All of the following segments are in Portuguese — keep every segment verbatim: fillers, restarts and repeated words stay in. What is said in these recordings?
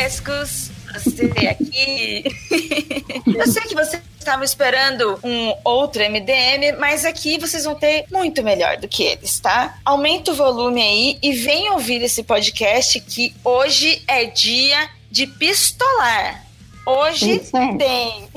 frescos, você aqui. Eu sei que vocês estavam esperando um outro M D M, mas aqui vocês vão ter muito melhor do que eles, tá? Aumenta o volume aí e vem ouvir esse podcast que hoje é dia de pistolar. Hoje tem.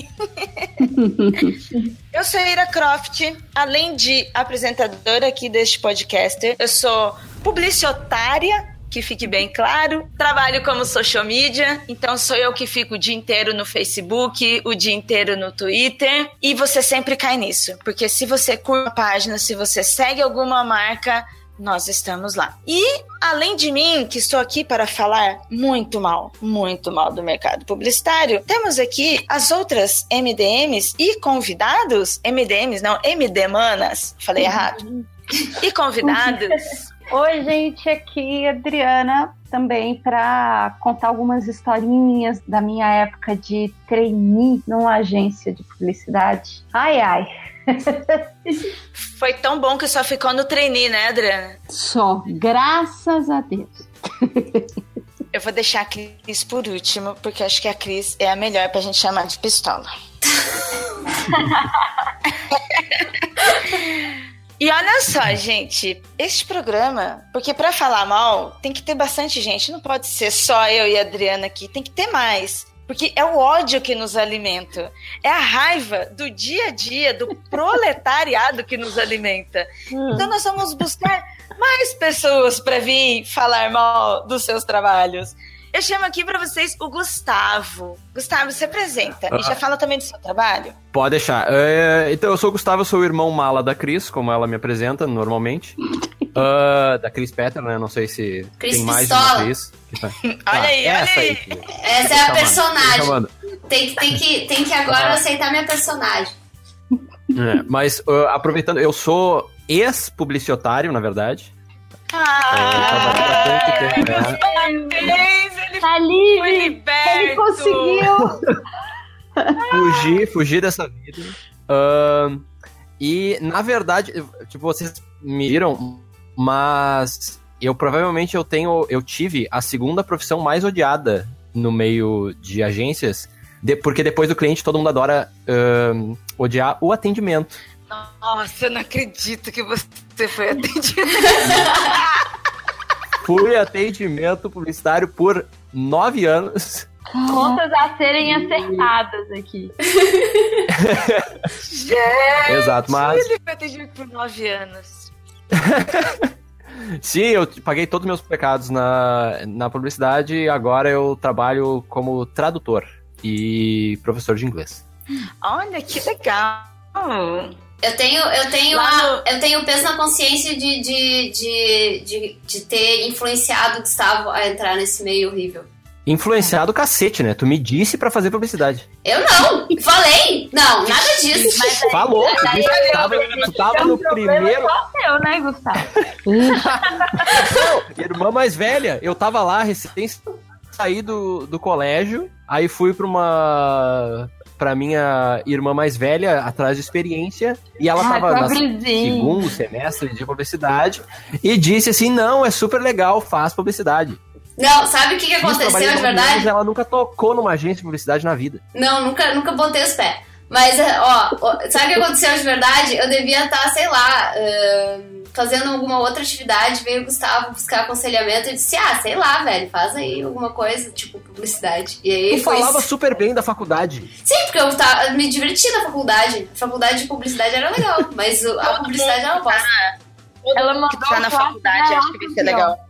Eu sou a Ira Croft, além de apresentadora aqui deste podcast, eu sou publicitária, que fique bem claro. Trabalho como social media, então sou eu que fico o dia inteiro no Facebook, o dia inteiro no Twitter, e você sempre cai nisso, porque se você curte a página, se você segue alguma marca, nós estamos lá. E, além de mim, que estou aqui para falar muito mal, muito mal do mercado publicitário, temos aqui as outras M D Ms e convidados, M D Ms não, M D Manas, falei errado, e convidados. Oi, gente, aqui é a Adriana, também para contar algumas historinhas da minha época de trainee numa agência de publicidade. Ai, ai. Foi tão bom que só ficou no trainee, né, Adriana? Só, graças a Deus. Eu vou deixar a Cris por último, porque acho que a Cris é a melhor pra gente chamar de pistola. E olha só, gente, este programa, porque pra falar mal, tem que ter bastante gente, não pode ser só eu e a Adriana aqui, tem que ter mais. Porque é o ódio que nos alimenta. É a raiva do dia a dia, do proletariado que nos alimenta. Hum. Então nós vamos buscar mais pessoas para vir falar mal dos seus trabalhos. Eu chamo aqui para vocês o Gustavo. Gustavo, se apresenta. Ah. E já fala também do seu trabalho. Pode deixar. É, então, eu sou o Gustavo, eu sou o irmão mala da Cris, como ela me apresenta normalmente. Uh, da Cris Petter, né? Não sei se Cris tem mais Pistola. de uma Cris. Olha ah, aí, olha essa aí. aí. Essa é a personagem. Tem que, tem, que, tem que agora ah. aceitar minha personagem. É, mas, uh, aproveitando, eu sou ex-publicitário, na verdade. Ah, é, eu tempo, né? Ele tá livre, foi liberto. Ele conseguiu. Fugi, fugi dessa vida. Uh, e, na verdade, tipo, vocês me viram, mas eu provavelmente eu tenho, eu tive a segunda profissão mais odiada no meio de agências, de, porque depois do cliente todo mundo adora uh, odiar o atendimento. Nossa, eu não acredito que você foi atendido. Fui atendimento publicitário por nove anos. Contas a serem acertadas aqui. Gente, exato, mas... ele foi atendido por nove anos. Sim, eu paguei todos os meus pecados na, na publicidade e agora eu trabalho como tradutor e professor de inglês. Olha, que legal. Eu tenho, eu tenho, Lá a, no- eu tenho peso na consciência de, de, de, de, de ter influenciado o Gustavo a entrar nesse meio horrível. Influenciado o cacete, né? Tu me disse pra fazer publicidade. Eu não! Falei! Não, nada disso. Mas aí- Falou, tu aí- disse que tu tava, tu tava é um no problema primeiro... só seu, né, Gustavo? Não, irmã mais velha, eu tava lá, recém saí do, do colégio, aí fui pra uma... pra minha irmã mais velha, atrás de experiência, e ela Ah, tava no pobrezinho. segundo semestre de publicidade, e disse assim, não, é super legal, faz publicidade. Não, sabe o que, que Fiz, aconteceu trabalhei de nove verdade? anos, ela nunca tocou numa agência de publicidade na vida. Não, nunca, nunca botei os pés. Mas, ó, ó, sabe o que aconteceu de verdade? Eu devia estar, sei lá, uh, fazendo alguma outra atividade, veio o Gustavo buscar aconselhamento e disse, ah, sei lá, velho, faz aí alguma coisa, tipo, publicidade. E aí Tu foi... falava super bem da faculdade. Sim, porque eu tava, me diverti na faculdade. A faculdade de publicidade era legal, mas o- a publicidade era uma bosta. Ela mandou Que tá na um quarto faculdade, dela acho que vai ser aqui, ó. legal.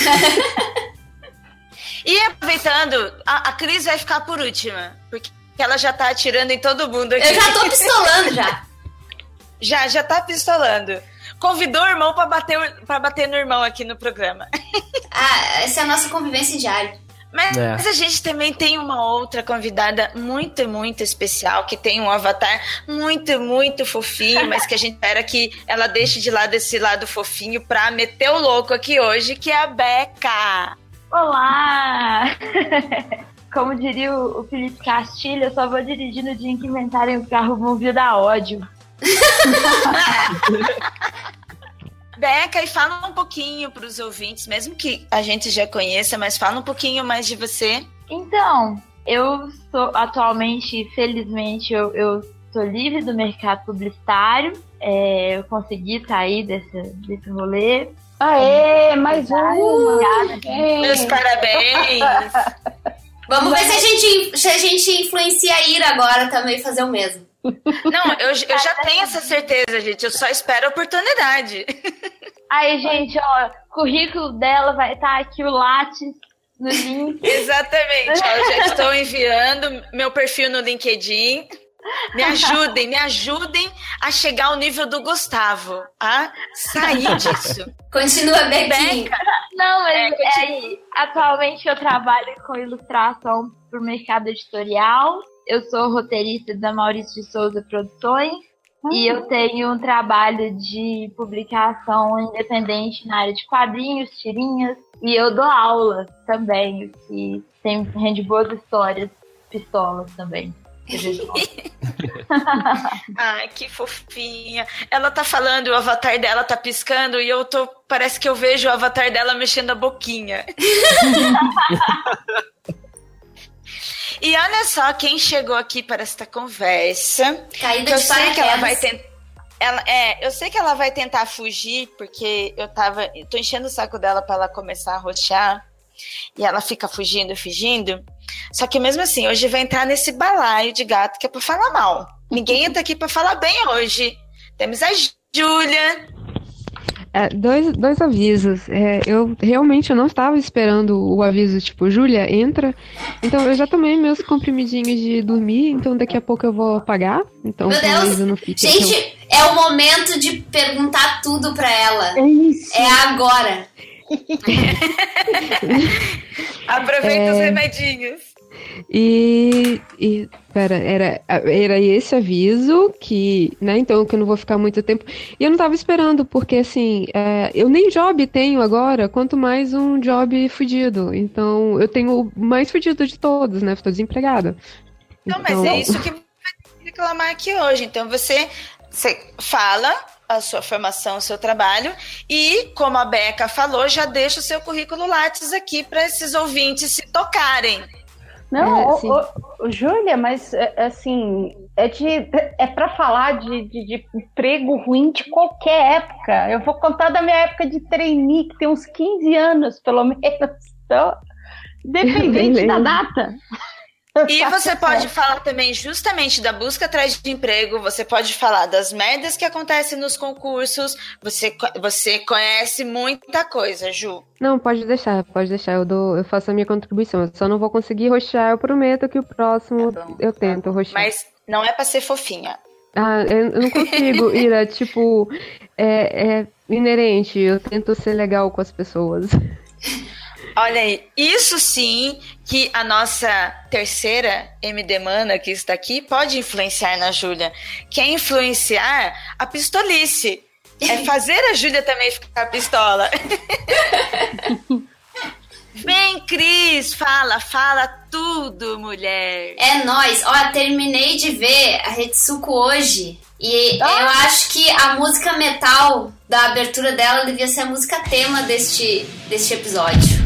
E aproveitando, a, a Cris vai ficar por última, porque ela já tá atirando em todo mundo aqui. Eu já tô pistolando já. Já, já tá pistolando. Convidou o irmão pra bater, pra bater no irmão aqui no programa. Ah, essa é a nossa convivência diária. Mas É. a gente também tem uma outra convidada muito, muito especial, que tem um avatar muito, muito fofinho, mas que a gente espera que ela deixe de lado esse lado fofinho pra meter o louco aqui hoje, que é a Beca. Olá! Como diria o, o Felipe Castilho, eu só vou dirigir no dia em que inventarem o carro movido a ódio. Beca, e fala um pouquinho pros ouvintes, mesmo que a gente já conheça, mas fala um pouquinho mais de você. Então, eu sou atualmente, felizmente, eu, eu sou livre do mercado publicitário. É, eu consegui sair desse, desse rolê. Aê, mais uma! Meus parabéns! Vamos ver se a, gente, se a gente influencia a Ira agora também fazer o mesmo. Não, eu, eu já tenho essa certeza, gente. Eu só espero a oportunidade. Aí, gente, ó, o currículo dela vai estar aqui, o Lattes, no link. Exatamente, ó, eu já estou enviando meu perfil no LinkedIn. Me ajudem, me ajudem a chegar ao nível do Gustavo, a sair disso. Continua, Bequinha. Não, mas É, é, atualmente eu trabalho com ilustração para o mercado editorial. Eu sou roteirista da Maurício de Souza Produções. Hum. E eu tenho um trabalho de publicação independente na área de quadrinhos, tirinhas. E eu dou aula também, que tem, rende boas histórias, pistolas também. Ai, que fofinha. Ela tá falando, o avatar dela tá piscando e eu tô. Parece que eu vejo o avatar dela mexendo a boquinha. E olha só quem chegou aqui para esta conversa. Caída eu de sei que ela vai paraquedas. tentar. Ela, é, eu sei que ela vai tentar fugir, porque eu tava. Eu tô enchendo o saco dela pra ela começar a roxar. E ela fica fugindo, fugindo. Só que mesmo assim, hoje vai entrar nesse balaio de gato que é pra falar mal. Ninguém entra aqui pra falar bem hoje. Temos a Júlia. É, dois, dois avisos. É, eu realmente eu não estava esperando o aviso, tipo, Júlia, entra. Então eu já tomei meus comprimidinhos de dormir, então daqui a pouco eu vou apagar. Então Meu talvez Deus, eu não fique. gente, então... é o momento de perguntar tudo pra ela. É isso. É agora. Aproveita É... os remedinhos. E, e pera, era, era esse aviso que, né, então que eu não vou ficar muito tempo. E eu não tava esperando, porque assim, é, eu nem job tenho agora, quanto mais um job fudido. Então, eu tenho o mais fudido de todos, né? Estou desempregada. Não, então... mas é isso que vai reclamar aqui hoje. Então, você, você fala a sua formação, o seu trabalho, e, como a Beca falou, já deixa o seu currículo Lattes aqui para esses ouvintes se tocarem. Não, É, ô, sim. ô, ô, Júlia, mas assim, é, de, é pra falar de, de, de emprego ruim de qualquer época. Eu vou contar da minha época de trainee, que tem uns quinze anos, pelo menos. Então, dependente da data. E você pode falar também justamente da busca atrás de emprego, você pode falar das merdas que acontecem nos concursos, você, você conhece muita coisa, Ju. Não, pode deixar, pode deixar, eu, dou, eu faço a minha contribuição, eu só não vou conseguir roxar, eu prometo que o próximo Tá bom, eu tá tento bom. roxar. Mas não é pra ser fofinha. Ah, eu eu não consigo, Ira, tipo, é, é inerente, eu tento ser legal com as pessoas. Olha aí, isso sim que a nossa terceira M D Mana que está aqui pode influenciar na Júlia. Quer influenciar a pistolice. É fazer a Júlia também ficar pistola. Vem, Cris, fala, fala tudo, mulher. É nóis. Ó, terminei de ver a Retsuko hoje. E Ah. eu acho que a música metal da abertura dela devia ser a música tema deste, deste episódio.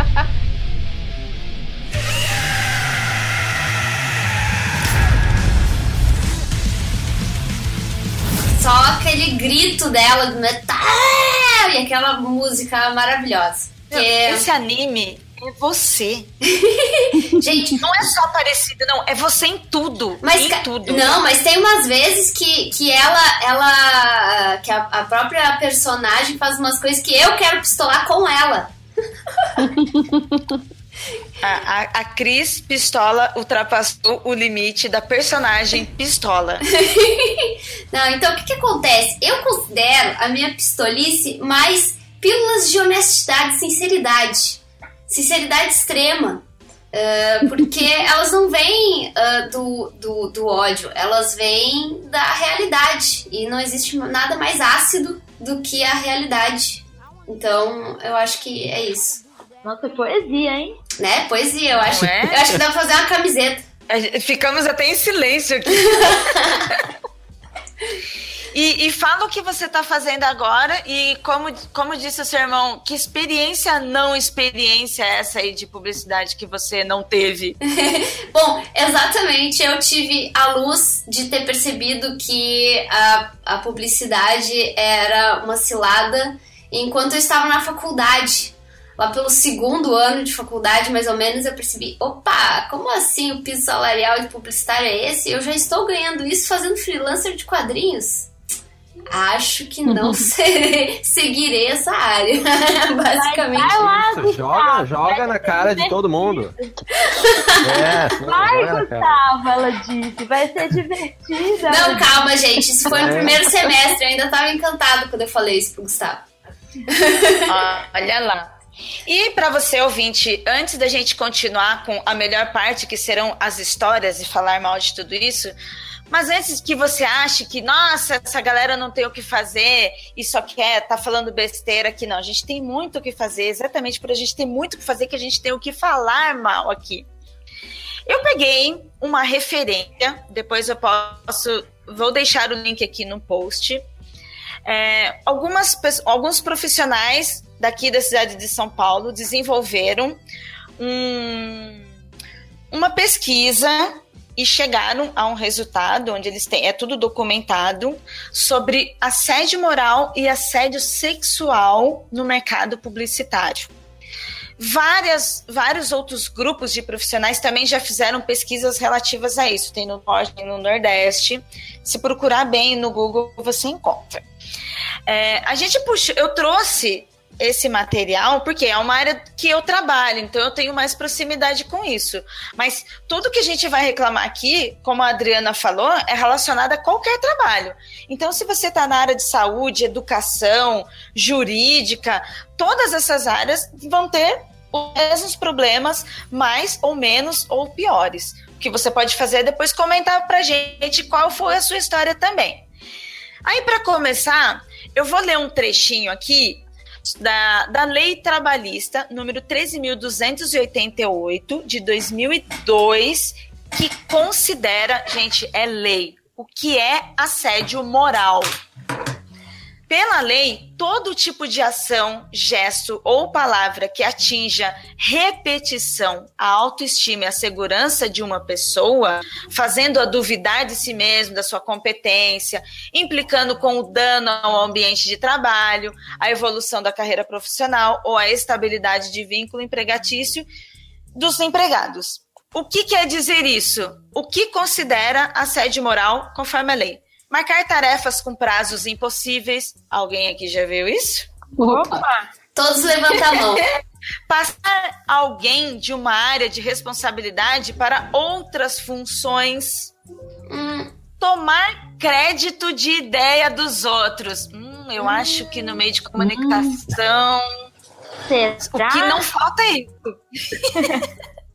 Só aquele grito dela do metal e aquela música maravilhosa. Meu, Que... Esse anime é você. Gente, Não é só parecido, não. É você em tudo. Mas, em ca- tudo. Não, mas tem umas vezes que, que ela, ela. que a, a própria personagem faz umas coisas que eu quero pistolar com ela. A, a, a Cris Pistola ultrapassou o limite da personagem Pistola. Não, então o que, que acontece? Eu considero a minha pistolice mais pílulas de honestidade e sinceridade. Sinceridade extrema. Uh, porque elas não vêm uh, do, do, do ódio, elas vêm da realidade. E não existe nada mais ácido do que a realidade. Então, eu acho que é isso. Nossa, poesia, hein? Né? Poesia, eu acho. é? Eu acho que dá pra fazer uma camiseta. A gente- Ficamos até em silêncio aqui. E, e fala o que você está fazendo agora e, como, como disse o seu irmão, que experiência não experiência é essa aí de publicidade que você não teve? Bom, exatamente. Eu tive a luz de ter percebido que a, a publicidade era uma cilada enquanto eu estava na faculdade. Lá pelo segundo ano de faculdade, mais ou menos, eu percebi, opa, como assim o piso salarial de publicitário é esse? Eu já estou ganhando isso fazendo freelancer de quadrinhos. Acho que não serei, seguirei essa área. Basicamente. Vai lá, Isso, joga, joga na cara de todo mundo. É, sim, Vai, joga na cara. Gustavo, ela disse. Vai ser divertida. Não, calma, gente. Isso foi no É. primeiro semestre. Eu ainda estava encantado quando eu falei isso pro Gustavo. Olha lá. E para você, ouvinte, antes da gente continuar com a melhor parte, que serão as histórias e falar mal de tudo isso, mas antes que você ache que, nossa, essa galera não tem o que fazer e só quer tá falando besteira aqui, não. A gente tem muito o que fazer, exatamente por a gente ter muito o que fazer que a gente tem o que falar mal aqui. Eu peguei uma referência, depois eu posso, vou deixar o link aqui no post. É, algumas, alguns profissionais daqui da cidade de São Paulo desenvolveram um, uma pesquisa e chegaram a um resultado onde eles têm, é tudo documentado, sobre assédio moral e assédio sexual no mercado publicitário. Várias, vários outros grupos de profissionais também já fizeram pesquisas relativas a isso. Tem no Norte, tem no Nordeste. Se procurar bem no Google, você encontra. É, a gente puxa, eu trouxe esse material porque é uma área que eu trabalho, então eu tenho mais proximidade com isso. Mas tudo que a gente vai reclamar aqui, como a Adriana falou, é relacionado a qualquer trabalho. Então, se você está na área de saúde, educação, jurídica, todas essas áreas vão ter os mesmos problemas, mais ou menos ou piores. O que você pode fazer é depois comentar pra gente qual foi a sua história também. Aí, para começar, eu vou ler um trechinho aqui Da, da Lei Trabalhista, número treze mil duzentos e oitenta e oito, de dois mil e dois, que considera, gente, é lei, o que é assédio moral. Pela lei, todo tipo de ação, gesto ou palavra que atinja repetição, a autoestima e a segurança de uma pessoa, fazendo-a duvidar de si mesmo, da sua competência, implicando com o dano ao ambiente de trabalho, a evolução da carreira profissional ou a estabilidade de vínculo empregatício dos empregados. O que quer dizer isso? O que considera assédio moral conforme a lei? Marcar tarefas com prazos impossíveis. Alguém aqui já viu isso? Opa! Todos levantam a mão. Passar alguém de uma área de responsabilidade para outras funções. Hum, tomar crédito de ideia dos outros. Hum, eu hum. acho que no meio de comunicação... Será? O que não falta é isso.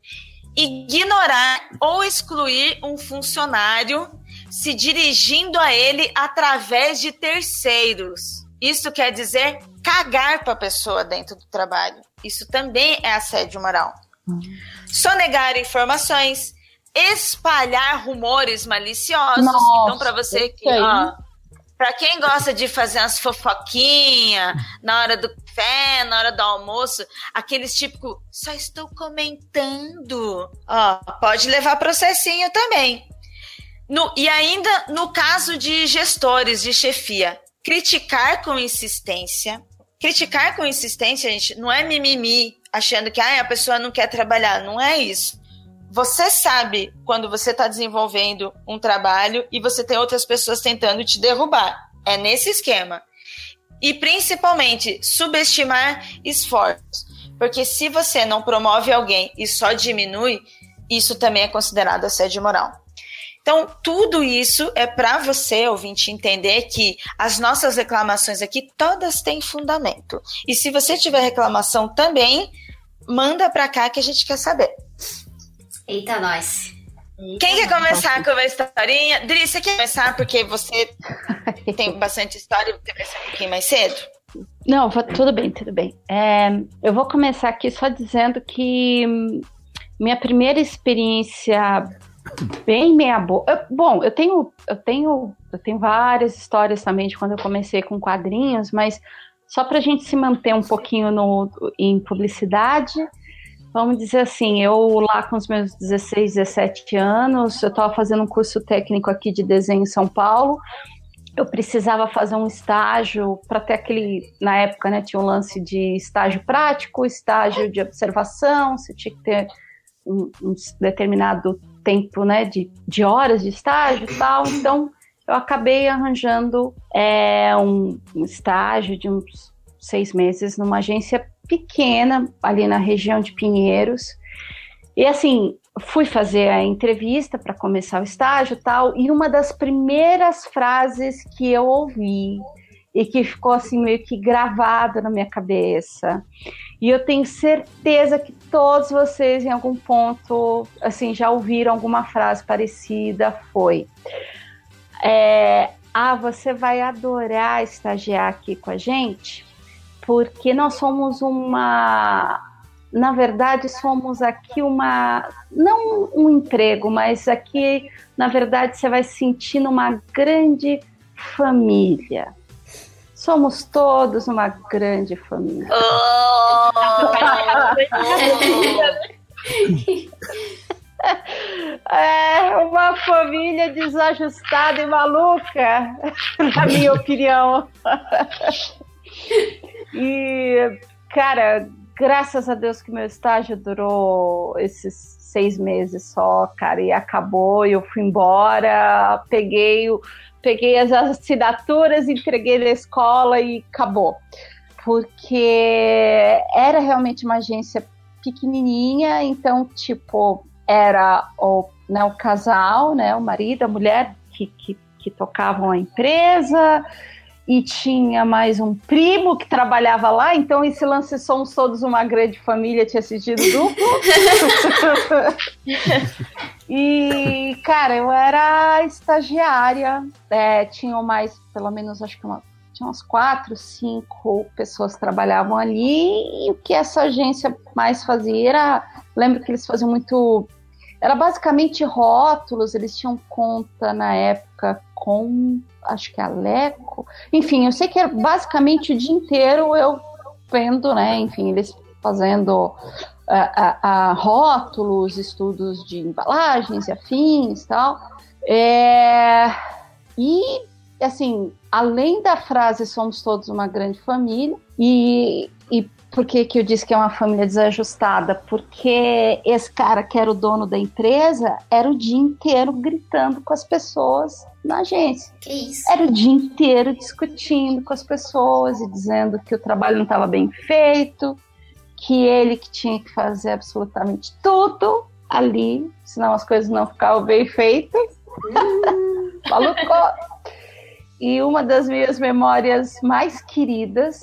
Ignorar ou excluir um funcionário se dirigindo a ele através de terceiros. Isso quer dizer cagar para a pessoa dentro do trabalho. Isso também é assédio moral. Hum. Sonegar informações, espalhar rumores maliciosos. Nossa, então, para você que... Para quem gosta de fazer umas fofoquinhas na hora do café, na hora do almoço, aqueles típicos, só estou comentando. Ó, pode levar processinho também. No, e ainda no caso de gestores de chefia, criticar com insistência. Criticar com insistência, gente, não é mimimi, achando que ah, a pessoa não quer trabalhar. Não é isso. Você sabe quando você está desenvolvendo um trabalho e você tem outras pessoas tentando te derrubar. É nesse esquema. E principalmente, subestimar esforços. Porque se você não promove alguém e só diminui, isso também é considerado assédio moral. Então, tudo isso é para você, ouvinte, entender que as nossas reclamações aqui, todas têm fundamento. E se você tiver reclamação também, manda para cá que a gente quer saber. Eita, nós. Quem quer começar com uma historinha? Dri, você quer começar porque você tem bastante história e você vai ser um pouquinho mais cedo? Não, tudo bem, tudo bem. É, eu vou começar aqui só dizendo que minha primeira experiência Bem meia boca. Bom, eu tenho, eu tenho, eu tenho várias histórias também de quando eu comecei com quadrinhos, mas só para a gente se manter um pouquinho no, em publicidade, vamos dizer assim, eu lá com os meus dezesseis, dezessete anos, eu estava fazendo um curso técnico aqui de desenho em São Paulo. Eu precisava fazer um estágio para ter aquele, na época, né, tinha um lance de estágio prático, estágio de observação, você tinha que ter um, um determinado tempo, né, de, de horas de estágio e tal, então eu acabei arranjando é, um, um estágio de uns seis meses numa agência pequena, ali na região de Pinheiros, e assim, fui fazer a entrevista para começar o estágio e tal, e uma das primeiras frases que eu ouvi e que ficou assim meio que gravada na minha cabeça, e eu tenho certeza que todos vocês em algum ponto assim, já ouviram alguma frase parecida, foi é, ah, você vai adorar estagiar aqui com a gente, porque nós somos uma... Na verdade, somos aqui uma... Não um emprego, mas aqui, na verdade, você vai se sentir numa grande família. Somos todos uma grande família. Oh! É uma família desajustada e maluca, na minha opinião. E, cara... Graças a Deus que meu estágio durou esses seis meses só, cara, e acabou, eu fui embora, peguei, peguei as assinaturas, entreguei na escola e acabou. Porque era realmente uma agência pequenininha, então, tipo, era o, né, o casal, né, o marido, a mulher que, que, que tocavam a empresa... E tinha mais um primo que trabalhava lá, então esse lance Somos Todos uma Grande Família tinha assistido duplo. E, cara, eu era estagiária, é, tinham mais, pelo menos, acho que uma, tinha umas quatro, cinco pessoas que trabalhavam ali, e o que essa agência mais fazia era, lembro que eles faziam muito, era basicamente rótulos, eles tinham conta na época com... acho que a Leco, enfim, eu sei que era basicamente o dia inteiro eu vendo, né, enfim, eles fazendo uh, uh, uh, rótulos, estudos de embalagens e afins e tal, é... e, assim, além da frase somos todos uma grande família, e, e por que que eu disse que é uma família desajustada? Porque esse cara que era o dono da empresa era o dia inteiro gritando com as pessoas na agência. Que isso? Era o dia inteiro discutindo com as pessoas e dizendo que o trabalho não estava bem feito, que ele que tinha que fazer absolutamente tudo ali, senão as coisas não ficavam bem feitas. Hum. Maluco! E uma das minhas memórias mais queridas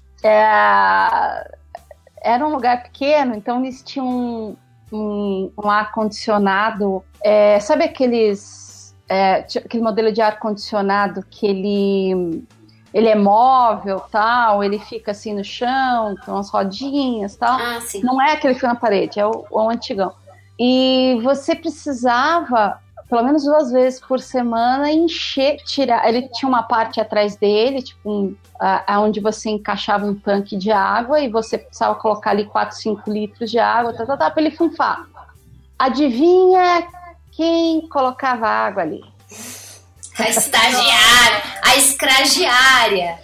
é... era um lugar pequeno, então eles tinham um, um, um ar-condicionado, é, sabe aqueles é, aquele modelo de ar-condicionado que ele, ele é móvel, tal, ele fica assim no chão, com umas rodinhas, tal. Ah, sim. Não é aquele que fica na parede, é o, o antigão. E você precisava, pelo menos duas vezes por semana, encher, tirar. Ele tinha uma parte atrás dele, tipo, um, a, onde você encaixava um tanque de água e você precisava colocar ali quatro, cinco litros de água, tá, tá, tá, para ele funfar. Adivinha quem colocava água ali? A estagiária, a escragiária.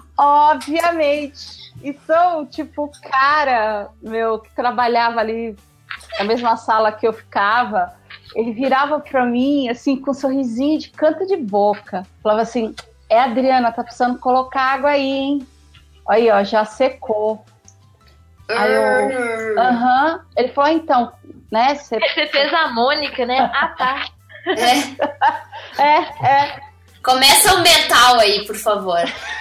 Obviamente. Então, tipo, o cara, meu, que trabalhava ali na mesma sala que eu ficava, ele virava pra mim, assim, com um sorrisinho de canto de boca. Falava assim, é, Adriana, tá precisando colocar água aí, hein? Aí, ó, já secou. Aí eu, aham. Uhum. Ele falou, então, né? Você fez a Mônica, né? Ah, tá. É. É, é. Começa o metal aí, por favor.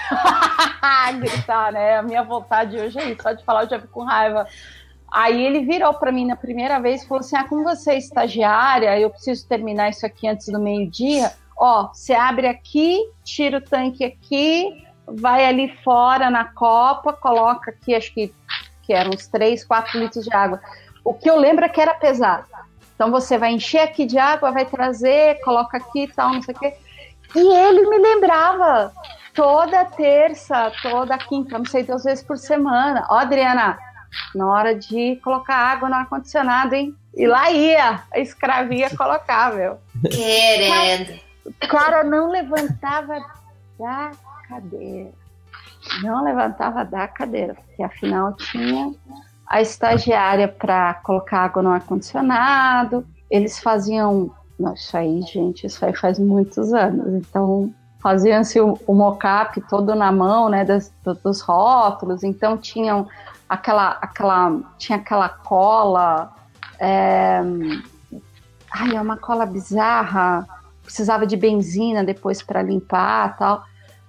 Gritar, né? A minha vontade hoje é isso, só de falar eu já fico com raiva. Aí ele virou pra mim na primeira vez e falou assim, ah, como você é estagiária, eu preciso terminar isso aqui antes do meio-dia. Ó, você abre aqui, tira o tanque aqui, vai ali fora na copa, coloca aqui, acho que, que eram uns três, quatro litros de água. O que eu lembro é que era pesado. Então você vai encher aqui de água, vai trazer, coloca aqui e tal, não sei o quê. E ele me lembrava toda terça, toda quinta, não sei, duas vezes por semana. Ó, Adriana, na hora de colocar água no ar-condicionado, hein? E lá ia, a escravinha colocar, meu. Querendo. O cara não levantava da cadeira. Não levantava da cadeira, porque afinal tinha a estagiária para colocar água no ar-condicionado. Eles faziam... Não, isso aí, gente, isso aí faz muitos anos. Então, faziam-se o, o mock-up todo na mão, né, das, dos rótulos. Então, tinham aquela, aquela, tinha aquela cola... É... Ai, é uma cola bizarra. Precisava de benzina depois para limpar e tal.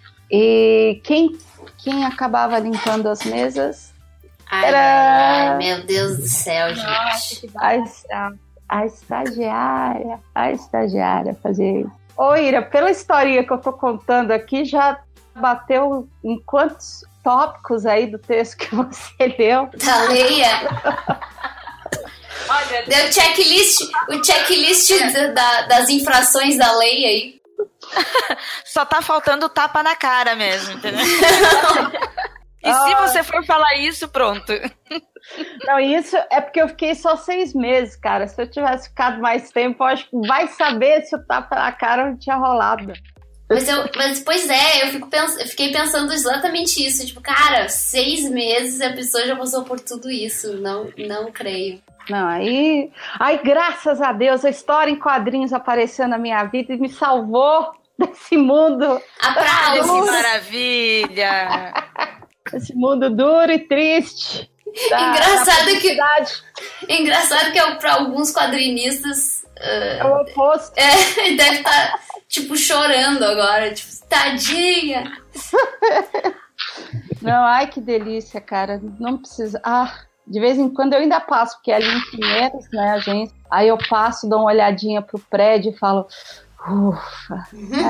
E quem, quem acabava limpando as mesas ai, era... Ai, meu Deus do céu, gente. A, a estagiária, a estagiária fazia isso. Ô, Ira, pela historinha que eu tô contando aqui, já bateu em quantos tópicos aí do texto que você leu? Da Leia? Olha, deu checklist, o checklist da, das infrações da lei aí. Só tá faltando tapa na cara mesmo, entendeu? E ah. se você for falar isso, pronto. Não, isso é porque eu fiquei só seis meses, cara. Se eu tivesse ficado mais tempo, eu acho que vai saber se o tapa na cara não tinha rolado. Mas, eu, mas pois é, eu, fico pens- eu fiquei pensando exatamente isso. Tipo, cara, seis meses a pessoa já passou por tudo isso. Não, não creio. Não, aí... Aí, graças a Deus, a história em quadrinhos apareceu na minha vida e me salvou desse mundo. Ah, que maravilha! Esse mundo duro e triste. Da, engraçado, que, engraçado que é, para alguns quadrinistas... Uh, é o oposto. É, deve estar, tá, tipo, chorando agora. Tipo, tadinha! Não, ai, que delícia, cara. Não precisa... Ah... De vez em quando eu ainda passo, porque é ali em Pinheiros, né, a agência. Aí eu passo, dou uma olhadinha pro prédio e falo, ufa.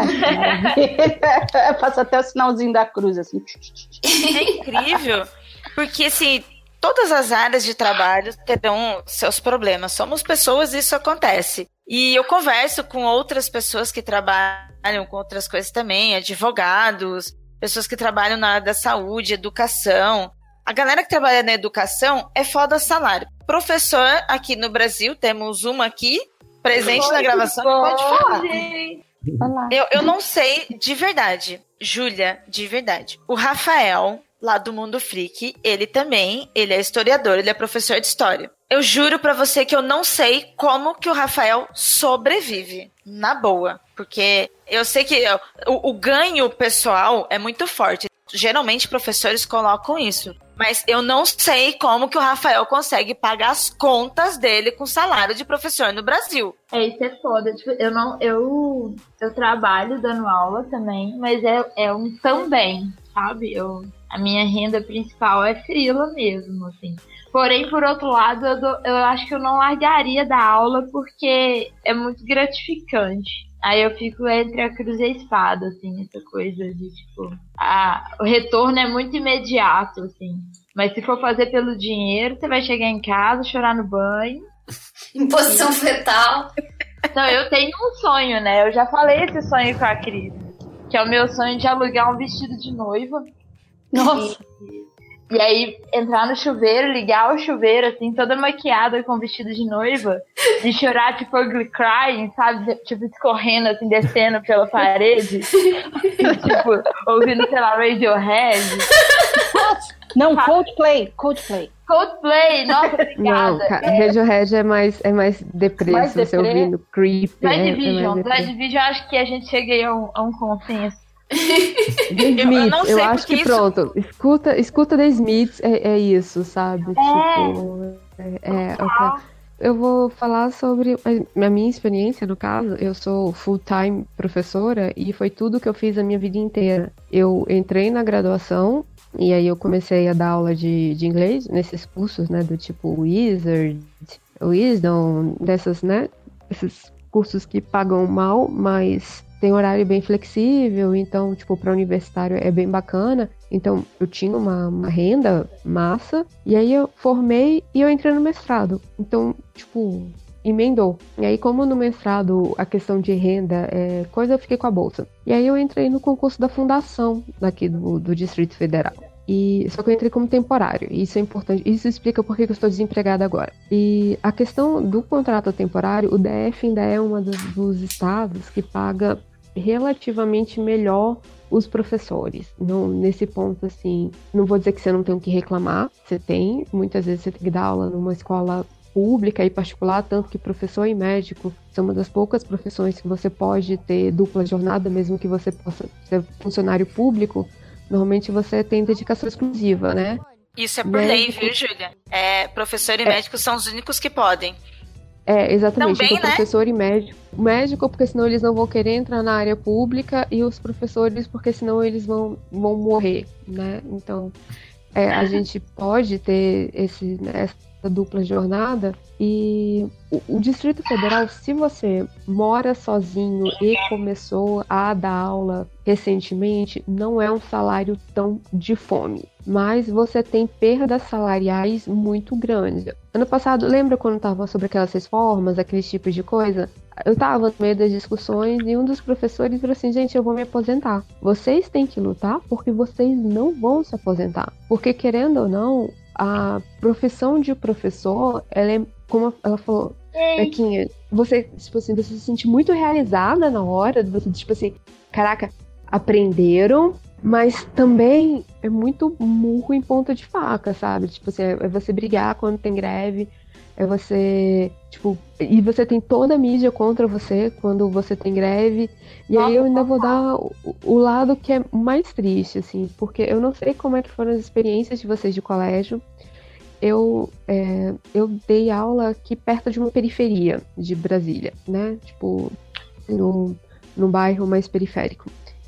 Ai, passo até o sinalzinho da cruz, assim. É incrível, porque assim, todas as áreas de trabalho terão seus problemas. Somos pessoas e isso acontece. E eu converso com outras pessoas que trabalham com outras coisas também, advogados, pessoas que trabalham na área da saúde, educação. A galera que trabalha na educação é foda salário. Professor, aqui no Brasil, temos uma aqui, presente pode, na gravação, pode, pode falar. Eu, eu não sei de verdade. Júlia, de verdade. O Rafael, lá do Mundo Freak, ele também, ele é historiador, ele é professor de história. Eu juro pra você que eu não sei como que o Rafael sobrevive. Na boa. Porque eu sei que o, o ganho pessoal é muito forte. Geralmente professores colocam isso. Mas eu não sei como que o Rafael consegue pagar as contas dele com salário de professor no Brasil. É, isso é foda. Tipo, eu não, eu, eu trabalho dando aula também, mas é, é um também, sabe? Eu, a minha renda principal é freela mesmo, assim. Porém, por outro lado, eu, dou, eu acho que eu não largaria da aula porque é muito gratificante. Aí eu fico entre a cruz e a espada, assim, essa coisa de, tipo... Ah, o retorno é muito imediato, assim. Mas se for fazer pelo dinheiro, você vai chegar em casa, chorar no banho. Em posição e... fetal. Então, eu tenho um sonho, né? Eu já falei esse sonho com a Cris. Que é o meu sonho de alugar um vestido de noiva. Nossa! E... E aí, entrar no chuveiro, ligar o chuveiro, assim, toda maquiada com vestido de noiva, e chorar, tipo, ugly crying, sabe? Tipo, escorrendo, assim, descendo pela parede. E, tipo, ouvindo, sei lá, Radiohead. Não, Coldplay, Coldplay. Coldplay, nossa, obrigada. Não, Radiohead é mais, é mais deprê, mais se você deprê. ouvindo Creep. Joy é, Division, é Joy Division, acho que a gente chega aí a um, a um consenso. The Smiths, eu, eu, não sei eu acho que isso... pronto, escuta, escuta The Smiths, é, é isso, sabe? É. Tipo, é, é, okay. Eu vou falar sobre a minha experiência, no caso. Eu sou full-time professora e foi tudo que eu fiz a minha vida inteira. Eu entrei na graduação e aí eu comecei a dar aula de, de inglês nesses cursos, né, do tipo Wizard, Wisdom, dessas, né, esses cursos que pagam mal, mas tem horário bem flexível, então, tipo, para universitário é bem bacana. Então, eu tinha uma, uma renda massa, e aí eu formei e eu entrei no mestrado. Então, tipo, emendou. E aí, como no mestrado a questão de renda é coisa, eu fiquei com a bolsa. E aí eu entrei no concurso da fundação daqui do, do Distrito Federal. E, só que eu entrei como temporário, e isso é importante, isso explica por que eu estou desempregada agora. E a questão do contrato temporário, o D F ainda é um dos, dos estados que paga relativamente melhor os professores. Não, nesse ponto, assim, não vou dizer que você não tem o que reclamar, você tem, muitas vezes você tem que dar aula numa escola pública e particular, tanto que professor e médico são uma das poucas profissões que você pode ter dupla jornada, mesmo que você possa ser funcionário público. Normalmente você tem dedicação exclusiva, né? Isso é por lei, viu, Júlia? É, professor e é. médico são os únicos que podem. É, exatamente. Também, então, né? Professor e médico. Médico, porque senão eles não vão querer entrar na área pública, e os professores, porque senão eles vão, vão morrer, né? Então, é, a gente pode ter esse, né, essa dupla jornada. E o, o Distrito Federal, se você mora sozinho e começou a dar aula recentemente, não é um salário tão de fome, mas você tem perdas salariais muito grandes. Ano passado, lembra quando tava sobre aquelas reformas, aqueles tipos de coisa? Eu tava no meio das discussões e um dos professores falou assim: gente, eu vou me aposentar. Vocês têm que lutar porque vocês não vão se aposentar. Porque, querendo ou não, a profissão de professor, ela é, como ela falou, Bequinha, você, tipo assim, você se sente muito realizada na hora, você, tipo assim, caraca, aprenderam, mas também é muito murro em ponta de faca, sabe? Tipo assim, é você brigar quando tem greve, é você, tipo, e você tem toda a mídia contra você quando você tem greve, e aí eu ainda vou dar o, o lado que é mais triste, assim, porque eu não sei como é que foram as experiências de vocês de colégio. Eu, é, eu dei aula aqui perto de uma periferia de Brasília, né? Tipo, num, num bairro mais periférico.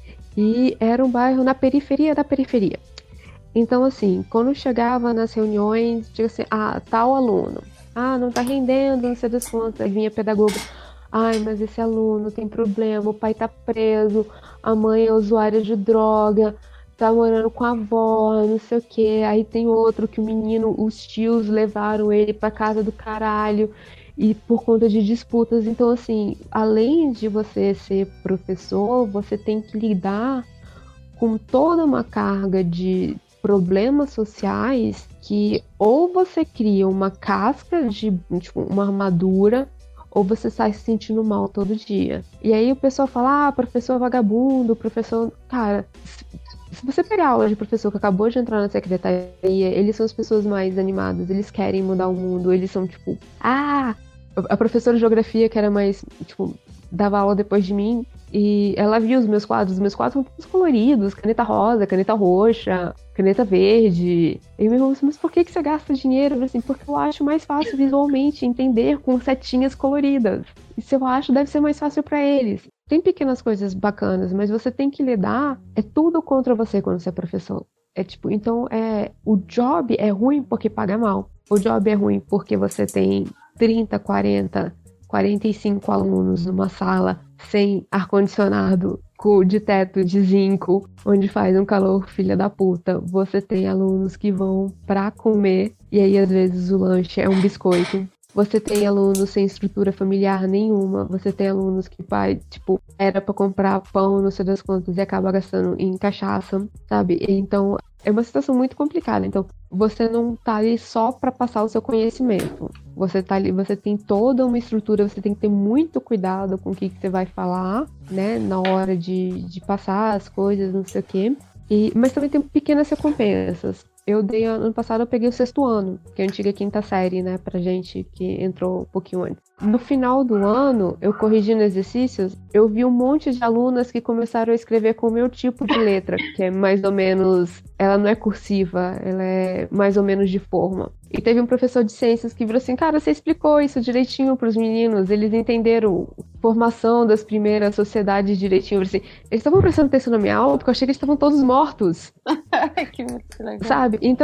E era um bairro na periferia da periferia. Então, assim, quando chegava nas reuniões, tinha assim, ah, tal aluno. Ah, não tá rendendo, não sei das quantas. Aí vinha a pedagoga. Ai, mas esse aluno tem problema, o pai tá preso, a mãe é usuária de droga, tá morando com a avó, não sei o quê. Aí tem outro que o menino, os tios levaram ele pra casa do caralho, e por conta de disputas. Então, assim, além de você ser professor, você tem que lidar com toda uma carga de problemas sociais que ou você cria uma casca de, tipo, uma armadura, ou você sai se sentindo mal todo dia. E aí o pessoal fala, ah, professor vagabundo, professor... Cara, se, se você pegar aula de professor que acabou de entrar na secretaria, eles são as pessoas mais animadas, eles querem mudar o mundo, eles são tipo... Ah, a professora de geografia que era mais, tipo, dava aula depois de mim, e ela viu os meus quadros, os meus quadros são todos coloridos, caneta rosa, caneta roxa, caneta verde. E eu me pergunto, mas por que, que você gasta dinheiro? Eu falei assim, porque eu acho mais fácil visualmente entender com setinhas coloridas. E se eu acho, deve ser mais fácil para eles. Tem pequenas coisas bacanas, mas você tem que lidar, é tudo contra você quando você é professor. É tipo, então, é, o job é ruim porque paga mal. O job é ruim porque você tem trinta, quarenta, quarenta e cinco alunos numa sala sem ar-condicionado, de teto de zinco, onde faz um calor filha da puta. Você tem alunos que vão pra comer, e aí às vezes o lanche é um biscoito. Você tem alunos sem estrutura familiar nenhuma. Você tem alunos que, pai, tipo, era pra comprar pão, não sei das quantas, e acaba gastando em cachaça, sabe? Então, é uma situação muito complicada. Então, você não tá ali só pra passar o seu conhecimento. Você tá ali, você tem toda uma estrutura, você tem que ter muito cuidado com o que, que você vai falar, né? Na hora de, de passar as coisas, não sei o quê. E, mas também tem pequenas recompensas. Eu dei, ano passado eu peguei o sexto ano, que é a antiga quinta série, né, pra gente que entrou um pouquinho antes. No final do ano, eu corrigindo exercícios, eu vi um monte de alunas que começaram a escrever com o meu tipo de letra, que é mais ou menos, ela não é cursiva, ela é mais ou menos de forma. E teve um professor de ciências que virou assim, cara, você explicou isso direitinho pros meninos, eles entenderam a formação das primeiras sociedades direitinho. Assim, eles estavam prestando atenção na minha aula porque eu achei que eles estavam todos mortos. Que muito legal. Sabe? Então,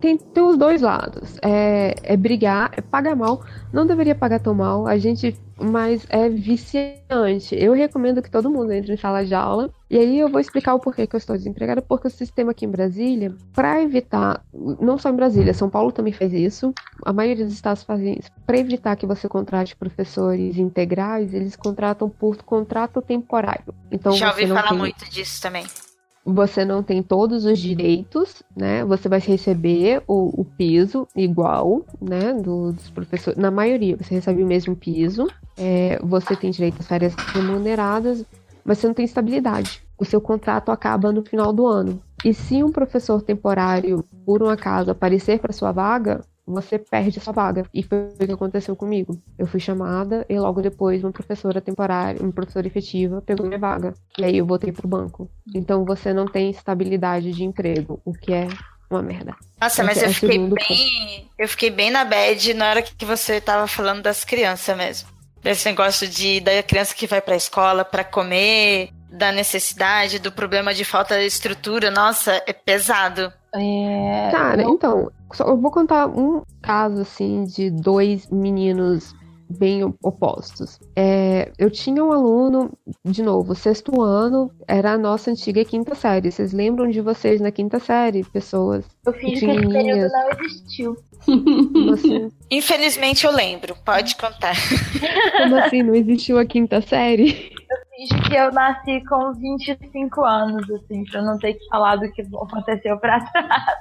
tem, tem os dois lados. É, é brigar, é pagar mal. Não deveria pagar tão mal, a gente, mas é viciante. Eu recomendo que todo mundo entre em sala de aula. E aí eu vou explicar o porquê que eu estou desempregada, porque o sistema aqui em Brasília, para evitar, não só em Brasília, São Paulo também faz isso, a maioria dos estados fazem isso, para evitar que você contrate professores integrais, eles contratam por contrato temporário. Então, Já você ouvi não falar tem... muito disso também. Você não tem todos os direitos, né? Você vai receber o, o piso igual, né? Do, dos professores. Na maioria, você recebe o mesmo piso. É, você tem direito às férias remuneradas, mas você não tem estabilidade. O seu contrato acaba no final do ano. E se um professor temporário, por um acaso, aparecer para sua vaga, você perde sua vaga. E foi o que aconteceu comigo. Eu fui chamada e logo depois uma professora temporária, uma professora efetiva, pegou minha vaga. E aí eu voltei pro banco. Então você não tem estabilidade de emprego, o que é uma merda. Nossa, mas Esse é eu o fiquei segundo bem. Eu fiquei bem na bad na hora que você tava falando das crianças mesmo. Desse negócio de da criança que vai pra escola pra comer, da necessidade, do problema de falta de estrutura. Nossa, é pesado. É, Cara, eu- então, só- eu vou contar um caso, assim, de dois meninos bem opostos. É, eu tinha um aluno, de novo, sexto ano, era a nossa antiga quinta série. Vocês lembram de vocês na quinta série, pessoas? Eu fingi que esse período Pequenininhas. não existiu. Como assim, Infelizmente eu lembro, pode contar. como assim não existiu a quinta série? Fingi que eu nasci com vinte e cinco anos, assim, pra não ter que falar do que aconteceu pra trás.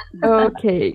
Ok.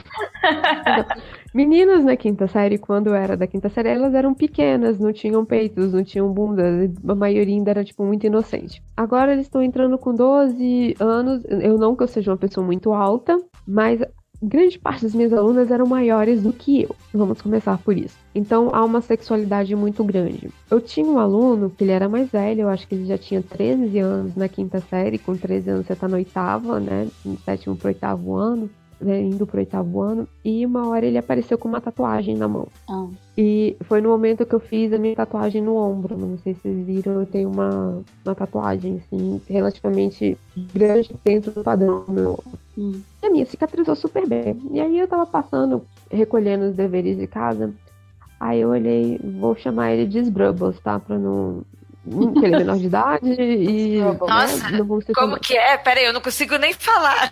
Então, meninas na quinta série, quando eu era da quinta série, elas eram pequenas, não tinham peitos, não tinham bundas, a maioria ainda era, tipo, muito inocente. Agora eles estão entrando com doze anos, eu não que eu seja uma pessoa muito alta, mas grande parte das minhas alunas eram maiores do que eu. Vamos começar por isso. Então, há uma sexualidade muito grande. Eu tinha um aluno que ele era mais velho, eu acho que ele já tinha treze anos na quinta série, com treze anos você tá na oitava, né, no sétimo pro oitavo ano, né, indo pro oitavo ano, e uma hora ele apareceu com uma tatuagem na mão. Ah. E foi no momento que eu fiz a minha tatuagem no ombro, não sei se vocês viram, eu tenho uma, uma tatuagem, assim, relativamente grande dentro do padrão do meu ombro. Hum. E a minha cicatrizou super bem. E aí eu tava passando, recolhendo os deveres de casa. Aí eu olhei, vou chamar ele de Sbrubbles, tá? Pra não... Porque ele é menor de idade e... Nossa, né, não vamos ter Como problema. que é? Pera aí, eu não consigo nem falar.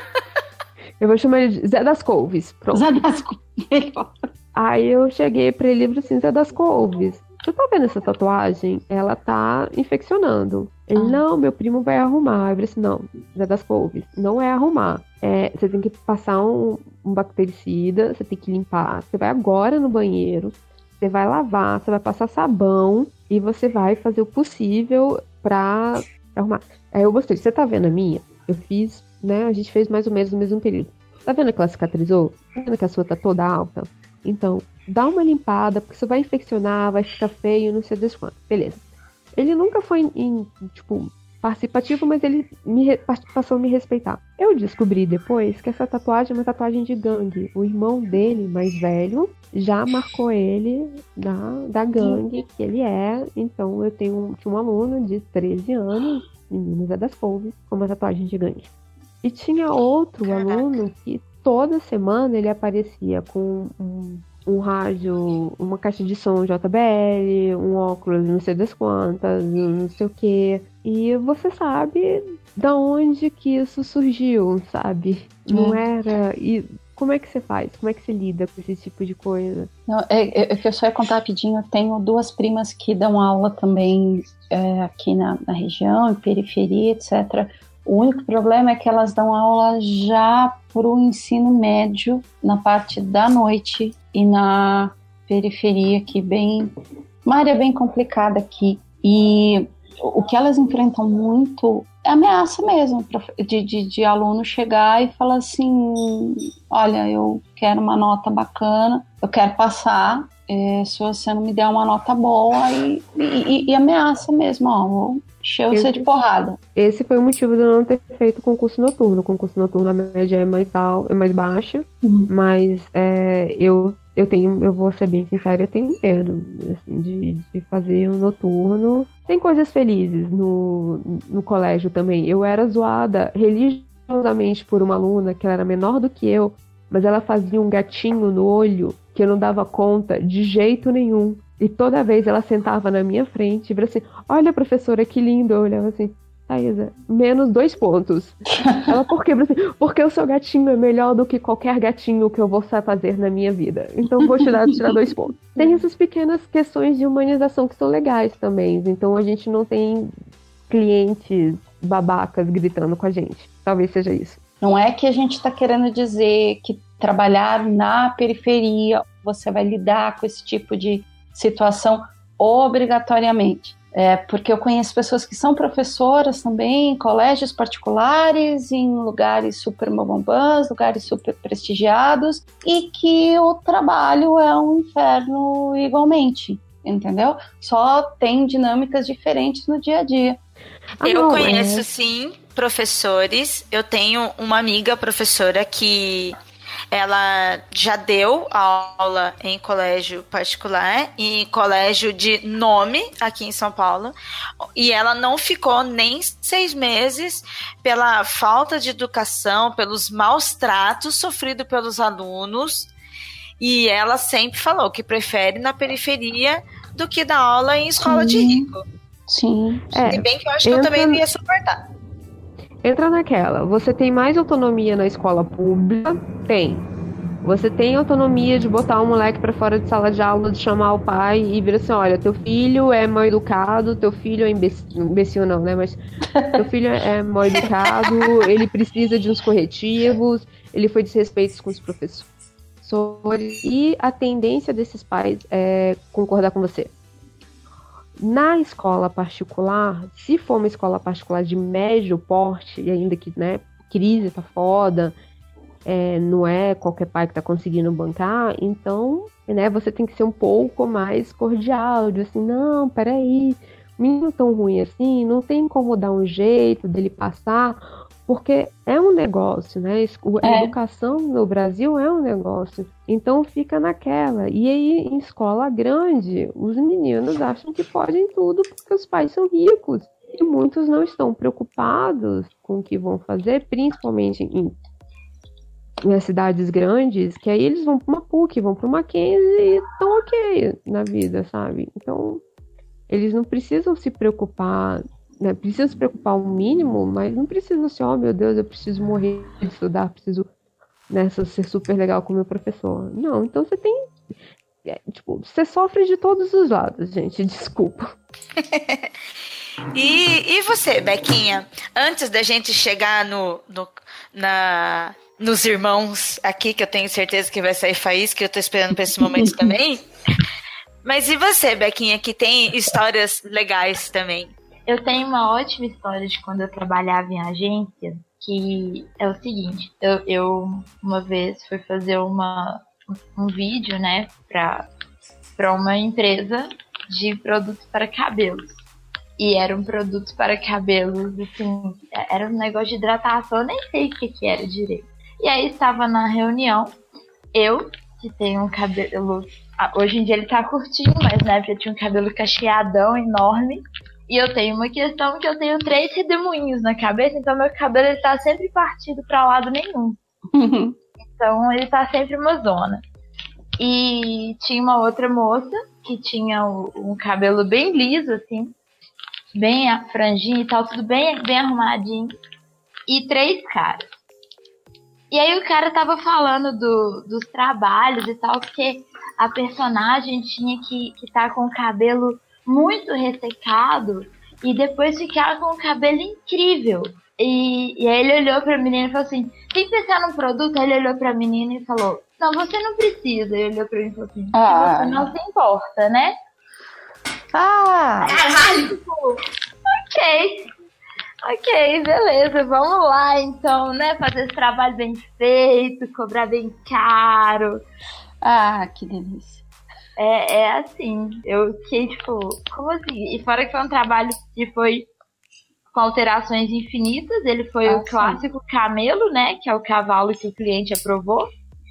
Eu vou chamar ele de Zé das Couves. Pronto. Zé das Couves. Melhor. Aí eu cheguei pra ele e falei assim, Zé das Couves, você tá vendo essa tatuagem? Ela tá infeccionando. Ele, Ah. não, meu primo vai arrumar. Eu falei assim, não, Zé das Couves, não é arrumar. É, você tem que passar um, um bactericida, você tem que limpar. Você vai agora no banheiro, você vai lavar, você vai passar sabão e você vai fazer o possível pra arrumar. Aí eu gostei, você tá vendo a minha? Eu fiz, né, a gente fez mais ou menos no mesmo período. Tá vendo que ela cicatrizou? Tá vendo que a sua tá toda alta? Então, dá uma limpada, porque você vai infeccionar, vai ficar feio, não sei das quantas. Beleza. Ele nunca foi, em, em, tipo, participativo, mas ele me, re- passou a me respeitar. Eu descobri depois que essa tatuagem é uma tatuagem de gangue. O irmão dele, mais velho, já marcou ele da, da gangue que ele é. Então, eu tenho tinha um aluno de treze anos, menino Zé das Couves, com uma tatuagem de gangue. E tinha outro Caraca. aluno que toda semana ele aparecia com um, um rádio, uma caixa de som J B L, um óculos não sei das quantas, um não sei o quê. E você sabe da onde que isso surgiu, sabe? Não era... E como é que você faz? Como é que você lida com esse tipo de coisa? Não, é, é que eu só ia contar rapidinho. Eu tenho duas primas que dão aula também é, aqui na, na região, em periferia, etcétera. O único problema é que elas dão aula já para o ensino médio, na parte da noite e na periferia, aqui bem, uma área bem complicada aqui. E o que elas enfrentam muito é ameaça mesmo, de, de, de aluno chegar e falar assim, olha, eu quero uma nota bacana, eu quero passar, é, se você não me der uma nota boa, e, e, e ameaça mesmo, ó, vou encher você de porrada. Esse foi o motivo de eu não ter feito concurso noturno. O concurso noturno, a média é mais, al- é mais baixa, Uhum. mas é, eu, eu tenho, eu vou ser bem sincera, eu tenho medo assim, de, de fazer um noturno. Tem coisas felizes no, no colégio também. Eu era zoada religiosamente por uma aluna que ela era menor do que eu, mas ela fazia um gatinho no olho que eu não dava conta de jeito nenhum. E toda vez ela sentava na minha frente e falava assim, olha, professora, que lindo. Eu olhava assim, Thaisa, menos dois pontos. Ela, por quê? Porque o seu gatinho é melhor do que qualquer gatinho que eu vou fazer na minha vida. Então vou tirar, tirar dois pontos. Tem essas pequenas questões de humanização que são legais também. Então a gente não tem clientes babacas gritando com a gente. Talvez seja isso. Não é que a gente está querendo dizer que trabalhar na periferia você vai lidar com esse tipo de situação obrigatoriamente. É, porque eu conheço pessoas que são professoras também em colégios particulares, em lugares super bambambãs, lugares super prestigiados, e que o trabalho é um inferno igualmente, entendeu? Só tem dinâmicas diferentes no dia a dia. Ah, eu não, conheço, é... sim, professores. Eu tenho uma amiga professora que ela já deu aula em colégio particular e colégio de nome aqui em São Paulo, e ela não ficou nem seis meses pela falta de educação, pelos maus tratos sofridos pelos alunos, e ela sempre falou que prefere na periferia do que dar aula em escola, sim, de rico. Sim. É, se bem que eu acho que eu também não ia suportar. Entra naquela, você tem mais autonomia na escola pública? Tem. Você tem autonomia de botar o moleque pra fora de sala de aula, de chamar o pai e vir assim, olha, teu filho é mal educado, teu filho é imbecil, imbecil não, né, mas teu filho é mal educado, ele precisa de uns corretivos, ele foi desrespeito com os professores, e a tendência desses pais é concordar com você. Na escola particular, se for uma escola particular de médio porte, e ainda que, né, crise tá foda, é, não é qualquer pai que tá conseguindo bancar, então, né, você tem que ser um pouco mais cordial, de assim, não, peraí, menino tão ruim assim, não tem como dar um jeito dele passar, porque é um negócio, né? A é. educação no Brasil é um negócio. Então fica naquela. E aí, em escola grande, os meninos acham que podem tudo porque os pais são ricos. E muitos não estão preocupados com o que vão fazer, principalmente em, em cidades grandes, que aí eles vão para uma P U C, vão para uma Mackenzie e estão ok na vida, sabe? Então, eles não precisam se preocupar... Né, precisa se preocupar o mínimo, mas não precisa ser, oh meu Deus, eu preciso morrer de estudar, preciso, né, ser super legal com o meu professor. Não, então você tem, é, tipo, você sofre de todos os lados, gente, desculpa. e, e você, Bequinha, antes da gente chegar no, no, na, nos irmãos aqui, que eu tenho certeza que vai sair faísca, que eu tô esperando pra esse momento também, mas e você, Bequinha, que tem histórias legais também? Eu tenho uma ótima história de quando eu trabalhava em agência, que é o seguinte, eu, eu uma vez fui fazer uma, um vídeo, né, pra, pra uma empresa de produtos para cabelos. E eram produtos para cabelos, assim, era um negócio de hidratação, eu nem sei o que, que era direito. E aí estava na reunião, eu, que tenho um cabelo, hoje em dia ele tá curtinho, mas na época eu tinha um cabelo cacheadão, enorme. E eu tenho uma questão que eu tenho três redemoinhos na cabeça, então meu cabelo ele tá sempre partido pra lado nenhum. Uhum. Então ele tá sempre uma zona. E tinha uma outra moça que tinha um cabelo bem liso, assim, bem franjinho e tal, tudo bem, bem arrumadinho. E três caras. E aí o cara tava falando do, dos trabalhos e tal, porque a personagem tinha que estar tá com o cabelo muito ressecado e depois ficar com um cabelo incrível. E, e aí ele olhou pra menina e falou assim, tem que pensar num produto? Aí ele olhou pra menina e falou, não, você não precisa. Ele olhou pra mim e falou assim, ah. Você não se importa, né? Ah! Caralho! Tipo, ok. Ok, beleza, vamos lá então, né? Fazer esse trabalho bem feito, cobrar bem caro. Ah, que delícia. É, é assim, eu fiquei tipo, como assim? E fora que foi um trabalho que foi com alterações infinitas, ele foi ah, o clássico sim. camelo, né? Que é o cavalo que o cliente aprovou.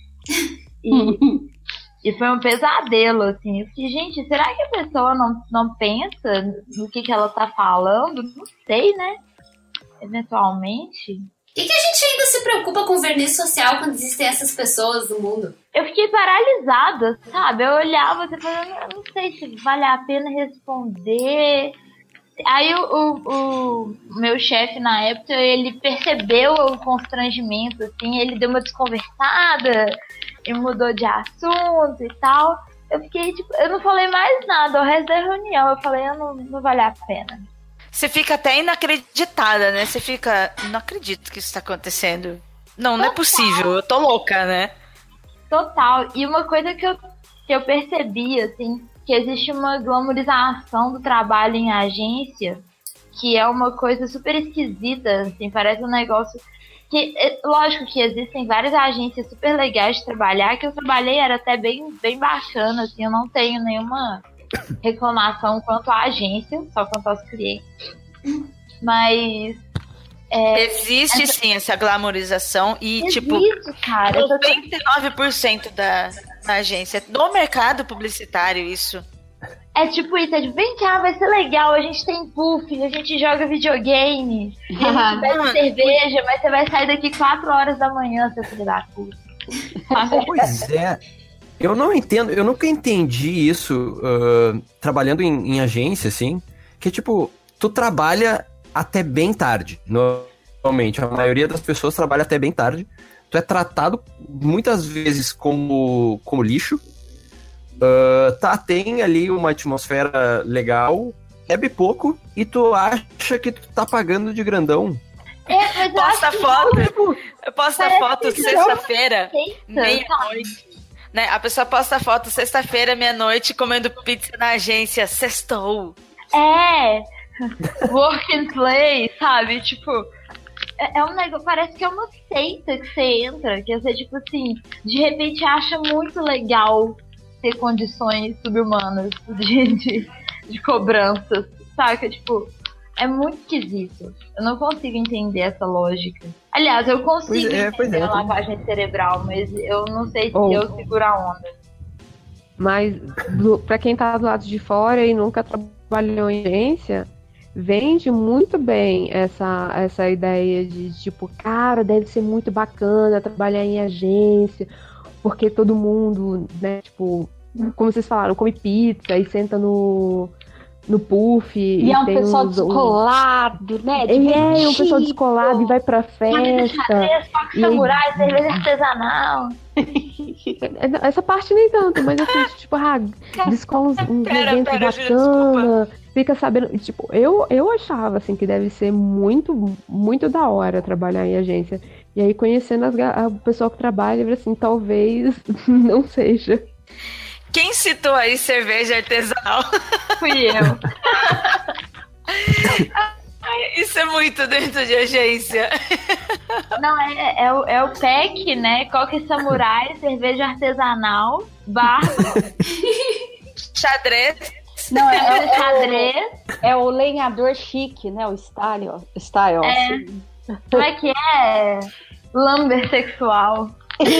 E, e foi um pesadelo, assim. Eu fiquei, gente, será que a pessoa não, não pensa no que, que ela tá falando? Não sei, né? Eventualmente. E que a gente ainda se preocupa com verniz social quando existem essas pessoas no mundo? Eu fiquei paralisada, sabe? Eu olhava e falando, eu não sei se vale a pena responder. Aí o, o, o meu chefe na época, ele percebeu o constrangimento, assim, ele deu uma desconversada e mudou de assunto e tal. Eu fiquei, tipo, eu não falei mais nada, o resto da reunião, eu falei, eu não, não vale a pena. Você fica até inacreditada, né? Você fica, não acredito que isso tá acontecendo. Não, não é possível, eu tô louca, né? Total. E uma coisa que eu, que eu percebi, assim, que existe uma glamorização do trabalho em agência, que é uma coisa super esquisita, assim, parece um negócio que, lógico que existem várias agências super legais de trabalhar, que eu trabalhei, era até bem, bem bacana, assim, eu não tenho nenhuma reclamação quanto à agência, só quanto aos clientes. Mas é, existe essa... sim essa glamorização e existe, tipo cara, noventa e nove por cento da, da agência do mercado publicitário isso. É tipo isso, é tipo, vem cá, vai ser legal, a gente tem puff, a gente joga videogame, a gente bebe cerveja, mas você vai sair daqui quatro horas da manhã, seu filho da puta. Pois é. Eu não entendo, eu nunca entendi isso uh, trabalhando em, em agência, assim, que tipo, tu trabalha até bem tarde, normalmente, a maioria das pessoas trabalha até bem tarde, tu é tratado muitas vezes como, como lixo, uh, tá, tem ali uma atmosfera legal, bebe pouco, e tu acha que tu tá pagando de grandão. É, posta foto, tipo, eu posto a foto sexta-feira, meia-noite. Né? A pessoa posta foto sexta-feira, meia-noite, comendo pizza na agência. Sextou. É. Work and play, sabe? Tipo, é, é um negócio, parece que é uma seita que você entra, que você, tipo assim, de repente acha muito legal ter condições subhumanas de, de, de cobranças, saca? Tipo, é muito esquisito. Eu não consigo entender essa lógica. Aliás, eu consigo pois é, entender pois é, a lavagem cerebral, mas eu não sei se oh. eu seguro a onda. Mas do, pra quem tá do lado de fora e nunca trabalhou em agência, vende muito bem essa, essa ideia de, tipo, cara, deve ser muito bacana trabalhar em agência, porque todo mundo, né, tipo, como vocês falaram, come pizza e senta no... no puff. E, e é um pessoal uns, descolado, um... né? Divertido. É, é um pessoal descolado e vai pra festa. E samurai, cerveja artesanal. Essa parte nem tanto, mas assim, tipo, ah, descola uns, uns pera, eventos pera, bacana, fica sabendo. Tipo, eu, eu achava assim que deve ser muito, muito da hora trabalhar em agência. E aí, conhecendo as, a, o pessoal que trabalha, eu assim, talvez não seja. Quem citou aí cerveja artesanal? Fui eu. Isso é muito dentro de agência. Não, é, é, o, é o P E C, né? Coque samurai, cerveja artesanal, barco, xadrez. Não, é, é, é, xadrez. O, é o lenhador chique, né? O style. style é. Assim. Como é que é? Lumber sexual.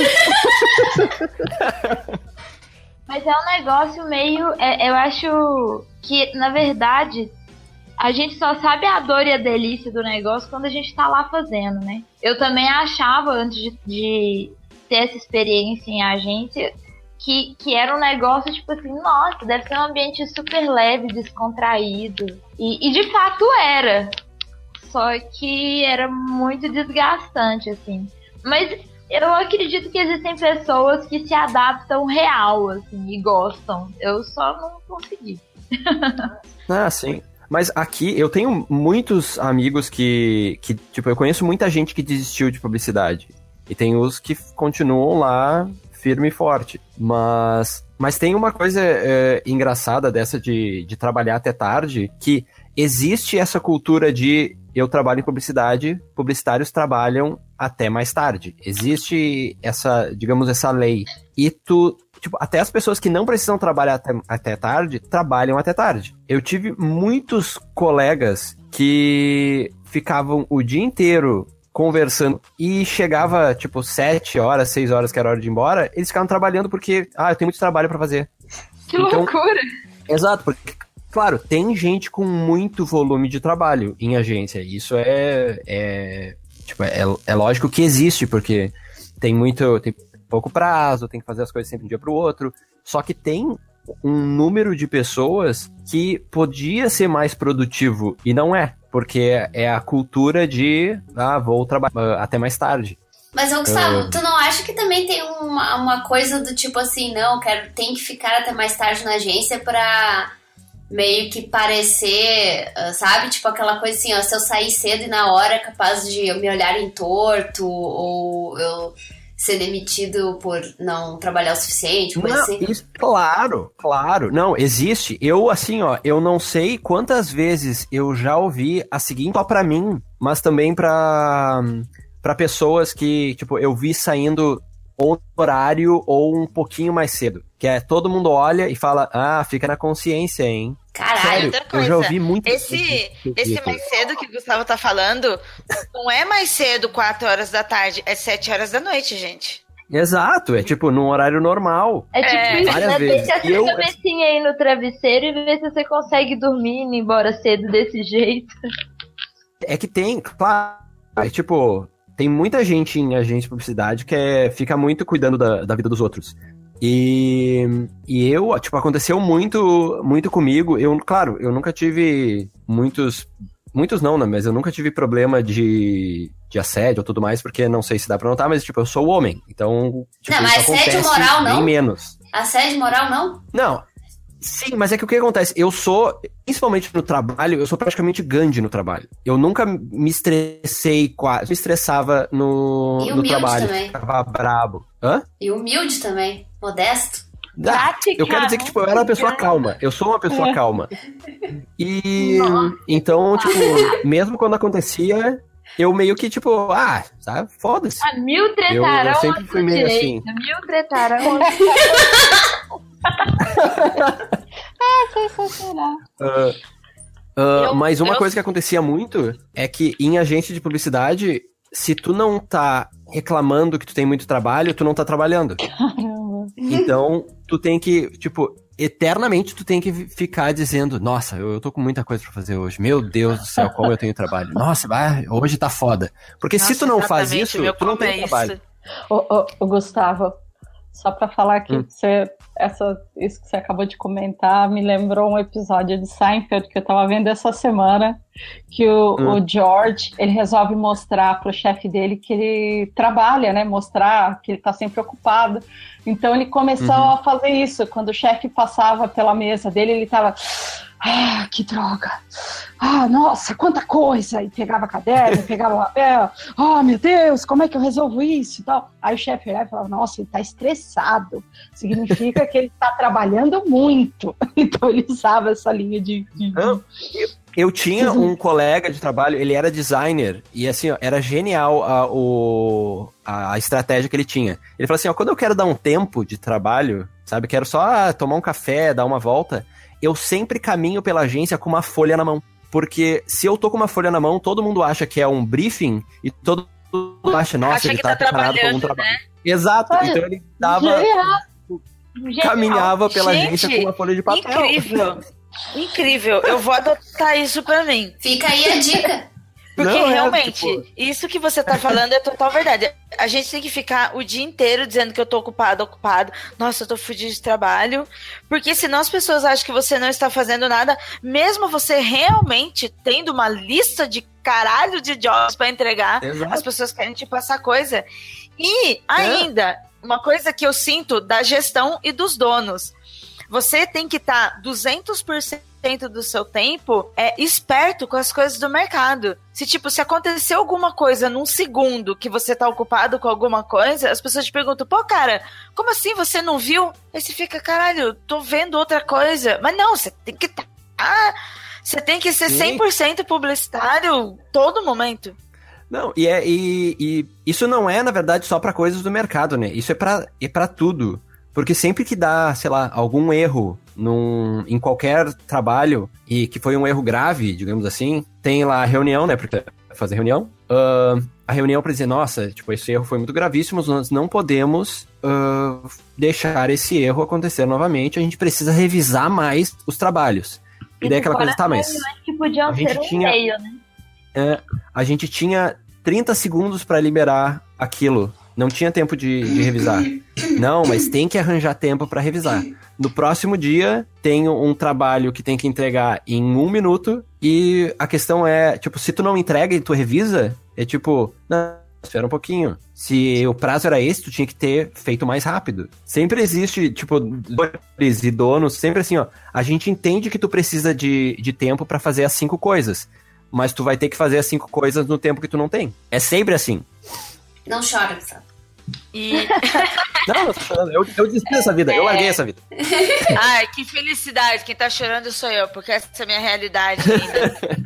Mas é um negócio meio... É, eu acho que, na verdade, a gente só sabe a dor e a delícia do negócio quando a gente tá lá fazendo, né? Eu também achava, antes de, de ter essa experiência em agência, que, que era um negócio, tipo assim, nossa, deve ser um ambiente super leve, descontraído. E, e de fato era. Só que era muito desgastante, assim. Mas... eu acredito que existem pessoas que se adaptam real, assim, e gostam. Eu só não consegui. Ah, sim. Mas aqui eu tenho muitos amigos que, que, tipo, eu conheço muita gente que desistiu de publicidade. E tem os que continuam lá firme e forte. Mas, mas tem uma coisa é, engraçada dessa de, de trabalhar até tarde, que existe essa cultura de eu trabalho em publicidade, publicitários trabalham até mais tarde. Existe essa, digamos, essa lei. E tu, tipo, até as pessoas que não precisam trabalhar até, até tarde, trabalham até tarde. Eu tive muitos colegas que ficavam o dia inteiro conversando e chegava, tipo, sete horas, seis horas, que era hora de ir embora, eles ficavam trabalhando porque, ah, eu tenho muito trabalho pra fazer. Que então, loucura! Exato, porque, claro, tem gente com muito volume de trabalho em agência. Isso é, é tipo, é, é lógico que existe, porque tem muito, tem pouco prazo, tem que fazer as coisas sempre de um dia pro outro, só que tem um número de pessoas que podia ser mais produtivo e não é, porque é a cultura de, ah, vou trabalhar até mais tarde. Mas, ô, Gustavo, Uh. tu não acha que também tem uma, uma coisa do tipo assim, não, quero, tem que ficar até mais tarde na agência pra meio que parecer, sabe? Tipo aquela coisa assim, ó, se eu sair cedo e na hora é capaz de eu me olharem torto ou eu ser demitido por não trabalhar o suficiente, coisa Não, assim. isso, claro, claro. Não, existe. Eu, assim, ó, eu não sei quantas vezes eu já ouvi a seguinte, só pra mim, mas também pra... Pra pessoas que, tipo, eu vi saindo ou no horário ou um pouquinho mais cedo. Que é, todo mundo olha e fala, ah, fica na consciência, hein? Caralho. Sério, Outra eu coisa, já ouvi muito. esse, esse mais cedo que o Gustavo tá falando, não é mais cedo, quatro horas da tarde, é sete horas da noite, gente. Exato, é tipo num horário normal. É tipo É, isso, várias né? vezes. Deixa a E eu- sua cabecinha aí no travesseiro e ver se você consegue dormir indo embora cedo desse jeito. É que tem, claro, é tipo, tem muita gente em agência de publicidade que é, fica muito cuidando da, da vida dos outros. E, e eu, tipo, aconteceu muito, muito comigo. Eu, claro, eu nunca tive muitos, muitos não, né? Mas eu nunca tive problema de, de assédio ou tudo mais, porque não sei se dá pra notar, mas, tipo, eu sou homem. Então, tipo, Não, mas isso assédio acontece moral, não? bem menos. Assédio moral, não? Não, sim, mas é que o que acontece? Eu sou, principalmente no trabalho, eu sou praticamente Gandhi no trabalho. Eu nunca me estressei, quase, me estressava no, E no humilde trabalho. também. Ficava brabo. Hã? E humilde também, modesto. Ah, eu quero dizer que, tipo, eu era uma pessoa calma. Eu sou uma pessoa calma. E, então, tipo, mesmo quando acontecia, eu meio que, tipo, ah, sabe, foda-se. Ah, mil Eu, tretarão eu sempre fui meio assim. Mil tretarão. Sensacional. Ah, ah, Eu- mas uma eu- coisa que acontecia muito é que em agência de publicidade, se tu não tá reclamando que tu tem muito trabalho, tu não tá trabalhando. Caramba. Então, tu tem que, tipo, eternamente tu tem que ficar dizendo, nossa, eu, eu tô com muita coisa pra fazer hoje. Meu Deus do céu, como eu tenho trabalho. Nossa, vai, hoje tá foda. Porque se Nossa, tu não faz exatamente, isso, meu, tu não como tem é trabalho. isso? Ô, ô, ô, Gustavo, só pra falar que Hum. você, essa, isso que você acabou de comentar me lembrou um episódio de Seinfeld que eu tava vendo essa semana, que o, Hum. o George, ele resolve mostrar pro chefe dele que ele trabalha, né, mostrar que ele tá sempre ocupado. Então ele começou Uhum. a fazer isso, quando o chefe passava pela mesa dele, ele tava... Ah, que droga! Ah, nossa, quanta coisa! E pegava caderno, pegava papel. Ah, meu Deus, como é que eu resolvo isso e tal? Aí o chefe olhava e falava, nossa, ele tá estressado. Significa que ele tá trabalhando muito. Então ele usava essa linha de... de... Não, eu, eu tinha um colega de trabalho, ele era designer, e assim, ó, era genial a, o, a, a estratégia que ele tinha. Ele falou assim, ó, quando eu quero dar um tempo de trabalho, sabe, quero só ah, tomar um café, dar uma volta, eu sempre caminho pela agência com uma folha na mão. Porque se eu tô com uma folha na mão, todo mundo acha que é um briefing, e todo mundo acha, nossa, Acha ele que tá, tá preparado pra algum trabalhando, trabalho. Exato, Olha, então ele dava, Genial. Genial. caminhava pela Gente, agência com uma folha de papel. Incrível. Incrível. Eu vou adotar isso pra mim. Fica aí a dica. Porque Não, é, realmente, tipo- isso que você tá falando é total verdade. A gente tem que ficar o dia inteiro dizendo que eu tô ocupado, ocupado. Nossa, eu tô fudido de trabalho. Porque senão as pessoas acham que você não está fazendo nada, mesmo você realmente tendo uma lista de caralho de jobs pra entregar, Exato. as pessoas querem te passar coisa. E ainda, uma coisa que eu sinto da gestão e dos donos. Você tem que estar duzentos por cento do seu tempo é esperto com as coisas do mercado. Se, tipo, se acontecer alguma coisa num segundo que você tá ocupado com alguma coisa, as pessoas te perguntam, pô, cara, como assim você não viu? Aí você fica, caralho, tô vendo outra coisa. Mas não, você tem que estar... Tá, você tem que ser Sim. cem por cento publicitário todo momento. Não, e, é, e, e isso não é, na verdade, só pra coisas do mercado, né? Isso é pra, é pra tudo. Porque sempre que dá, sei lá, algum erro num, em qualquer trabalho, e que foi um erro grave, digamos assim, tem lá a reunião, né? Porque fazer reunião. Uh, a reunião pra dizer, nossa, tipo, esse erro foi muito gravíssimo, nós não podemos uh, deixar esse erro acontecer novamente, a gente precisa revisar mais os trabalhos. E daí aquela coisa, tá, mas... Que podiam a gente ser um tinha- e-mail, né? É, a gente tinha trinta segundos pra liberar aquilo. Não tinha tempo de, de revisar. Não, mas tem que arranjar tempo pra revisar. No próximo dia, tem um trabalho que tem que entregar em um minuto, e a questão é, tipo, se tu não entrega e tu revisa, é tipo, não, espera um pouquinho. Se o prazo era esse, tu tinha que ter feito mais rápido. Sempre existe, tipo, dores e donos, sempre assim, ó, a gente entende que tu precisa de, de tempo pra fazer as cinco coisas, mas tu vai ter que fazer as cinco coisas no tempo que tu não tem. É sempre assim. Não chora, Gustavo. E... Não, não tô chorando. Eu, eu desisti dessa vida, eu larguei essa vida. Ai, que felicidade. Quem tá chorando sou eu, porque essa é a minha realidade ainda.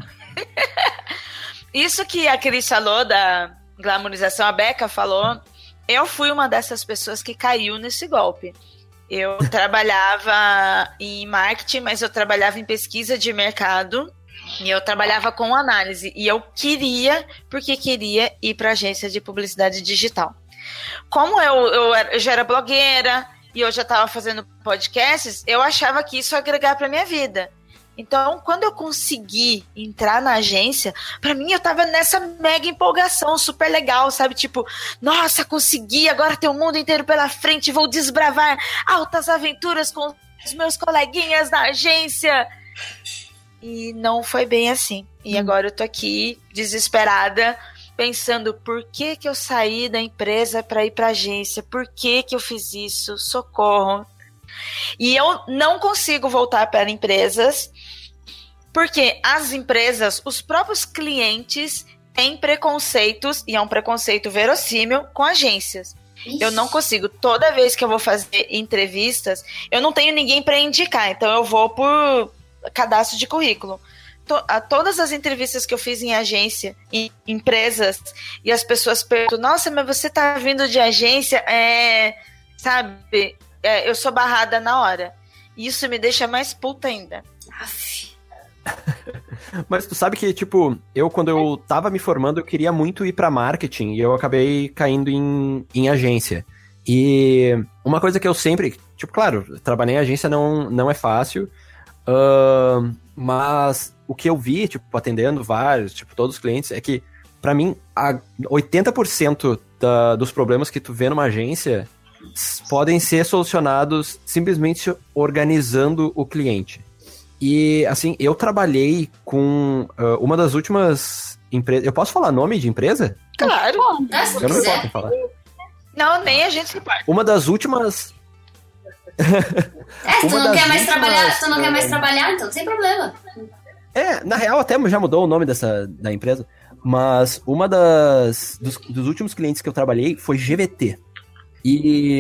Isso que a Cris falou da glamorização, a Becca falou, eu fui uma dessas pessoas que caiu nesse golpe. Eu trabalhava em marketing, mas eu trabalhava em pesquisa de mercado e eu trabalhava com análise. E eu queria, porque queria ir para agência de publicidade digital. Como eu, eu, eu já era blogueira e eu já estava fazendo podcasts, eu achava que isso ia agregar para minha vida. Então, quando eu consegui entrar na agência, pra mim eu tava nessa mega empolgação, super legal, sabe? Tipo, nossa, consegui, agora tem o mundo inteiro pela frente, vou desbravar altas aventuras com os meus coleguinhas da agência. E não foi bem assim. E agora eu tô aqui, desesperada, pensando, por que que eu saí da empresa pra ir pra agência? Por que que eu fiz isso? Socorro. E eu não consigo voltar para empresas, porque as empresas, os próprios clientes têm preconceitos, e é um preconceito verossímil, com agências. Ixi. Eu não consigo. Toda vez que eu vou fazer entrevistas, eu não tenho ninguém para indicar, então eu vou por cadastro de currículo. To- a todas as entrevistas que eu fiz em agência, em empresas, e as pessoas perguntam, nossa, mas você tá vindo de agência, é, sabe... É, eu sou barrada na hora. E isso me deixa mais puta ainda. Mas tu sabe que, tipo, eu quando eu tava me formando, eu queria muito ir pra marketing. E eu acabei caindo em, em agência. E uma coisa que eu sempre... Tipo, claro, trabalhar em agência não, não é fácil. Uh, mas o que eu vi, tipo, atendendo vários, tipo, todos os clientes, é que, pra mim, a oitenta por cento da, dos problemas que tu vê numa agência... podem ser solucionados simplesmente organizando o cliente. E, assim, eu trabalhei com uh, uma das últimas empresas... Eu posso falar nome de empresa? Claro. Ah, se Eu não me quiser. importo em falar. Não, nem a gente se importa. Uma das últimas... É, se tu Uma não das quer mais últimas, trabalhar, tu não quer mais é, trabalhar, então sem problema. É, na real até já mudou o nome dessa, da empresa, mas uma das... Dos, dos últimos clientes que eu trabalhei foi G V T. E,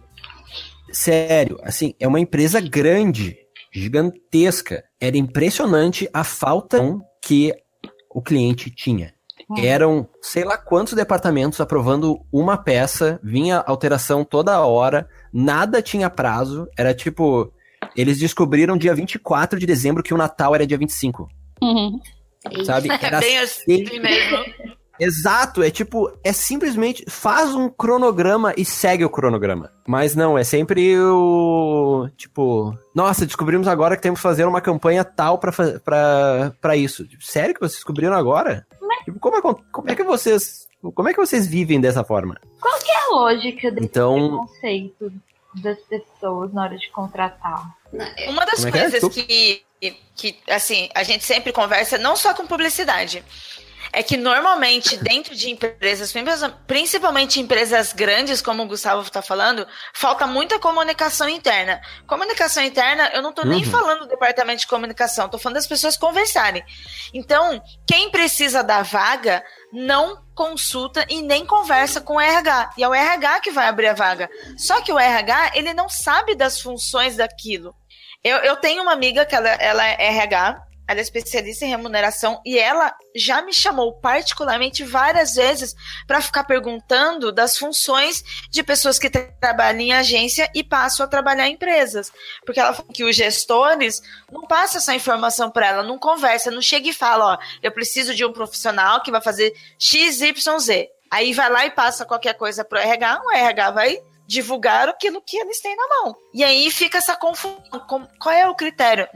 sério, assim, é uma empresa grande, gigantesca. Era impressionante a falta que o cliente tinha. Eram, sei lá quantos departamentos aprovando uma peça, vinha alteração toda hora, nada tinha prazo. Era tipo, eles descobriram dia vinte e quatro de dezembro que o Natal era dia vinte e cinco. Uhum. Sabe? Era Bem assim mesmo. Exato, é tipo, é simplesmente faz um cronograma e segue o cronograma. Mas não, é sempre o... Tipo, nossa, descobrimos agora que temos que fazer uma campanha tal pra, pra, pra isso. Tipo, sério que vocês descobriram agora? Mas... Tipo, como, é, como é que vocês... Como é que vocês vivem dessa forma? Qual que é a lógica desse Então... preconceito das pessoas na hora de contratar? Uma das Como é que é? coisas que, que, assim, a gente sempre conversa, não só com publicidade... É que normalmente dentro de empresas, principalmente empresas grandes, como o Gustavo está falando, falta muita comunicação interna. Comunicação interna, eu não estou uhum. nem falando do departamento de comunicação, estou falando das pessoas conversarem. Então, quem precisa da vaga não consulta e nem conversa com o R H. E é o R H que vai abrir a vaga. Só que o R H, ele não sabe das funções daquilo. Eu, eu tenho uma amiga que ela, ela é R H, ela é especialista em remuneração e ela já me chamou particularmente várias vezes para ficar perguntando das funções de pessoas que tra- trabalham em agência e passam a trabalhar em empresas. Porque ela falou que os gestores não passam essa informação para ela, não conversa, não chega e fala, ó, eu preciso de um profissional que vai fazer X Y Z. Aí vai lá e passa qualquer coisa pro R H, o R H vai divulgar aquilo que eles têm na mão. E aí fica essa confusão. Qual é o critério? Nenhum.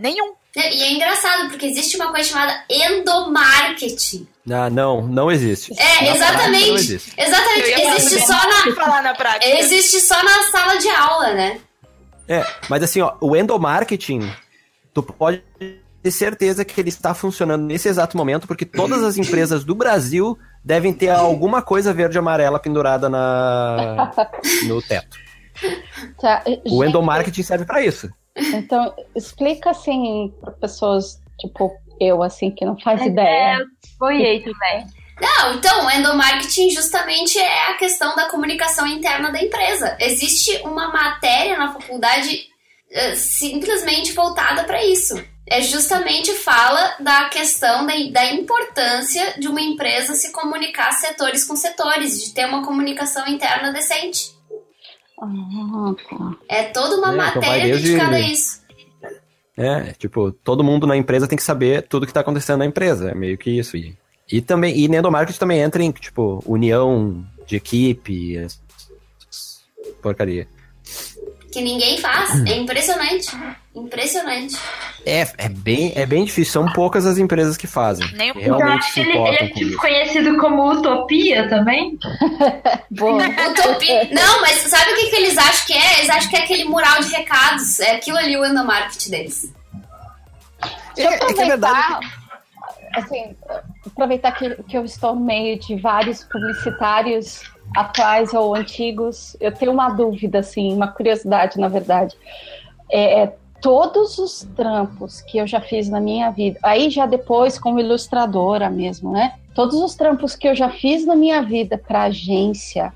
E é engraçado, porque existe uma coisa chamada endomarketing. Ah, não, não existe. É, Na exatamente. prática, não existe. Exatamente. Existe só na. falar na prática. Existe só na sala de aula, né? É, mas assim, ó, o endomarketing, tu pode ter certeza que ele está funcionando nesse exato momento, porque todas as empresas do Brasil devem ter alguma coisa verde e amarela pendurada na, no teto. Tá, O gente, endomarketing serve para isso. Então, explica assim para pessoas, tipo eu, assim, que não faz É, ideia. eu boiei também. Não, então, o endomarketing justamente é a questão da comunicação interna da empresa. Existe uma matéria na faculdade uh, simplesmente voltada para isso. É justamente fala da questão da, da importância de uma empresa se comunicar setores com setores, de ter uma comunicação interna decente. Ah, tá. É toda uma É, então vai matéria desde- dedicada a isso. É, tipo, todo mundo na empresa tem que saber tudo que tá acontecendo na empresa. É meio que isso. E, e também, e no endomarketing também entra em, tipo, união de equipe, essas porcaria. Que ninguém faz. É impressionante. Impressionante. É, é bem, é bem difícil. São poucas as empresas que fazem. Nem o- que Então, realmente acho se que ele, ele importam é com tipo isso. conhecido como Utopia também. Boa. Utopia. Não, mas sabe o que, que eles acham que é? Eles acham que é aquele mural de recados. É aquilo ali o endomarketing deles. Deixa eu É, é que é verdade. aproveitar, assim, aproveitar que, que eu estou no meio de vários publicitários atuais ou antigos. Eu tenho uma dúvida, assim, uma curiosidade, na verdade. É, é, todos os trampos que eu já fiz na minha vida, aí já depois como ilustradora mesmo, né? Todos os trampos que eu já fiz na minha vida para agência,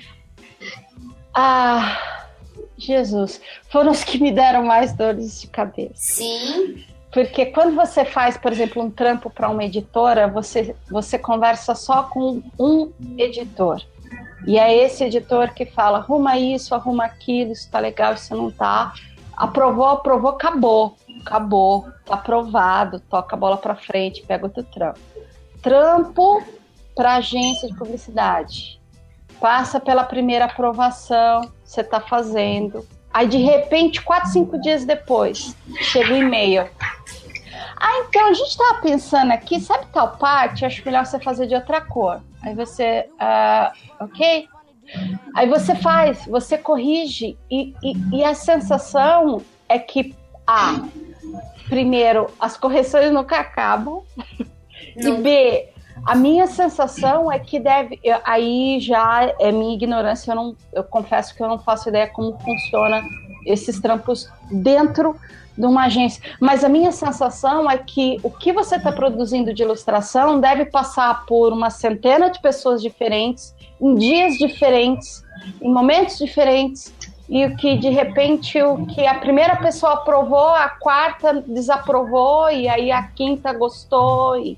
ah, Jesus, foram os que me deram mais dores de cabeça. Sim. Porque quando você faz, por exemplo, um trampo para uma editora, você, você conversa só com um editor. E é esse editor que fala, arruma isso, arruma aquilo, isso tá legal, isso não tá. Aprovou, aprovou, acabou. Acabou, tá aprovado, toca a bola para frente, pega outro trampo. Trampo para agência de publicidade. Passa pela primeira aprovação, você tá fazendo. Aí, de repente, quatro, cinco dias depois, chega o e-mail. Ah, então, a gente tava pensando aqui, sabe tal parte? Acho melhor você fazer de outra cor. Aí você, ah, ok? Aí você faz, você corrige. E, e, e a sensação é que, ah, primeiro, as correções nunca acabam. Não. E B, a minha sensação é que deve... eu- aí já é minha ignorância, eu, não, eu confesso que eu não faço ideia como funciona esses trampos dentro de uma agência. Mas a minha sensação é que o que você está produzindo de ilustração deve passar por uma centena de pessoas diferentes, em dias diferentes, em momentos diferentes, e o que de repente o que a primeira pessoa aprovou, a quarta desaprovou, e aí a quinta gostou. E...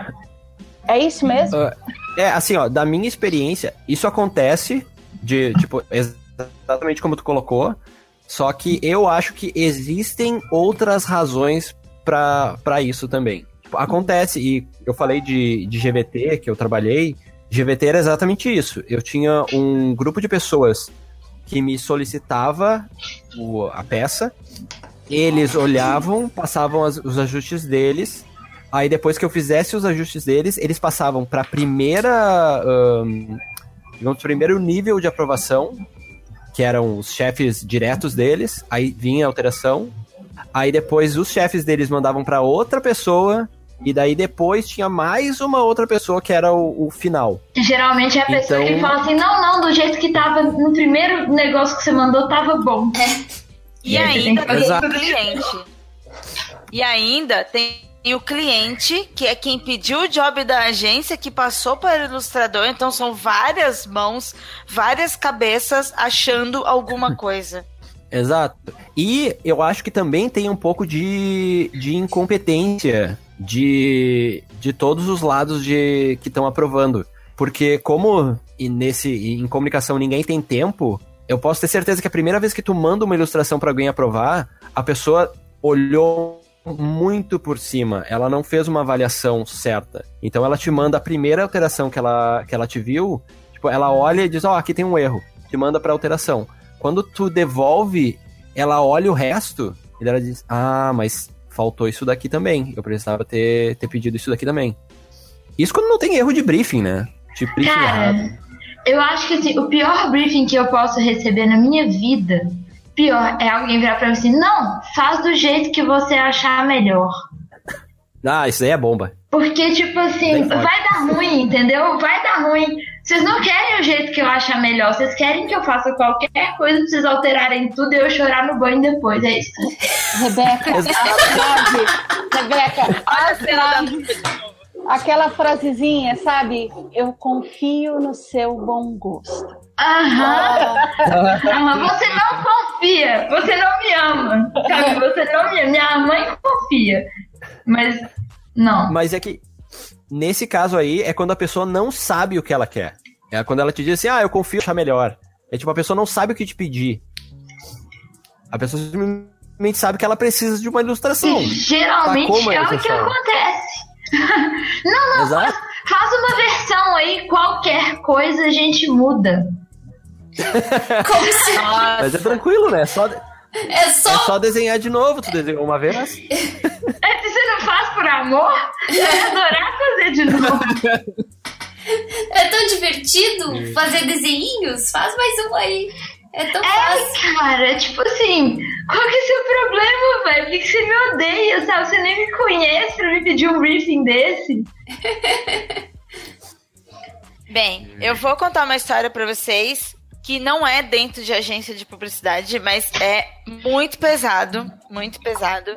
É isso mesmo? Uh, é, assim, ó, da minha experiência, isso acontece de, tipo, exatamente como tu colocou, só que eu acho que existem outras razões pra, pra isso também. Tipo, acontece, e eu falei de, de G V T, que eu trabalhei, G V T era exatamente isso. Eu tinha um grupo de pessoas que me solicitava o, a peça, eles olhavam, passavam as, os ajustes deles, aí depois que eu fizesse os ajustes deles, eles passavam para a primeira, um, digamos, primeiro nível de aprovação, que eram os chefes diretos deles, aí vinha a alteração, aí depois os chefes deles mandavam para outra pessoa, e daí depois tinha mais uma outra pessoa que era o, o final. Que geralmente é a pessoa Então- que fala assim, não, não, do jeito que tava no primeiro negócio que você mandou, tava bom. E aí você tem ainda que tem fazer- o cliente. E ainda tem o cliente, que é quem pediu o job da agência, que passou para o ilustrador. Então são várias mãos, várias cabeças achando alguma coisa. Exato. E eu acho que também tem um pouco de, de incompetência de, de todos os lados de, que estão aprovando. Porque como e nesse, em comunicação ninguém tem tempo, eu posso ter certeza que a primeira vez que tu manda uma ilustração para alguém aprovar, a pessoa olhou muito por cima, ela não fez uma avaliação certa. Então ela te manda a primeira alteração que ela, que ela te viu, tipo, ela olha e diz, ó, oh, aqui tem um erro, te manda pra alteração. Quando tu devolve, ela olha o resto e ela diz, ah, mas faltou isso daqui também. Eu precisava ter, ter pedido isso daqui também. Isso quando não tem erro de briefing, né? Tipo, briefing Cara, errado. eu acho que assim, o pior briefing que eu posso receber na minha vida, pior, é alguém virar pra mim assim, não, faz do jeito que você achar melhor. Ah, isso aí é bomba. Porque, tipo assim, Bem vai dar ruim, entendeu? Vai dar ruim. Vocês não querem o jeito que eu achar melhor. Vocês querem que eu faça qualquer coisa pra vocês alterarem tudo e eu chorar no banho depois. É isso. Rebeca, a frase, Rebeca, Olha a a cena da frase, aquela frasezinha, sabe? Eu confio no seu bom gosto. Aham. Aham. Você não confia. Você não me ama. Sabe? Você não me ama. Minha mãe confia. Mas, não. Mas é que, nesse caso aí, é quando a pessoa não sabe o que ela quer. É quando ela te diz assim, ah, eu confio em achar melhor. É tipo, a pessoa não sabe o que te pedir. A pessoa simplesmente sabe que ela precisa de uma ilustração. E, geralmente Tá, como é é o essa que história? acontece. Não, não, Exato. faz, faz uma versão aí, qualquer coisa a gente muda. Como se... Mas é tranquilo, né? É só, É só... é só desenhar de novo. Tu desenhou uma vez. É, se você não faz por amor, eu ia adorar fazer de novo. É tão divertido fazer desenhinhos. Faz mais um aí. É tão fácil. É, cara, é tipo assim, qual que é o seu problema, velho? Por que que você me odeia, sabe? Você nem me conhece pra me pedir um briefing desse. Bem, eu vou contar uma história pra vocês que não é dentro de agência de publicidade, mas é muito pesado, muito pesado.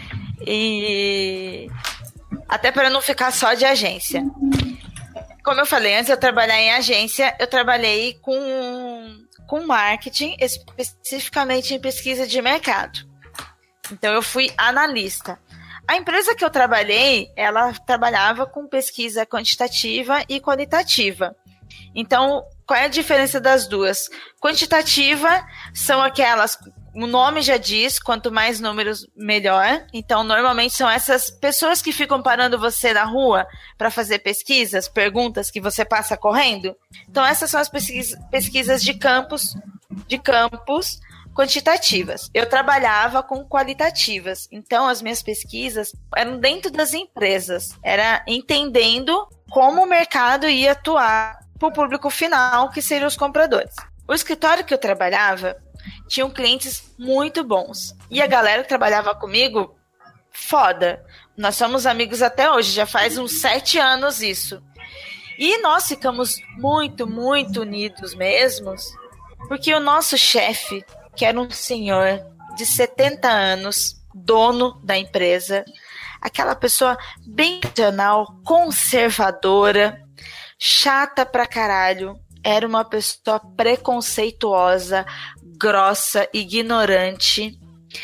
E até para não ficar só de agência. Como eu falei, antes de eu trabalhar em agência, eu trabalhei com, com marketing, especificamente em pesquisa de mercado. Então, eu fui analista. A empresa que eu trabalhei, ela trabalhava com pesquisa quantitativa e qualitativa. Então, qual é a diferença das duas? Quantitativa são aquelas, o nome já diz, quanto mais números, melhor. Então, normalmente são essas pessoas que ficam parando você na rua para fazer pesquisas, perguntas que você passa correndo. Então, essas são as pesquisas, pesquisas de campos, de campos quantitativas. Eu trabalhava com qualitativas. Então, as minhas pesquisas eram dentro das empresas. Era entendendo como o mercado ia atuar para o público final, que seriam os compradores. O escritório que eu trabalhava tinham clientes muito bons. E a galera que trabalhava comigo, foda. Nós somos amigos até hoje, já faz uns sete anos isso. E nós ficamos muito, muito unidos mesmos, porque o nosso chefe, que era um senhor de setenta anos, dono da empresa, aquela pessoa bem tradicional, conservadora, chata pra caralho, era uma pessoa preconceituosa, grossa, ignorante.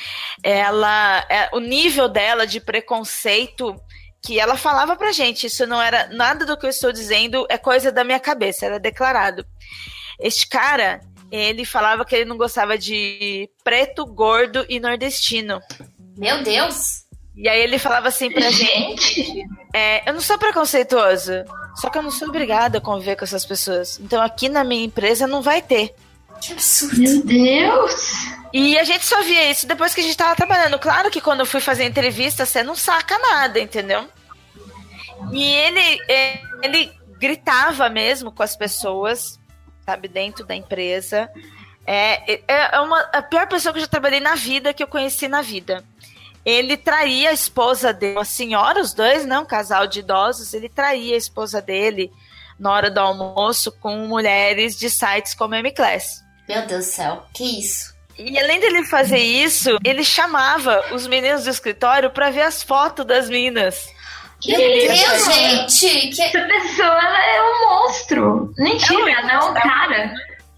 Ela, o nível dela de preconceito que ela falava pra gente, isso não era nada do que eu estou dizendo, é coisa da minha cabeça, era declarado. Este cara, ele falava que ele não gostava de preto, gordo e nordestino. Meu Deus! E aí ele falava assim pra gente, é, eu não sou preconceituoso, só que eu não sou obrigada a conviver com essas pessoas. Então aqui na minha empresa não vai ter. Que absurdo! Meu Deus! E a gente só via isso depois que a gente tava trabalhando. Claro que quando eu fui fazer entrevista, você não saca nada, entendeu? E ele, ele gritava mesmo com as pessoas, sabe, dentro da empresa. É, é uma, a pior pessoa que eu já trabalhei na vida, que eu conheci na vida. Ele traía a esposa dele, uma senhora, os dois, né, um casal de idosos, ele traía a esposa dele na hora do almoço com mulheres de sites como M Class. Meu Deus do céu, que isso? E além dele fazer isso, ele chamava os meninos do escritório pra ver as fotos das minas. Meu Deus, gente! Que... Essa pessoa, ela é um monstro. Mentira, É um não, cara.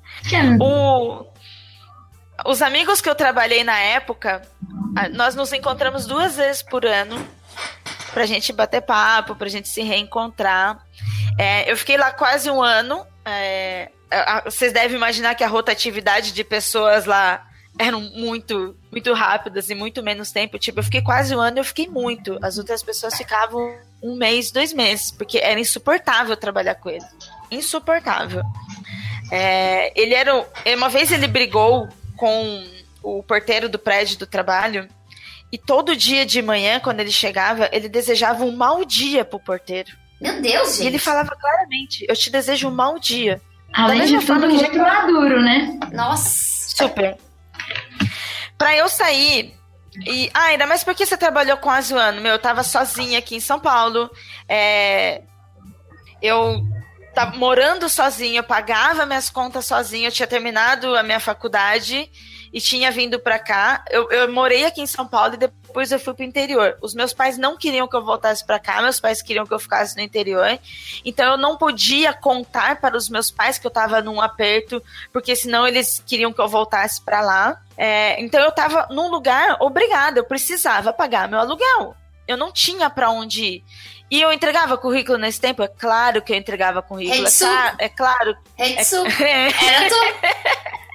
O... Os amigos que eu trabalhei na época, nós nos encontramos duas vezes por ano pra gente bater papo, pra gente se reencontrar. É, eu fiquei lá quase um ano. É, vocês devem imaginar que a rotatividade de pessoas lá eram muito, muito rápidas e muito menos tempo. Tipo, eu fiquei quase um ano e eu fiquei muito. As outras pessoas ficavam um mês, dois meses, porque era insuportável trabalhar com ele. Insuportável. É, ele era... Uma vez ele brigou com o porteiro do prédio do trabalho E todo dia de manhã, quando ele chegava, ele desejava um mau dia pro porteiro. Meu Deus, gente. E ele falava claramente, eu te desejo um mau dia. Além de tudo, muito maduro, né? Nossa. Super. Pra eu sair... E, ah, ainda mais porque você trabalhou com a Azuano. Meu, eu tava sozinha aqui em São Paulo. É, eu tava morando sozinha, eu pagava minhas contas sozinha. Eu tinha terminado a minha faculdade e tinha vindo pra cá. Eu, eu morei aqui em São Paulo e depois eu fui pro interior. Os meus pais não queriam que eu voltasse pra cá, meus pais queriam que eu ficasse no interior. Então eu não podia contar para os meus pais que eu tava num aperto, porque senão eles queriam que eu voltasse pra lá. É, então eu tava num lugar obrigada, eu precisava pagar meu aluguel. Eu não tinha pra onde ir. E eu entregava currículo nesse tempo? É claro que eu entregava currículo. Hetsu. É, é claro. Hetsu. É, Era tu.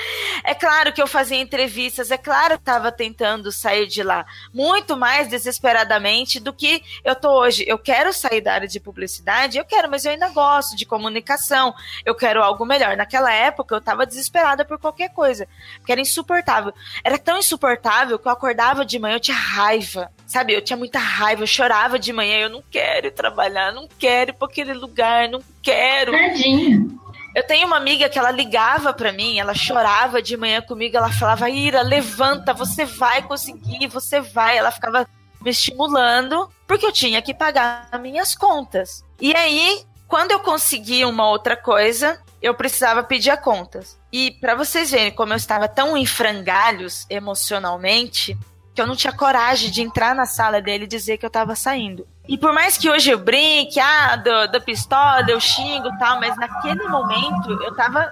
É claro que eu fazia entrevistas, é claro que estava tentando sair de lá, muito mais desesperadamente do que eu tô hoje. Eu quero sair da área de publicidade, eu quero, mas eu ainda gosto de comunicação, eu quero algo melhor. Naquela época eu estava desesperada por qualquer coisa, porque era insuportável. Era tão insuportável que eu acordava de manhã, eu tinha raiva, sabe? Eu tinha muita raiva, eu chorava de manhã, eu não quero ir trabalhar, não quero ir para aquele lugar, não quero. Tadinho. Eu tenho uma amiga que ela ligava pra mim, ela chorava de manhã comigo, ela falava, Ira, levanta, você vai conseguir, você vai. Ela ficava me estimulando, porque eu tinha que pagar as minhas contas. E aí, quando eu conseguia uma outra coisa, eu precisava pedir a contas. E pra vocês verem como eu estava tão em frangalhos emocionalmente, que eu não tinha coragem de entrar na sala dele e dizer que eu tava saindo. E por mais que hoje eu brinque, ah, do, da pistola, eu xingo e tal, mas naquele momento eu tava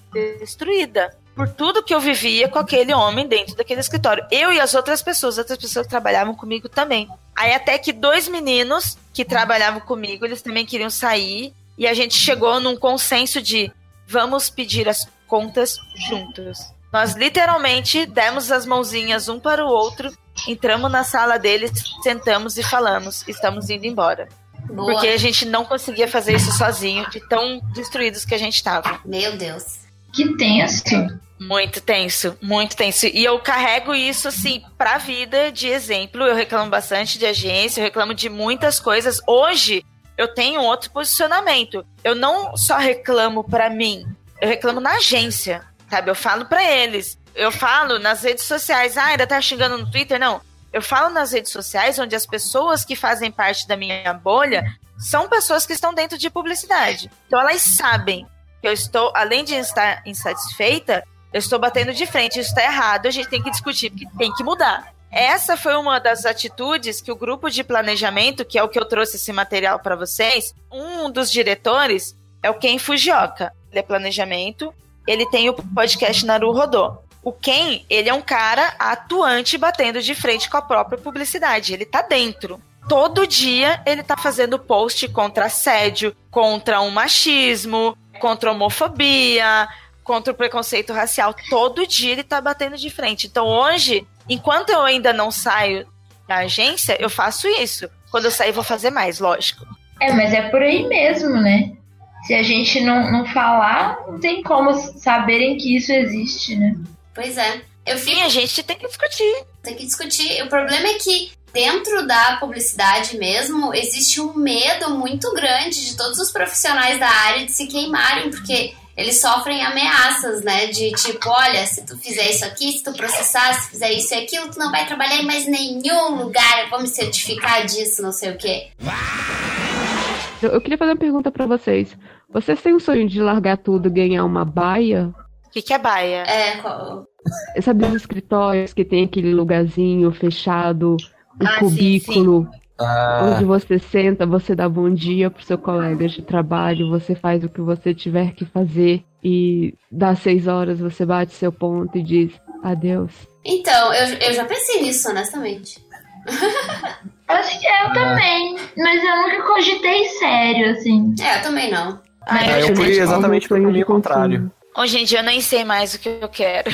destruída por tudo que eu vivia com aquele homem dentro daquele escritório. Eu e as outras pessoas, outras pessoas que trabalhavam comigo também. Aí até que dois meninos que trabalhavam comigo, eles também queriam sair, e a gente chegou num consenso de vamos pedir as contas juntos. Nós literalmente demos as mãozinhas um para o outro, entramos na sala deles, sentamos e falamos, estamos indo embora. Boa. Porque a gente não conseguia fazer isso sozinho, de tão destruídos que a gente estava. Meu Deus. Que tenso. Muito tenso, muito tenso. E eu carrego isso, assim, pra vida de exemplo. Eu reclamo bastante de agência, eu reclamo de muitas coisas. Hoje, eu tenho outro posicionamento. Eu não só reclamo pra mim, eu reclamo na agência, sabe? Eu falo pra eles. Eu falo nas redes sociais. Ah, ainda tá xingando no Twitter? Não. Eu falo nas redes sociais onde as pessoas que fazem parte da minha bolha são pessoas que estão dentro de publicidade. Então elas sabem que eu estou, além de estar insatisfeita, eu estou batendo de frente. Isso está errado, a gente tem que discutir, porque tem que mudar. Essa foi uma das atitudes que o grupo de planejamento, que é o que eu trouxe esse material para vocês, um dos diretores é o Ken Fujioka. Ele é planejamento, ele tem o podcast Naru Rodô. O Ken, ele é um cara atuante batendo de frente com a própria publicidade. Ele tá dentro. Todo dia ele tá fazendo post contra assédio, contra o machismo, contra a homofobia, contra o preconceito racial. Todo dia ele tá batendo de frente. Então hoje, enquanto eu ainda não saio da agência, eu faço isso. Quando eu sair, vou fazer mais, lógico. É, mas é por aí mesmo, né? Se a gente não, não falar, não tem como saberem que isso existe, né? Pois é. Eu fico... Sim, a gente tem que discutir. Tem que discutir. O problema é que dentro da publicidade mesmo, existe um medo muito grande de todos os profissionais da área de se queimarem, porque eles sofrem ameaças, né? De tipo, olha, se tu fizer isso aqui, se tu processar, se fizer isso e aquilo, tu não vai trabalhar em mais nenhum lugar, eu vou me certificar disso, não sei o quê. Eu queria fazer uma pergunta pra vocês. Vocês têm o sonho de largar tudo e ganhar uma baia? O que, que é baia? É, qual... Sabe os escritórios que tem aquele lugarzinho fechado, um Ah, cubículo, sim, sim. Ah, onde você senta, você dá bom dia pro seu colega de trabalho, você faz o que você tiver que fazer e dá seis horas você bate seu ponto e diz adeus. Então, eu, eu já pensei nisso, honestamente. Acho que eu também, mas eu nunca cogitei sério, assim. É, eu também não. Ai, é, eu fui gente, exatamente pelo caminho contrário. hoje em dia eu nem sei mais o que eu quero.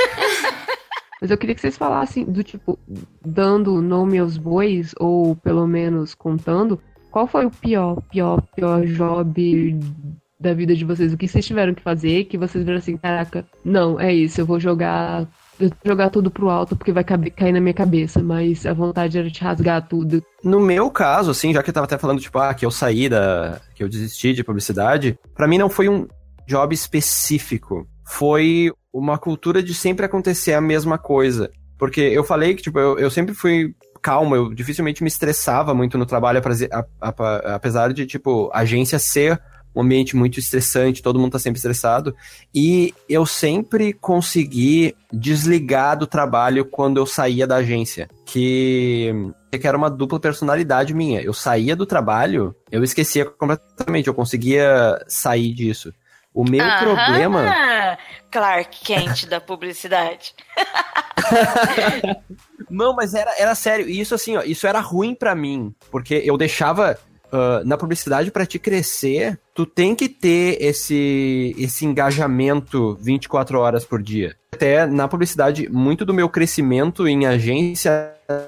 Mas eu queria que vocês falassem do tipo, dando nome aos bois, ou pelo menos contando, qual foi o pior, pior, pior job da vida de vocês? O que vocês tiveram que fazer, que vocês viram assim, caraca, não, é isso, eu vou jogar jogar tudo pro alto porque vai caber, cair na minha cabeça, mas a vontade era de rasgar tudo. No meu caso, assim, já que eu tava até falando, tipo, ah, que eu saí da... que eu desisti de publicidade, pra mim não foi um job específico. Foi uma cultura de sempre acontecer a mesma coisa. Porque eu falei que, tipo, eu, eu sempre fui calmo, eu dificilmente me estressava muito no trabalho, apesar de, tipo, a agência ser um ambiente muito estressante, todo mundo tá sempre estressado, e eu sempre consegui desligar do trabalho quando eu saía da agência, que, que era uma dupla personalidade minha. Eu saía do trabalho, eu esquecia completamente, eu conseguia sair disso. O meu Aham, problema... Clark Kent da publicidade. Não, mas era, era sério, e isso assim, ó, isso era ruim pra mim, porque eu deixava... Uh, na publicidade, pra te crescer, tu tem que ter esse, esse engajamento vinte e quatro horas por dia. Até na publicidade, muito do meu crescimento em agência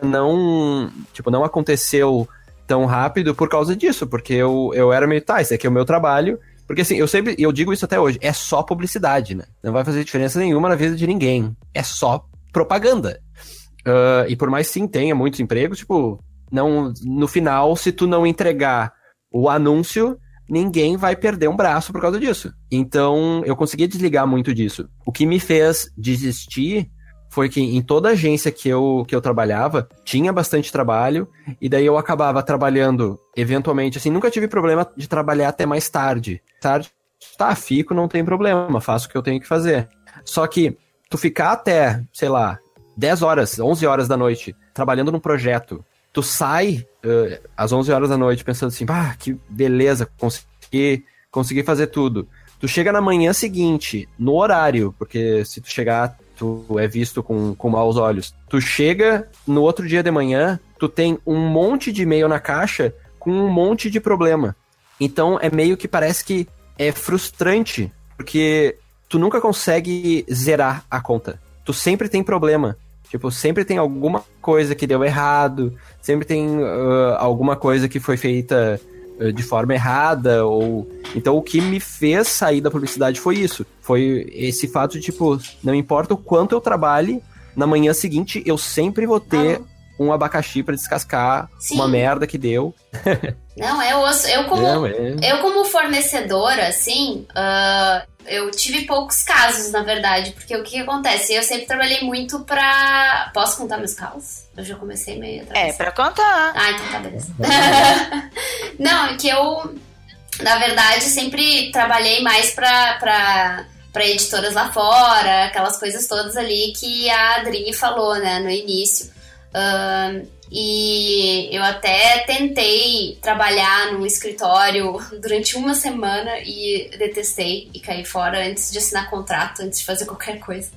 não, tipo, não aconteceu tão rápido por causa disso, porque eu, eu era meio, tá, esse aqui é o meu trabalho, porque assim, eu sempre, eu digo isso até hoje, é só publicidade, né? Não vai fazer diferença nenhuma na vida de ninguém, é só propaganda. Uh, e por mais sim tenha muitos empregos, tipo... Não, no final, se tu não entregar o anúncio, ninguém vai perder um braço por causa disso. Então, eu conseguia desligar muito disso. O que me fez desistir foi que em toda agência que eu, que eu trabalhava, tinha bastante trabalho, e daí eu acabava trabalhando, eventualmente, assim, nunca tive problema de trabalhar até mais tarde. Tarde, tá, fico, não tem problema, faço o que eu tenho que fazer. Só que, tu ficar até, sei lá, dez horas, onze horas da noite, trabalhando num projeto, tu sai uh, às onze horas da noite pensando assim, ah, que beleza, consegui, consegui fazer tudo. Tu chega na manhã seguinte, no horário, porque se tu chegar, tu é visto com, com maus olhos. Tu chega no outro dia de manhã, tu tem um monte de e-mail na caixa com um monte de problema. Então é meio que parece que é frustrante, porque tu nunca consegue zerar a conta. Tu sempre tem problema. Tipo, sempre tem alguma coisa que deu errado, sempre tem uh, alguma coisa que foi feita uh, de forma errada, ou... Então, o que me fez sair da publicidade foi isso. Foi esse fato de, tipo, não importa o quanto eu trabalhe, na manhã seguinte eu sempre vou ter... Ah. um abacaxi pra descascar. Sim. Uma merda que deu. Não, eu, eu, como, Não, é. eu como fornecedora, assim, uh, eu tive poucos casos, na verdade, porque o que, que acontece? Eu sempre trabalhei muito pra... Posso contar meus casos? Eu já comecei meio atrás. É, pra contar. Ah, então tá, beleza. Não, que eu, na verdade, sempre trabalhei mais pra... pra para editoras lá fora, aquelas coisas todas ali que a Adri falou, né, no início. Uh, e eu até tentei trabalhar no escritório durante uma semana e detestei e caí fora antes de assinar contrato, antes de fazer qualquer coisa.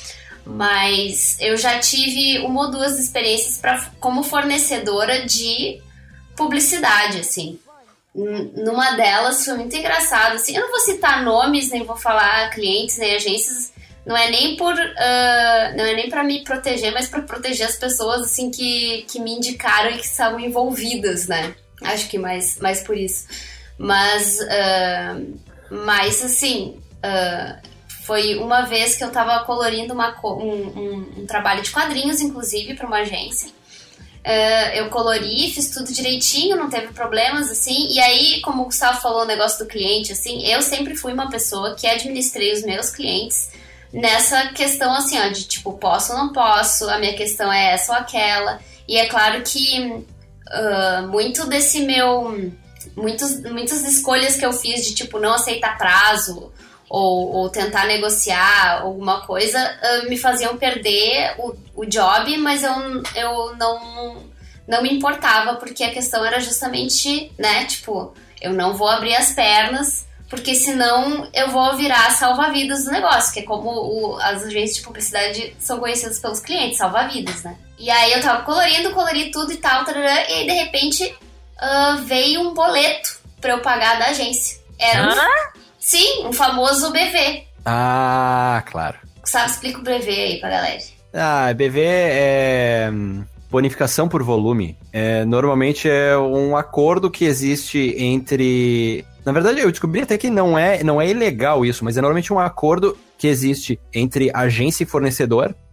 Mas eu já tive uma ou duas experiências pra, como fornecedora de publicidade, assim. Numa delas foi muito engraçado, assim, eu não vou citar nomes, nem vou falar clientes, nem agências. Não é nem por uh, não é nem para me proteger, mas para proteger as pessoas assim que, que me indicaram e que estavam envolvidas, né? Acho que mais, mais por isso. Mas, uh, mas assim, uh, foi uma vez que eu tava colorindo uma, um, um, um trabalho de quadrinhos, inclusive, para uma agência. Uh, eu colori, fiz tudo direitinho, não teve problemas, assim. E aí, como o Gustavo falou o negócio do cliente, assim, eu sempre fui uma pessoa que administrei os meus clientes nessa questão, assim, ó, de tipo, posso ou não posso, a minha questão é essa ou aquela. E é claro que uh, muito desse meu... Muitos, muitas escolhas que eu fiz de, tipo, não aceitar prazo ou, ou tentar negociar alguma coisa uh, me faziam perder o, o job, mas eu, eu não, não me importava, porque a questão era justamente, né, tipo, eu não vou abrir as pernas, porque senão eu vou virar salva-vidas do negócio, que é como o, as agências de publicidade são conhecidas pelos clientes, salva-vidas, né? E aí eu tava colorindo, colori tudo e tal, tarará, e aí de repente uh, veio um boleto pra eu pagar da agência. Era um, ah? Sim, um famoso B V. Ah, claro. Gustavo, explica o B V aí pra galera. Ah, B V é bonificação por volume. É, normalmente é um acordo que existe entre... Na verdade, eu descobri até que não é, não é ilegal isso, mas é normalmente um acordo que existe entre agência e fornecedor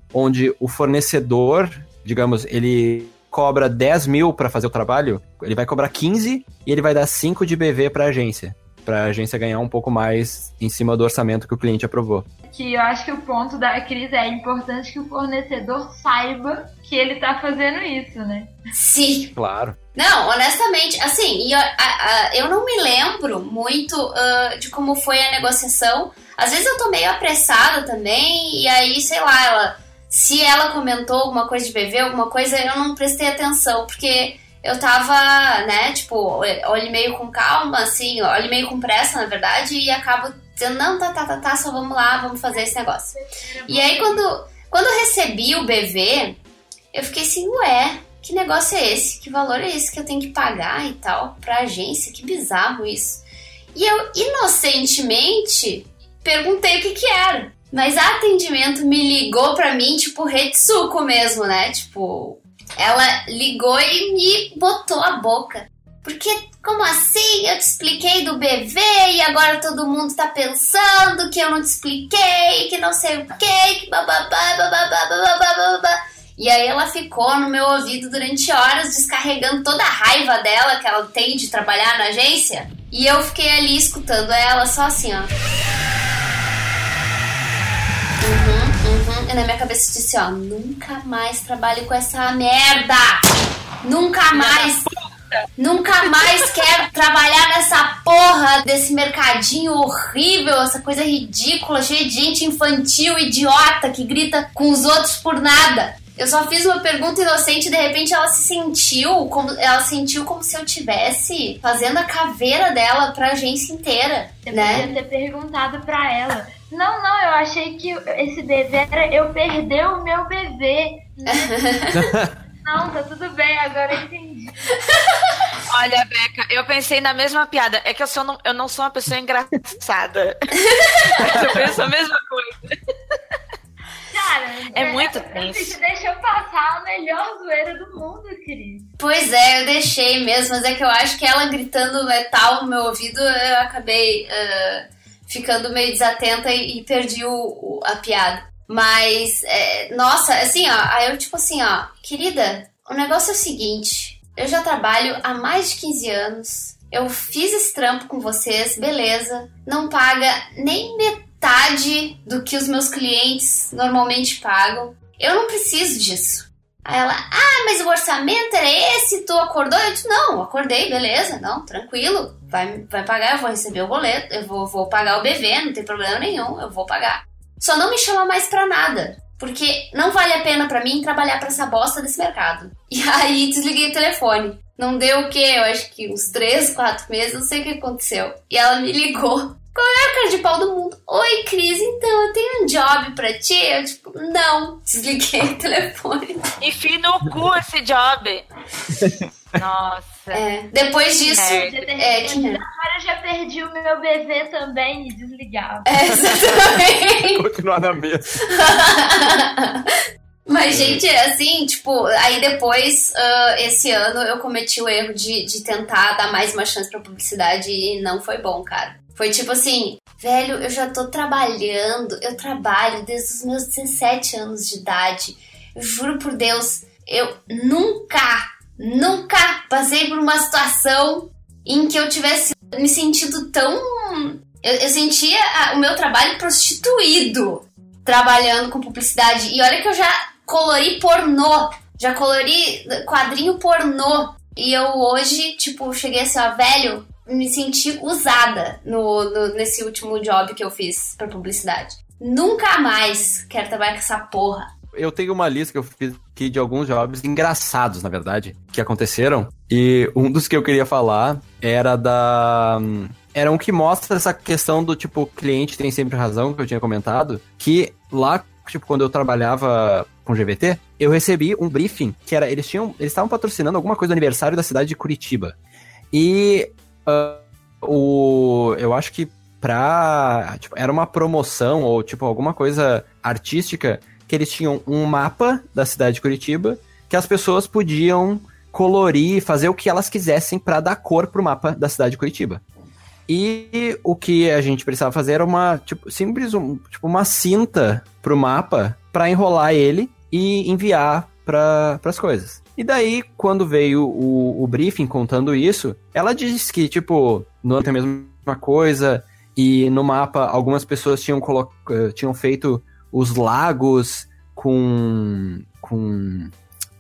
onde o fornecedor, digamos, ele cobra dez mil para fazer o trabalho, ele vai cobrar quinze e ele vai dar cinco de B V para a agência, para a agência ganhar um pouco mais em cima do orçamento que o cliente aprovou. Que eu acho que o ponto da crise é importante que o fornecedor saiba que ele tá fazendo isso, né? Sim. Claro. Não, honestamente, assim, e eu, a, a, eu não me lembro muito uh, de como foi a negociação. Às vezes eu tô meio apressada também, e aí, sei lá, ela, se ela comentou alguma coisa de B V, alguma coisa, eu não prestei atenção, porque eu tava, né, tipo, olho meio com calma, assim, olho meio com pressa, na verdade, e acabo dizendo, não, tá, tá, tá, tá, só vamos lá, vamos fazer esse negócio. E aí, quando, quando eu recebi o B V, eu fiquei assim, ué, que negócio é esse? Que valor é esse que eu tenho que pagar e tal pra agência? Que bizarro isso. E eu, inocentemente, perguntei o que que era. Mas a atendimento me ligou pra mim, tipo, Retsuko mesmo, né? Tipo, ela ligou e me botou a boca. Porque, como assim? Eu te expliquei do B V e agora todo mundo tá pensando que eu não te expliquei, que não sei o quê, que bababá, bababá, bababá, bababá. E aí ela ficou no meu ouvido durante horas, descarregando toda a raiva dela que ela tem de trabalhar na agência. E eu fiquei ali escutando ela só assim, ó. Uhum, uhum. E na minha cabeça disse, ó, nunca mais trabalhe com essa merda! Nunca mais! Nunca mais quero trabalhar nessa porra desse mercadinho horrível, essa coisa ridícula, cheia de gente infantil, idiota, que grita com os outros por nada. Eu só fiz uma pergunta inocente e de repente ela se sentiu como, ela sentiu como se eu tivesse fazendo a caveira dela pra agência inteira. Você né? podia ter perguntado pra ela. Não, não, eu achei que esse B V era eu perder o meu B V. Não, tá tudo bem, agora eu entendi. Olha, Beca, eu pensei na mesma piada. É que eu, sou, não, eu não sou uma pessoa engraçada. Mas eu penso a mesma coisa. Cara, é muito tenso. Você deixou passar a melhor zoeira do mundo, querido. Pois é, eu deixei mesmo, mas é que eu acho que ela gritando metal no meu ouvido, eu acabei uh, ficando meio desatenta e, e perdi o, o, a piada. Mas, é, nossa, assim, ó, aí eu tipo assim, ó, querida, o negócio é o seguinte, eu já trabalho há mais de quinze anos, eu fiz esse trampo com vocês, beleza, não paga nem metade do que os meus clientes normalmente pagam, eu não preciso disso. Aí ela, ah, mas o orçamento era esse, tu acordou? Eu disse, não, acordei, beleza, não, tranquilo, vai, vai pagar, eu vou receber o boleto, eu vou, vou pagar o B V, não tem problema nenhum, eu vou pagar. Só não me chama mais pra nada, porque não vale a pena pra mim trabalhar pra essa bosta desse mercado. E aí desliguei o telefone. Não deu o quê? Eu acho que uns três, quatro meses, não sei o que aconteceu. E ela me ligou. Qual é a cara de pau do mundo? Oi, Cris, então, eu tenho um job pra ti? Eu, tipo, não. Desliguei o telefone. Enfim no cu esse job. Nossa. É, depois disso... É, é, que... Agora eu já perdi o meu B V também e desligava. É, exatamente. Continuar na mesa. Mas, gente, assim, tipo, aí depois, uh, esse ano, eu cometi o erro de, de tentar dar mais uma chance pra publicidade e não foi bom, cara. Foi tipo assim, velho, eu já tô trabalhando, eu trabalho desde os meus dezessete anos de idade. Eu juro por Deus, eu nunca, nunca passei por uma situação em que eu tivesse me sentido tão... Eu, eu sentia a, o meu trabalho prostituído trabalhando com publicidade. E olha que eu já colori pornô, já colori quadrinho pornô. E eu hoje, tipo, cheguei assim, ó, velho, me senti usada no, no, nesse último job que eu fiz pra publicidade. Nunca mais quero trabalhar com essa porra. Eu tenho uma lista que eu fiz aqui de alguns jobs engraçados, na verdade, que aconteceram. E um dos que eu queria falar era da... Era um que mostra essa questão do, tipo, cliente tem sempre razão, que eu tinha comentado. Que lá, tipo, quando eu trabalhava com G V T, eu recebi um briefing que era... Eles tinham... Eles estavam patrocinando alguma coisa do aniversário da cidade de Curitiba. E... Uh, o... Eu acho que pra... Tipo, era uma promoção ou, tipo, alguma coisa artística... que eles tinham um mapa da cidade de Curitiba, que as pessoas podiam colorir, fazer o que elas quisessem para dar cor pro mapa da cidade de Curitiba. E o que a gente precisava fazer era uma, tipo, simples, um, tipo, uma cinta pro mapa, pra enrolar ele e enviar para as coisas. E daí, quando veio o, o briefing contando isso, ela disse que, tipo, não é a mesma coisa, e no mapa algumas pessoas tinham, colo- tinham feito os lagos com, com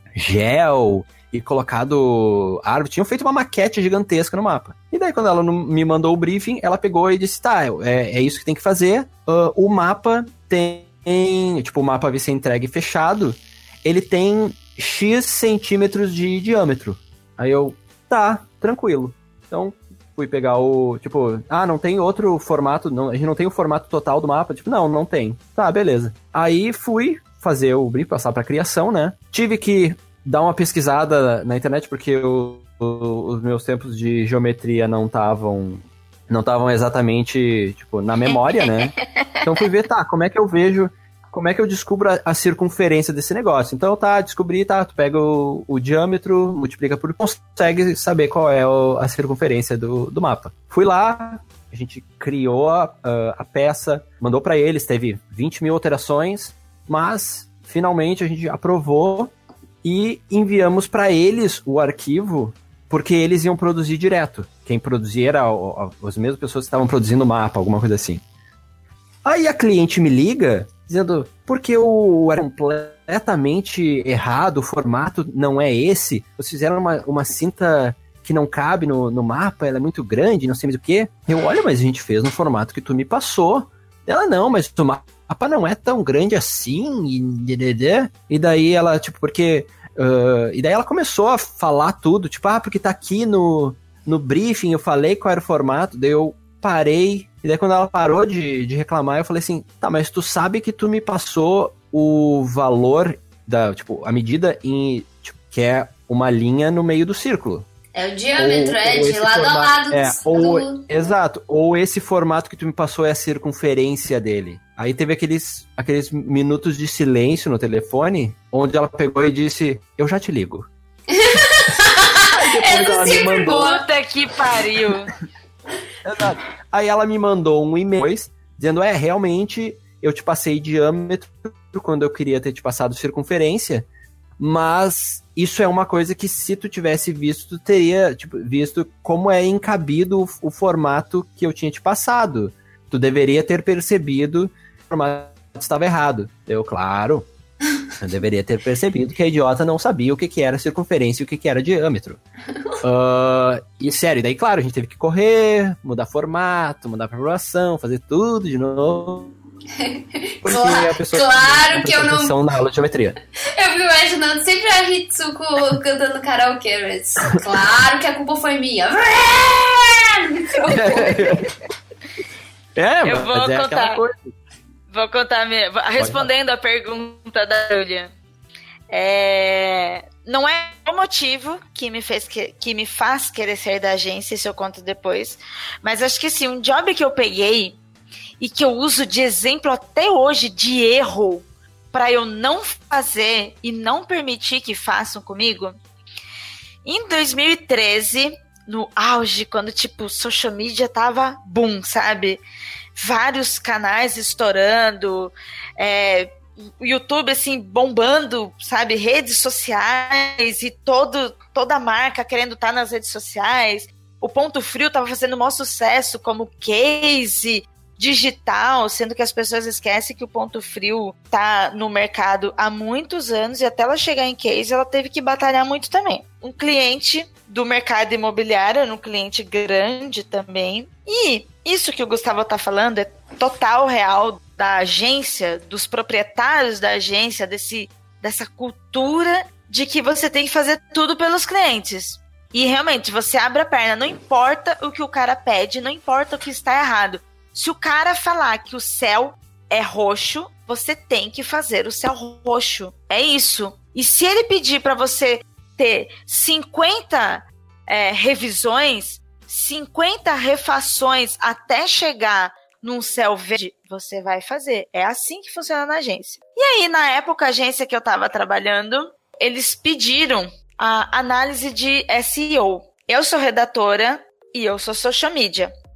gel e colocado árvore, tinham feito uma maquete gigantesca no mapa. E daí, quando ela me mandou o briefing, ela pegou e disse, tá, é, é isso que tem que fazer, uh, o mapa tem, tipo, o mapa vai ser entregue fechado, ele tem X centímetros de diâmetro. Aí eu, tá, tranquilo. Então, fui pegar o, tipo, ah, não tem outro formato, não, a gente não tem o formato total do mapa? Tipo, não, não tem. Tá, beleza. Aí fui fazer o brief, passar pra criação, né? Tive que dar uma pesquisada na internet, porque o, o, os meus tempos de geometria não estavam não estavam exatamente, tipo, na memória, né? Então fui ver, tá, como é que eu vejo... Como é que eu descubro a, a circunferência desse negócio? Então, tá, descobri, tá, tu pega o, o diâmetro, multiplica por... consegue saber qual é o, a circunferência do, do mapa. Fui lá, a gente criou a, a, a peça, mandou pra eles, teve vinte mil alterações, mas, finalmente, a gente aprovou e enviamos pra eles o arquivo, porque eles iam produzir direto. Quem produzia era a, a, as mesmas pessoas que estavam produzindo o mapa, alguma coisa assim. Aí a cliente me liga... dizendo, porque o era completamente errado, o formato não é esse, vocês fizeram uma, uma cinta que não cabe no, no mapa, ela é muito grande, não sei mais o que. Eu, olha, mas a gente fez no formato que tu me passou. Ela, não, mas o mapa não é tão grande assim, e, e daí ela, tipo, porque... Uh, e daí ela começou a falar tudo, tipo, ah, porque tá aqui no, no briefing, eu falei qual era o formato, daí eu parei. E daí quando ela parou de, de reclamar, eu falei assim, tá, mas tu sabe que tu me passou o valor da, tipo, a medida em, tipo, que é uma linha no meio do círculo. É o diâmetro, ou, é, ou de lado formato, a lado. É, do... ou, exato, ou esse formato que tu me passou é a circunferência dele. Aí teve aqueles, aqueles minutos de silêncio no telefone, onde ela pegou e disse, eu já te ligo. Aí depois ela me mandou... Puta que pariu. Exato. Aí ela me mandou um e-mail dizendo, é, realmente eu te passei diâmetro quando eu queria ter te passado circunferência, mas isso é uma coisa que se tu tivesse visto, tu teria tipo, visto como é encabido o, o formato que eu tinha te passado. Tu deveria ter percebido que o formato estava errado. Eu, claro, eu deveria ter percebido que a idiota não sabia o que, que era circunferência e o que, que era diâmetro. Uh, e sério, daí claro, a gente teve que correr, mudar formato, mudar programação, fazer tudo de novo. Porque claro, a pessoa claro que eu não... na aula de geometria. Eu fico imaginando sempre a Hitsuko cantando karaokê, mas claro que a culpa foi minha. É, eu vou mas é contar. coisa. Vou contar minha... Respondendo a pergunta da Julia. É... Não é o motivo que me, fez que... que me faz querer sair da agência, isso eu conto depois. Mas acho que assim, um job que eu peguei e que eu uso de exemplo até hoje de erro para eu não fazer e não permitir que façam comigo. Em dois mil e treze, no auge, quando tipo social media tava boom, sabe? Vários canais estourando, é, YouTube assim bombando, sabe? Redes sociais e todo, toda marca querendo estar nas redes sociais. O Ponto Frio tava fazendo o maior sucesso como case digital, sendo que as pessoas esquecem que o Ponto Frio tá no mercado há muitos anos e até ela chegar em case, ela teve que batalhar muito também. Um cliente do mercado imobiliário, um cliente grande também. E isso que o Gustavo tá falando é total real da agência, dos proprietários da agência, desse, dessa cultura de que você tem que fazer tudo pelos clientes. E realmente, você abre a perna, não importa o que o cara pede, não importa o que está errado. Se o cara falar que o céu é roxo, você tem que fazer o céu roxo. É isso. E se ele pedir para você ter cinquenta é, revisões, cinquenta refações até chegar num céu verde, você vai fazer. É assim que funciona na agência. E aí, na época, a agência que eu estava trabalhando, eles pediram a análise de S E O. Eu sou redatora e eu sou social media.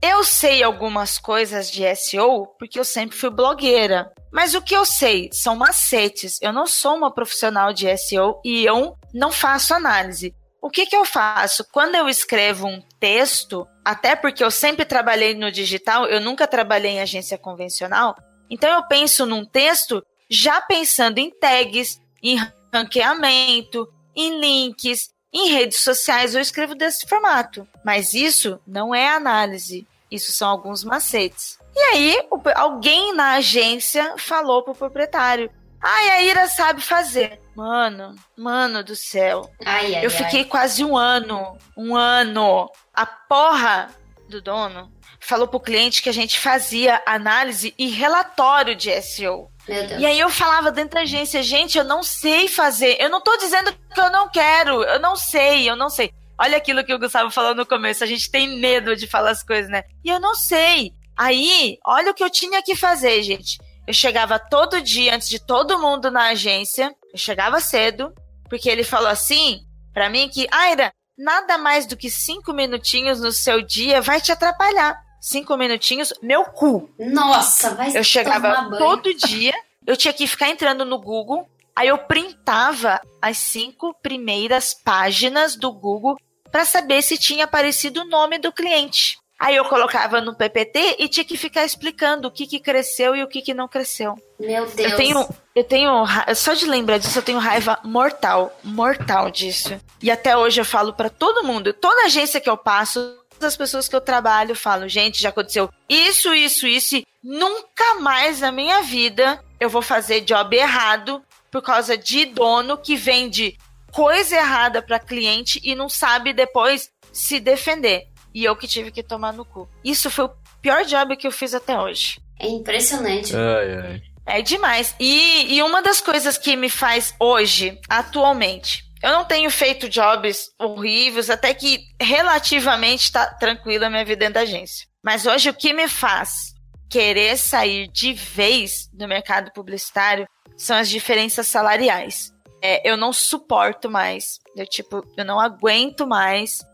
Eu sei algumas coisas de S E O porque eu sempre fui blogueira. Mas o que eu sei são macetes. Eu não sou uma profissional de S E O e eu não faço análise. O que que eu faço? Quando eu escrevo um texto, até porque eu sempre trabalhei no digital, eu nunca trabalhei em agência convencional, então eu penso num texto já pensando em tags, em ranqueamento, em links, em redes sociais, eu escrevo desse formato. Mas isso não é análise, isso são alguns macetes. E aí, alguém na agência falou pro proprietário, ai, a Ira sabe fazer. Mano, mano do céu. Ai, ai, eu fiquei ai. quase um ano, um ano. A porra do dono falou pro cliente que a gente fazia análise e relatório de S E O. Meu Deus. E aí eu falava dentro da agência, gente, eu não sei fazer. Eu não tô dizendo que eu não quero. Eu não sei, eu não sei. Olha aquilo que o Gustavo falou no começo. A gente tem medo de falar as coisas, né? E eu não sei. Aí, olha o que eu tinha que fazer, gente. Eu chegava todo dia, antes de todo mundo na agência. Eu chegava cedo, porque ele falou assim pra mim que, Aira, nada mais do que cinco minutinhos no seu dia vai te atrapalhar. Cinco minutinhos, meu cu. Nossa, vai Eu chegava tomar banho. todo dia, eu tinha que ficar entrando no Google, aí eu printava as cinco primeiras páginas do Google pra saber se tinha aparecido o nome do cliente. Aí eu colocava no P P T e tinha que ficar explicando o que que cresceu e o que que não cresceu. Meu Deus. Eu tenho, eu tenho, só de lembrar disso, eu tenho raiva mortal, mortal disso. E até hoje eu falo pra todo mundo, toda agência que eu passo, todas as pessoas que eu trabalho, eu falo, gente, já aconteceu isso, isso, isso, e nunca mais na minha vida eu vou fazer job errado por causa de dono que vende coisa errada pra cliente e não sabe depois se defender. E eu que tive que tomar no cu. Isso foi o pior job que eu fiz até hoje. É impressionante. Ai, ai. É demais. E, e uma das coisas que me faz hoje, atualmente, eu não tenho feito jobs horríveis, até que relativamente tá tranquila a minha vida dentro da agência. Mas hoje o que me faz querer sair de vez do mercado publicitário são as diferenças salariais. É, eu não suporto mais. Eu, tipo, eu não aguento mais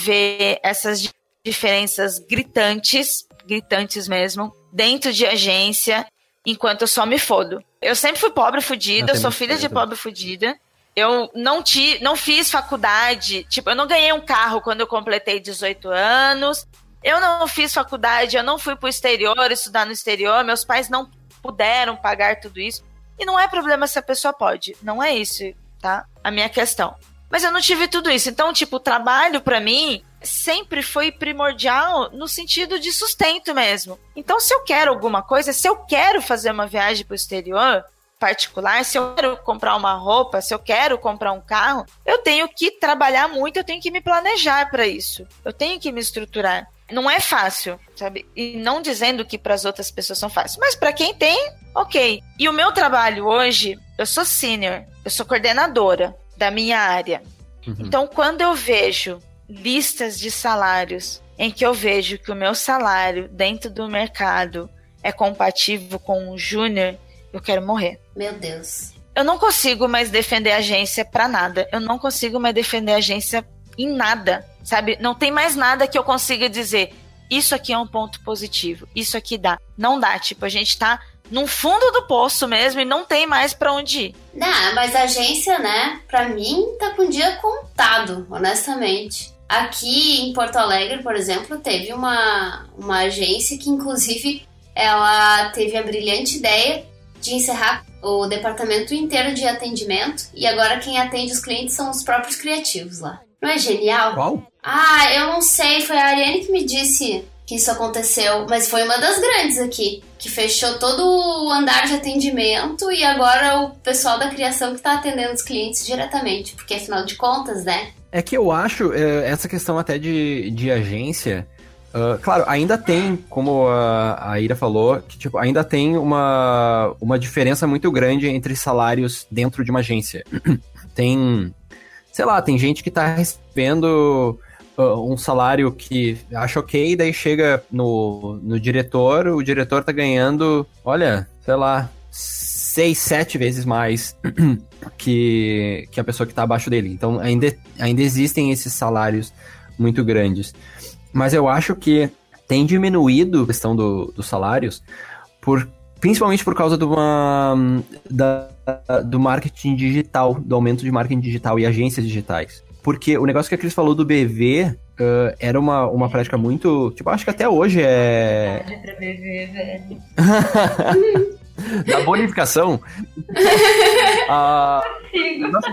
ver essas diferenças gritantes, gritantes mesmo, dentro de agência, enquanto eu só me fodo. Eu sempre fui pobre fudida, eu sou filha de pobre fudida. Eu não, ti, não fiz faculdade, tipo, eu não ganhei um carro quando eu completei dezoito anos. Eu não fiz faculdade, eu não fui pro exterior, estudar no exterior, meus pais não puderam pagar tudo isso. E não é problema se a pessoa pode, não é isso, tá? A minha questão. Mas eu não tive tudo isso. Então, tipo, o trabalho pra mim sempre foi primordial no sentido de sustento mesmo. Então, se eu quero alguma coisa, se eu quero fazer uma viagem pro exterior particular, se eu quero comprar uma roupa, se eu quero comprar um carro, eu tenho que trabalhar muito, eu tenho que me planejar pra isso. Eu tenho que me estruturar. Não é fácil, sabe? E não dizendo que pras outras pessoas são fáceis. Mas pra quem tem, ok. E o meu trabalho hoje, eu sou senior, eu sou coordenadora da minha área. Uhum. Então, quando eu vejo listas de salários em que eu vejo que o meu salário dentro do mercado é compatível com um júnior, eu quero morrer. Meu Deus. Eu não consigo mais defender a agência pra nada. Eu não consigo mais defender a agência em nada, sabe? Não tem mais nada que eu consiga dizer, isso aqui é um ponto positivo, isso aqui dá. Não dá, tipo, a gente tá no fundo do poço mesmo e não tem mais pra onde ir. Não, mas a agência, né, pra mim tá com o dia contado, honestamente. Aqui em Porto Alegre, por exemplo, teve uma, uma agência que, inclusive, ela teve a brilhante ideia de encerrar o departamento inteiro de atendimento e agora quem atende os clientes são os próprios criativos lá. Não é genial? Qual? Ah, eu não sei, foi a Ariane que me disse que isso aconteceu, mas foi uma das grandes aqui, que fechou todo o andar de atendimento e agora o pessoal da criação que tá atendendo os clientes diretamente, porque afinal de contas, né? É que eu acho, é, essa questão até de, de agência, uh, claro, ainda tem, como a, a Ira falou, que tipo, ainda tem uma, uma diferença muito grande entre salários dentro de uma agência. Tem, sei lá, tem gente que tá recebendo um salário que acha ok, daí chega no, no diretor, o diretor tá ganhando, olha, sei lá, seis, sete vezes mais que, que a pessoa que tá abaixo dele. Então ainda, ainda existem esses salários muito grandes. Mas eu acho que tem diminuído a questão do, dos salários, por, principalmente por causa de uma, da, do marketing digital, do aumento de marketing digital e agências digitais. Porque o negócio que a Cris falou do B V uh, era uma, uma prática muito... Tipo, acho que até hoje é... Pra B V, velho. Da bonificação. ah, nossa,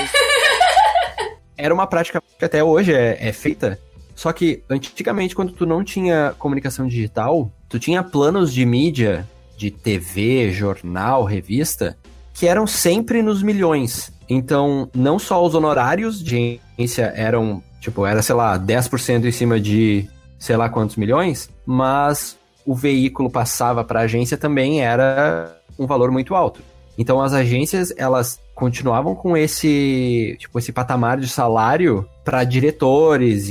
era uma prática que até hoje é, é feita. Só que antigamente, quando tu não tinha comunicação digital, tu tinha planos de mídia, de T V, jornal, revista, que eram sempre nos milhões. Então, não só os honorários de agência eram, tipo, era, sei lá, dez por cento em cima de sei lá quantos milhões, mas o veículo passava para a agência também era um valor muito alto. Então, as agências, elas continuavam com esse, tipo, esse patamar de salário para diretores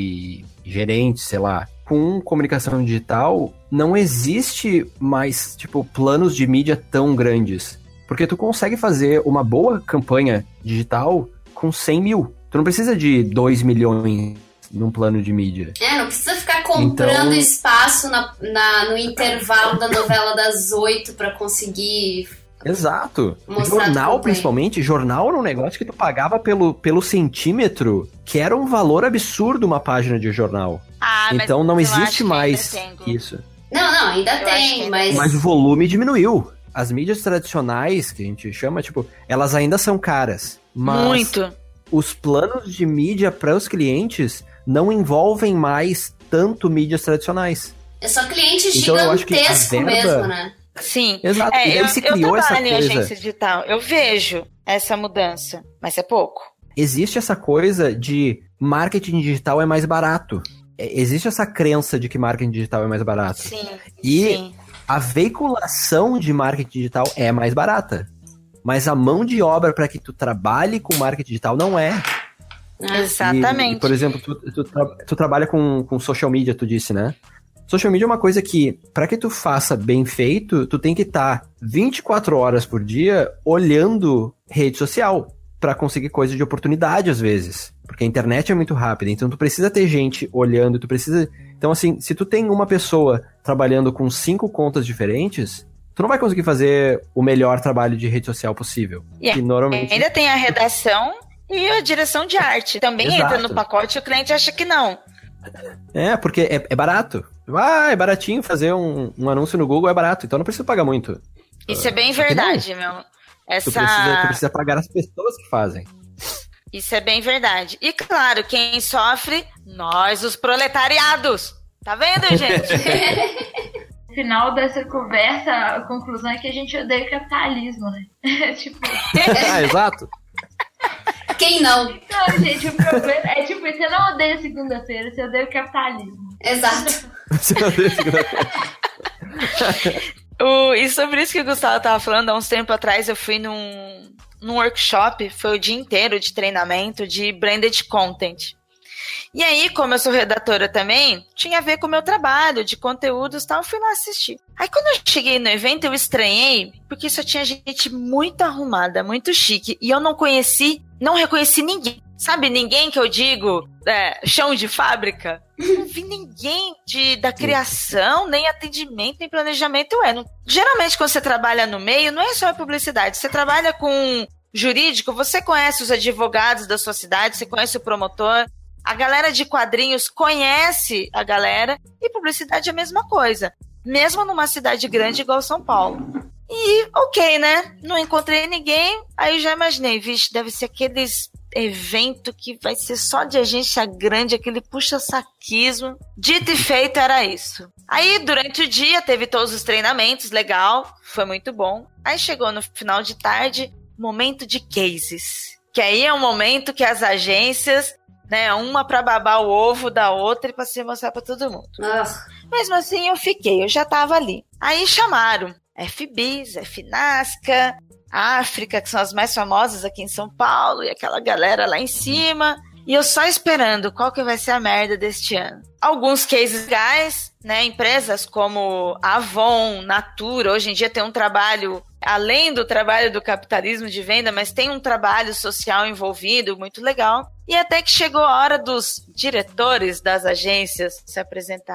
e gerentes, sei lá. Com comunicação digital, não existe mais, tipo, planos de mídia tão grandes. Porque tu consegue fazer uma boa campanha digital com cem mil. Tu não precisa de dois milhões num plano de mídia. É, não precisa ficar comprando então... espaço na, na, no intervalo da novela das oito pra conseguir... Exato. Jornal, principalmente, jornal era um negócio que tu pagava pelo, pelo centímetro, que era um valor absurdo uma página de jornal. Ah, então mas não existe mais tem, isso. Não, não, ainda eu tem, mas... Mas o volume diminuiu. As mídias tradicionais, que a gente chama, tipo, elas ainda são caras. Mas muito. Os planos de mídia para os clientes não envolvem mais tanto mídias tradicionais. É só cliente então, gigantesco verba... mesmo, né? Sim. Exato. É, e aí eu, se eu criou essa trabalho em coisa. agência digital. Eu vejo essa mudança, mas é pouco. Existe essa coisa de marketing digital é mais barato. Existe essa crença de que marketing digital é mais barato. Sim. E sim. a veiculação de marketing digital é mais barata. Mas a mão de obra para que tu trabalhe com marketing digital não é. Ah, exatamente. E, e, por exemplo, tu, tu, tra tu trabalha com, com social media, tu disse, né? Social media é uma coisa que, para que tu faça bem feito, tu tem que estar tá vinte e quatro horas por dia olhando rede social para conseguir coisa de oportunidade, às vezes. Porque a internet é muito rápida, então tu precisa ter gente olhando, tu precisa... Então, assim, se tu tem uma pessoa trabalhando com cinco contas diferentes, tu não vai conseguir fazer o melhor trabalho de rede social possível. Yeah. Que normalmente... Ainda tem a redação e a direção de arte. Também Exato. Entra no pacote e o cliente acha que não. É, porque é, é barato. Ah, é baratinho fazer um, um anúncio no Google, é barato, então não precisa pagar muito. Isso uh, é bem verdade, meu. Essa... Tu, precisa, tu precisa pagar as pessoas que fazem. Isso é bem verdade. E claro, quem sofre, nós, os proletariados. Tá vendo, gente? No final dessa conversa, a conclusão é que a gente odeia o capitalismo, né? Tipo... ah, exato. Quem não? Então, gente, o problema é tipo, você não odeia segunda-feira, você odeia o capitalismo. Exato. Você odeia segunda-feira. o, e sobre isso que o Gustavo tava falando, há uns tempos atrás eu fui num, num workshop, foi o dia inteiro de treinamento de branded content. E aí, como eu sou redatora também, tinha a ver com o meu trabalho de conteúdos e tal, eu fui lá assistir. Aí quando eu cheguei no evento, eu estranhei, porque só tinha gente muito arrumada, muito chique, e eu não conheci, não reconheci ninguém. Sabe, ninguém que eu digo, é, chão de fábrica? Não vi ninguém de, da criação, nem atendimento, nem planejamento. Ué, não, geralmente quando você trabalha no meio, não é só a publicidade, você trabalha com jurídico, você conhece os advogados da sua cidade, você conhece o promotor, a galera de quadrinhos conhece a galera, e publicidade é a mesma coisa, mesmo numa cidade grande igual São Paulo. E ok, né? Não encontrei ninguém, aí já imaginei, vixe, deve ser aqueles evento que vai ser só de agência grande, aquele puxa-saquismo. Dito e feito, era isso. Aí, durante o dia, teve todos os treinamentos, legal, foi muito bom. Aí chegou no final de tarde, momento de cases. Que aí é um momento que as agências, né, uma pra babar o ovo da outra e pra se mostrar pra todo mundo. Ah. Mesmo assim, eu fiquei, eu já tava ali. Aí chamaram F B I S, FNASCA, África, que são as mais famosas aqui em São Paulo, e aquela galera lá em cima. E eu só esperando qual que vai ser a merda deste ano. Alguns cases legais, né? Empresas como Avon, Natura, hoje em dia tem um trabalho, além do trabalho do capitalismo de venda, mas tem um trabalho social envolvido, muito legal. E até que chegou a hora dos diretores das agências se apresentarem.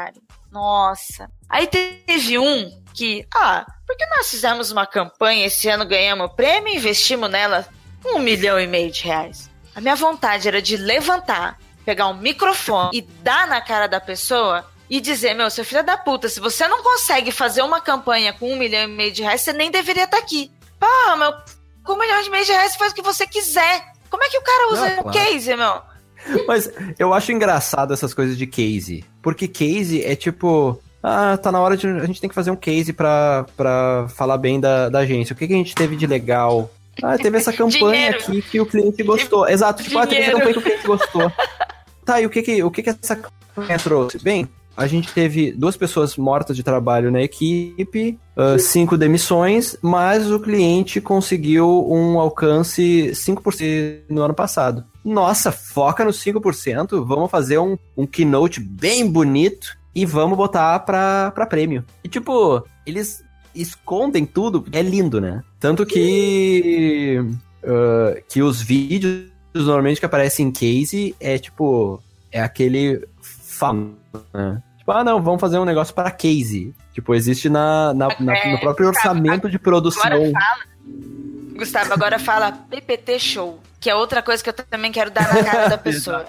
Nossa. Aí teve um que, ah, porque nós fizemos uma campanha, esse ano ganhamos o prêmio e investimos nela um milhão e meio de reais. A minha vontade era de levantar, pegar um microfone e dar na cara da pessoa e dizer, meu, seu filho da puta, se você não consegue fazer uma campanha com um milhão e meio de reais, você nem deveria estar aqui. Porra, meu, com um milhão e meio de reais você faz o que você quiser. Como é que o cara usa Não, o claro. case, meu? Mas eu acho engraçado essas coisas de case. Porque case é tipo... Ah, tá na hora de... A gente tem que fazer um case pra, pra falar bem da, da agência. O que, que a gente teve de legal? Ah, teve essa campanha Dinheiro. aqui que o cliente gostou. Exato, tipo, ah, teve essa campanha que o cliente gostou. Tá, e o que que, o que que essa campanha trouxe? Bem, a gente teve duas pessoas mortas de trabalho na equipe, uh, cinco demissões, mas o cliente conseguiu um alcance cinco por cento no ano passado. Nossa, foca no cinco por cento, vamos fazer um, um keynote bem bonito e vamos botar pra, pra prêmio. E tipo, eles escondem tudo, é lindo, né? Tanto que, uh, que os vídeos normalmente que aparecem em case é tipo, é aquele fã, né? Tipo, ah não, vamos fazer um negócio para case. Tipo, existe na, na, na É, no próprio Gustavo, orçamento de produção. Agora fala, Gustavo, agora fala P P T Show, que é outra coisa que eu também quero dar na cara da pessoa.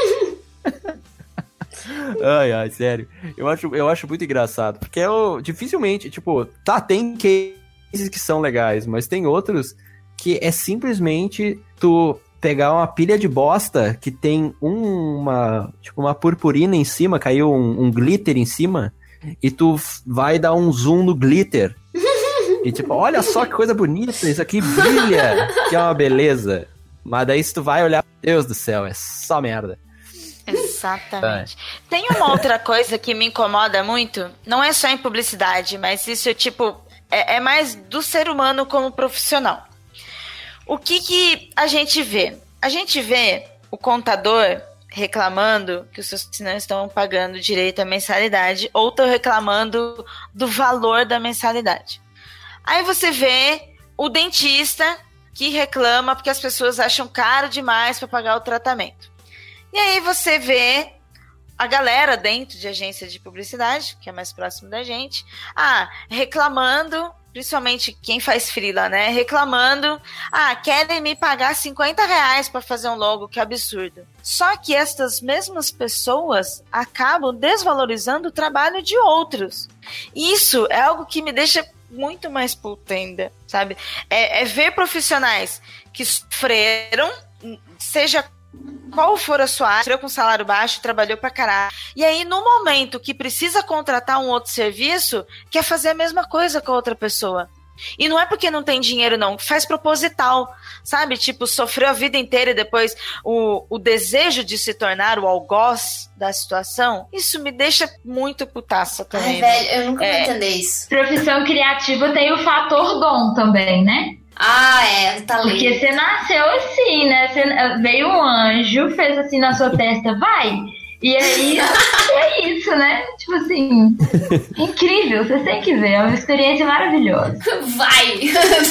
Ai, ai, sério. Eu acho, eu acho muito engraçado. Porque eu dificilmente, tipo, tá, tem cases que são legais, mas tem outros que é simplesmente tu pegar uma pilha de bosta que tem uma, tipo, uma purpurina em cima, caiu um, um glitter em cima, e tu vai dar um zoom no glitter. E tipo, olha só que coisa bonita, isso aqui brilha, que é uma beleza. Mas daí se tu vai olhar, Deus do céu, é só merda. Exatamente. Tem uma outra coisa que me incomoda muito, não é só em publicidade, mas isso, tipo, é, é mais do ser humano como profissional. O que que a gente vê? A gente vê o contador reclamando que os seus não estão pagando direito à mensalidade ou estão reclamando do valor da mensalidade. Aí você vê o dentista que reclama porque as pessoas acham caro demais para pagar o tratamento. E aí você vê a galera dentro de agência de publicidade, que é mais próximo da gente, ah, reclamando, principalmente quem faz freela, né? Reclamando, ah, querem me pagar cinquenta reais para fazer um logo, que absurdo. Só que estas mesmas pessoas acabam desvalorizando o trabalho de outros. Isso é algo que me deixa muito mais puta ainda, sabe? É, é ver profissionais que sofreram, seja qual for a sua área, trabalhou com salário baixo, trabalhou pra caralho. E aí, no momento que precisa contratar um outro serviço, quer fazer a mesma coisa com a outra pessoa. E não é porque não tem dinheiro, não. Faz proposital, sabe? Tipo, sofreu a vida inteira e depois o, o desejo de se tornar o algoz da situação. Isso me deixa muito putaça também. Ai, velho, eu nunca é... vou entender isso. Profissão criativa tem o fator dom também, né? Ah, é, tá lindo. Porque você nasceu assim, né? Você, veio um anjo, fez assim na sua testa, vai! E aí, é isso, né? Tipo assim, incrível, você tem que ver, é uma experiência maravilhosa. Vai!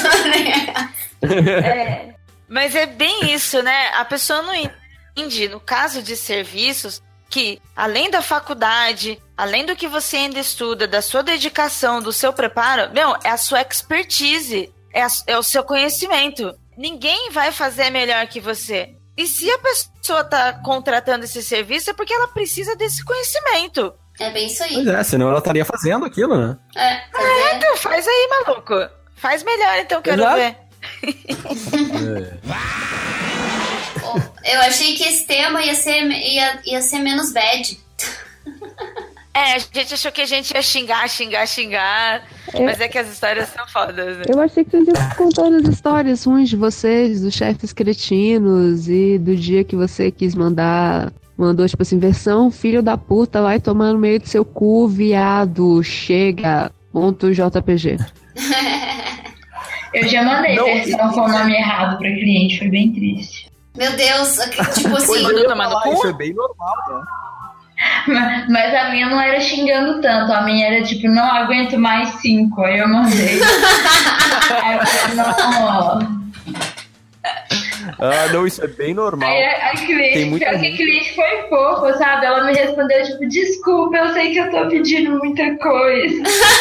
É, mas é bem isso, né? A pessoa não entende, no caso de serviços, que além da faculdade, além do que você ainda estuda, da sua dedicação, do seu preparo, meu, é a sua expertise. É, a, é o seu conhecimento. Ninguém vai fazer melhor que você. E se a pessoa tá contratando esse serviço, é porque ela precisa desse conhecimento. É bem isso aí. Pois é, senão ela estaria fazendo aquilo, né? É, é então faz aí, maluco. Faz melhor, então, quero Exato. ver. É. Oh, eu achei que esse tema ia ser, ia, ia ser menos bad. É, a gente achou que a gente ia xingar, xingar, xingar. É. Mas é que as histórias são fodas, né? Eu achei que vocês iam contar as histórias ruins de vocês, dos chefes cretinos e do dia que você quis mandar... Mandou, tipo assim, versão filho da puta, vai tomar no meio do seu cu, viado, chega, ponto J P G. Eu já mandei não, versão com o nome errado pra cliente, foi bem triste. Meu Deus, tipo assim... Foi, tomando cu? Isso é bem normal, né? Mas, mas a minha não era xingando tanto, a minha era tipo, não aguento mais cinco, aí eu mandei. Aí eu falei, não. Ah, não, isso é bem normal. Aí a, a cliente, Tem muita pior que gente. a cliente foi fofa, sabe? Ela me respondeu, tipo, desculpa, eu sei que eu tô pedindo muita coisa.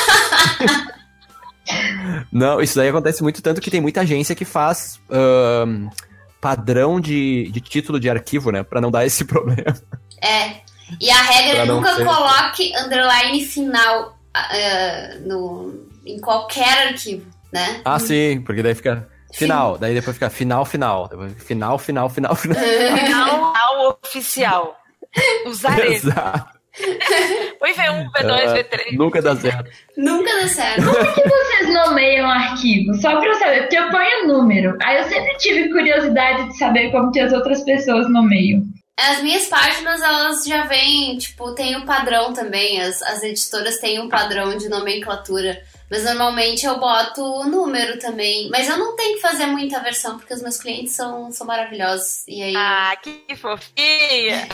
Não, isso daí acontece muito, tanto que tem muita agência que faz ahn, padrão de, de título de arquivo, né? Pra não dar esse problema. É. E a regra Pra é não nunca ser. coloque underline final ah, no, em qualquer arquivo, né? Ah, sim, porque daí fica final, daí depois fica final, final, depois final, final, final, final. Não ao oficial. Usarei. Exato. Oi, V um, V dois, V três. Ah, nunca dá certo. Nunca dá certo. Como que vocês nomeiam arquivo? Só pra eu saber, porque eu ponho número. Aí eu sempre tive curiosidade de saber como que as outras pessoas nomeiam. As minhas páginas, elas já vêm, tipo, tem um padrão também. As, as editoras têm um padrão de nomenclatura. Mas normalmente eu boto o número também. Mas eu não tenho que fazer muita versão, porque os meus clientes são, são maravilhosos. E aí... Ah, que fofinha.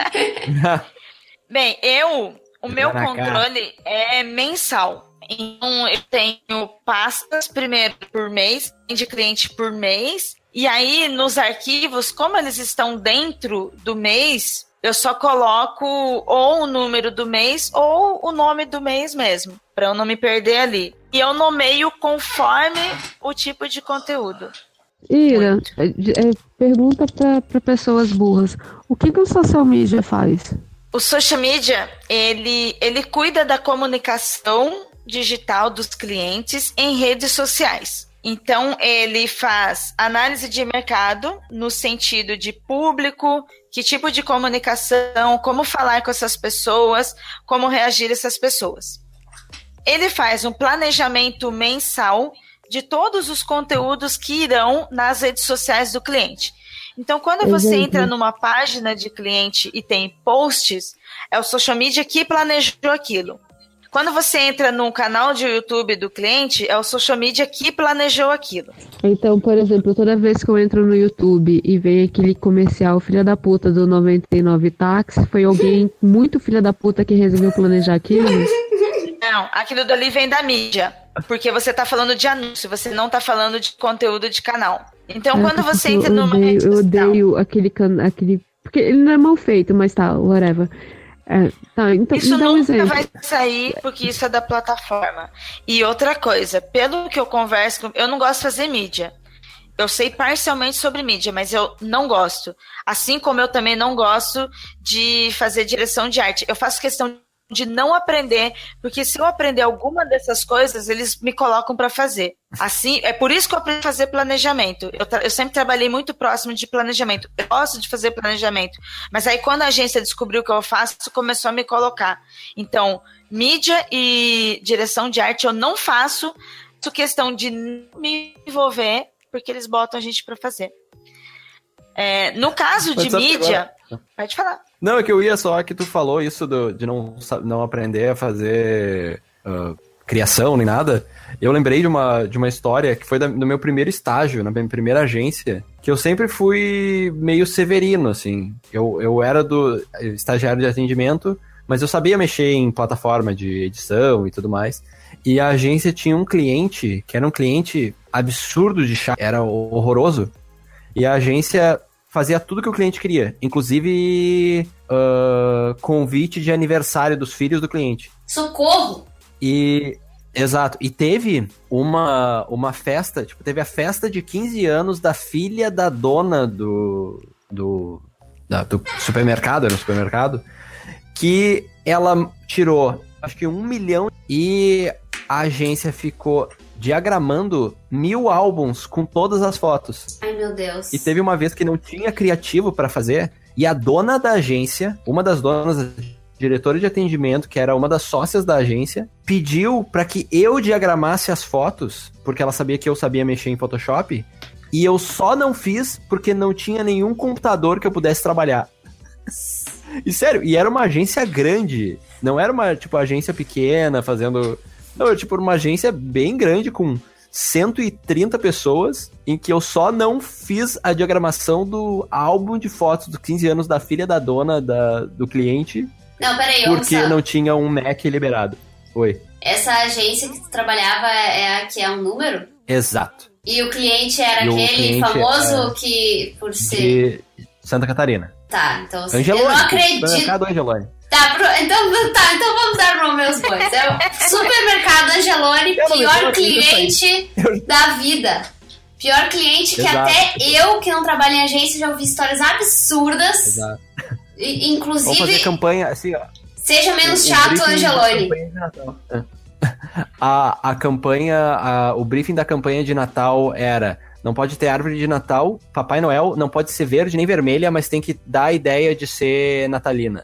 Bem, eu, o meu Caraca. controle é mensal. Então, eu tenho pastas, primeiro por mês, de cliente por mês. E aí, nos arquivos, como eles estão dentro do mês, eu só coloco ou o número do mês ou o nome do mês mesmo, para eu não me perder ali. E eu nomeio conforme o tipo de conteúdo. Ira, é, é, pergunta para pessoas burras. O que, que o social media faz? O social media, ele, ele cuida da comunicação digital dos clientes em redes sociais. Então, ele faz análise de mercado no sentido de público, que tipo de comunicação, como falar com essas pessoas, como reagir a essas pessoas. Ele faz um planejamento mensal de todos os conteúdos que irão nas redes sociais do cliente. Então, quando você Exemplo. entra numa página de cliente e tem posts, é o social media que planejou aquilo. Quando você entra num canal de YouTube do cliente, é o social media que planejou aquilo. Então, por exemplo, toda vez que eu entro no YouTube e vem aquele comercial filha da puta do noventa e nove táxi, foi alguém muito filha da puta que resolveu planejar aquilo? Não, aquilo dali vem da mídia, porque você está falando de anúncio, você não está falando de conteúdo de canal. Então, É, quando porque você eu entra numa odeio, rede eu social... odeio aquele, can- aquele... Porque ele não é mal feito, mas tá, whatever. É, tá, então, Isso me dá um nunca exemplo. vai sair porque isso é da plataforma. E outra coisa, pelo que eu converso, com- eu não gosto de fazer mídia. Eu sei parcialmente sobre mídia, mas eu não gosto. Assim como eu também não gosto de fazer direção de arte. Eu faço questão de não aprender, porque se eu aprender alguma dessas coisas, eles me colocam para fazer. Assim, é por isso que eu aprendi a fazer planejamento. Eu, tra- eu sempre trabalhei muito próximo de planejamento. Eu gosto de fazer planejamento. Mas aí, quando a agência descobriu o que eu faço, começou a me colocar. Então, mídia e direção de arte eu não faço. Faço questão de não me envolver, porque eles botam a gente para fazer. É, no caso Mas de sabe que mídia... Pode falar. Não, é que eu ia só que tu falou isso do, de não, sa- não aprender a fazer ah, criação nem nada. Eu lembrei de uma, de uma história que foi da- do meu primeiro estágio, na minha primeira agência, que eu sempre fui meio severino, assim. Eu, eu era do estagiário de atendimento, mas eu sabia mexer em plataforma de edição e tudo mais. E a agência tinha um cliente, que era um cliente absurdo de chato, era horroroso. E a agência fazia tudo que o cliente queria, inclusive ah, convite de aniversário dos filhos do cliente. Socorro! E, exato, e teve uma, uma festa, tipo, teve a festa de quinze anos da filha da dona do, do, da- do supermercado, era um supermercado, que ela tirou, acho que um milhão, e a agência ficou diagramando mil álbuns com todas as fotos. Ai, meu Deus. E teve uma vez que não tinha criativo pra fazer, e a dona da agência, uma das donas, diretora de atendimento, que era uma das sócias da agência, pediu pra que eu diagramasse as fotos, porque ela sabia que eu sabia mexer em Photoshop, e eu só não fiz porque não tinha nenhum computador que eu pudesse trabalhar. E sério, e era uma agência grande, não era uma, tipo, agência pequena fazendo... Não, era tipo uma agência bem grande com cento e trinta pessoas, em que eu só não fiz a diagramação do álbum de fotos dos quinze anos da filha da dona da, do cliente, Não, peraí, porque ouça. não tinha um Mac liberado. Oi. Essa agência que tu trabalhava é a que é um número? Exato. E o cliente era E o aquele cliente famoso era que, por ser... De Santa Catarina. Tá, então... Angelone. Eu não acredito... Supermercado Angelone. Tá, pro... então, tá, então vamos dar nome meus bois. É o supermercado Angelone, Eu não me pior falo cliente da vida. Pior cliente que Exato. até eu, que não trabalho em agência, já ouvi histórias absurdas. Exato. E, Vamos fazer inclusive, campanha, assim, ó. seja menos O chato, briefing da Angelone. campanha de Natal. É. A, a campanha, a, o briefing da campanha de Natal era: não pode ter árvore de Natal, Papai Noel não pode ser verde nem vermelha, mas tem que dar a ideia de ser natalina.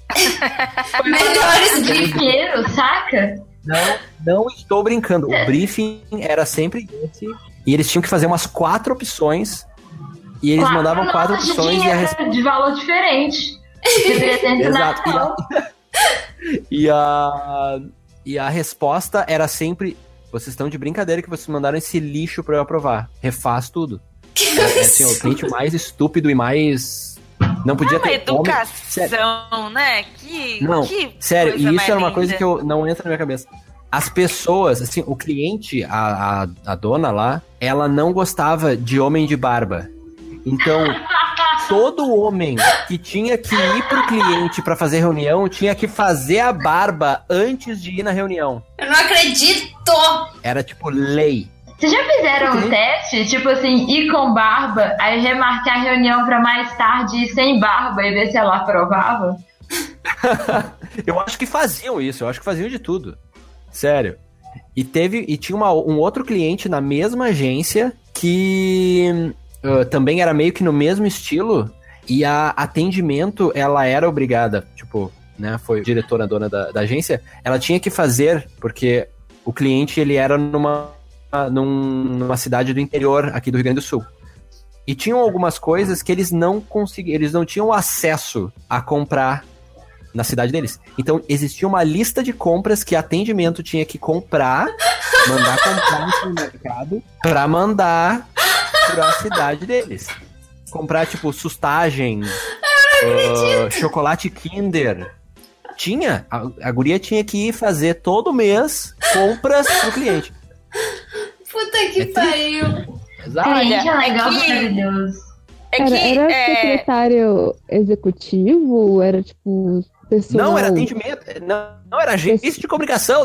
Melhores Brinquedo, saca? Não, não estou brincando. O briefing era sempre esse, e eles tinham que fazer umas quatro opções, e eles Quatro mandavam quatro notas de opções e a dinheiro, resposta. de valor diferente. De presente Exato. E Natal. a, e, a, e a resposta era sempre: vocês estão de brincadeira que vocês mandaram esse lixo pra eu aprovar. Refaz tudo. É, é assim, o cliente mais estúpido e mais... Não podia É uma ter... homem- Sério. educação, né? Que, Não, que sério, coisa e isso mais era uma linda. coisa que eu, não entra na minha cabeça. As pessoas, assim, o cliente, a, a, a dona lá, ela não gostava de homem de barba. Então, todo homem que tinha que ir pro cliente pra fazer reunião tinha que fazer a barba antes de ir na reunião. Eu não acredito! Era tipo lei. Vocês já fizeram um teste? Tipo assim, ir com barba, aí remarcar a reunião pra mais tarde ir sem barba e ver se ela aprovava? Eu acho que faziam isso, eu acho que faziam de tudo. Sério. E teve e tinha uma, um outro cliente na mesma agência que uh, também era meio que no mesmo estilo, e a atendimento, ela era obrigada, tipo, né, foi diretora dona da, da agência, ela tinha que fazer, porque o cliente, ele era numa, num, numa cidade do interior aqui do Rio Grande do Sul. E tinham algumas coisas que eles não conseguiam, eles não tinham acesso a comprar na cidade deles. Então, existia uma lista de compras que atendimento tinha que comprar, mandar comprar no supermercado, pra mandar pra cidade deles. Comprar, tipo, sustagem, uh, chocolate Kinder. Tinha, a, a guria tinha que ir fazer todo mês compras pro cliente. Puta que É pariu! Exato. Cliente é Olha, legal, é que- maravilhoso. É Era, que, era é, secretário executivo? Era tipo pessoal? Não, era atendimento. Não, não era agência de comunicação.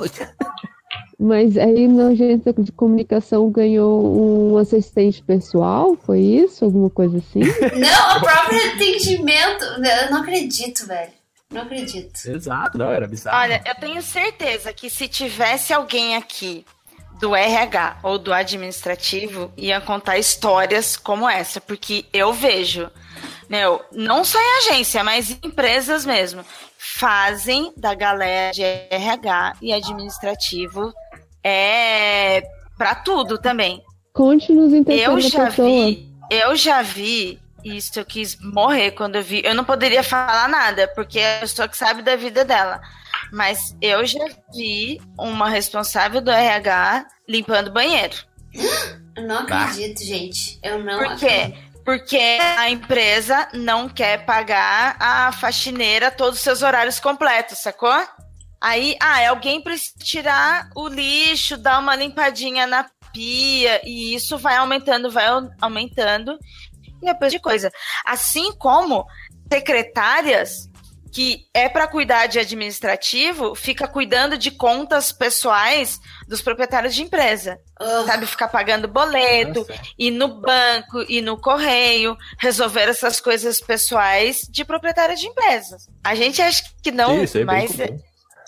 Mas aí na agência de comunicação ganhou um assistente pessoal? Foi isso? Alguma coisa assim? Não, o próprio atendimento. Eu não acredito, velho. Não acredito. Exato, não, era bizarro. olha, eu tenho certeza que se tivesse alguém aqui do R H ou do administrativo, ia contar histórias como essa, porque eu vejo, meu, não só em agência, mas em empresas mesmo, fazem da galera de R H e administrativo é pra tudo também. Conte-nos em terceira Eu já pessoa. vi, eu já vi isso, eu quis morrer quando eu vi. Eu não poderia falar nada, porque é a pessoa que sabe da vida dela. Mas eu já vi uma responsável do R H limpando banheiro. Eu não acredito, gente. Eu não Por quê? acredito. Porque a empresa não quer pagar a faxineira todos os seus horários completos, sacou? Aí, ah, alguém precisa tirar o lixo, dar uma limpadinha na pia, e isso vai aumentando, vai aumentando, e depois de coisa. Assim como secretárias, que é para cuidar de administrativo, fica cuidando de contas pessoais dos proprietários de empresa. Oh, Sabe, ficar pagando boleto, Nossa. ir no banco, ir no correio, resolver essas coisas pessoais de proprietário de empresas. A gente acha que não, Isso, é bem mas é, comum.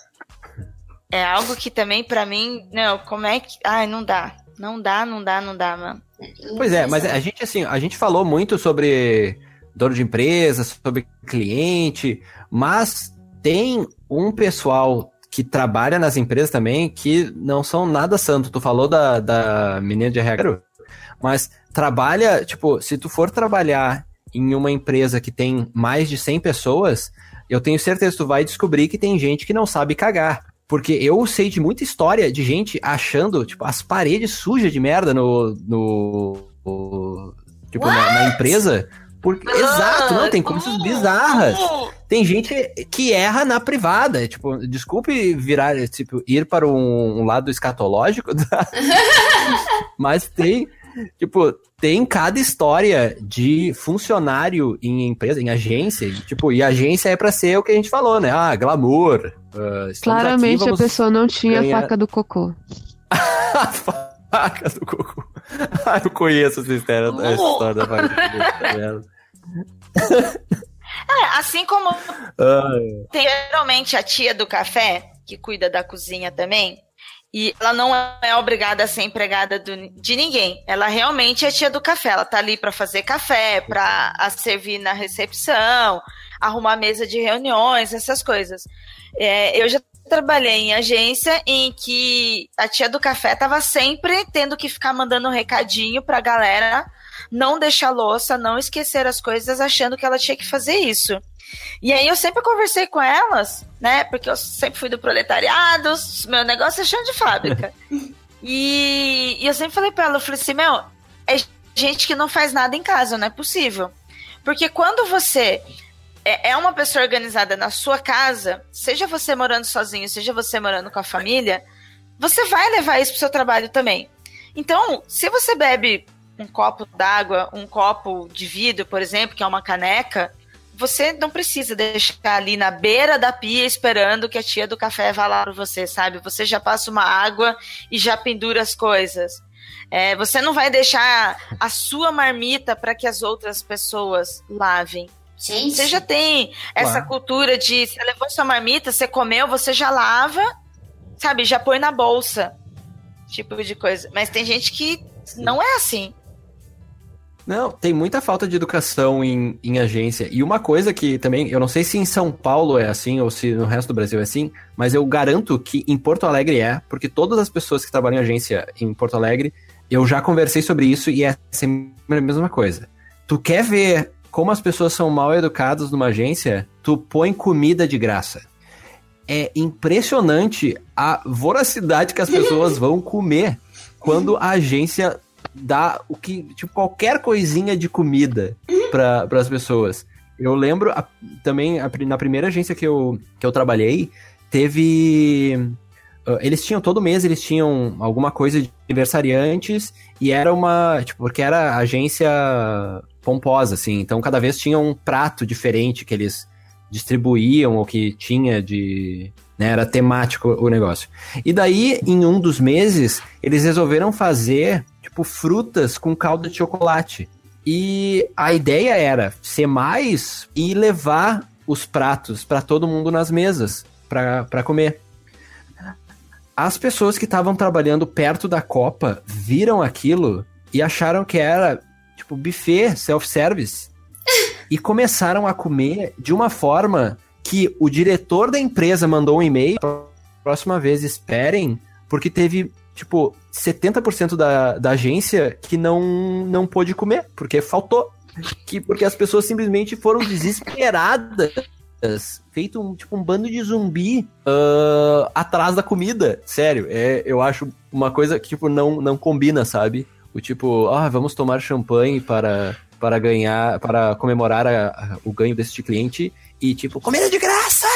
é algo que também, pra mim, não, como é que... Ai, não dá. Não dá, não dá, não dá, mano. Pois é, mas a gente, assim, a gente falou muito sobre dono de empresa, sobre cliente, mas tem um pessoal que trabalha nas empresas também que não são nada santo. Tu falou da, da menina de R H, mas trabalha, tipo, se tu for trabalhar em uma empresa que tem mais de cem pessoas, eu tenho certeza que tu vai descobrir que tem gente que não sabe cagar. Porque eu sei de muita história de gente achando, tipo, as paredes sujas de merda no... no, no tipo, na, na empresa. Porque, exato, não, tem coisas bizarras. Tem gente que erra na privada. Tipo, desculpe virar, tipo, ir para um, um lado escatológico, tá? Mas tem, Tipo, tem cada história de funcionário em empresa, em agência. E, tipo, e agência é pra ser o que a gente falou, né? Ah, glamour. Uh, Claramente aqui, a pessoa não tinha ganhar... a faca do cocô. A faca do cocô. Ah, eu conheço essa história, essa história da faca do cocô. É, assim como Ai. tem geralmente a tia do café, que cuida da cozinha também, e ela não é obrigada a ser empregada do, de ninguém. Ela realmente é tia do café. Ela tá ali para fazer café, para servir na recepção, arrumar mesa de reuniões, essas coisas. É, eu já trabalhei em agência em que a tia do café tava sempre tendo que ficar mandando um recadinho pra galera não deixar louça, não esquecer as coisas, achando que ela tinha que fazer isso. E aí eu sempre conversei com elas, né? Porque eu sempre fui do proletariado, meu negócio é chão de fábrica. e, e eu sempre falei pra ela, eu falei assim, meu, é gente que não faz nada em casa, não é possível. Porque quando você é uma pessoa organizada na sua casa, seja você morando sozinho, seja você morando com a família, você vai levar isso pro seu trabalho também. Então, se você bebe um copo d'água, um copo de vidro, por exemplo, que é uma caneca, você não precisa deixar ali na beira da pia esperando que a tia do café vá lá para você, sabe? Você já passa uma água e já pendura as coisas. É, você não vai deixar a sua marmita para que as outras pessoas lavem. Gente. Você já tem essa Uau. cultura de você levou sua marmita, você comeu, você já lava, sabe? Já põe na bolsa. Tipo de coisa. Mas tem gente que não é assim. Não, tem muita falta de educação em, em agência. E uma coisa que também, eu não sei se em São Paulo é assim ou se no resto do Brasil é assim, mas eu garanto que em Porto Alegre é, porque todas as pessoas que trabalham em agência em Porto Alegre, eu já conversei sobre isso e é sempre a mesma coisa. Tu quer ver como as pessoas são mal educadas numa agência? Tu põe comida de graça. É impressionante a voracidade que as pessoas vão comer quando a agência dá o que, tipo, qualquer coisinha de comida para as pessoas. Eu lembro a, também a, na primeira agência que eu, que eu trabalhei, teve... Uh, eles tinham, todo mês eles tinham alguma coisa de aniversariantes e era uma... Tipo, porque era agência pomposa, assim. Então, cada vez tinha um prato diferente que eles distribuíam ou que tinha de... Né, era temático o negócio. E daí, em um dos meses, eles resolveram fazer... tipo, frutas com calda de chocolate. E a ideia era ser mais e levar os pratos para todo mundo nas mesas para comer. As pessoas que estavam trabalhando perto da copa viram aquilo e acharam que era, tipo, buffet, self-service. E começaram a comer de uma forma que o diretor da empresa mandou um e-mail. Próxima vez, esperem, porque teve... tipo, setenta por cento da, da agência que não, não pôde comer, porque faltou. Que, porque as pessoas simplesmente foram desesperadas, feito um, tipo, um bando de zumbi uh, atrás da comida. Sério, é, eu acho uma coisa que tipo, não, não combina, sabe? O tipo, ah, vamos tomar champanhe para, para ganhar, para comemorar a, a, o ganho deste cliente e tipo, comida de graça!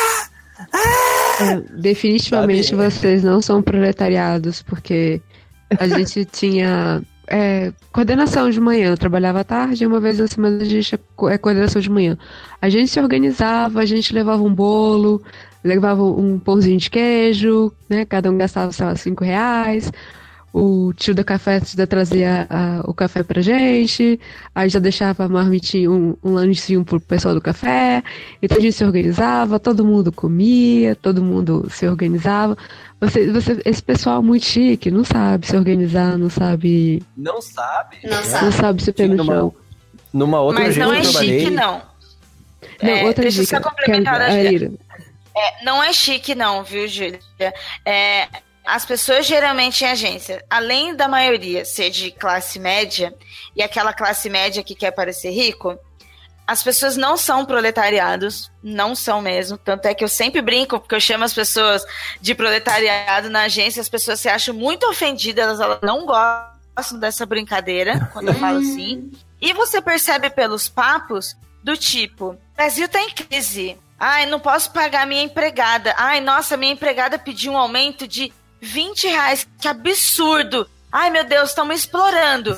Ah! É, definitivamente Sabe? Vocês não são proletariados, porque a gente tinha é, coordenação de manhã, eu trabalhava à tarde e uma vez na semana a gente é coordenação de manhã. A gente se organizava, a gente levava um bolo, levava um pãozinho de queijo, né? Cada um gastava, sei lá, cinco reais. O tio da café já trazia a, o café pra gente, aí já deixava a marmitinha, um, um lanchinho pro pessoal do café, então a gente se organizava, todo mundo comia, todo mundo se organizava. Você, você, esse pessoal muito chique, não sabe se organizar, não sabe... Não sabe? Não sabe. Não sabe se pé no numa, chão. Numa outra Mas não é trabalhei... chique, não. Não, é, outra deixa dica. eu só complementar Que é, a a Ira. É, não é chique, não, viu, Júlia? É... As pessoas geralmente em agência, além da maioria ser de classe média, e aquela classe média que quer parecer rico, as pessoas não são proletariados, não são mesmo. Tanto é que eu sempre brinco, porque eu chamo as pessoas de proletariado na agência, as pessoas se acham muito ofendidas, elas não gostam dessa brincadeira, quando eu falo assim. E você percebe pelos papos do tipo, o Brasil tá em crise, ai, não posso pagar minha empregada, ai, nossa, minha empregada pediu um aumento de vinte reais, que absurdo. Ai, meu Deus, estão me explorando.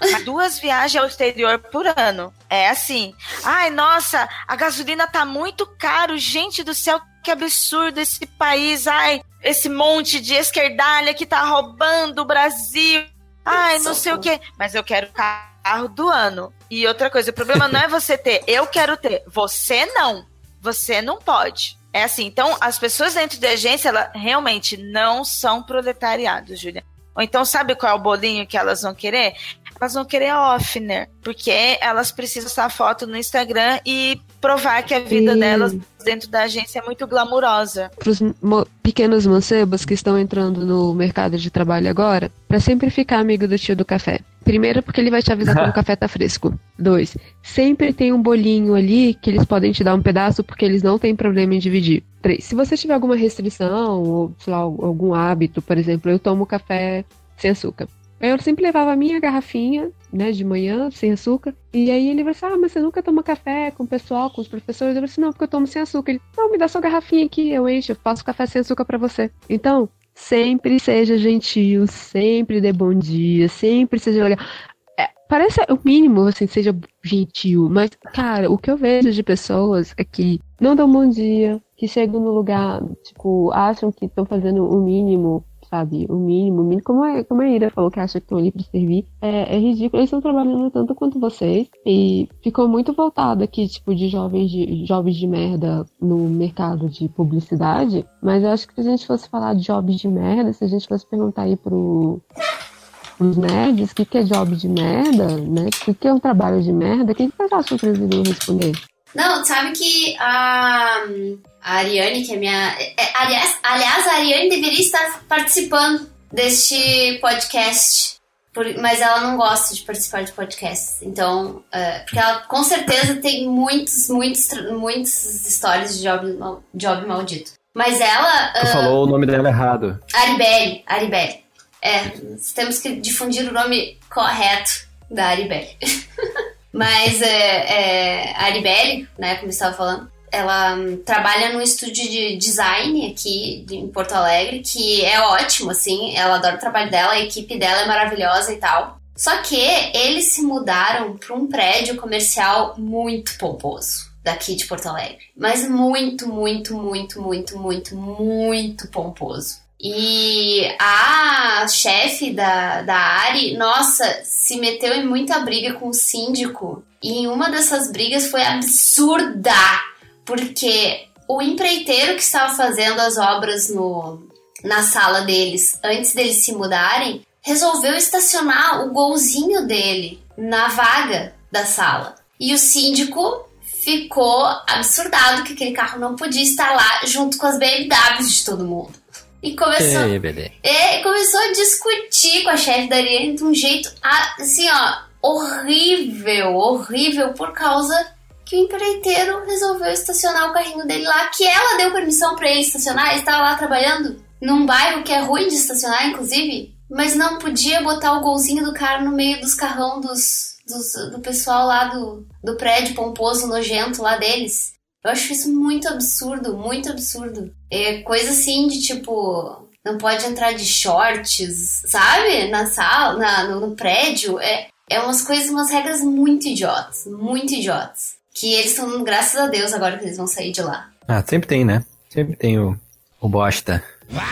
Duas viagens ao exterior por ano. É assim. Ai, nossa, a gasolina tá muito caro. Gente do céu, que absurdo esse país. Ai, esse monte de esquerdalha que tá roubando o Brasil. Ai, não sei o quê. Mas eu quero o carro do ano. E outra coisa, o problema não é você ter. Eu quero ter. Você não. Você não pode. É assim. Então, as pessoas dentro da agência, elas realmente não são proletariados, Júlia. Ou então, sabe qual é o bolinho que elas vão querer? Elas vão querer Offner, porque elas precisam postar foto no Instagram e provar que a vida e... delas dentro da agência é muito glamurosa. Para os mo- pequenos mancebos que estão entrando no mercado de trabalho agora, para sempre ficar amigo do tio do café. Primeiro, porque ele vai te avisar quando o café tá fresco. Dois, sempre tem um bolinho ali que eles podem te dar um pedaço porque eles não têm problema em dividir. Três, se você tiver alguma restrição ou, sei lá, algum hábito, por exemplo, eu tomo café sem açúcar. Eu sempre levava a minha garrafinha, né, de manhã, sem açúcar. E aí ele vai assim, ah, mas você nunca toma café com o pessoal, com os professores? Eu falei assim, não, porque eu tomo sem açúcar. Ele, não, me dá sua garrafinha aqui, eu encho, eu faço café sem açúcar pra você. Então, sempre seja gentil, sempre dê bom dia, sempre seja legal. É, parece o mínimo, assim, seja gentil. Mas, cara, o que eu vejo de pessoas é que não dão bom dia, que chegam no lugar, tipo, acham que estão fazendo o mínimo, sabe, o mínimo, o mínimo, como a, como a Ira falou que acha que estão ali para servir, é, é ridículo, eles estão trabalhando tanto quanto vocês, e ficou muito voltado aqui, tipo, de jovens de, jovens de merda no mercado de publicidade, mas eu acho que se a gente fosse falar de jobs de merda, se a gente fosse perguntar aí pro, pros nerds, o que, que é job de merda, né, o que, que é um trabalho de merda, o que, que vocês acham que eles iriam responder? Não, sabe que a, a Ariane, que é minha... É, aliás, aliás, a Ariane deveria estar participando deste podcast, por, mas ela não gosta de participar de podcasts. Então, uh, porque ela com certeza tem muitos, muitos, muitas histórias de job, job maldito. Mas ela... Tu uh, falou o nome dela errado. Aribelle, Aribelle. É, temos que difundir o nome correto da Aribelle. Mas é, é, a Aribelle, né, como eu estava falando, ela um, trabalha num estúdio de design aqui de, em Porto Alegre, que é ótimo, assim, ela adora o trabalho dela, a equipe dela é maravilhosa e tal. Só que eles se mudaram para um prédio comercial muito pomposo daqui de Porto Alegre. Mas muito, muito, muito, muito, muito, muito pomposo. E a chefe da, da Ari, nossa, se meteu em muita briga com o síndico. E uma dessas brigas foi absurda, porque o empreiteiro que estava fazendo as obras no, na sala deles, antes deles se mudarem, resolveu estacionar o golzinho dele na vaga da sala. E o síndico ficou absurdado que aquele carro não podia estar lá junto com as B M Ws de todo mundo. E começou, Ei, é, começou a discutir com a chefe da Ariane de um jeito, assim, ó, horrível, horrível, por causa que o empreiteiro resolveu estacionar o carrinho dele lá, que ela deu permissão pra ele estacionar, ele estava lá trabalhando, num bairro que é ruim de estacionar, inclusive, mas não podia botar o golzinho do cara no meio dos carrão dos, dos, do pessoal lá do, do prédio pomposo, nojento lá deles. Eu acho isso muito absurdo, muito absurdo. É coisa assim de tipo, não pode entrar de shorts, sabe? Na sala, na, no, no prédio. É, é umas coisas, umas regras muito idiotas, muito idiotas. Que eles estão, graças a Deus, agora que eles vão sair de lá. Ah, sempre tem, né? Sempre tem o, o bosta.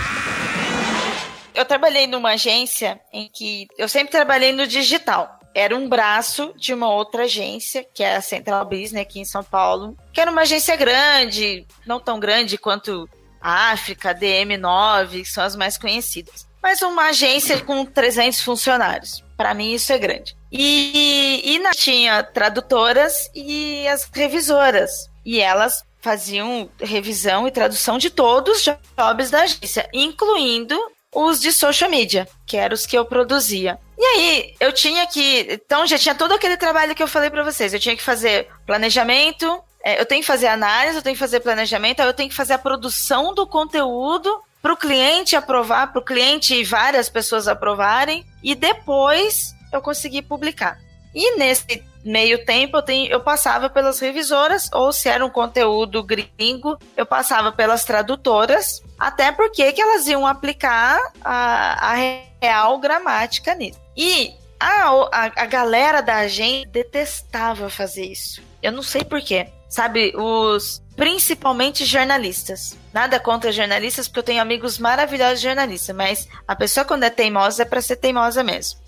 Eu trabalhei numa agência em que eu sempre trabalhei no digital. Era um braço de uma outra agência, que é a Central Business, aqui em São Paulo, que era uma agência grande, não tão grande quanto a África, D M nove, que são as mais conhecidas. Mas uma agência com trezentos funcionários. Para mim, isso é grande. E, e na, tinha tradutoras e as revisoras. E elas faziam revisão e tradução de todos os jobs da agência, incluindo os de social media, que eram os que eu produzia. E aí, eu tinha que... Então, já tinha todo aquele trabalho que eu falei pra vocês. Eu tinha que fazer planejamento, é, eu tenho que fazer análise, eu tenho que fazer planejamento, aí eu tenho que fazer a produção do conteúdo pro cliente aprovar, pro cliente e várias pessoas aprovarem, e depois eu consegui publicar. E nesse meio tempo, eu, tenho, eu passava pelas revisoras, ou se era um conteúdo gringo, eu passava pelas tradutoras, até porque que elas iam aplicar a, a real gramática nisso. E a, a, a galera da agência detestava fazer isso. Eu não sei porquê. Sabe, os... principalmente jornalistas. Nada contra jornalistas, porque eu tenho amigos maravilhosos jornalistas, mas a pessoa quando é teimosa é pra ser teimosa mesmo.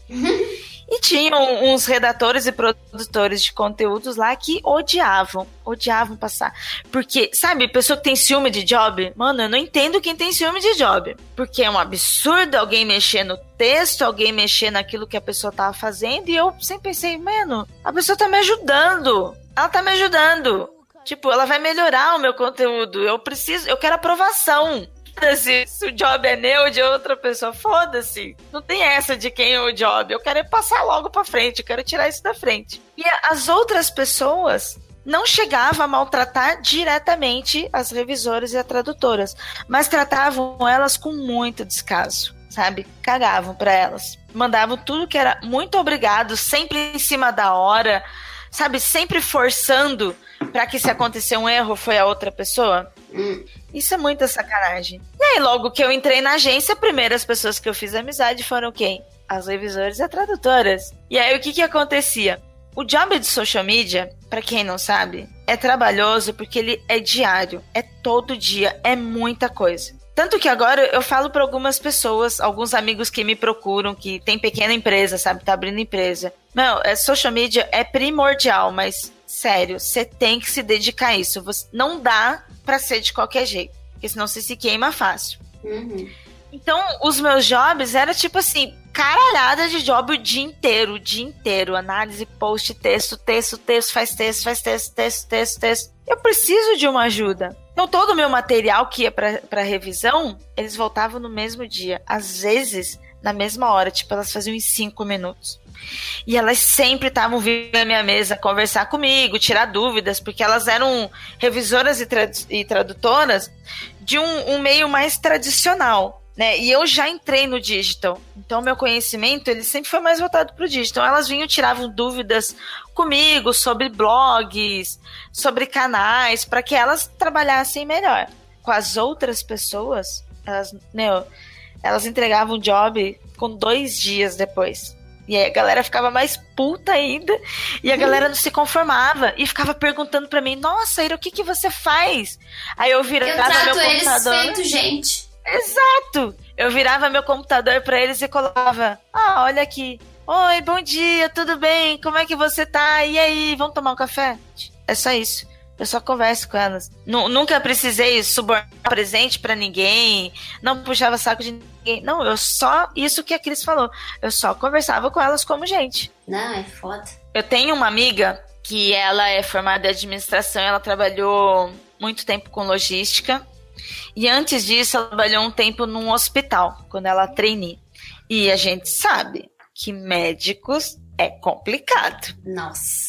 E tinham uns redatores e produtores de conteúdos lá que odiavam, odiavam passar. Porque, sabe, pessoa que tem ciúme de job, mano, eu não entendo quem tem ciúme de job. Porque é um absurdo alguém mexer no texto, alguém mexer naquilo que a pessoa tava fazendo, e eu sempre pensei, mano, a pessoa tá me ajudando. Ela tá me ajudando. Tipo, ela vai melhorar o meu conteúdo. Eu preciso, eu quero aprovação. Foda-se, se o job é meu ou de outra pessoa, foda-se. Não tem essa de quem é o job. Eu quero é passar logo pra frente, eu quero tirar isso da frente. E as outras pessoas não chegavam a maltratar diretamente as revisoras e as tradutoras, mas tratavam elas com muito descaso, sabe? Cagavam pra elas. Mandavam tudo que era muito obrigado, sempre em cima da hora, sabe? Sempre forçando pra que se acontecer um erro foi a outra pessoa. Hum. Isso é muita sacanagem. E aí, logo que eu entrei na agência, as primeiras pessoas que eu fiz amizade foram quem? As revisoras e as tradutoras. E aí, o que que acontecia? O job de social media, pra quem não sabe, é trabalhoso porque ele é diário. É todo dia, é muita coisa. Tanto que agora eu falo pra algumas pessoas, alguns amigos que me procuram, que tem pequena empresa, sabe? Tá abrindo empresa. Não, é, social media é primordial, mas... sério, você tem que se dedicar a isso. Você, não dá pra ser de qualquer jeito, porque senão você se queima fácil. Uhum. Então, os meus jobs era tipo assim, caralhada de job o dia inteiro, o dia inteiro. Análise, post, texto, texto, texto, faz texto, faz texto, texto, texto, texto. Eu preciso de uma ajuda. Então, todo o meu material que ia pra, pra revisão, eles voltavam no mesmo dia. Às vezes, na mesma hora. Tipo, elas faziam em cinco minutos. E elas sempre estavam vindo na minha mesa conversar comigo, tirar dúvidas, porque elas eram revisoras e, trad- e tradutoras de um, um meio mais tradicional, né? E eu já entrei no digital, então meu conhecimento ele sempre foi mais voltado para o digital. Elas vinham, tiravam dúvidas comigo sobre blogs, sobre canais, para que elas trabalhassem melhor. Com as outras pessoas, elas, meu, elas entregavam o job com dois dias depois. E aí a galera ficava mais puta ainda. E a galera não se conformava. E ficava perguntando pra mim, nossa, Ira, o que que você faz? Aí eu virava eu trato meu eles computador. feito gente. Exato! Eu virava meu computador pra eles e colocava, ah, olha aqui. Oi, bom dia, tudo bem? Como é que você tá? E aí, vamos tomar um café? É só isso. Eu só converso com elas. N- nunca precisei subornar presente pra ninguém. Não puxava saco de ninguém. Não, eu só... Isso que a Cris falou. Eu só conversava com elas como gente. Não, é foda. Eu tenho uma amiga que ela é formada em administração. Ela trabalhou muito tempo com logística. E antes disso, ela trabalhou um tempo num hospital. Quando ela treinou. E a gente sabe que médicos é complicado. Nossa...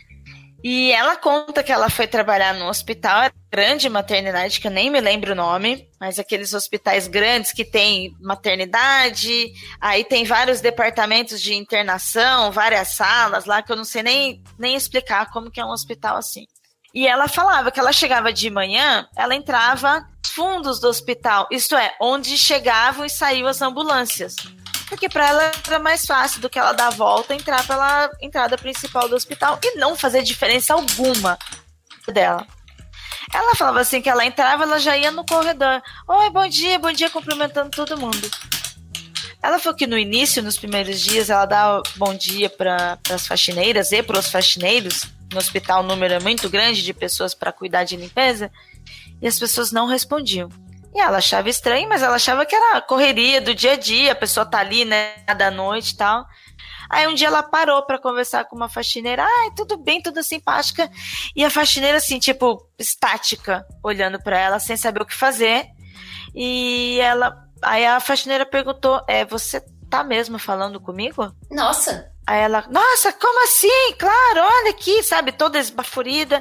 E ela conta que ela foi trabalhar num hospital, grande maternidade, que eu nem me lembro o nome, mas aqueles hospitais grandes que tem maternidade, aí tem vários departamentos de internação, várias salas lá, que eu não sei nem, nem explicar como que é um hospital assim. E ela falava que ela chegava de manhã, ela entrava nos fundos do hospital, isto é, onde chegavam e saíam as ambulâncias. Porque pra ela era mais fácil do que ela dar a volta e entrar pela entrada principal do hospital e não fazer diferença alguma dela. Ela falava assim que ela entrava, ela já ia no corredor. Oi, bom dia, bom dia, cumprimentando todo mundo. Ela falou que no início, nos primeiros dias, ela dava bom dia para as faxineiras e para os faxineiros. No hospital o número é muito grande de pessoas para cuidar de limpeza. E as pessoas não respondiam. E ela achava estranho, mas ela achava que era a correria do dia a dia, a pessoa tá ali, né, da noite e tal. Aí um dia ela parou pra conversar com uma faxineira, ai, tudo bem, tudo simpática. E a faxineira, assim, tipo, estática, olhando pra ela, sem saber o que fazer. E ela, aí a faxineira perguntou, é, você tá mesmo falando comigo? Nossa! Aí ela, nossa, como assim? Claro, olha aqui, sabe, toda esbaforida.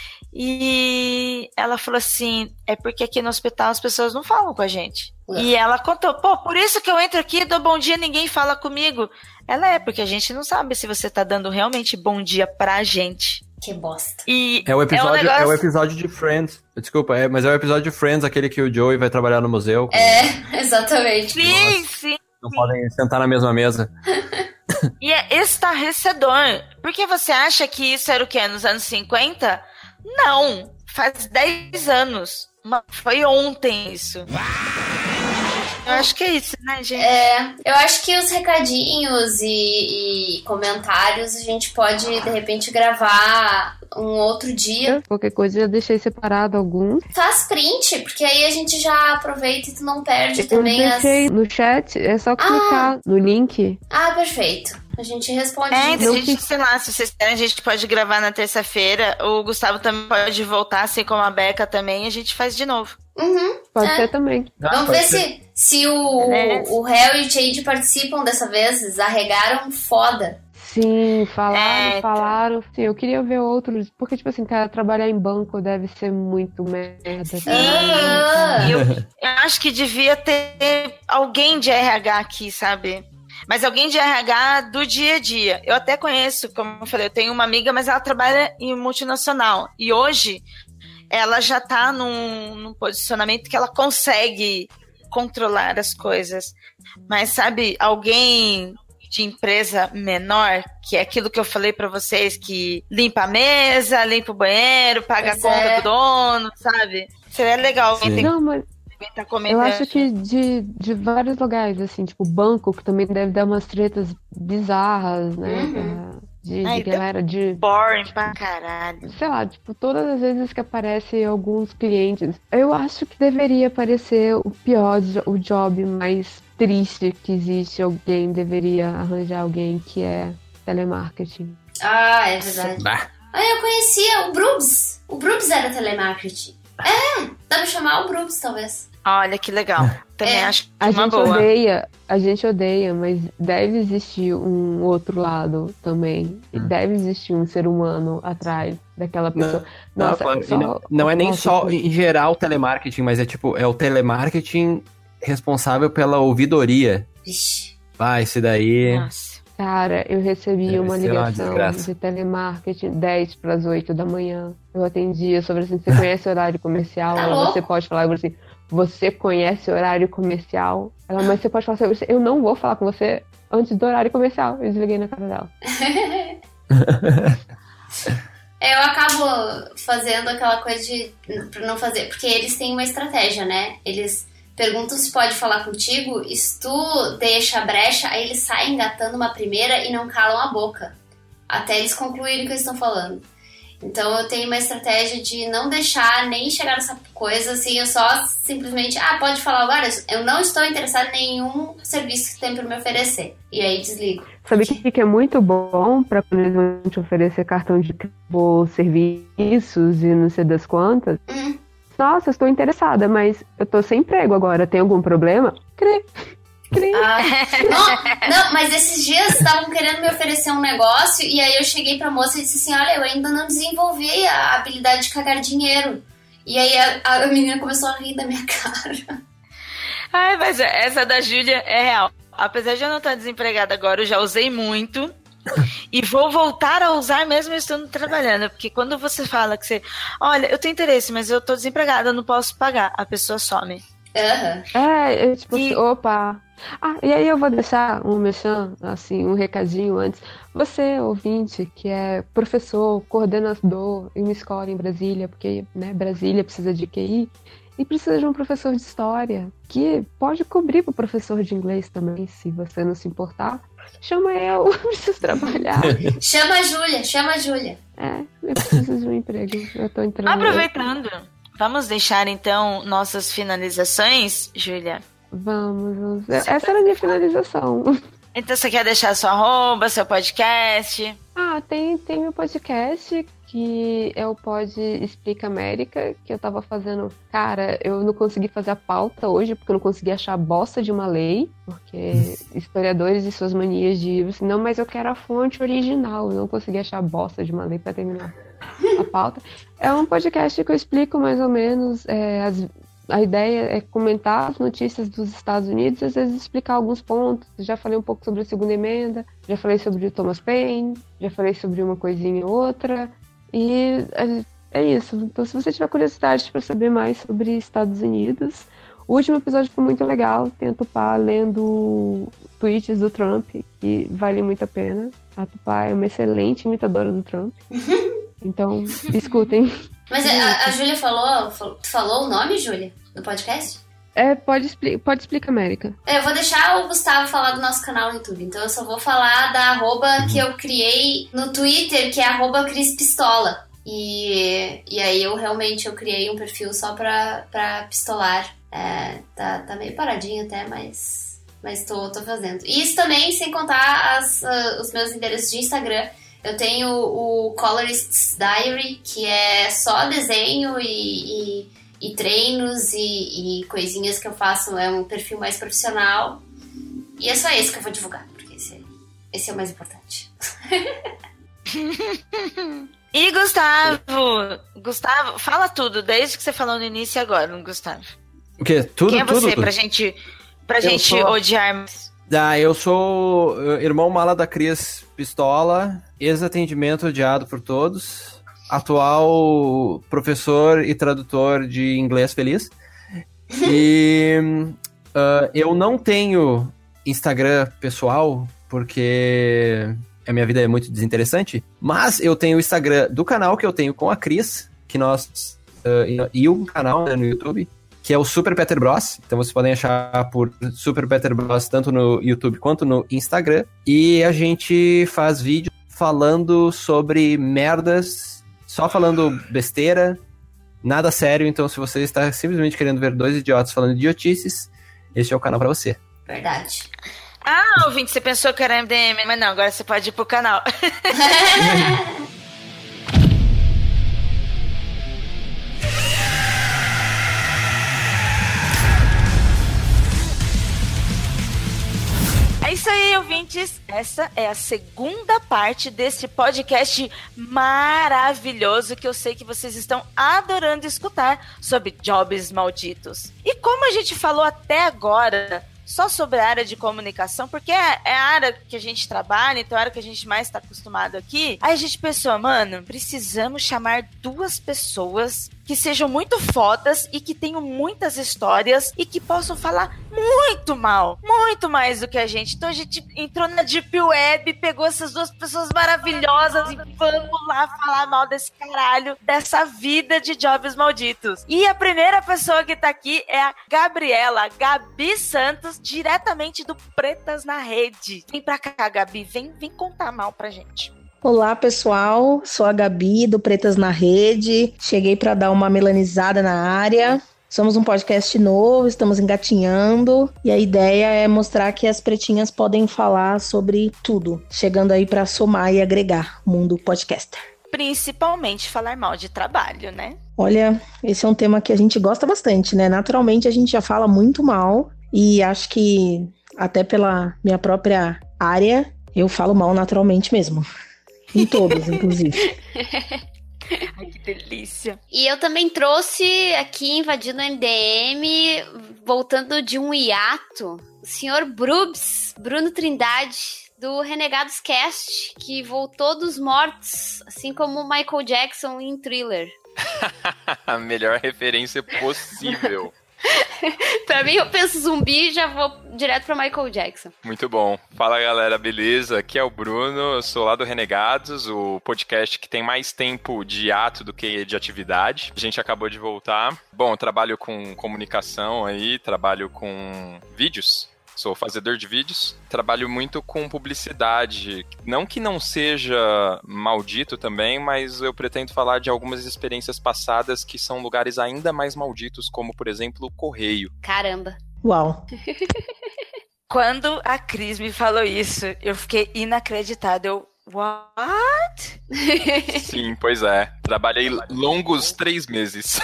E ela falou assim, é porque aqui no hospital as pessoas não falam com a gente. Ué. E ela contou, pô, por isso que eu entro aqui e dou bom dia, ninguém fala comigo. Ela é, porque a gente não sabe se você tá dando realmente bom dia pra gente. Que bosta. E é o episódio, é um negócio... é o episódio de Friends. Desculpa, é, mas é o episódio de Friends, aquele que o Joey vai trabalhar no museu. É, exatamente. Sim, sim. Não podem sentar na mesma mesa. E é estarrecedor. Porque você acha que isso era o quê? Nos anos cinquenta? Não. Faz dez anos. Foi ontem isso. Eu acho que é isso, né, gente? É, eu acho que os recadinhos e, e comentários a gente pode, de repente, gravar um outro dia. Qualquer coisa eu já deixei separado alguns. Faz print, porque aí a gente já aproveita e tu não perde Eu também deixei as... no chat, é só clicar Ah. no link. Ah, perfeito. A gente responde. É, isso. então a gente, sei lá, se vocês querem, a gente pode gravar na terça-feira. O Gustavo também pode voltar, assim como a Beca também, e a gente faz de novo. Uhum. Pode É. ser também. Ah, Vamos pode ver ser. se, se o, Beleza. o Hel e o Jade participam dessa vez. Eles arregaram foda. Sim, falaram, É, falaram. Sim, eu queria ver outros. Porque, tipo assim, cara, trabalhar em banco deve ser muito merda. Sim. Ah. E Eu, eu acho que devia ter alguém de R H aqui, sabe? Mas alguém de R H do dia a dia. Eu até conheço, como eu falei, eu tenho uma amiga, mas ela trabalha em multinacional. E hoje ela já tá num, num posicionamento que ela consegue controlar as coisas. Mas, sabe, alguém de empresa menor, que é aquilo que eu falei pra vocês, que limpa a mesa, limpa o banheiro, paga Pois a conta é. do dono, sabe? Seria legal alguém Sim. ter Não, mas que tá comentando. eu acho que de, de vários lugares, assim, tipo, banco, que também deve dar umas tretas bizarras, né? Uhum. De, de Ai, galera de. boring pra caralho. Sei lá, tipo, todas as vezes que aparecem alguns clientes, eu acho que deveria aparecer o pior, jo- o job mais triste que existe. Alguém deveria arranjar alguém que é telemarketing. Ah, é verdade. Bah. Ah, eu conhecia o Brubs. O Brubs era telemarketing. É, dá pra chamar o Brubs, talvez. Olha que legal. Também É. acho A uma gente boa. odeia, a gente odeia, mas deve existir um outro lado também. E deve existir um ser humano atrás daquela pessoa. Não, Nossa, claro, e só- não, não é nem nossa, só foi- em geral o telemarketing, mas é tipo, é o telemarketing responsável pela ouvidoria. Vixe. Vai, esse daí. Nossa. Cara, eu recebi Deve uma ser uma ligação desgraça. de telemarketing dez para as oito da manhã. Eu atendia sobre assim, você conhece horário comercial? Tá Ela, louco? você pode falar, eu falei assim, você conhece horário comercial? Ela, mas você pode falar sobre isso. Eu não vou falar com você antes do horário comercial. Eu desliguei na cara dela. É, eu acabo fazendo aquela coisa de pra não fazer, porque eles têm uma estratégia, né? Eles perguntam se pode falar contigo, e se tu deixa a brecha, aí eles saem engatando uma primeira e não calam a boca, até eles concluírem o que eles estão falando. Então eu tenho uma estratégia de não deixar nem chegar nessa coisa, assim, eu só simplesmente, ah, pode falar agora? Eu não estou interessado em nenhum serviço que tem pra me oferecer. E aí desligo. Sabe o que, que é muito bom para quando eles vão te oferecer cartão de ou serviços e não sei das quantas? Hum. Nossa, eu estou interessada, mas eu tô sem emprego agora. Tem algum problema? Crê. Crê. Ah, não, não, mas esses dias estavam querendo me oferecer um negócio e aí eu cheguei pra moça e disse assim, olha, eu ainda não desenvolvi a habilidade de cagar dinheiro. E aí a, a menina começou a rir da minha cara. Ai, mas essa da Júlia é real. Apesar de eu não estar desempregada agora, eu já usei muito. E vou voltar a usar mesmo estando trabalhando. Porque quando você fala que você... Olha, eu tenho interesse, mas eu tô desempregada, eu não posso pagar. A pessoa some. Aham. É, eu tipo E- assim, opa. Ah, e aí eu vou deixar um mexão, assim, um recadinho antes. Você, ouvinte, que é professor, coordenador em uma escola em Brasília, porque, né, Brasília precisa de Q I, e precisa de um professor de história, que pode cobrir pro professor de inglês também, se você não se importar. Chama eu, eu preciso trabalhar. Chama a Júlia, chama a Júlia. É, eu preciso de um emprego. Eu tô entrando. Aproveitando, vamos deixar então nossas finalizações, Júlia? Vamos, vamos. Essa era a minha finalização. Então você quer deixar seu arroba, seu podcast? Ah, tem, tem meu podcast, que é o Pod Explica América, que eu tava fazendo. Cara, eu não consegui fazer a pauta hoje, porque eu não consegui achar a bosta de uma lei, porque historiadores e suas manias de assim, não, mas eu quero a fonte original, eu não consegui achar a bosta de uma lei pra terminar a pauta. É um podcast que eu explico mais ou menos é, as. A ideia é comentar as notícias dos Estados Unidos e às vezes explicar alguns pontos. Já falei um pouco sobre a segunda emenda, já falei sobre o Thomas Paine, já falei sobre uma coisinha ou outra. E é, é isso. Então, se você tiver curiosidade para saber mais sobre Estados Unidos, O último episódio foi muito legal. Tem a Tupá lendo tweets do Trump, que vale muito a pena. A Tupá é uma excelente imitadora do Trump. Então, escutem. Mas a, a Júlia falou, tu falou o nome, Júlia, no podcast? É, pode, expli- pode explicar, América. Eu vou deixar o Gustavo falar do nosso canal no YouTube, então eu só vou falar da arroba que eu criei no Twitter, que é arroba Cris Pistola. E, e aí eu realmente eu criei um perfil só pra, pra pistolar. É, tá, tá meio paradinho até, mas, mas tô, tô fazendo. Isso também sem contar as, uh, os meus endereços de Instagram. Eu tenho o Colorist's Diary, que é só desenho e... e E treinos e, e coisinhas que eu faço, é um perfil mais profissional. E é só esse que eu vou divulgar, porque esse, esse é o mais importante. E Gustavo? Gustavo, fala tudo, desde que você falou no início agora, Gustavo. O quê? Tudo, Quem é você tudo? pra gente, pra Eu gente sou- odiar mais? Ah, eu sou uh, irmão mala da Cris Pistola, ex-atendimento odiado por todos, atual professor e tradutor de inglês feliz. E uh, eu não tenho Instagram pessoal, porque a minha vida é muito desinteressante, mas eu tenho o Instagram do canal que eu tenho com a Cris, que nós... Uh, e um canal, né, no YouTube, que é o Super Peter Bros. Então vocês podem achar por Super Peter Bros. Tanto no YouTube quanto no Instagram. E a gente faz vídeo falando sobre merdas, só falando besteira, nada sério. Então se você está simplesmente querendo ver dois idiotas falando idiotices, este é o canal pra você. Verdade. Ah, ouvinte, você pensou que era M D M, mas não, agora você pode ir pro canal. É isso aí, ouvintes. Essa é a segunda parte desse podcast maravilhoso que eu sei que vocês estão adorando escutar sobre jobs malditos. E como a gente falou até agora só sobre a área de comunicação, porque é, é a área que a gente trabalha, então é a área que a gente mais está acostumado aqui, aí a gente pensou, mano, precisamos chamar duas pessoas que sejam muito fodas e que tenham muitas histórias e que possam falar muito mal, muito mais do que a gente. Então a gente entrou na Deep Web, pegou essas duas pessoas maravilhosas e vamos lá falar mal desse caralho, dessa vida de jobs malditos. E a primeira pessoa que tá aqui é a Gabriela, Gabi Santos, diretamente do Pretas na Rede. Vem pra cá, Gabi, vem, vem contar mal pra gente. Olá, pessoal, sou a Gabi do Pretas na Rede, cheguei para dar uma melanizada na área. Somos um podcast novo, estamos engatinhando e a ideia é mostrar que as pretinhas podem falar sobre tudo, chegando aí para somar e agregar o mundo podcaster. Principalmente falar mal de trabalho, né? Olha, esse é um tema que a gente gosta bastante, né? Naturalmente a gente já fala muito mal e acho que até pela minha própria área eu falo mal naturalmente mesmo. Em todos, inclusive. Ai, que delícia. E eu também trouxe aqui, invadindo o M D M, voltando de um hiato, o senhor Brubs, Bruno Trindade, do Renegados Cast, que voltou dos mortos, assim como o Michael Jackson em Thriller. A melhor referência possível. Pra mim, eu penso zumbi e já vou direto pra Michael Jackson. Muito bom. Fala, galera, beleza? Aqui é o Bruno, eu sou lá do Renegados, o podcast que tem mais tempo de ato do que de atividade. A gente acabou de voltar. Bom, eu trabalho com comunicação aí, trabalho com vídeos. Sou fazedor de vídeos, trabalho muito com publicidade, não que não seja maldito também, mas eu pretendo falar de algumas experiências passadas que são lugares ainda mais malditos, como, por exemplo, o Correio. Caramba. Uau. Quando a Cris me falou isso, eu fiquei inacreditada. Eu, what? Sim, pois é. Trabalhei longos três meses.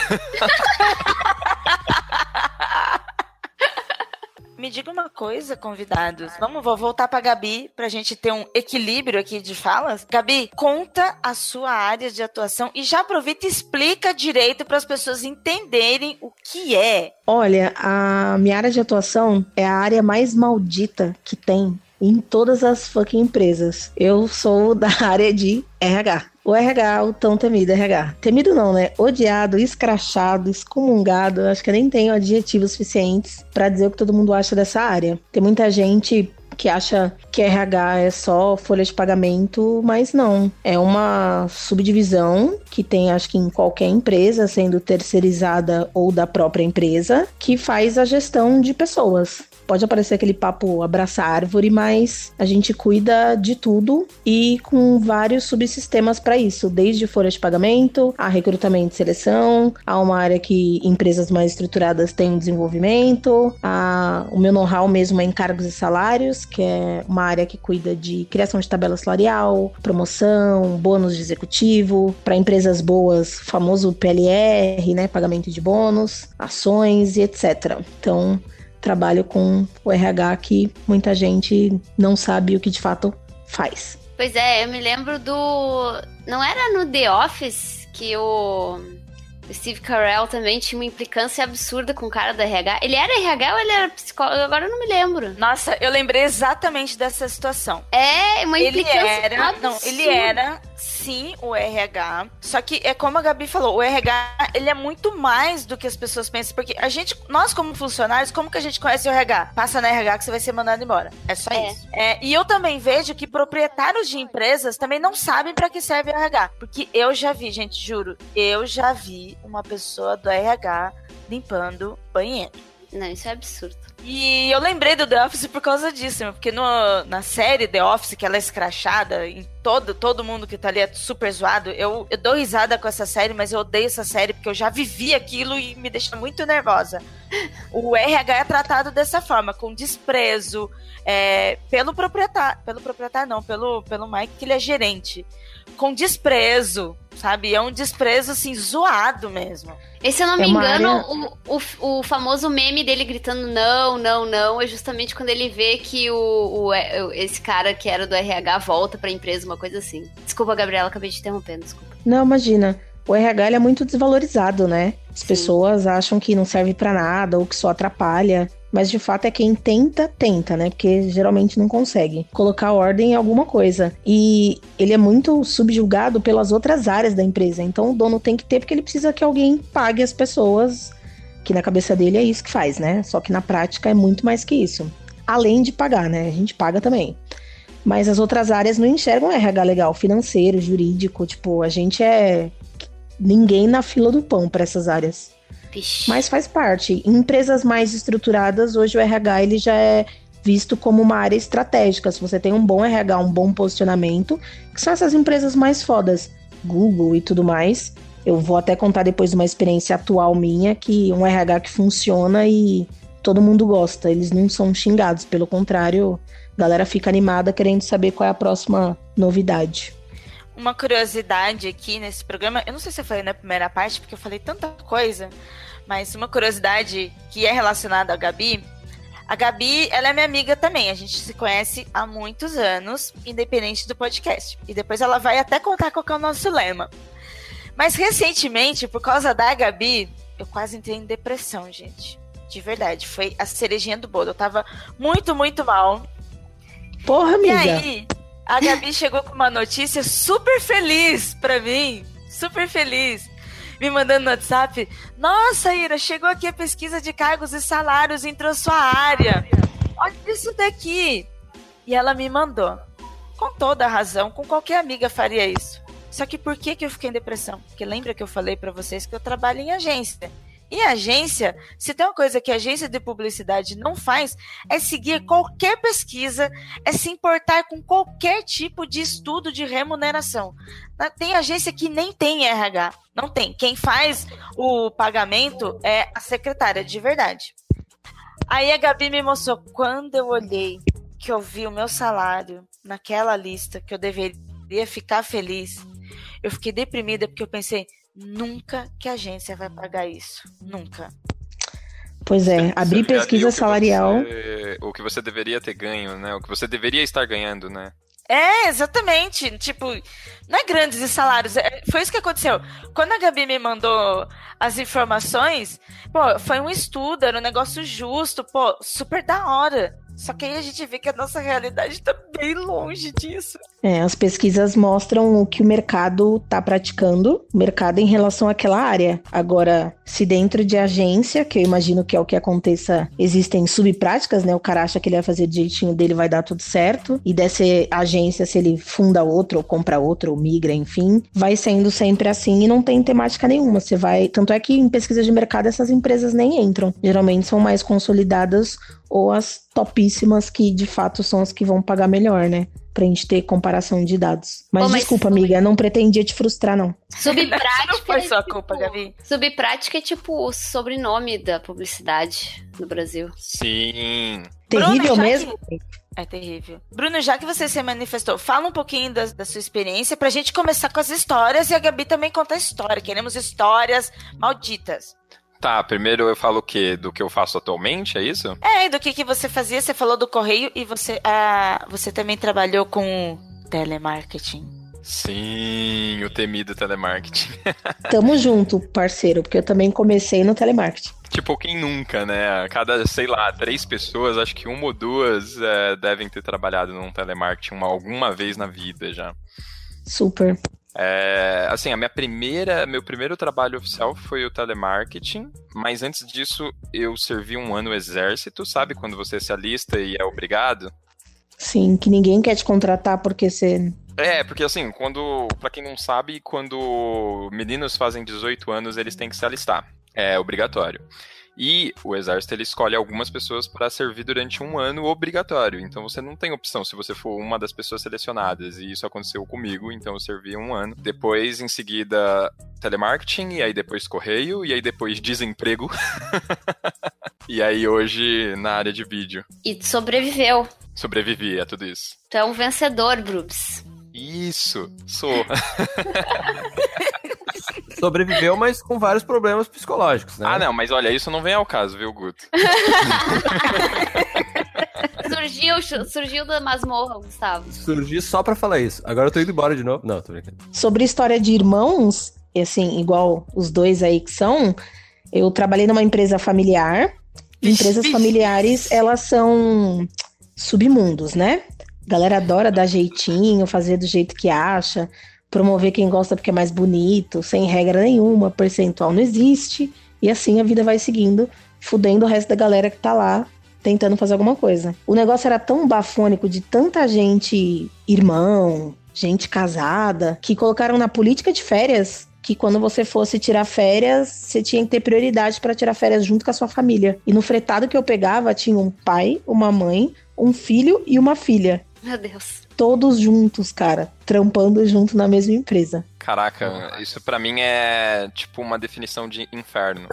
Me diga uma coisa, convidados. Vamos, vou voltar pra Gabi pra gente ter um equilíbrio aqui de falas. Gabi, conta a sua área de atuação e já aproveita e explica direito para as pessoas entenderem o que é. Olha, a minha área de atuação é a área mais maldita que tem em todas as fucking empresas. Eu sou da área de R H. O R H, o tão temido R H. Temido não, né? Odiado, escrachado, excomungado. Eu acho que eu nem tenho adjetivos suficientes pra dizer o que todo mundo acha dessa área. Tem muita gente que acha que R H é só folha de pagamento, mas não. É uma subdivisão que tem, acho que em qualquer empresa, sendo terceirizada ou da própria empresa, que faz a gestão de pessoas. Pode aparecer aquele papo abraçar árvore, mas a gente cuida de tudo e com vários subsistemas para isso, desde folha de pagamento, a recrutamento e seleção, a uma área que empresas mais estruturadas têm um desenvolvimento, a, o meu know-how mesmo é encargos e salários, que é uma área que cuida de criação de tabela salarial, promoção, bônus de executivo, para empresas boas, famoso P L R, né, pagamento de bônus, ações e etcétera. Então, trabalho com o R H que muita gente não sabe o que de fato faz. Pois é, eu me lembro do... Não era no The Office que o... O Steve Carell também tinha uma implicância absurda com o cara do R H. Ele era R H ou ele era psicólogo? Agora eu não me lembro. Nossa, eu lembrei exatamente dessa situação. É, uma implicância ele era, absurda. Não, ele era, sim, o R H. Só que é como a Gabi falou, o R H, ele é muito mais do que as pessoas pensam. Porque a gente, nós como funcionários, como que a gente conhece o R H? Passa no R H que você vai ser mandado embora. É só É. isso. É, e eu também vejo que proprietários de empresas também não sabem pra que serve o R H. Porque eu já vi, gente, juro, eu já vi uma pessoa do R H limpando banheiro. Não, isso é absurdo. E eu lembrei do The Office por causa disso, porque no, na série The Office, que ela é escrachada, em todo, todo mundo que tá ali é super zoado, eu, eu dou risada com essa série, mas eu odeio essa série porque eu já vivi aquilo e me deixa muito nervosa. O R H é tratado dessa forma, com desprezo, é, pelo proprietário, pelo proprietário não, pelo, pelo Mike, que ele é gerente, com desprezo, sabe? É um desprezo, assim, zoado mesmo. E se eu não me É uma engano, área- o, o, o famoso meme dele gritando não, não, não, é justamente quando ele vê que o, o, esse cara que era do R H volta pra empresa, uma coisa assim. Desculpa, Gabriela, acabei te interrompendo, desculpa. Não, imagina. O R H ele é muito desvalorizado, né? As Sim. pessoas acham que não serve pra nada ou que só atrapalha. Mas de fato é quem tenta, tenta, né? Porque geralmente não consegue colocar ordem em alguma coisa. E ele é muito subjugado pelas outras áreas da empresa. Então o dono tem que ter, porque ele precisa que alguém pague as pessoas, que na cabeça dele é isso que faz, né? Só que na prática é muito mais que isso. Além de pagar, né? A gente paga também. Mas as outras áreas não enxergam R H legal, financeiro, jurídico. Tipo, a gente é ninguém na fila do pão para essas áreas. Vixe. Mas faz parte. Em empresas mais estruturadas, hoje o R H ele já é visto como uma área estratégica. Se você tem um bom R H, um bom posicionamento, que são essas empresas mais fodas, Google e tudo mais. Eu vou até contar depois uma experiência atual minha, que um R H que funciona e todo mundo gosta. Eles não são xingados, pelo contrário, a galera fica animada querendo saber qual é a próxima novidade. Uma curiosidade aqui nesse programa, eu não sei se eu falei na primeira parte, porque eu falei tanta coisa, mas uma curiosidade que é relacionada à Gabi. A Gabi, ela é minha amiga também, a gente se conhece há muitos anos, independente do podcast. E depois ela vai até contar qual que é o nosso lema. Mas recentemente, por causa da Gabi, eu quase entrei em depressão, gente. De verdade, foi a cerejinha do bolo. Eu tava muito, muito mal. Porra, E amiga! aí, a Gabi chegou com uma notícia super feliz pra mim, super feliz, me mandando no WhatsApp: nossa, Ira, chegou aqui a pesquisa de cargos e salários, entrou sua área, olha isso daqui. E ela me mandou, com toda a razão, com qualquer amiga faria isso. Só que por que que eu fiquei em depressão? Porque lembra que eu falei pra vocês que eu trabalho em agência. E a agência, se tem uma coisa que a agência de publicidade não faz, é seguir qualquer pesquisa, é se importar com qualquer tipo de estudo de remuneração. Tem agência que nem tem R H, não tem. Quem faz o pagamento é a secretária, de verdade. Aí a Gabi me mostrou, quando eu olhei, que eu vi o meu salário naquela lista, que eu deveria ficar feliz, eu fiquei deprimida, porque eu pensei, nunca que a agência vai pagar isso. Nunca. Pois é, abrir Você vê ali pesquisa o que salarial. você- o que você deveria ter ganho, né? O que você deveria estar ganhando, né? É, exatamente. Tipo, não é grandes e salários. É, foi isso que aconteceu. Quando a Gabi me mandou as informações, pô, foi um estudo, era um negócio justo, pô, super da hora. Só que aí a gente vê que a nossa realidade tá bem longe disso. É, as pesquisas mostram o que o mercado está praticando, o mercado em relação àquela área. Agora, se dentro de agência, que eu imagino que é o que aconteça, existem subpráticas, né? O cara acha que ele vai fazer do jeitinho dele, vai dar tudo certo. E dessa agência, se ele funda outra, ou compra outra, ou migra, enfim, vai sendo sempre assim e não tem temática nenhuma. Você vai... Tanto é que em pesquisa de mercado essas empresas nem entram. Geralmente são mais consolidadas ou as topíssimas que, de fato, são as que vão pagar melhor, né? Pra gente ter comparação de dados. Mas, Pô, mas desculpa, foi... amiga, não pretendia te frustrar, não. Subprática não foi sua é tipo, culpa, Gabi. Subprática é tipo o sobrenome da publicidade no Brasil. Sim. Terrível Bruno, mesmo? Que... É terrível. Bruno, já que você se manifestou, fala um pouquinho da, da sua experiência pra gente começar com as histórias e a Gabi também conta a história. Queremos histórias malditas. Tá, primeiro eu falo o quê? Do que eu faço atualmente, é isso? É, do que, que você fazia. Você falou do correio e você, ah, você também trabalhou com telemarketing. Sim, o temido telemarketing. Tamo junto, parceiro, porque eu também comecei no telemarketing. Tipo, quem nunca, né? A cada, sei lá, três pessoas, acho que uma ou duas é, devem ter trabalhado num telemarketing uma, alguma vez na vida já. Super. É, assim, a minha primeira, meu primeiro trabalho oficial foi o telemarketing, mas antes disso eu servi um ano no exército, sabe? Quando você se alista e é obrigado. Sim, que ninguém quer te contratar porque você... É, porque assim, quando, pra quem não sabe, quando meninos fazem dezoito anos, eles têm que se alistar. É obrigatório. E o exército, ele escolhe algumas pessoas para servir durante um ano obrigatório. Então você não tem opção se você for uma das pessoas selecionadas. E isso aconteceu comigo, então eu servi um ano. Depois, em seguida, telemarketing, e aí depois correio, e aí depois desemprego. E aí hoje na área de vídeo. E sobreviveu. Sobrevivi a tudo isso. Tu é um vencedor, Brubs. Isso, sou. Sobreviveu, mas com vários problemas psicológicos, né? Ah, não, mas olha, isso não vem ao caso, viu, Guto? surgiu, surgiu da masmorra, Gustavo. Surgi só pra falar isso. Agora eu tô indo embora de novo. Não, tô brincando. Sobre história de irmãos, assim, igual os dois aí que são, eu trabalhei numa empresa familiar. Empresas familiares, elas são submundos, né? A galera adora dar jeitinho, fazer do jeito que acha, promover quem gosta porque é mais bonito, sem regra nenhuma, percentual não existe, e assim a vida vai seguindo, fudendo o resto da galera que tá lá tentando fazer alguma coisa. O negócio era tão bafônico de tanta gente, irmão, gente casada, que colocaram na política de férias que quando você fosse tirar férias, você tinha que ter prioridade para tirar férias junto com a sua família. E no fretado que eu pegava, tinha um pai, uma mãe, um filho e uma filha. Meu Deus. Todos juntos, cara, trampando junto na mesma empresa. Caraca, isso pra mim é tipo uma definição de inferno.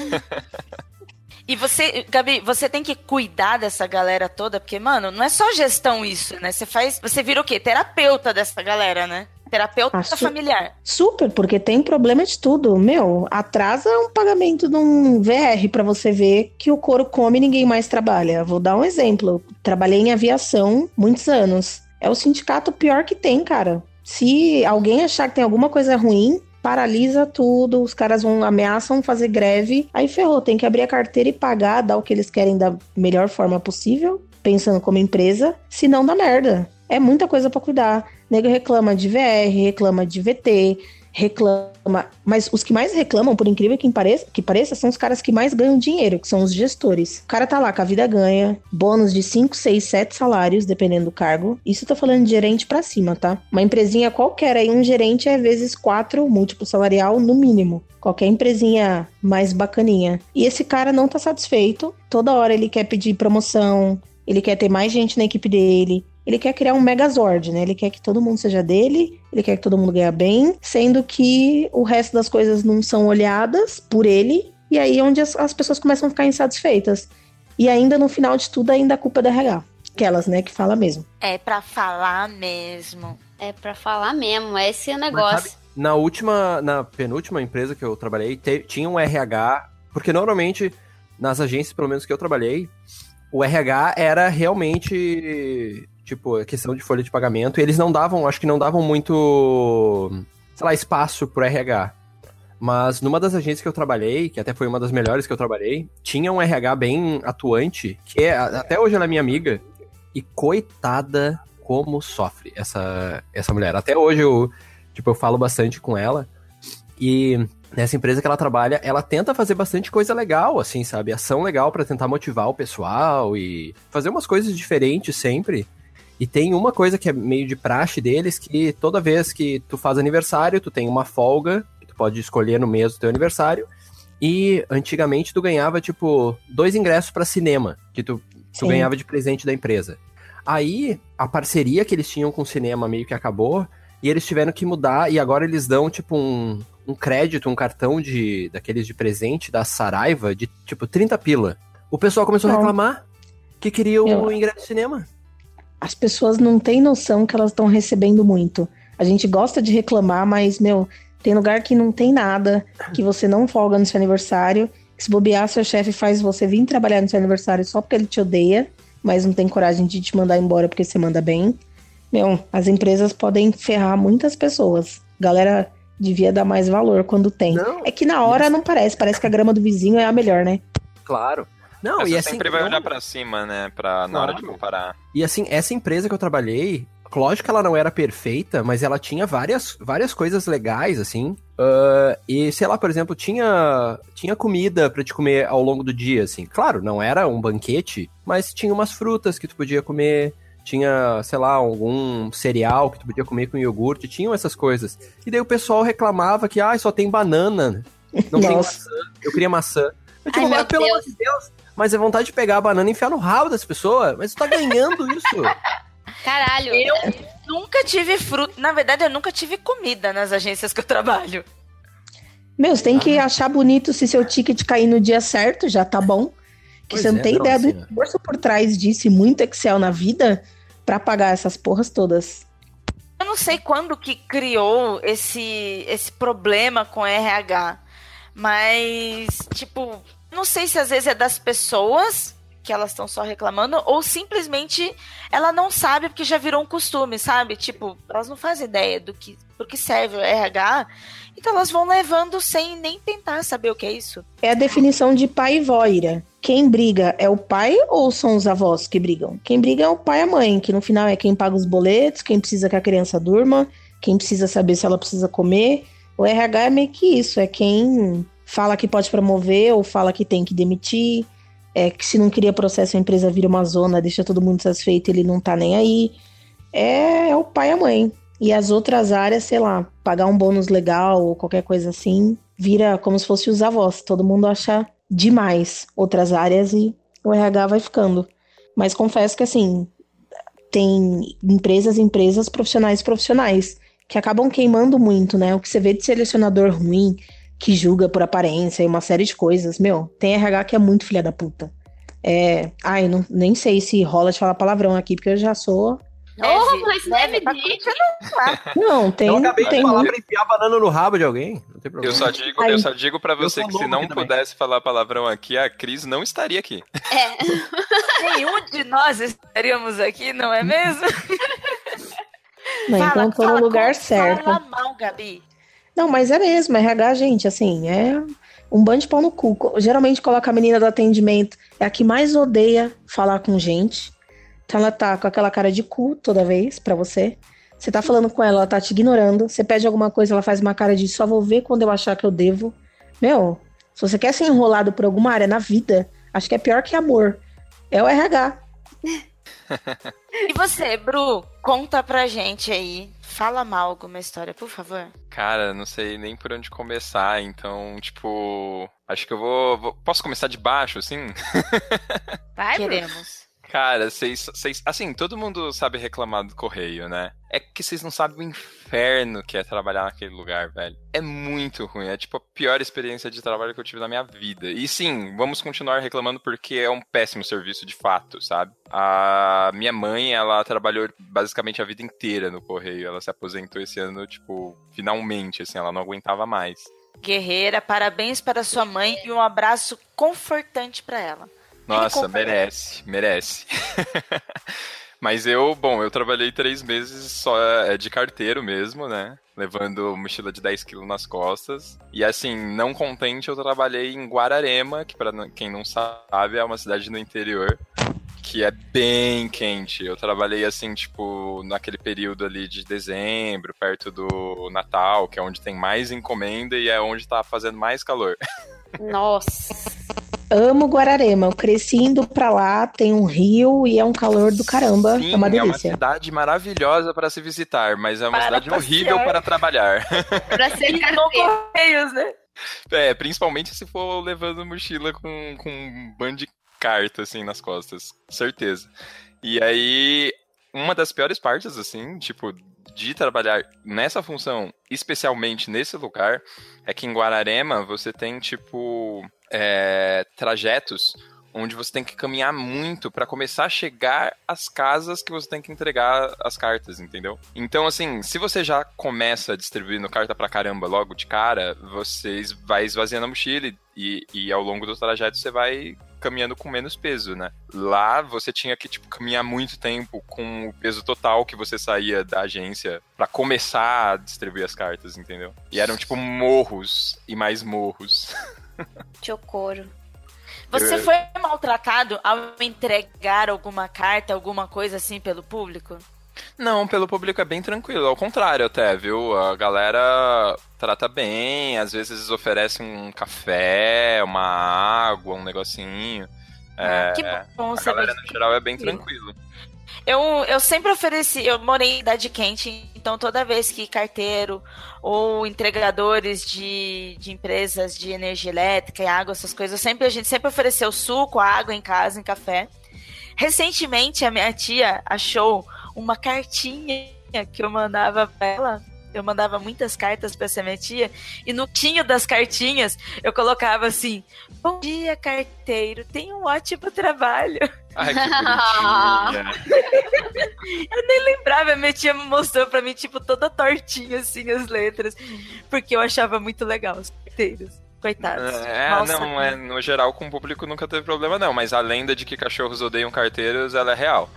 E você, Gabi, você tem que cuidar dessa galera toda, porque, mano, não é só gestão isso, né? Você faz, você vira o quê? Terapeuta dessa galera, né? Terapeuta ah, su- familiar. Super, porque tem problema de tudo. Meu, atrasa um pagamento de um V R pra você ver que o couro come e ninguém mais trabalha. Vou dar um exemplo. Trabalhei em aviação muitos anos. É o sindicato pior que tem, cara. Se alguém achar que tem alguma coisa ruim, paralisa tudo, os caras vão, ameaçam fazer greve, aí ferrou, tem que abrir a carteira e pagar, dar o que eles querem da melhor forma possível, pensando como empresa, senão dá merda. É muita coisa pra cuidar. Nego reclama de V R, reclama de V T, reclama... Mas os que mais reclamam, por incrível que pareça, que pareça, são os caras que mais ganham dinheiro, que são os gestores. O cara tá lá com a vida ganha, bônus de cinco, seis, sete salários, dependendo do cargo. Isso eu tô falando de gerente pra cima, tá? Uma empresinha qualquer aí, um gerente é vezes quatro, múltiplo salarial, no mínimo. Qualquer empresinha mais bacaninha. E esse cara não tá satisfeito. Toda hora ele quer pedir promoção, ele quer ter mais gente na equipe dele. Ele quer criar um megazord, né? Ele quer que todo mundo seja dele, ele quer que todo mundo ganhe bem, sendo que o resto das coisas não são olhadas por ele, e aí é onde as, as pessoas começam a ficar insatisfeitas. E ainda no final de tudo, ainda a culpa é da R H. Aquelas, né, que fala mesmo. É pra falar mesmo. É pra falar mesmo, esse é o negócio. Mas, sabe, na última, na penúltima empresa que eu trabalhei, te, tinha um R H, porque normalmente, nas agências, pelo menos que eu trabalhei, o R H era realmente... tipo, a questão de folha de pagamento, e eles não davam, acho que não davam muito, sei lá, espaço pro R H. Mas numa das agências que eu trabalhei, que até foi uma das melhores que eu trabalhei, tinha um R H bem atuante, que é, até hoje ela é minha amiga, e coitada como sofre essa, essa mulher. Até hoje eu, tipo, eu falo bastante com ela, e nessa empresa que ela trabalha, ela tenta fazer bastante coisa legal, assim, sabe? Ação legal pra tentar motivar o pessoal e fazer umas coisas diferentes sempre. E tem uma coisa que é meio de praxe deles, que toda vez que tu faz aniversário, tu tem uma folga, que tu pode escolher no mês do teu aniversário, e antigamente tu ganhava, tipo, dois ingressos pra cinema, que tu, tu ganhava de presente da empresa. Aí, a parceria que eles tinham com o cinema meio que acabou, e eles tiveram que mudar, e agora eles dão, tipo, um, um crédito, um cartão de daqueles de presente da Saraiva, de, tipo, trinta pila. O pessoal começou Não. a reclamar que queria o Eu... ingresso de cinema. As pessoas não têm noção que elas estão recebendo muito. A gente gosta de reclamar, mas, meu, tem lugar que não tem nada, que você não folga no seu aniversário, que se bobear, seu chefe faz você vir trabalhar no seu aniversário só porque ele te odeia, mas não tem coragem de te mandar embora porque você manda bem. Meu, as empresas podem ferrar muitas pessoas. Galera devia dar mais valor quando tem. Não, é que na hora isso. não parece, parece que a grama do vizinho é a melhor, né? Claro. Não, Mas e você assim, sempre vai não... olhar pra cima, né? Pra, na claro. hora de comparar. E assim, essa empresa que eu trabalhei, lógico que ela não era perfeita, mas ela tinha várias, várias coisas legais, assim. Uh, e, sei lá, por exemplo, tinha, tinha comida pra te comer ao longo do dia, assim. Claro, não era um banquete, mas tinha umas frutas que tu podia comer. Tinha, sei lá, algum cereal que tu podia comer com iogurte. Tinham essas coisas. E daí o pessoal reclamava que, ah, só tem banana. Não tem maçã. Eu queria maçã. Eu tipo, mas, pelo amor de Deus... Mas é vontade de pegar a banana e enfiar no rabo das pessoas. Mas tu tá ganhando isso. Caralho. Eu nunca tive fruta. Na verdade, eu nunca tive comida nas agências que eu trabalho. Meu, você tem ah. que achar bonito se seu ticket cair no dia certo, já tá bom. Que pois você não é, tem não, ideia assim, do esforço por trás disso e muito Excel na vida pra pagar essas porras todas. Eu não sei quando que criou esse, esse problema com R H. Mas, tipo... Não sei se às vezes é das pessoas que elas estão só reclamando ou simplesmente ela não sabe porque já virou um costume, sabe? Tipo, elas não fazem ideia do que, do que serve o R H, então elas vão levando sem nem tentar saber o que é isso. É a definição de pai e vó, Ira. Quem briga é o pai ou são os avós que brigam? Quem briga é o pai e a mãe, que no final é quem paga os boletos, quem precisa que a criança durma, quem precisa saber se ela precisa comer. O R H é meio que isso, é quem... fala que pode promover ou fala que tem que demitir, é que se não cria processo a empresa vira uma zona, deixa todo mundo satisfeito, ele não tá nem aí. É, é o pai e a mãe. E as outras áreas, sei lá, pagar um bônus legal ou qualquer coisa assim, vira como se fosse os avós. Todo mundo acha demais outras áreas e o R H vai ficando. Mas confesso que assim, tem empresas, empresas, profissionais, profissionais, que acabam queimando muito, né? O que você vê de selecionador ruim, que julga por aparência e uma série de coisas. Meu, tem R H que é muito filha da puta. É... Ai, não, nem sei se rola de falar palavrão aqui, porque eu já sou... Oh, mas deve ter. Não, tem... Eu acabei tem de falar muito... pra enfiar banana no rabo de alguém. Não tem problema. Eu só digo, eu só digo pra você que se não pudesse falar palavrão aqui, a Cris não estaria aqui. É. Nenhum de nós estaríamos aqui, não é mesmo? Não, fala, então tô no lugar certo. Fala mal, Gabi. Não, mas é mesmo, R H, gente, assim, é um bando de pau no cu. Geralmente coloca a menina do atendimento, é a que mais odeia falar com gente. Então ela tá com aquela cara de cu toda vez pra você. Você tá falando com ela, ela tá te ignorando. Você pede alguma coisa, ela faz uma cara de só vou ver quando eu achar que eu devo. Meu, se você quer ser enrolado por alguma área na vida, acho que é pior que amor. É o R H. E você, Bru, conta pra gente aí. Fala mal alguma história, por favor. Cara, não sei nem por onde começar, então, tipo... Acho que eu vou... vou... Posso começar de baixo, assim? Vai, queremos. Cara, vocês... Assim, todo mundo sabe reclamar do correio, né? É que vocês não sabem o inferno que é trabalhar naquele lugar, velho. É muito ruim. É, tipo, a pior experiência de trabalho que eu tive na minha vida. E sim, vamos continuar reclamando porque é um péssimo serviço de fato, sabe? A minha mãe, ela trabalhou basicamente a vida inteira no correio. Ela se aposentou esse ano, tipo, finalmente, assim, ela não aguentava mais. Guerreira, parabéns para sua mãe e um abraço confortante para ela. Nossa, merece, merece. Mas eu, bom, eu trabalhei três meses só de carteiro mesmo, né? Levando mochila de dez quilos nas costas. E assim, não contente, eu trabalhei em Guararema, que pra quem não sabe é uma cidade no interior, que é bem quente. Eu trabalhei assim, tipo, naquele período ali de dezembro, perto do Natal, que é onde tem mais encomenda e é onde tá fazendo mais calor. Nossa. Amo Guararema, eu cresci indo pra lá, tem um rio e é um calor do caramba, Sim, é uma é uma delícia. cidade maravilhosa para se visitar, mas é uma Para cidade passear. horrível para trabalhar. Pra ser E carteiro. correios, né? É, principalmente se for levando mochila com, com um bando de carta, assim, nas costas, certeza. E aí, uma das piores partes, assim, tipo, de trabalhar nessa função, especialmente nesse lugar, é que em Guararema você tem, tipo, é, trajetos onde você tem que caminhar muito pra começar a chegar às casas que você tem que entregar as cartas, entendeu? Então, assim, se você já começa distribuindo carta pra caramba logo de cara, você vai esvaziando a mochila e, e ao longo do trajeto você vai caminhando com menos peso, né? Lá você tinha que, tipo, caminhar muito tempo com o peso total que você saía da agência pra começar a distribuir as cartas, entendeu? E eram, tipo, morros e mais morros. Chocoro. Você Eu- foi maltratado ao entregar alguma carta, alguma coisa assim pelo público? Não, pelo público é bem tranquilo, ao contrário até, viu? A galera trata bem, às vezes oferece um café, uma água, um negocinho. É, Ah, que bom a saber galera no disso. geral é bem tranquilo. Eu, eu sempre ofereci, eu morei em cidade quente, então toda vez que carteiro ou entregadores de, de empresas de energia elétrica e água, essas coisas, sempre, a gente sempre ofereceu suco, água em casa, em café. Recentemente, a minha tia achou uma cartinha que eu mandava pra ela. Eu mandava muitas cartas pra essa minha tia, e no tinho das cartinhas eu colocava assim: bom dia, carteiro, tenha um ótimo trabalho. Ai, que bonitinha. Eu nem lembrava, minha tia me mostrou pra mim, tipo, toda tortinha, assim, as letras. Porque eu achava muito legal os carteiros. Coitados. É, Mal não, sabia. é, no geral com o público nunca teve problema não, mas a lenda de que cachorros odeiam carteiros, ela é real.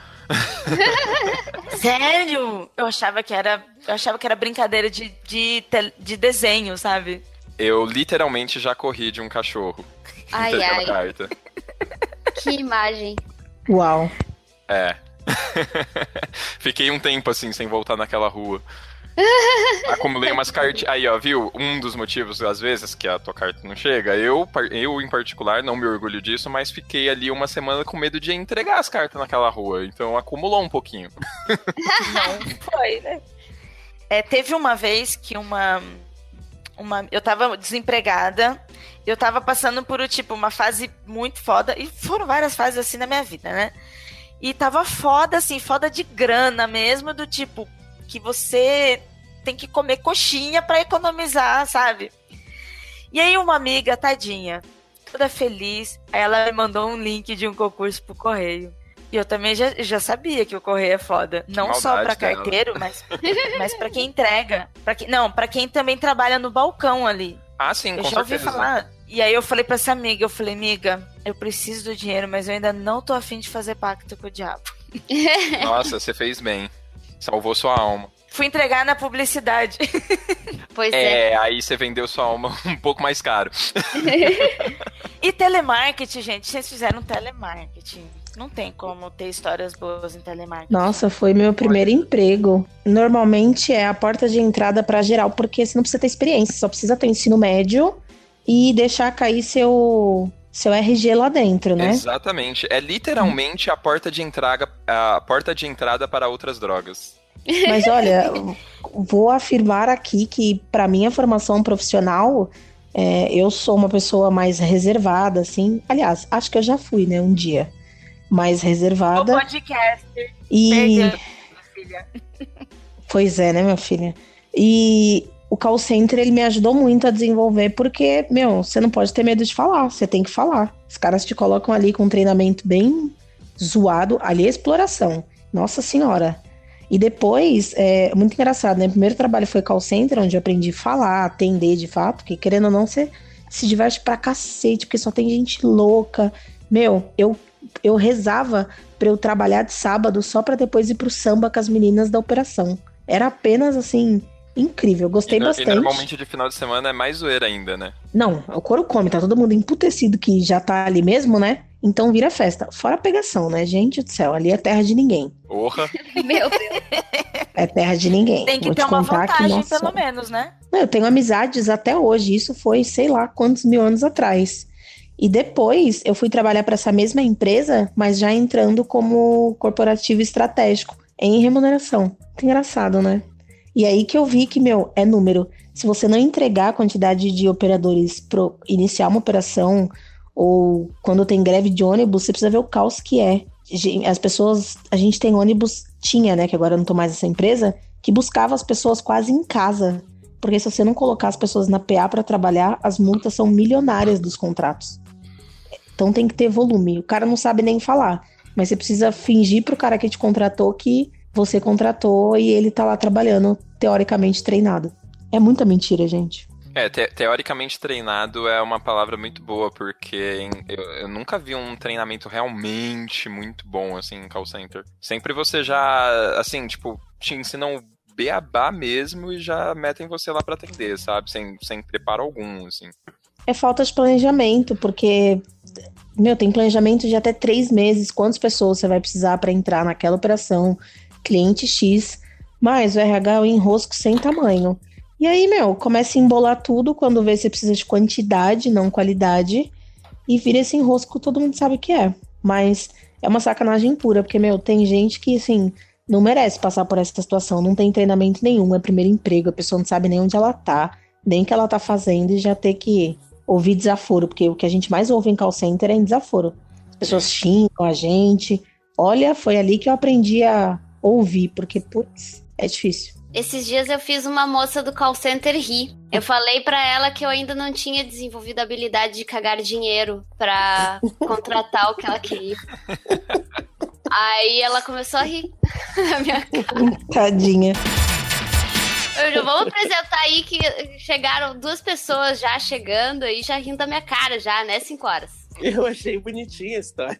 Sério? Eu achava que era, eu achava que era brincadeira de, de, tel- de desenho, sabe? Eu literalmente já corri de um cachorro. Ai, entregando ai. carta. Que imagem. Uau. É. Fiquei um tempo assim, sem voltar naquela rua. Acumulei umas cartas. Aí, ó, viu? Um dos motivos, às vezes, que a tua carta não chega. Eu, par- eu, em particular, não me orgulho disso, mas fiquei ali uma semana com medo de entregar as cartas naquela rua. Então acumulou um pouquinho. Não foi, né? É, teve uma vez que uma, uma. Eu tava desempregada, eu tava passando por, tipo, uma fase muito foda, e foram várias fases assim na minha vida, né? E tava foda, assim, foda de grana mesmo, do tipo, que você tem que comer coxinha pra economizar, sabe? E aí uma amiga, tadinha, toda feliz, aí ela me mandou um link de um concurso pro correio. E eu também já, já sabia que o correio é foda. Não maldade só pra dela. carteiro, mas, mas pra quem entrega. Pra quem, não, pra quem também trabalha no balcão ali. Ah, sim, Eu com já ouvi certeza. falar. E aí eu falei pra essa amiga, eu falei, amiga, eu preciso do dinheiro, mas eu ainda não tô afim de fazer pacto com o diabo. Nossa, você fez bem. Salvou sua alma. Fui entregar na publicidade. Pois é. É, aí você vendeu sua alma um pouco mais caro. E telemarketing, gente, vocês fizeram telemarketing. Não tem como ter histórias boas em telemarketing. Nossa, foi meu primeiro emprego. Normalmente é a porta de entrada pra geral, porque você não precisa ter experiência, só precisa ter ensino médio e deixar cair seu, seu R G lá dentro, né? Exatamente. É literalmente a porta de entrada, a porta de entrada para outras drogas. Mas olha, vou afirmar aqui que pra minha formação profissional, é, eu sou uma pessoa mais reservada, assim. Aliás, acho que eu já fui, né, um dia. Mais O reservada. podcaster E perdeu, minha filha. pois é, né, minha filha? E o call center, ele me ajudou muito a desenvolver, porque, meu, você não pode ter medo de falar, você tem que falar. Os caras te colocam ali com um treinamento bem zoado, ali é exploração. Nossa senhora. E depois, é muito engraçado, né? O primeiro trabalho foi call center, onde eu aprendi a falar, atender de fato, porque querendo ou não, você se diverte pra cacete, porque só tem gente louca. Meu, eu eu rezava pra eu trabalhar de sábado só pra depois ir pro samba com as meninas da operação. Era apenas, assim, incrível. Gostei e no, bastante. E normalmente de final de semana é mais zoeira ainda, né? Não, o couro come, tá todo mundo emputecido que já tá ali mesmo, né? Então vira festa. Fora a pegação, né? Gente do céu, ali é terra de ninguém. Porra. Meu Deus. É terra de ninguém. Tem que Vou ter te uma contar que, vantagem, nossa, pelo menos, né? Não, eu tenho amizades até hoje. Isso foi, sei lá, quantos mil anos atrás. E depois eu fui trabalhar para essa mesma empresa, mas já entrando como corporativo estratégico, em remuneração. Muito engraçado, né? E aí que eu vi que, meu, é número. Se você não entregar a quantidade de operadores para iniciar uma operação, ou quando tem greve de ônibus, você precisa ver o caos que é. As pessoas, a gente tem ônibus, tinha, né, que agora eu não tô mais nessa empresa, que buscava as pessoas quase em casa. Porque se você não colocar as pessoas na P A para trabalhar, as multas são milionárias dos contratos. Então tem que ter volume. O cara não sabe nem falar, mas você precisa fingir pro cara que te contratou que você contratou e ele tá lá trabalhando, teoricamente treinado. É muita mentira, gente. É, te- teoricamente treinado é uma palavra muito boa, porque em- eu, eu nunca vi um treinamento realmente muito bom, assim, em call center. Sempre você já, assim, tipo, te ensinam o beabá mesmo e já metem você lá pra atender, sabe? Sem, sem preparo algum, assim. É falta de planejamento, porque, meu, tem planejamento de até três meses, quantas pessoas você vai precisar para entrar naquela operação, cliente X, mas o R H é um enrosco sem tamanho. E aí, meu, começa a embolar tudo quando vê se você precisa de quantidade, não qualidade, e vira esse enrosco, todo mundo sabe o que é. Mas é uma sacanagem pura, porque, meu, tem gente que, assim, não merece passar por essa situação, não tem treinamento nenhum, é primeiro emprego, a pessoa não sabe nem onde ela tá, nem o que ela tá fazendo, e já ter que ouvir desaforo, porque o que a gente mais ouve em call center é em desaforo. As pessoas xingam a gente. Olha, foi ali que eu aprendi a ouvir, porque, putz, é difícil. Esses dias eu fiz uma moça do call center rir. Eu falei pra ela que eu ainda não tinha desenvolvido a habilidade de cagar dinheiro pra contratar o que ela queria. Aí ela começou a rir na minha cara. Tadinha. Eu já vamos apresentar aí que chegaram duas pessoas já chegando aí, já rindo da minha cara já, né? Cinco horas. Eu achei bonitinha a história.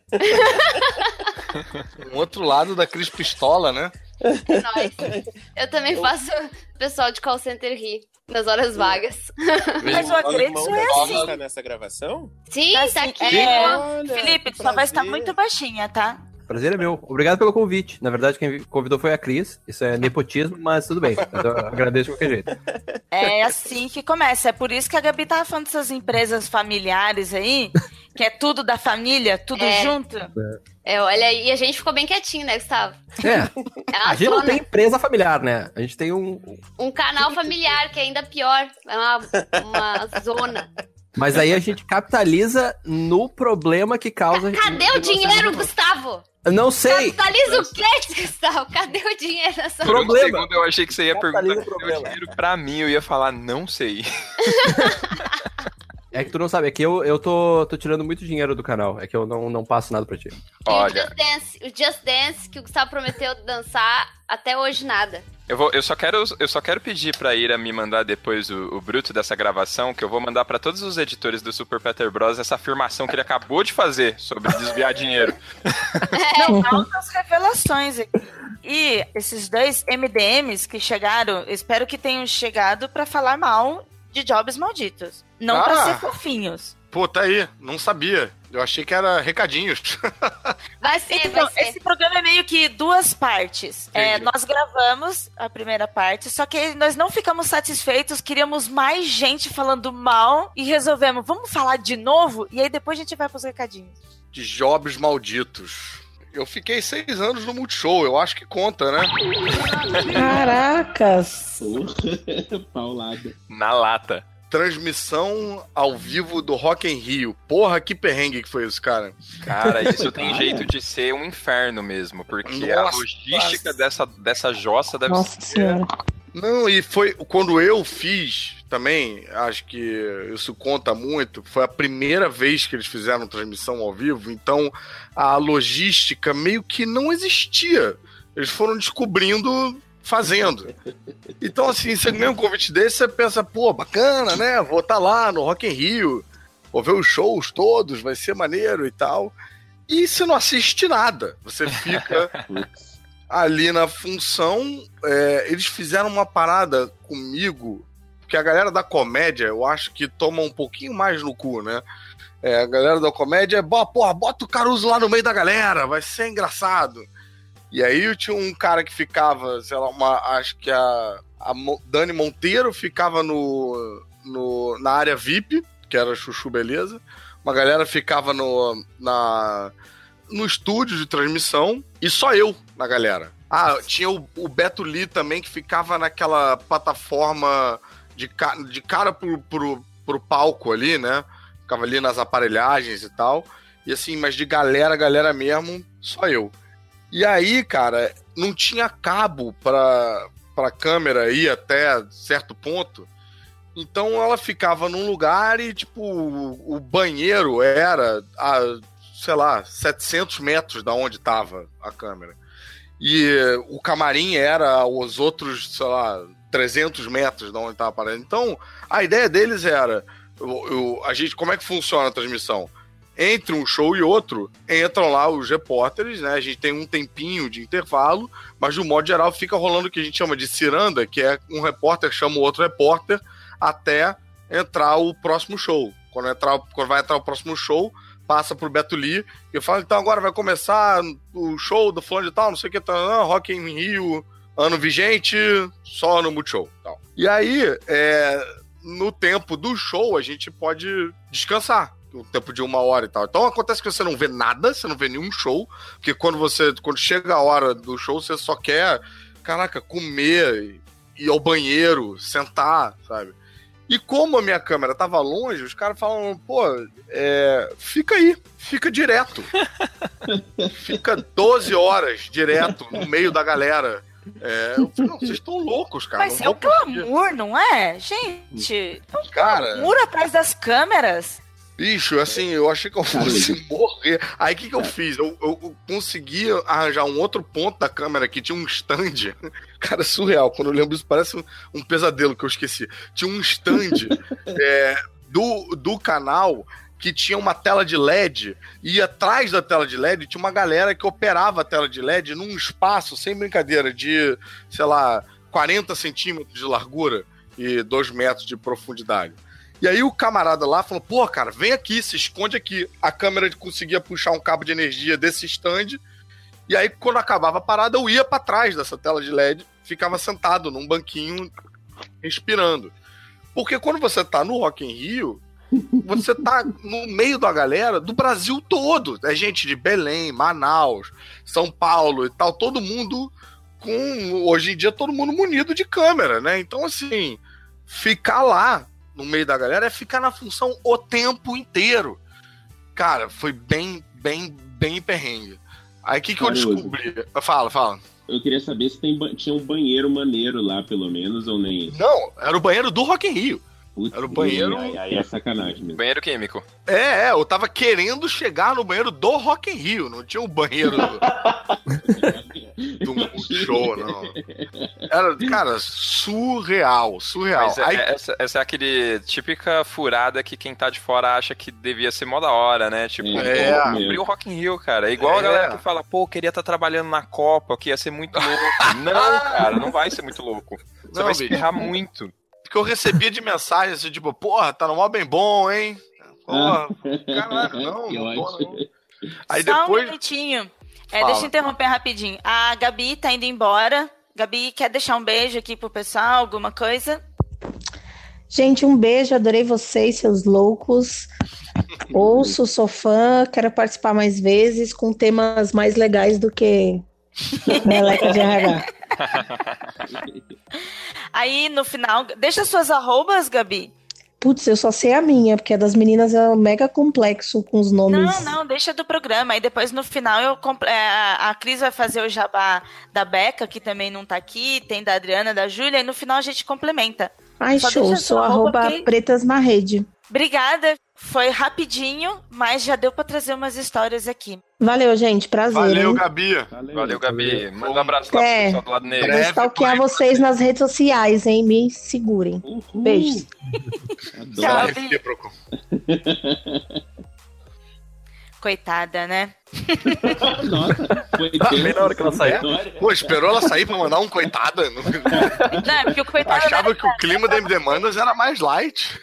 Um outro lado da Cris Pistola, né? É nóis. Eu também faço o pessoal de call center rir nas horas vagas. Mas o acredito é assim. Tá nessa gravação? Sim, Tá tá assim, aqui. é, Olha, Felipe, que sua voz tá prazer. muito baixinha, tá? Prazer é meu. Obrigado pelo convite. Na verdade, quem convidou foi a Cris. Isso é nepotismo, mas tudo bem. Mas eu agradeço de qualquer jeito. É assim que começa. É por isso que a Gabi tava falando dessas empresas familiares aí, que é tudo da família, tudo É. junto. É, olha aí, a gente ficou bem quietinho, né, Gustavo? É, É uma a gente não zona. tem empresa familiar, né? A gente tem um... Um canal familiar, que é ainda pior. É uma, uma zona. Mas aí a gente capitaliza no problema que causa... Cadê o dinheiro, Gustavo? Não sei. Capitaliza o quê, Gustavo? Cadê o dinheiro nessa Por um Problema. segundo eu achei que você ia Capitaliza perguntar o cadê o problema. dinheiro pra mim, eu ia falar, não sei. É que tu não sabe, é que eu, eu tô, tô tirando muito dinheiro do canal. É que eu não, não passo nada pra ti. E Olha, o Just Dance, o Just Dance que o Gustavo prometeu dançar, até hoje nada. eu, vou, eu, só quero, eu só quero pedir pra Ira me mandar depois o, o bruto dessa gravação, que eu vou mandar pra todos os editores do Super Peter Bros. Essa afirmação que ele acabou de fazer sobre desviar dinheiro. Não, altas revelações aqui. E esses dois M D Ms que chegaram, eu espero que tenham chegado pra falar mal de jobs malditos. Não Ah. pra ser fofinhos. Pô, tá aí. Não sabia. Eu achei que era recadinhos. Vai ser, Então, vai ser. esse programa é meio que duas partes. É, Entendi. nós gravamos a primeira parte, só que nós não ficamos satisfeitos, queríamos mais gente falando mal e resolvemos, vamos falar de novo? E aí depois a gente vai pros recadinhos. De jobs malditos. Eu fiquei seis anos no Multishow. Eu acho que conta, né? Caracas. Paulada. Na lata. Transmissão ao vivo do Rock in Rio. Porra, que perrengue que foi isso, cara. Cara, isso tem jeito de ser um inferno mesmo, porque a Nossa. logística dessa, dessa jossa deve Nossa ser... senhora. Não, e foi quando eu fiz também, acho que isso conta muito, foi a primeira vez que eles fizeram transmissão ao vivo, então a logística meio que não existia. Eles foram descobrindo fazendo. Então, assim, você ganha um convite desse, você pensa, pô, bacana, né? Vou estar lá no Rock in Rio, vou ver os shows todos, vai ser maneiro e tal. e você não assiste nada. Você fica ali na função. É, eles fizeram uma parada comigo, porque a galera da comédia, eu acho que toma um pouquinho mais no cu, né? É, a galera da comédia é, porra, bota o Caruso lá no meio da galera, vai ser engraçado. E aí tinha um cara que ficava, sei lá, uma, acho que a, a Dani Monteiro ficava no, no, na área V I P, que era Chuchu Beleza. Uma galera ficava no, na, no estúdio de transmissão e só eu na galera. Ah, tinha o, o Beto Lee também, que ficava naquela plataforma de, de cara pro, pro, pro palco ali, né? Ficava ali nas aparelhagens e tal. E assim, mas de galera, galera mesmo, só eu. E aí, cara, não tinha cabo pra, pra câmera ir até certo ponto. Então ela ficava num lugar e, tipo, o, o banheiro era a, sei lá, setecentos metros da onde tava a câmera. E o camarim era os outros, sei lá, trezentos metros da onde tava a parede. Então, a ideia deles era, eu, eu, a gente, como é que funciona a transmissão? Entre um show e outro, entram lá os repórteres, né? A gente tem um tempinho de intervalo, mas de um modo geral fica rolando o que a gente chama de ciranda, que é um repórter chama o outro repórter até entrar o próximo show. Quando, entrar, quando vai entrar o próximo show, passa pro Beto Lee, e eu falo, então agora vai começar o show do fulano de tal, não sei o que, tá, ah, Rock in Rio, ano vigente, só no Multishow. Tal. E aí, é, no tempo do show, a gente pode descansar. O tempo de uma hora e tal. Então acontece que você não vê nada, você não vê nenhum show, porque quando você, quando chega a hora do show, você só quer, caraca, comer, ir ao banheiro, sentar, sabe? E como a minha câmera tava longe, os caras falam, pô, é, fica aí, fica direto. Fica doze horas direto no meio da galera. É, eu falei, não, vocês estão loucos, cara. Mas é o clamor, não é? Gente, é um cara, clamor atrás das câmeras. Bicho, assim, eu achei que eu fosse morrer. Aí o que, que eu fiz? Eu, eu, eu consegui arranjar um outro ponto da câmera que tinha um stand. Cara, surreal. Quando eu lembro isso, parece um, um pesadelo que eu esqueci. Tinha um stand é, do, do canal que tinha uma tela de L E D. E atrás da tela de L E D tinha uma galera que operava a tela de L E D num espaço, sem brincadeira, de, sei lá, quarenta centímetros de largura e dois metros de profundidade. E aí o camarada lá falou, pô, cara, vem aqui, se esconde aqui. A câmera conseguia puxar um cabo de energia desse stand, e aí quando acabava a parada, eu ia pra trás dessa tela de L E D, ficava sentado num banquinho, respirando. Porque quando você tá no Rock in Rio, você tá no meio da galera do Brasil todo. É gente de Belém, Manaus, São Paulo e tal, todo mundo com, hoje em dia, todo mundo munido de câmera, né? Então, assim, ficar lá no meio da galera é ficar na função o tempo inteiro. Cara, foi bem, bem, bem perrengue. Aí o que, que eu descobri? Fala, fala. Eu queria saber se tem, tinha um banheiro maneiro lá, pelo menos, ou nem isso. Não, era o banheiro do Rock in Rio. Putz, era o banheiro... Aí, aí é sacanagem mesmo. Banheiro químico. É, é, eu tava querendo chegar no banheiro do Rock in Rio, não tinha um banheiro do, do Multishow, não. Era, cara, surreal, surreal. Mas é, Aí... essa, essa é aquele típica furada que quem tá de fora acha que devia ser mó da hora, né? Tipo, é, pô, abriu o Rock in Rio, cara. É igual é. a galera que fala, pô, queria estar tá trabalhando na Copa, que ia ser muito louco. Não, cara, não vai ser muito louco. Você não, vai se ferrar muito. Que eu recebia de mensagem assim, tipo, porra, tá no mó bem bom, hein? Porra, caralho, não, não tô, não. Aí Só depois... um minutinho. É, deixa eu interromper rapidinho. A Gabi tá indo embora. Gabi, quer deixar um beijo aqui pro pessoal, alguma coisa? Gente, um beijo, adorei vocês, seus loucos. Ouço, sou fã, quero participar mais vezes com temas mais legais do que meleca de R H. Aí, no final, deixa suas arrobas, Gabi. Putz, eu só sei a minha, porque a das meninas é mega complexo com os nomes. Não, não, deixa do programa. Aí depois, no final, eu comp... é, a Cris vai fazer o jabá da Beca, que também não tá aqui, tem da Adriana, da Júlia, e no final a gente complementa. Ai, só show, sou arroba que... pretas na rede. Obrigada, foi rapidinho, mas já deu pra trazer umas histórias aqui. Valeu, gente, prazer. Valeu, hein? Gabi. Valeu, Valeu Gabi. Manda um abraço lá é, pro pessoal do lado negro. Vou stalkear vocês nas redes sociais, hein? Me segurem. Uhul. Beijos. Tchau, Coitada, né? Nossa, foi bem na hora que ela saiu. Pô, esperou ela sair pra mandar um coitada? Não, Não, é porque o coitado achava não que o clima da M D Manas era mais light.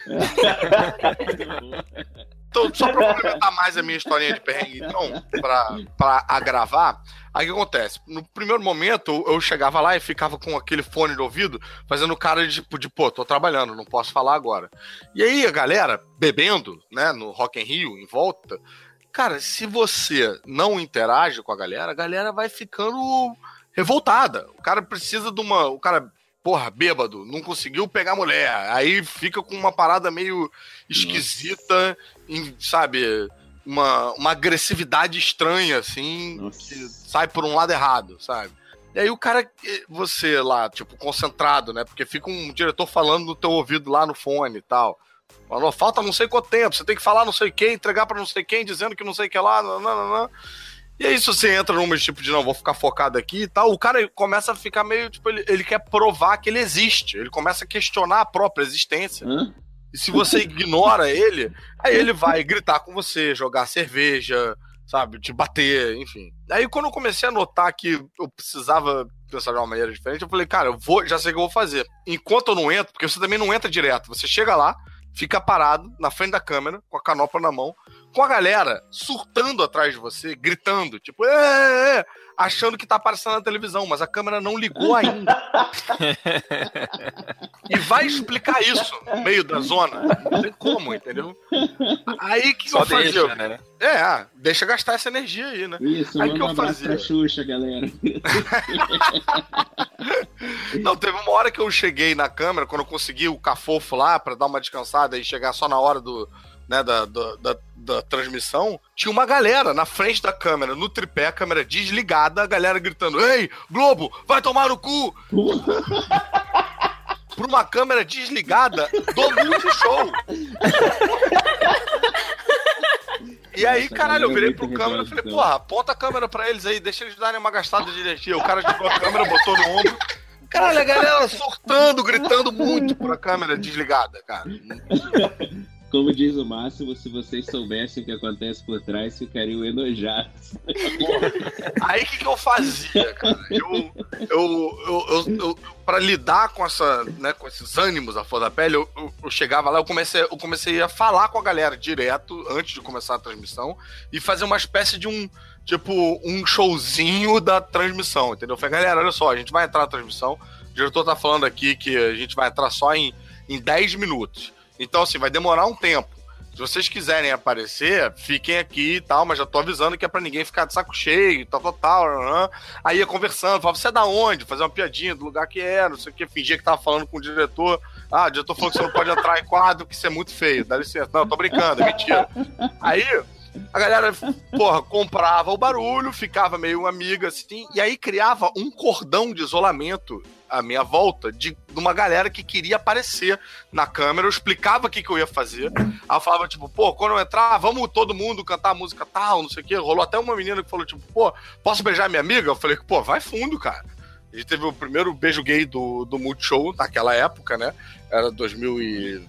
Então, só pra complementar mais a minha historinha de perrengue, então, pra, pra agravar, aí o que acontece? No primeiro momento, eu chegava lá e ficava com aquele fone de ouvido, fazendo cara de, tipo, de pô, tô trabalhando, não posso falar agora. E aí a galera, bebendo, né, no Rock in Rio, em volta, cara, se você não interage com a galera, a galera vai ficando revoltada. O cara precisa de uma... O cara... Porra, bêbado, não conseguiu pegar mulher. Aí fica com uma parada meio esquisita, em, sabe? Uma, uma agressividade estranha, assim, Nossa. que sai por um lado errado, sabe? E aí o cara, você lá, tipo, concentrado, né? Porque fica um diretor falando no teu ouvido lá no fone e tal. Falou, falta não sei quanto tempo, você tem que falar não sei quem, entregar pra não sei quem, dizendo que não sei o que lá, não, não, não, não. E aí, se você entra numa tipo de, não, vou ficar focado aqui e tal, o cara começa a ficar meio, tipo, ele, ele quer provar que ele existe. Ele começa a questionar a própria existência. Hã? E se você ignora ele, aí ele vai gritar com você, jogar cerveja, sabe, te bater, enfim. Aí, quando eu comecei a notar que eu precisava pensar de uma maneira diferente, eu falei, cara, eu vou, já sei o que eu vou fazer. Enquanto eu não entro, porque você também não entra direto, você chega lá, fica parado na frente da câmera, com a canopla na mão, com a galera surtando atrás de você, gritando, tipo, é, é, é, achando que tá aparecendo na televisão, mas a câmera não ligou ainda. E vai explicar isso no meio da zona. Não tem como, entendeu? Aí que eu fazia? Deixa, né? É, deixa gastar essa energia aí, né? Isso, aí que eu fazia? Pra Xuxa, galera. Não, teve uma hora que eu cheguei na câmera, quando eu consegui o cafofo lá pra dar uma descansada e chegar só na hora do, né, da, da, da, da transmissão, tinha uma galera na frente da câmera, no tripé, a câmera desligada, a galera gritando, ei, Globo, vai tomar no cu! Por uma câmera desligada do Multishow. E aí, Nossa, caralho, eu virei pro câmera e falei, porra, aponta a câmera pra eles aí, deixa eles darem uma gastada de energia. O cara tirou a câmera, botou no ombro. Caralho, a galera surtando, gritando muito por a câmera desligada, cara. Como diz o Máximo, se vocês soubessem o que acontece por trás, ficariam enojados. Aí o que, que eu fazia, cara? Eu, eu, eu, eu, eu pra lidar com, essa, né, com esses ânimos à flor da pele, eu, eu, eu chegava lá, eu comecei, eu comecei a falar com a galera direto, antes de começar a transmissão, e fazer uma espécie de um, tipo, um showzinho da transmissão, entendeu? Eu falei, galera, olha só, a gente vai entrar na transmissão, o diretor tá falando aqui que a gente vai entrar só em, em dez minutos. Então, assim, vai demorar um tempo. Se vocês quiserem aparecer, fiquem aqui e tal, mas já tô avisando que é pra ninguém ficar de saco cheio, tal, tal, tal. Aí ia conversando, falava, você é da onde? Fazer uma piadinha do lugar que é, não sei o que, fingia que tava falando com o diretor. Ah, o diretor falou que você não pode entrar em quadro, que isso é muito feio, dá licença. Não, tô brincando, é mentira. Aí, a galera, porra, comprava o barulho, ficava meio amiga, assim, e aí criava um cordão de isolamento à minha volta, de, de uma galera que queria aparecer na câmera. Eu explicava o que, que eu ia fazer. Aí eu falava, tipo, pô, quando eu entrar, vamos todo mundo cantar música tal, não sei o quê. Rolou até uma menina que falou, tipo, pô, posso beijar minha amiga? Eu falei, pô, vai fundo, cara. A gente teve o primeiro beijo gay do, do Multishow naquela época, né? Era dois mil e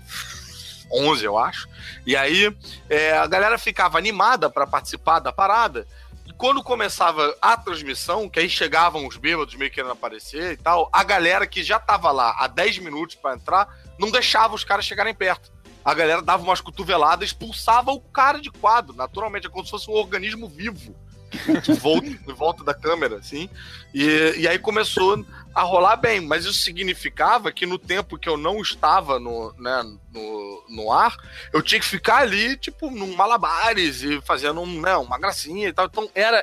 onze, eu acho. E aí, é, a galera ficava animada pra participar da parada. E quando começava a transmissão, que aí chegavam os bêbados meio querendo aparecer e tal, a galera que já tava lá há dez minutos pra entrar, não deixava os caras chegarem perto. A galera dava umas cotoveladas, expulsava o cara de quadro, naturalmente, é como se fosse um organismo vivo de volta, de volta da câmera, assim. E, e aí começou a rolar bem, mas isso significava que no tempo que eu não estava no, né, no, no ar, eu tinha que ficar ali, tipo, num malabares e fazendo um, né, uma gracinha e tal. Então era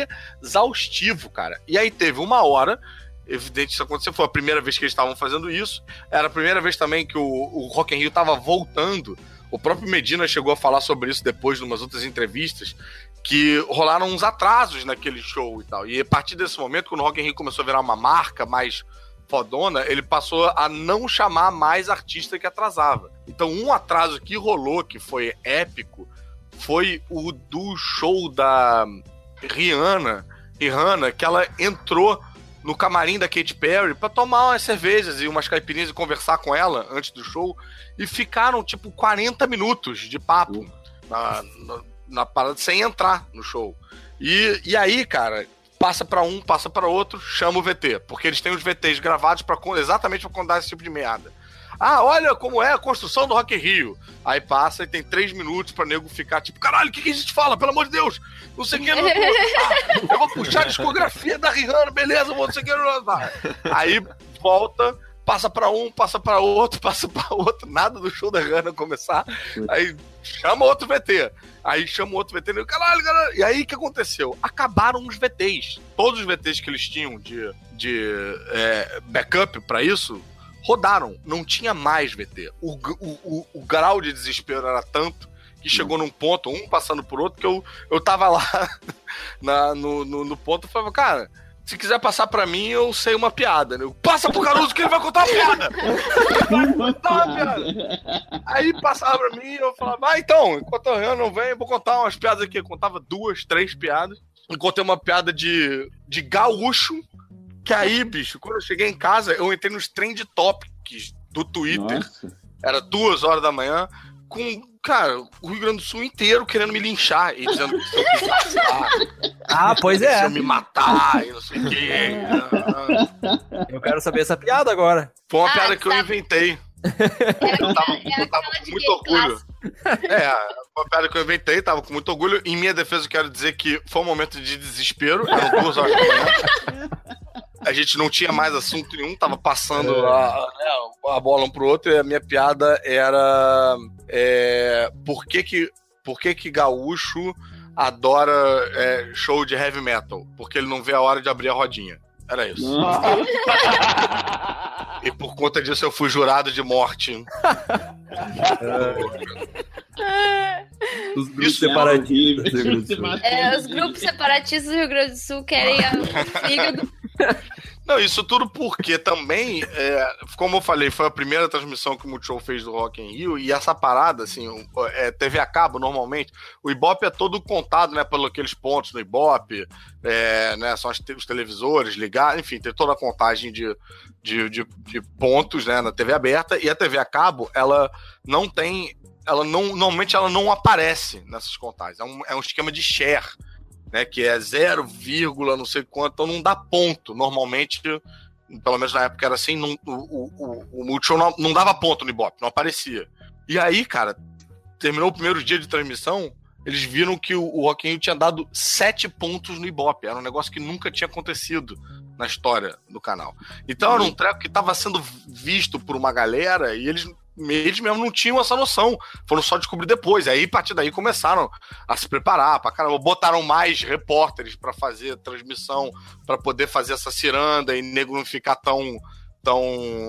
exaustivo, cara. E aí teve uma hora, evidente isso aconteceu, foi a primeira vez que eles estavam fazendo isso, era a primeira vez também que o, o Rock in Rio estava voltando. O próprio Medina chegou a falar sobre isso depois de umas outras entrevistas, que rolaram uns atrasos naquele show e tal. E a partir desse momento, quando o Rock in Rio começou a virar uma marca mais fodona, ele passou a não chamar mais artista que atrasava. Então, um atraso que rolou, que foi épico, foi o do show da Rihanna, Rihanna, que ela entrou no camarim da Katy Perry pra tomar umas cervejas e umas caipirinhas e conversar com ela antes do show, e ficaram, tipo, quarenta minutos de papo na, na na parada sem entrar no show. E, e aí, cara, passa pra um, passa pra outro, chama o V T. Porque eles têm os V Ts gravados pra, exatamente pra contar esse tipo de merda. Ah, olha como é a construção do Rock in Rio. Aí passa e tem três minutos pra nego ficar tipo, caralho, o que, que a gente fala? Pelo amor de Deus. Não sei o que. Não, não, ah, eu vou puxar a discografia da Rihanna, beleza, vou não sei o que. Não, não. Aí volta, passa pra um, passa pra outro, passa pra outro. Nada do show da Rihanna começar. Aí chama outro V T. Aí chama outro V T. E, caralho, caralho. E aí o que aconteceu? Acabaram os V Ts. Todos os V Ts que eles tinham de, de é, backup pra isso rodaram, não tinha mais V T. O, o, o, o grau de desespero era tanto que chegou num ponto, um passando por outro, que eu, eu tava lá na, no, no, no ponto e falava, cara, se quiser passar pra mim, eu sei uma piada, né? Passa pro Caruso que ele vai contar uma piada! Vai contar uma piada! Aí passava pra mim e eu falava, ah, então, enquanto eu não venho, vou contar umas piadas aqui. Eu contava duas, três piadas. Eu contei uma piada de, de gaúcho. Que aí, bicho, quando eu cheguei em casa, eu entrei nos trend topics do Twitter. Nossa. Era duas horas da manhã, com, cara, o Rio Grande do Sul inteiro querendo me linchar e dizendo que se eu me matar. Ah, pois é. Se eu me matar e não sei o quê. Eu quero saber essa piada agora. Foi uma Ah, piada que sabe? eu inventei. Era, Eu tava, era eu tava aquela com de muito gay orgulho. clássico. É, foi uma piada que eu inventei, tava com muito orgulho. Em minha defesa, eu quero dizer que foi um momento de desespero. Eram duas horas da manhã. A gente não tinha mais assunto nenhum, tava passando a, a, a bola um pro outro, e a minha piada era é, por que que, por que que gaúcho adora é, show de heavy metal? Porque ele não vê a hora de abrir a rodinha. Era isso. E por conta disso eu fui jurado de morte. Os grupos separatistas. É, os grupos separatistas do Rio Grande do Sul querem a- o fígado. Não, isso tudo porque também, é, como eu falei, foi a primeira transmissão que o Multishow fez do Rock in Rio, e essa parada, assim, o- é, T V a cabo, normalmente, o Ibope é todo contado, né, pelos aqueles pontos no Ibope, é, né, são as te- os televisores ligados, enfim, tem toda a contagem de, de, de, de pontos, né, na T V aberta, e a T V a cabo, ela não tem, ela não, normalmente ela não aparece nessas contagens, é um, é um esquema de share, né, que é zero, não sei quanto, então não dá ponto. Normalmente, pelo menos na época era assim, não, o, o, o Multishow não, não dava ponto no Ibope, não aparecia. E aí, cara, terminou o primeiro dia de transmissão, eles viram que o, o Rock in Rio tinha dado sete pontos no Ibope. Era um negócio que nunca tinha acontecido na história do canal. Então era um treco que estava sendo visto por uma galera e eles... eles mesmo não tinham essa noção, foram só descobrir depois, aí a partir daí começaram a se preparar pra caramba, botaram mais repórteres pra fazer transmissão, pra poder fazer essa ciranda e nego não ficar tão, tão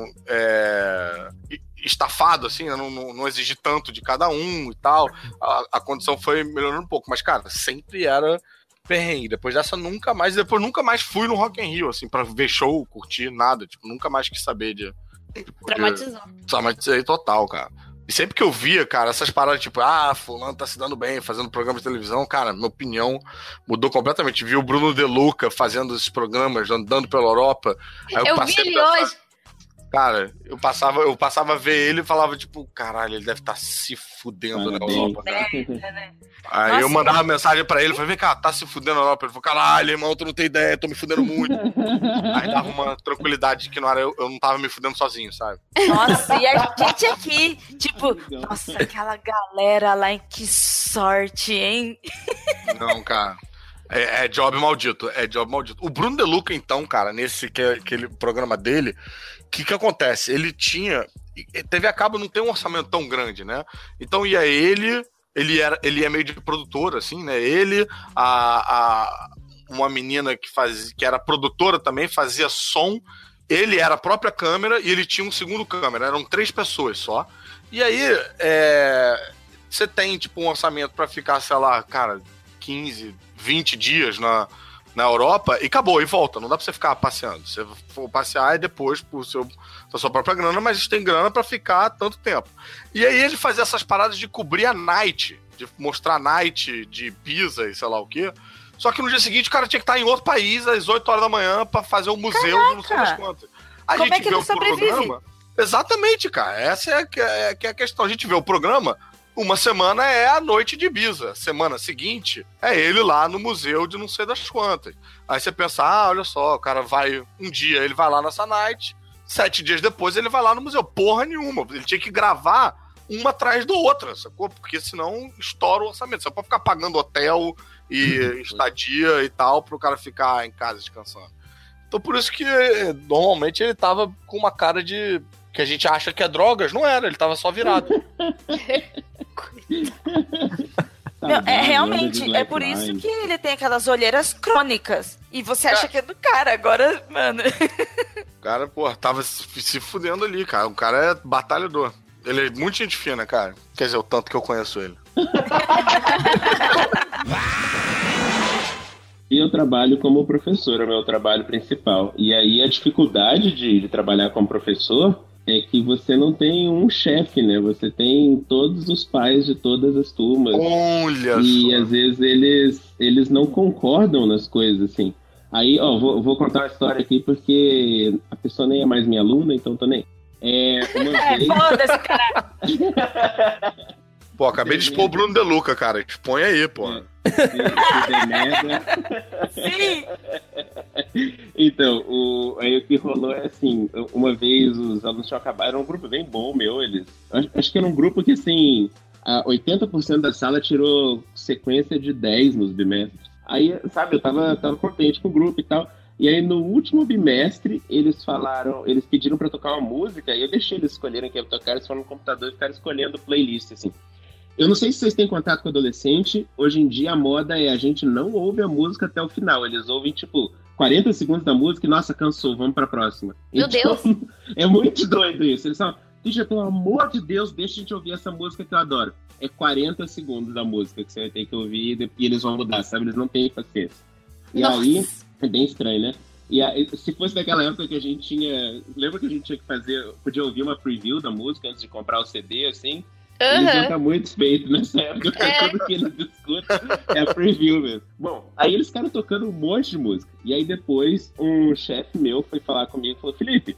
é, estafado assim, né? não, não, não exigir tanto de cada um e tal, a, a condição foi melhorando um pouco, mas cara, sempre era perrengue, depois dessa nunca mais, depois nunca mais fui no Rock in Rio, assim, pra ver show, curtir, nada, tipo, nunca mais quis saber de... Traumatizou. Traumatizei total, cara. E sempre que eu via, cara, essas paradas tipo, ah, fulano tá se dando bem, fazendo programa de televisão, cara, minha opinião mudou completamente. Vi o Bruno De Luca fazendo esses programas, andando pela Europa. Aí eu, Eu vi passei a ele pensar- hoje. Cara, eu passava, eu passava a ver ele e falava, tipo, caralho, ele deve estar se fudendo na Europa, cara. Aí Nossa, eu mandava mensagem pra ele, falei, vem cá, tá se fudendo na Europa? Ele falou, caralho, irmão, tu não tem ideia, tô me fudendo muito. Aí dava uma tranquilidade de que não era, eu, eu não tava me fudendo sozinho, sabe? Nossa, e a gente aqui, tipo, nossa, aquela galera lá, hein? Que sorte, hein? Não, cara. É, é job maldito, é job maldito. O Bruno De Luca, então, cara, nesse que, aquele programa dele, o que que acontece? Ele tinha... T V a cabo não tem um orçamento tão grande, né? Então ia ele... Ele, era, ele é meio de produtor, assim, né? Ele, a, a, uma menina que, faz, que era produtora também, fazia som. Ele era a própria câmera e ele tinha um segundo câmera. Eram três pessoas só. E aí, é, você tem, tipo, um orçamento pra ficar, sei lá, cara, quinze, vinte dias na, na Europa e acabou, e volta. Não dá pra você ficar passeando. Você for passear é depois por seu, por sua própria grana, mas tem grana pra ficar tanto tempo. E aí ele fazia essas paradas de cobrir a night, de mostrar a night de Pisa e sei lá o quê. Só que no dia seguinte o cara tinha que estar em outro país às oito horas da manhã pra fazer o museu de não sei das quantas. A Como gente é que vê ele o sobrevive? programa. Exatamente, cara. Essa é, a- é, que é a questão. A gente vê o programa, Uma semana é a noite de Ibiza. Semana seguinte é ele lá no museu de não sei das quantas. Aí você pensa, ah, olha só, o cara vai... Um dia ele vai lá nessa night, sete dias depois ele vai lá no museu. Porra nenhuma. Ele tinha que gravar uma atrás da outra, sacou? Porque senão estoura o orçamento. Você pode ficar pagando hotel e estadia e tal pro cara ficar em casa descansando. Então por isso que normalmente ele tava com uma cara de... que a gente acha que é drogas. Não era, ele tava só virado. Meu, é, realmente, é por isso que ele tem aquelas olheiras crônicas. E você acha é. que é do cara, agora, mano. O cara, pô, tava se, se fudendo ali, cara. O cara é batalhador. Ele é muito gente fina, cara. Quer dizer, o tanto que eu conheço ele. E eu trabalho como professor, é o meu trabalho principal. E aí a dificuldade de, de trabalhar como professor é que você não tem um chefe, né? Você tem todos os pais de todas as turmas. Olha E só. às vezes eles, eles não concordam nas coisas, assim. Aí, ó, vou, vou contar uma história aqui porque a pessoa nem é mais minha aluna, então tô nem... É, uma é, vez... foda-se, caralho. Pô, acabei de expor o Bruno De Luca, cara. Expõe aí, pô. É. Se, se der merda. Sim! Então, o, aí o que rolou é assim, uma vez os alunos tinham acabado, era um grupo bem bom meu, eles. Acho, acho que era um grupo que, assim, oitenta por cento da sala tirou sequência de dez nos bimestres. Aí, sabe, eu tava, tava contente com o grupo e tal. E aí, no último bimestre, eles falaram, eles pediram pra tocar uma música, e eu deixei eles escolherem o que ia tocar, eles foram no computador e ficaram escolhendo playlist, assim. Eu não sei se vocês têm contato com adolescente, hoje em dia a moda é a gente não ouve a música até o final, eles ouvem, tipo, quarenta segundos da música e, nossa, cansou, vamos pra próxima. Meu então, Deus! É muito doido isso, eles falam, Tisha, pelo amor de Deus, deixa a gente ouvir essa música que eu adoro. É quarenta segundos da música que você vai ter que ouvir e eles vão mudar, sabe? Eles não têm paciência. E nossa. Aí, é bem estranho, né? E aí, se fosse daquela época que a gente tinha... Lembra que a gente tinha que fazer... Podia ouvir uma preview da música antes de comprar o C D, assim? Uhum. Eles iam estar muito feitos nessa época, porque é. Tudo que eles discutem é a preview mesmo. Bom, aí eles ficaram tocando um monte de música. E aí depois um chefe meu foi falar comigo e falou, Felipe,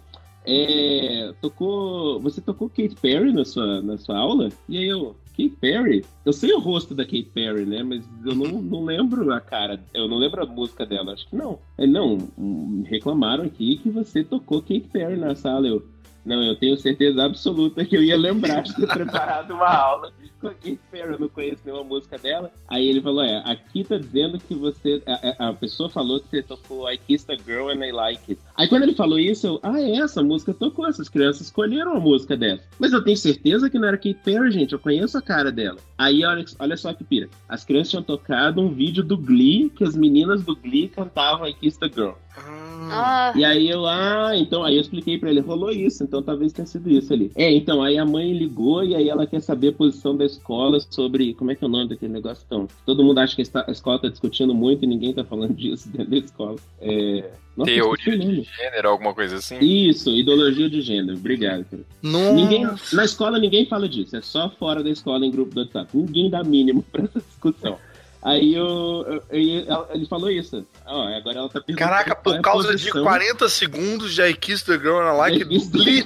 é, tocou, você tocou Katy Perry na sua, na sua aula? E aí eu, Katy Perry? Eu sei o rosto da Katy Perry, né? Mas eu não, não lembro a cara, eu não lembro a música dela, acho que não. É, não, reclamaram aqui que você tocou Katy Perry na sala, eu... Não, eu tenho certeza absoluta que eu ia lembrar de ter preparado uma aula com a Katy Perry, eu não conheço nenhuma música dela. Aí ele falou, é, aqui tá dizendo que você... A, a pessoa falou que você tocou I Kissed a Girl and I Like It. Aí quando ele falou isso, eu... Ah, é, essa música tocou, essas crianças escolheram a música dessa. Mas eu tenho certeza que não era Katy Perry, gente, eu conheço a cara dela. Aí olha, olha só que pira. As crianças tinham tocado um vídeo do Glee, que as meninas do Glee cantavam I Kissed a Girl. Ah. E aí eu, ah, então, aí eu expliquei pra ele, rolou isso, então talvez tenha sido isso ali. É, então, aí a mãe ligou e aí ela quer saber a posição da escola sobre, como é que é o nome daquele negócio? Então, todo mundo acha que a escola tá discutindo muito e ninguém tá falando disso dentro da escola. É... Nossa, teoria de gênero, alguma coisa assim? Isso, ideologia de gênero, obrigado. Ninguém, na escola ninguém fala disso, é só fora da escola em grupo do WhatsApp. Ninguém dá mínimo pra essa discussão. Aí eu, eu, eu, ele falou isso. Ó, agora ela tá perguntando. Caraca, por causa de quarenta segundos de I Kissed the Girl and I Like do Glee.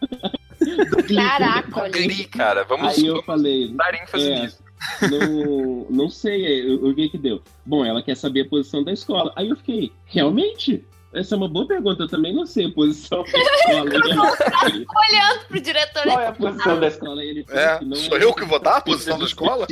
Caraca, olha. Glee, cara. Vamos, aí eu vamos falei, dar ênfase é, nisso. Não, não sei o que que deu. Bom, ela quer saber a posição da escola. Aí eu fiquei, realmente? Essa é uma boa pergunta, eu também não sei a posição da escola. Olhando pro diretor. Qual é a posição da escola? Ele é, que não sou é eu que vou dar a posição da escola?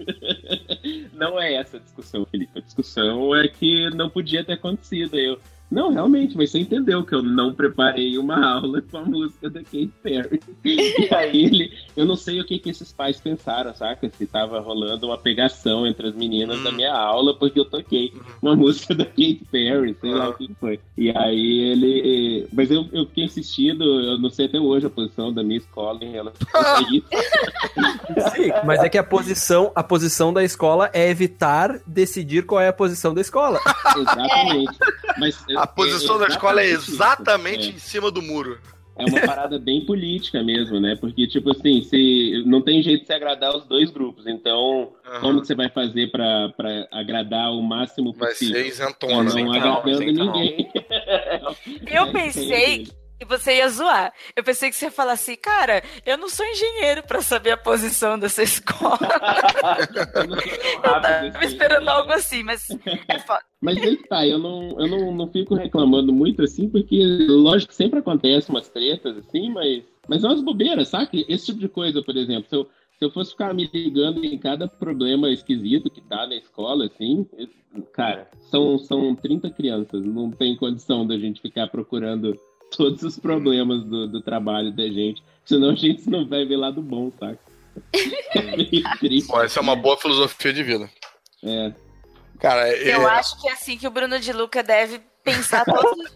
Não é essa a discussão, Felipe. A discussão é que não podia ter acontecido. Eu, não, realmente, mas você entendeu que eu não preparei uma aula com a música da Katy Perry. E aí ele, eu não sei o que, que esses pais pensaram, saca? Se tava rolando uma pegação entre as meninas hum. da minha aula, porque eu toquei uma música da Katy Perry, sei hum. lá o que foi. E aí ele... Mas eu, eu fiquei insistindo, eu não sei até hoje a posição da minha escola em relação a isso. Sim, mas é que a posição, a posição da escola é evitar decidir qual é a posição da escola. Exatamente. Mas, a posição é da escola é exatamente é. em cima do muro. É uma parada bem política mesmo, né? Porque, tipo assim, se não tem jeito de se agradar os dois grupos. Então, uhum. como que você vai fazer pra, pra agradar o máximo possível? Vai ser isentona. Não agradando ninguém. Eu pensei... E você ia zoar. Eu pensei que você ia falar assim, cara, eu não sou engenheiro pra saber a posição dessa escola. Eu tava esperando algo assim, mas é foda. Mas aí que tá, eu não, eu não, não fico reclamando muito assim, porque lógico que sempre acontece umas tretas assim, mas, mas é umas bobeiras, sabe? Esse tipo de coisa, por exemplo, se eu, se eu fosse ficar me ligando em cada problema esquisito que tá na escola, assim, cara, são, são trinta crianças, não tem condição da gente ficar procurando todos os problemas do, do trabalho da gente, senão a gente não vai ver lado bom, saca? É meio triste. Pô, essa é uma boa filosofia de vida. É. Cara, é... Eu acho que é assim que o Bruno de Luca deve pensar todos os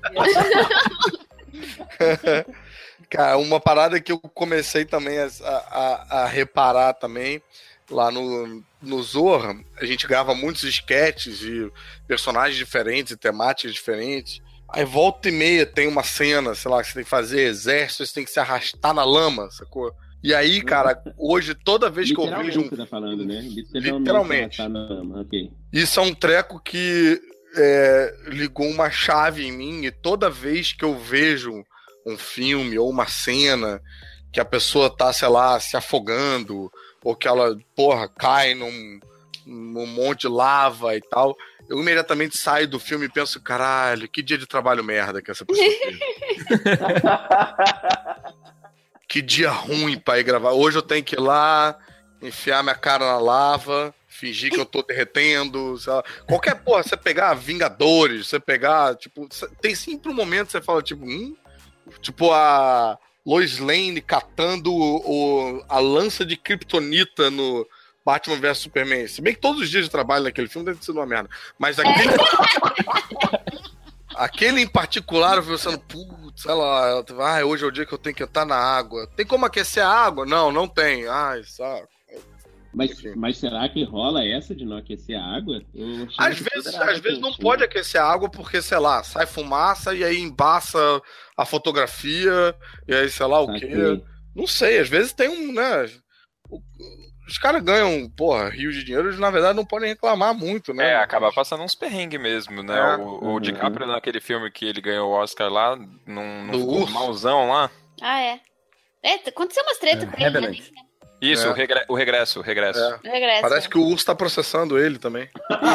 dias. Cara, uma parada que eu comecei também a, a, a reparar também, lá no, no Zorra, a gente grava muitos sketches e personagens diferentes e temáticas diferentes. Aí volta e meia tem uma cena, sei lá, que você tem que fazer exército, você tem que se arrastar na lama, sacou? E aí, cara, hoje, toda vez que eu vejo um... Literalmente você tá falando, né? Literalmente. Tá na... okay. Isso é um treco que é, ligou uma chave em mim, e toda vez que eu vejo um filme ou uma cena que a pessoa tá, sei lá, se afogando, ou que ela, porra, cai num, num monte de lava e tal, eu imediatamente saio do filme e penso, caralho, que dia de trabalho merda que essa pessoa teve. Que dia ruim pra ir gravar. Hoje eu tenho que ir lá, enfiar minha cara na lava, fingir que eu tô derretendo, sei lá. Qualquer porra, você pegar Vingadores, você pegar, tipo, tem sempre um momento que você fala, tipo, hum? Tipo a Lois Lane catando o, a lança de Kryptonita no Batman versus Superman. Se bem que todos os dias de trabalho naquele filme deve ser uma merda. Mas aquele... aquele em particular, eu fui pensando, putz, sei lá, ah, hoje é o dia que eu tenho que entrar na água. Tem como aquecer a água? Não, não tem. Ai, saco. Mas, mas será que rola essa de não aquecer a água? Às vezes, às vezes não pode aquecer a água porque, sei lá, sai fumaça e aí embaça a fotografia e aí sei lá o okay. quê. Não sei, às vezes tem um, né... Os caras ganham, porra, rios de dinheiro, eles na verdade não podem reclamar muito, né? É, acaba passando uns perrengues mesmo, né? É. O, o DiCaprio naquele filme que ele ganhou o Oscar lá, num, num malzão lá. Ah, é. É, aconteceu umas tretas com ele, né? Isso, é. o, regre- o regresso, o regresso. É. O regresso. Parece que o urso tá processando ele também.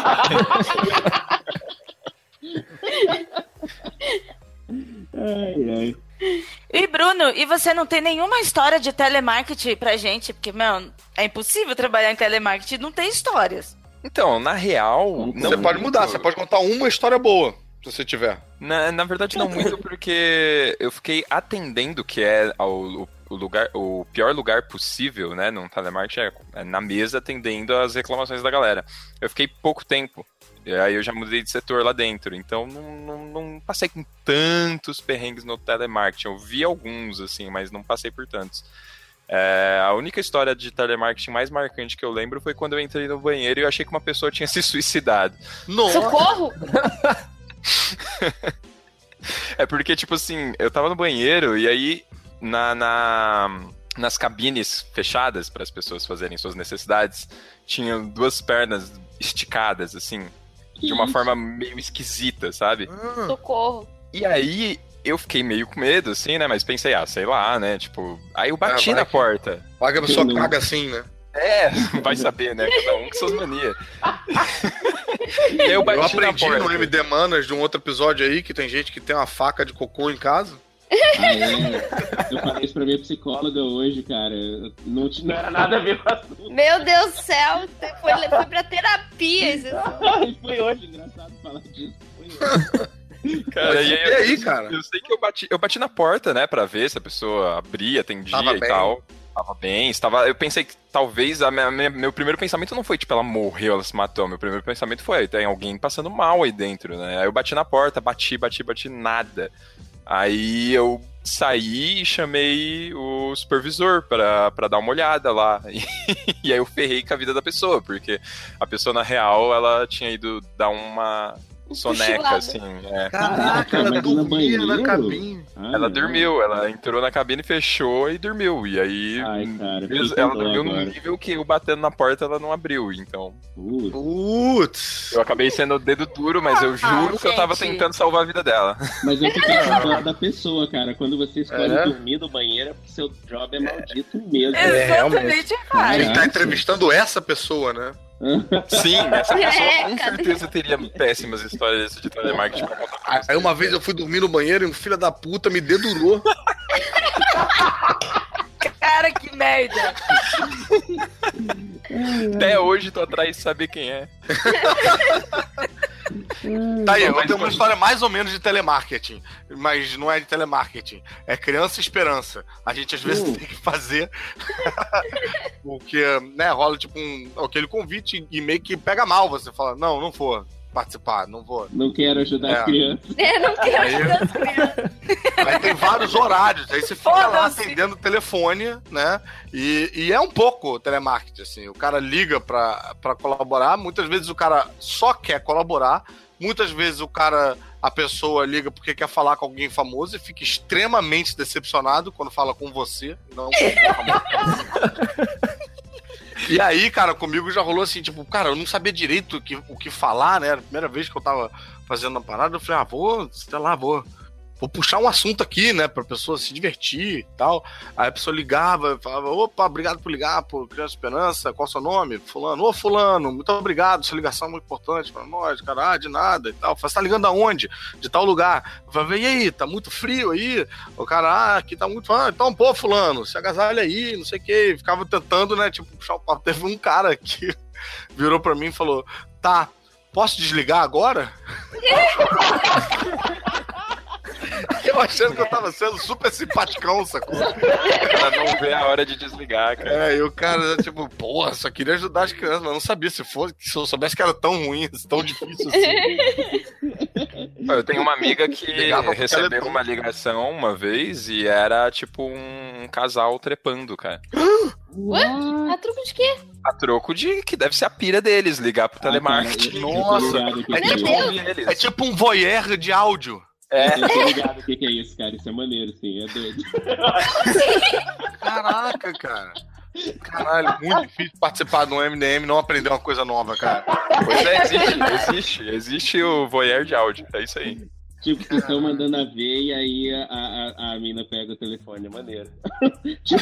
Ai, ai. E Bruno, e você não tem nenhuma história de telemarketing pra gente? Porque, meu, é impossível trabalhar em telemarketing, não tem histórias. Então, na real... Você não pode mudar, muito. Você pode contar uma história boa, se você tiver. Na, na verdade, não muito, porque eu fiquei atendendo, que é ao, o, lugar, o pior lugar possível, né, num telemarketing, é, é na mesa atendendo as reclamações da galera. Eu fiquei pouco tempo. E aí eu já mudei de setor lá dentro, então não, não, não passei com tantos perrengues no telemarketing. Eu vi alguns, assim, mas não passei por tantos. É, a única história de telemarketing mais marcante que eu lembro foi quando eu entrei no banheiro e eu achei que uma pessoa tinha se suicidado. Nossa. Socorro! É porque, tipo assim, eu tava no banheiro e aí na... na... nas cabines fechadas para as pessoas fazerem suas necessidades, tinham duas pernas esticadas, assim, de uma forma meio esquisita, sabe? Socorro. E aí, eu fiquei meio com medo, assim, né? Mas pensei, ah, sei lá, né? Tipo, aí eu bati é, na que... porta. Vai que a pessoa caga assim, né? É, vai saber, né? Cada um com suas manias. E aí eu bati eu aprendi na porta. no M D Manas de um outro episódio aí, que tem gente que tem uma faca de cocô em casa. Ah, é. Eu falei isso pra minha psicóloga hoje, cara. Não, não era nada a ver com o assunto. Meu Deus do céu, você foi, foi pra terapia. Isso. Foi hoje, engraçado falar disso. Foi hoje. Cara, e aí, e aí, eu, cara? Eu sei que eu bati, eu bati na porta, né, pra ver se a pessoa abria, atendia Tava e bem. tal. Tava bem, estava, eu pensei que talvez a minha, minha, meu primeiro pensamento não foi tipo, ela morreu, ela se matou. Meu primeiro pensamento foi, tem alguém passando mal aí dentro, né? Aí eu bati na porta, bati, bati, bati, nada. Aí eu saí e chamei o supervisor pra, pra dar uma olhada lá. E, e aí eu ferrei com a vida da pessoa, porque a pessoa, na real, ela tinha ido dar uma, soneca, Cochilada. assim. É. Caraca, ela mas no dormia na banheiro? cabine. Ah, Ela não. dormiu, ela entrou na cabine, fechou e dormiu. E aí, Ai, cara, mesmo- fiquei ela com dó dormiu num agora. nível que eu batendo na porta ela não abriu. Então, Putz. Putz. eu acabei sendo o dedo duro, mas eu juro que eu tava gente. tentando salvar a vida dela. Mas eu fiquei com dó da pessoa, cara. Quando você escolhe É? dormir no banheiro, é porque seu job é maldito mesmo. Exatamente, cara. Ele tá entrevistando essa pessoa, né? Sim, essa pessoa É, com cadê? certeza teria péssimas histórias de telemarketing pra contar pra Aí vocês. uma vez eu fui dormir no banheiro e um filho da puta me dedurou. Cara, que merda. Até hoje tô atrás de saber quem é. Tá aí, eu Mas tenho uma pode- história mais ou menos de telemarketing, mas não é de telemarketing, é criança esperança. A gente às vezes Uh. tem que fazer porque, né, rola tipo um, aquele convite e meio que pega mal, você fala, não, não vou participar, não vou. Não quero ajudar É. as crianças. É, não quero Aí- ajudar as crianças. Aí tem vários horários, aí você fica lá Foda-se. atendendo o telefone, né? E, e é um pouco telemarketing, assim. O cara liga pra, pra colaborar, muitas vezes o cara só quer colaborar, muitas vezes o cara, a pessoa liga porque quer falar com alguém famoso e fica extremamente decepcionado quando fala com você, não com alguém famoso. E aí, cara, comigo já rolou assim, tipo, cara, eu não sabia direito o que, o que falar, né? Era a primeira vez que eu tava fazendo a parada, eu falei, ah, vou, sei lá, vou, vou puxar um assunto aqui, né, pra pessoa se divertir e tal. Aí a pessoa ligava, falava, opa, obrigado por ligar, por Criança Esperança, qual é o seu nome? Fulano, ô fulano, muito obrigado, sua ligação é muito importante pra nós, cara, ah, de nada e tal. Você tá ligando aonde? De tal lugar. Eu falei, e aí, tá muito frio aí? O cara, ah, aqui tá muito, ah, então, pô, fulano, se agasalha aí, não sei o que. Ficava tentando, né, tipo, puxar o papo. Teve um cara que virou pra mim e falou, tá, posso desligar agora? Eu achando que eu tava sendo super simpaticão, sacou? Ela não vê a hora de desligar, cara. É, e o cara, tipo, porra, só queria ajudar as crianças, mas não sabia se fosse, se eu soubesse que era tão ruim, tão difícil assim. Eu tenho uma amiga que Ligava pro recebeu telefone. uma ligação uma vez e era tipo um casal trepando, cara. Ué? A truco de quê? A troco de que deve ser a pira deles, ligar pro telemarketing. cara, eu- eu tô Nossa, ligado que é que é tipo, isso. ouvir eles. é tipo um voyeur de áudio. É, Eu tô ligado o que, que é isso, cara. Isso é maneiro, sim. É doido. Caraca, cara. Caralho, muito difícil participar do M D M e não aprender uma coisa nova, cara. pois é, existe, existe. Existe o voyeur de áudio, é isso aí. Tipo, vocês estão mandando a ver e aí a, a, a mina pega o telefone. É maneiro. Tipo,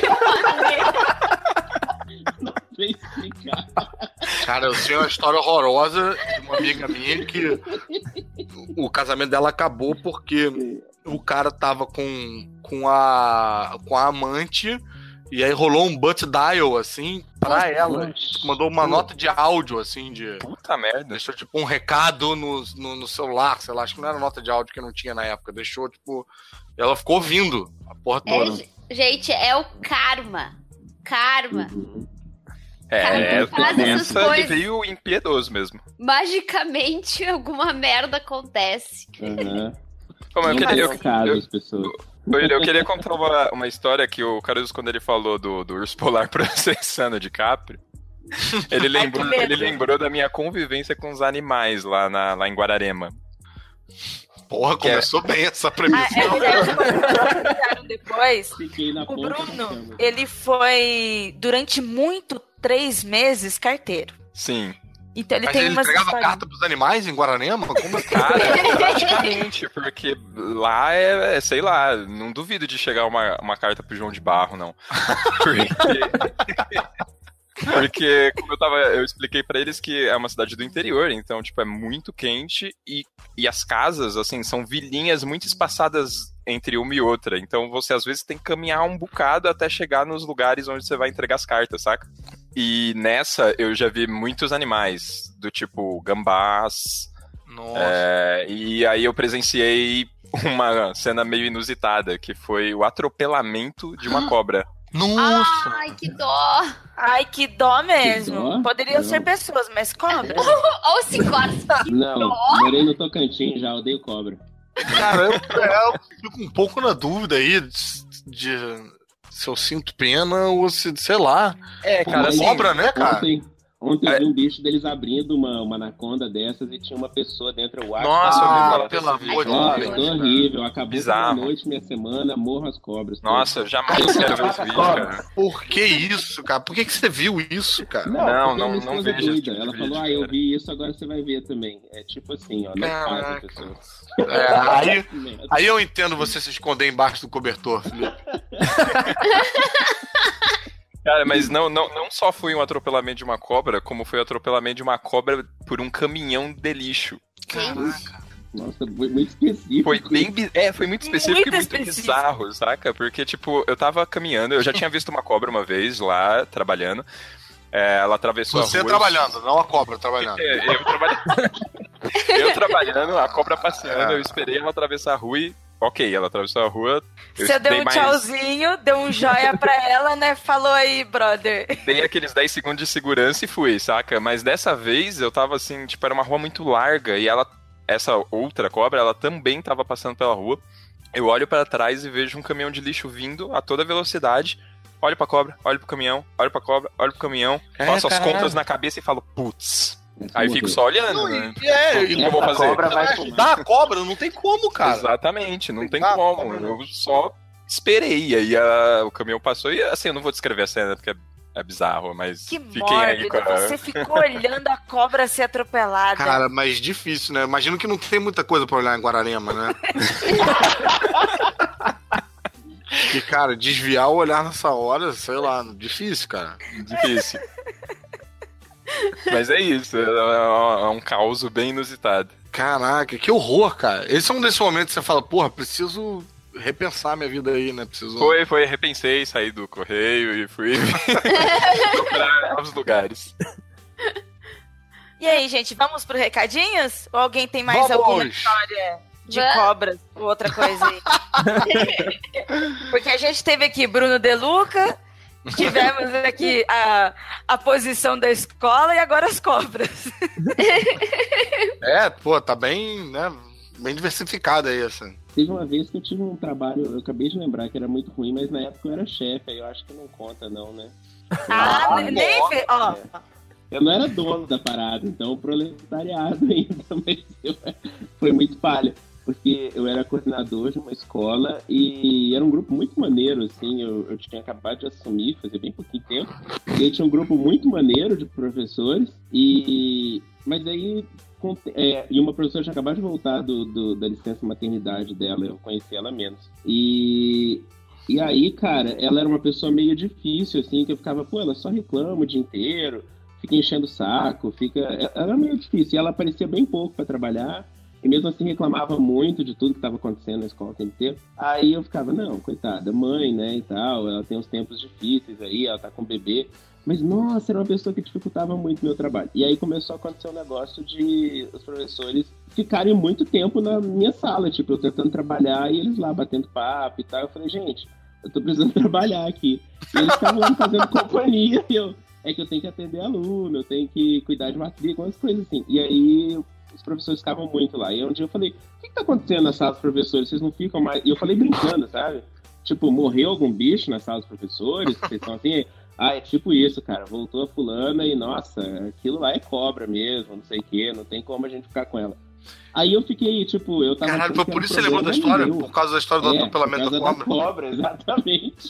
não sei explicar. Cara, eu sei uma história horrorosa de uma amiga minha que o casamento dela acabou porque o cara tava com, com, a, com a amante e aí rolou um butt dial, assim, pra ela. Mandou uma nota de áudio, assim, de... Puta merda. Deixou, tipo, um recado no, no, no celular, sei lá, acho que não era nota de áudio que não tinha na época. Deixou, tipo... Ela ficou ouvindo a porra É, toda. ge- gente, é o karma. Karma. É, Cara, faz essas essa coisas. veio impiedoso mesmo. Magicamente, alguma merda acontece. Aham. Pô, mas eu Não queria, faz eu, caso eu- as pessoas. eu, eu queria contar uma, uma história que o Caruso, quando ele falou do, do urso polar processando o DiCaprio, ele lembrou, medo. ele lembrou da minha convivência com os animais lá, na, lá em Guararema. Porra, Que é- começou bem essa Ah, premissa. é verdade, depois. Fiquei na O ponta da Bruno, cama. ele foi, durante muito, três meses carteiro. Sim. Então ele Mas tem ele umas entregava historinhas. carta pros animais em Guaranema? Como assim? Cara, praticamente, porque lá é, é, sei lá, não duvido de chegar uma, uma carta pro João de Barro, não. Porque, porque como eu tava, eu expliquei pra eles que é uma cidade do interior, então, tipo, é muito quente e, e as casas, assim, são vilinhas muito espaçadas entre uma e outra, então você às vezes tem que caminhar um bocado até chegar nos lugares onde você vai entregar as cartas, saca? E nessa eu já vi muitos animais, do tipo gambás. Nossa. É, e aí eu presenciei uma cena meio inusitada, que foi o atropelamento de uma cobra. Nossa. Ai, que dó. Ai, que dó mesmo. Que dó? Poderiam Não. ser pessoas, mas cobras. Ou se gosta. Não, morei no Tocantins já, odeio cobra. Cara, eu, eu fico um pouco na dúvida aí de, de se eu sinto pena ou se, sei lá. É, Pô, cara, mas assim, cobra, né, cara? Ontem, Ontem eu vi um bicho deles abrindo uma, uma anaconda dessas e tinha uma pessoa dentro do ar. Nossa, ah, eu pelo amor de Deus. Deus. Horrível. Acabou Bizarro. a noite, minha semana, morro as cobras. Nossa, eu jamais quero ver esse vídeo, cara. Por que isso, cara? Por que, que você viu isso, cara? Não, Não, porque não- a minha não esposa é vejo esse doida. tipo de Ela vídeo, falou, ah, eu cara. vi isso, agora você vai ver também. É tipo assim, ó, não faz a Caraca. pessoa. É, aí, aí eu entendo você se esconder embaixo do cobertor, Felipe. Cara, mas não, não, não só foi um atropelamento de uma cobra, como foi o atropelamento de uma cobra por um caminhão de lixo. Caraca. Nossa, foi muito específico. Foi bem, bi- é, foi muito específico Muito e muito específico. bizarro, saca? Porque, tipo, eu tava caminhando, eu já tinha visto uma cobra uma vez lá, trabalhando. É, ela atravessou Você a rua. trabalhando, não a cobra trabalhando. É, eu, trabalhando. eu trabalhando, a cobra passeando, eu esperei ela atravessar a rua e. Ok, ela atravessou a rua. Eu Você deu dei um mais- tchauzinho, deu um joia pra ela, né? Falou aí, brother. Dei aqueles dez segundos de segurança e fui, saca? Mas dessa vez eu tava assim, tipo, era uma rua muito larga e ela, essa outra cobra, ela também tava passando pela rua. Eu olho pra trás e vejo um caminhão de lixo vindo a toda velocidade. Olho pra cobra, olho pro caminhão, olho pra cobra, olho pro caminhão, É, faço as caralho. contas na cabeça e falo, putz. Essa Aí morreu. fico só olhando, Não, né? e, é, O que eu vou fazer? cobra vai Dá a cobra, não tem como, cara. Exatamente, não tem Ah, como. como não? Eu só esperei. Aí a- o caminhão passou e assim, eu não vou descrever a cena porque é, é bizarro, mas Que fiquem aí mórbido. com a... Você ficou olhando a cobra ser atropelada. Cara, mas difícil, né? Imagino que não tem muita coisa pra olhar em Guararema, né? E, cara, desviar o olhar nessa hora, sei lá, difícil, cara. Difícil. Mas é isso, é, é um caos bem inusitado. Caraca, que horror, cara. Esse é um desses momentos que você fala, porra, preciso repensar minha vida aí, né? Preciso... Foi, foi, repensei, saí do correio e fui procurar novos lugares. E aí, gente, vamos pro recadinhos? Ou alguém tem mais Vamos! alguma história de Vamos. cobras ou outra coisa aí? Porque a gente teve aqui Bruno De Luca, tivemos aqui a, a posição da escola e agora as cobras. É, pô, tá bem, né? Bem diversificado aí, assim. Teve uma vez que eu tive um trabalho, eu acabei de lembrar que era muito ruim, mas na época eu era chefe, aí eu acho que não conta não, né? Ah, Ah, nem fe... Ó, Eu não era dono da parada, então o proletariado ainda, mas eu, foi muito palha. Porque eu era coordenador de uma escola e era um grupo muito maneiro, assim, eu, eu tinha acabado de assumir, fazia bem pouquinho tempo, e aí tinha um grupo muito maneiro de professores, e mas aí, com- é, e uma professora tinha acabado de voltar do, do- da licença maternidade dela, eu conheci ela menos. E, e aí, cara, ela era uma pessoa meio difícil, assim, que eu ficava, pô, ela só reclama o dia inteiro, fica enchendo o saco, fica... Ela era meio difícil, e ela aparecia bem pouco para trabalhar, e mesmo assim reclamava muito de tudo que estava acontecendo na escola o tempo inteiro. Aí eu ficava, não, coitada, mãe, né, e tal, ela tem uns tempos difíceis aí, ela tá com bebê. Mas, nossa, era uma pessoa que dificultava muito o meu trabalho. E aí começou a acontecer um negócio de os professores ficarem muito tempo na minha sala, tipo, eu tentando trabalhar e eles lá batendo papo e tal. Eu falei, gente, eu tô precisando trabalhar aqui. E eles estavam lá me fazendo companhia e eu, é que eu tenho que atender aluno, eu tenho que cuidar de matrícula, umas coisas assim. E aí os professores ficavam muito lá. E um dia eu falei, o que que tá acontecendo na sala dos professores? Vocês não ficam mais... E eu falei brincando, sabe? Tipo, morreu algum bicho na sala dos professores? Vocês estão assim... Ah, é tipo isso, cara. Voltou a fulana e, nossa, aquilo lá é cobra mesmo, não sei o quê, não tem como a gente ficar com ela. Aí eu fiquei, tipo, eu tava... Caralho, achando foi que por era isso que você lembrou da problema história? meu. Por causa da história do É, atropelamento por da causa cobra? da cobra, exatamente.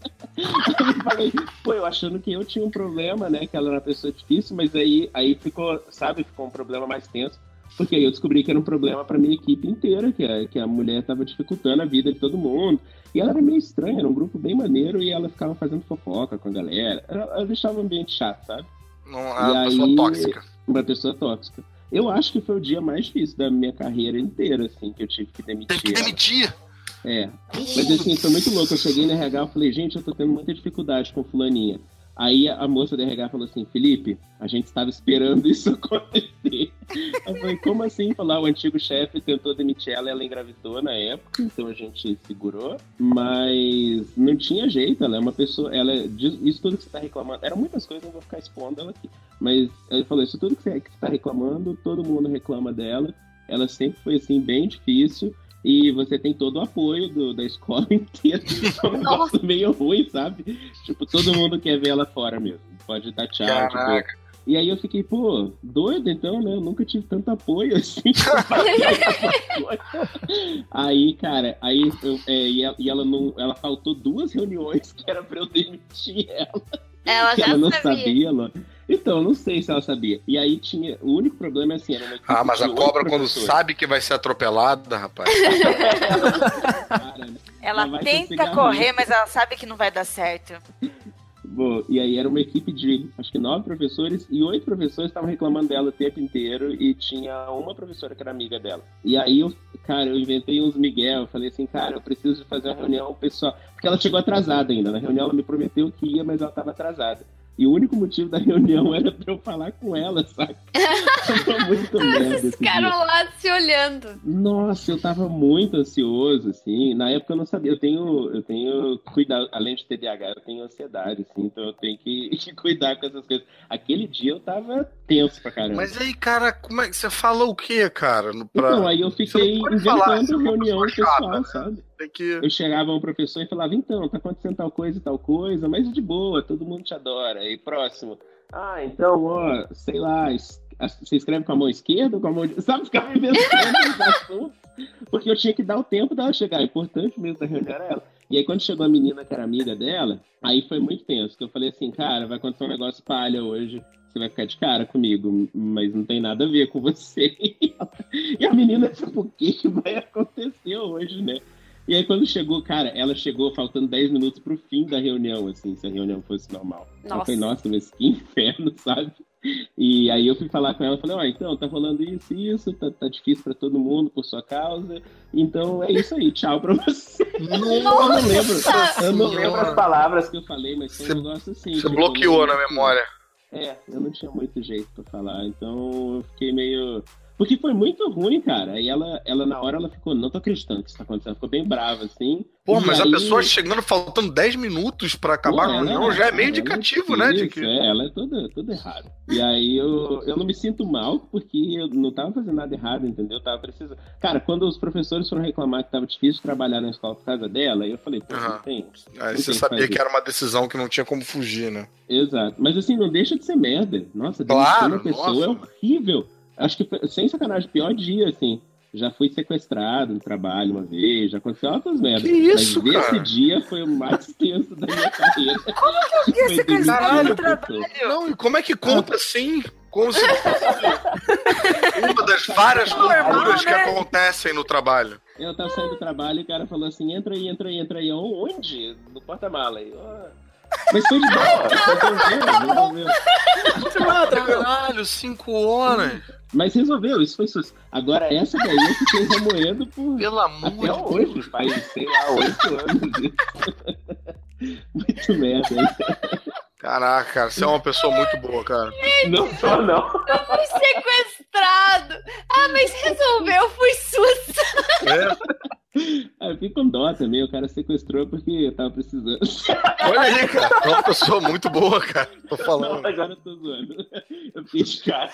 Eu falei, pô, eu achando que eu tinha um problema, né, que ela era uma pessoa difícil, mas aí, aí ficou, sabe, ficou um problema mais tenso. Porque aí eu descobri que era um problema pra minha equipe inteira, que a, que a mulher tava dificultando a vida de todo mundo. E ela era meio estranha, era um grupo bem maneiro e ela ficava fazendo fofoca com a galera. Ela, ela deixava o ambiente chato, sabe? Não, E é uma aí- pessoa tóxica. Uma pessoa tóxica. Eu acho que foi o dia mais difícil da minha carreira inteira, assim, que eu tive que demitir. Teve que ela. demitir. É. Mas assim, foi muito louco. Eu cheguei no R H e falei, gente, eu tô tendo muita dificuldade com fulaninha. Aí a, a moça do R H falou assim, Felipe, a gente estava esperando isso acontecer. Eu falei, como assim? Falar, o antigo chefe tentou demitir ela, ela engravidou na época, então a gente segurou, mas não tinha jeito, ela é uma pessoa, ela é- diz- isso tudo que você tá reclamando, eram muitas coisas, eu não vou ficar expondo ela aqui, mas ele falou, isso tudo que você, que você tá reclamando, todo mundo reclama dela, ela sempre foi assim, bem difícil, e você tem todo o apoio do- da escola inteira. É um negócio meio ruim, sabe? Tipo, todo mundo quer ver ela fora mesmo. Pode dar tchau. Caraca. Tipo, E aí eu fiquei, pô, doido então, né? Eu nunca tive tanto apoio assim. Aí, cara, aí eu, é, e ela, e ela não. Ela faltou duas reuniões que era pra eu demitir ela. Ela que já ela não sabia. sabia, ela. Então, eu não sei se ela sabia. E aí tinha. O único problema é assim, era uma equipe Ah, mas de a oito cobra, quando professores. sabe que vai ser atropelada, rapaz. Cara, Ela vai tenta conseguir correr, arranjar. mas ela sabe que não vai dar certo. Bom, e aí era uma equipe de, acho que nove professores, e oito professores estavam reclamando dela o tempo inteiro, e tinha uma professora que era amiga dela. E aí, eu, cara, eu inventei uns Miguel, eu falei assim, cara, eu preciso de fazer uma reunião pessoal, porque ela chegou atrasada ainda, na reunião ela me prometeu que ia, mas ela estava atrasada. E o único motivo da reunião era pra eu falar com ela, sabe? Tava muito merda Os esse caras dia. lá se olhando. Nossa, eu tava muito ansioso, assim. Na época eu não sabia. Eu tenho, eu tenho cuidado, além de T D A H, eu tenho ansiedade, assim. Então eu tenho que, que cuidar com essas coisas. Aquele dia eu tava tenso pra caramba. Mas aí, cara, como é que você fala o quê, cara? No- Pra... Então, aí eu Você fiquei não pode falar, você é inventando uma reunião pessoa chata, pessoal, né? sabe? Tem que... Eu chegava a um professor e falava, então, tá acontecendo tal coisa e tal coisa, mas de boa, todo mundo te adora. E próximo, ah, então, ó, sei lá, es- você escreve com a mão esquerda ou com a mão... di-" Sabe, ficava inventando os assuntos, porque eu tinha que dar o tempo dela chegar. O importante mesmo da reunião era ela. E aí, quando chegou a menina que era amiga dela, aí foi muito tenso, que eu falei assim, cara, vai acontecer um negócio palha hoje, você vai ficar de cara comigo, mas não tem nada a ver com você. E a menina, tipo, o que que vai acontecer hoje, né? E aí, quando chegou, cara, ela chegou faltando dez minutos pro fim da reunião, assim, se a reunião fosse normal. Ela Nossa. foi, nossa, mas que inferno, sabe? E aí eu fui falar com ela, falei, ó, então, tá rolando isso e isso, tá, tá difícil pra todo mundo por sua causa, então é isso aí, tchau pra você. Eu não lembro, eu não lembro as palavras que eu falei, mas foi um negócio assim. Você tipo, bloqueou eu não- na memória. É, eu não tinha muito jeito pra falar, então eu fiquei meio... Porque foi muito ruim, cara. Aí ela, ela na hora, ela ficou, não tô acreditando que isso tá acontecendo. Ficou bem brava, assim. Pô, E mas aí- a pessoa chegando faltando dez minutos pra acabar Pô, a ela- reunião já é meio ela indicativo, é né? De isso, que... é, ela é toda, toda errada. E aí eu, eu não me sinto mal, porque eu não tava fazendo nada errado, entendeu? Eu tava precisando... Cara, quando os professores foram reclamar que tava difícil trabalhar na escola por causa dela, eu falei, pô, Aham. não tem... Aí não você tem sabia fazer. que era uma decisão que não tinha como fugir, né? Exato. Mas assim, não deixa de ser merda. Nossa, Claro, demitir uma pessoa nossa. é horrível. Acho que, foi- sem sacanagem, pior dia, assim. Já fui sequestrado no trabalho uma vez, já aconteceu outras merdas. Que isso, Mas esse cara? dia foi o mais tenso da minha carreira. Como que eu Foi ia sequestrar demitir no uma trabalho? pessoa. Não, e como é que conta assim? Como se uma das várias Normal, loucuras que né? acontecem no trabalho. Eu tava saindo do trabalho e o cara falou assim, entra aí, entra aí, entra aí. Eu, onde? No porta-mala. Aí, ó. Mas foi de boa, resolveu, resolveu. Caralho, cinco horas. Mas resolveu, isso foi sucesso. Agora essa daí eu fiquei remoendo por... Pelo amor de Até Deus. hoje, faz, sei lá, oito anos. Muito merda. hein? Caraca, cara, você é uma pessoa muito boa, cara. Não só não. Eu fui sequestrado. Ah, mas resolveu, fui sussa. É. Ah, eu fiquei com dó também, o cara sequestrou porque eu tava precisando. Olha aí, cara, é uma pessoa muito boa, cara. Tô Não, falando. agora eu tô zoando. Eu fiquei de cara.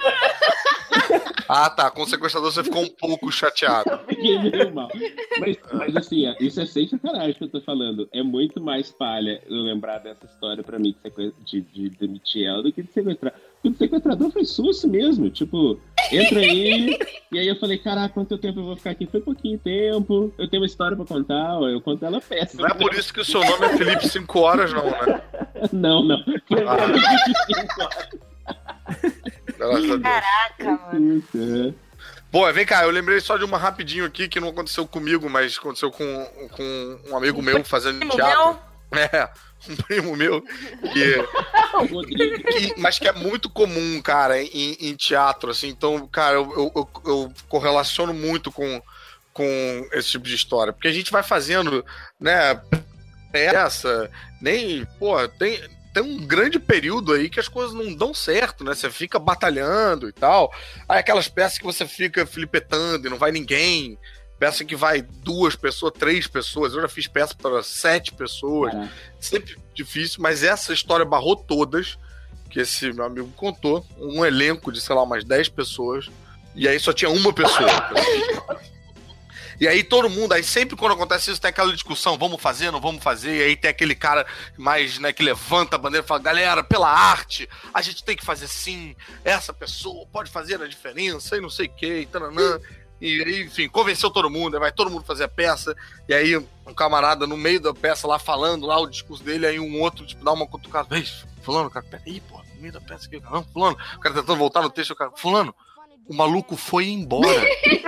Ah, tá, com o sequestrador você ficou um pouco chateado. Eu fiquei meio mal. Mas, mas assim, ó, isso é sem sacanagem que eu tô falando. É muito mais palha eu lembrar dessa história pra mim de, sequ- de, de demitir ela do que de sequestrar. Porque o sequestrador foi susto mesmo. Tipo, entra aí. E aí eu falei, caraca, quanto tempo eu vou ficar aqui? Foi pouquinho tempo. Eu tenho uma história pra contar, ó, eu conto ela péssima. Não é por isso que o seu nome é Felipe cinco horas, não, né? Não, não. Foi Ah. vinte e cinco horas. Graças a Deus. Caraca, mano. Isso, é. Pô, vem cá, eu lembrei só de uma rapidinho aqui que não aconteceu comigo, mas aconteceu com, com um amigo meu fazendo Primo teatro. meu? É, um primo meu que, O Rodrigo. que- mas que é muito comum, cara, em, em teatro, assim. Então, cara, eu, eu, eu, eu correlaciono muito com, com esse tipo de história, porque a gente vai fazendo, né, essa, nem, pô, tem, tem um grande período aí que as coisas não dão certo, né? Você fica batalhando e tal. Aí aquelas peças que você fica filipetando e não vai ninguém. Peça que vai duas pessoas, três pessoas. Eu já fiz peça para sete pessoas. Caraca. Sempre difícil, mas essa história barrou todas, que esse meu amigo contou. Um elenco de, sei lá, umas dez pessoas. E aí só tinha uma pessoa. E aí todo mundo, aí sempre quando acontece isso, tem aquela discussão, vamos fazer, não vamos fazer, e aí tem aquele cara mais, né, que levanta a bandeira e fala, galera, pela arte, a gente tem que fazer sim, essa pessoa pode fazer a diferença, e não sei o que, e tananã. E aí, enfim, convenceu todo mundo, aí vai todo mundo fazer a peça, e aí um camarada no meio da peça lá falando lá o discurso dele, aí um outro, tipo, dá uma cutucada, ei, fulano, cara, peraí, pô, no meio da peça aqui, não, fulano, o cara tentando voltar no texto, o cara, fulano, o maluco foi embora.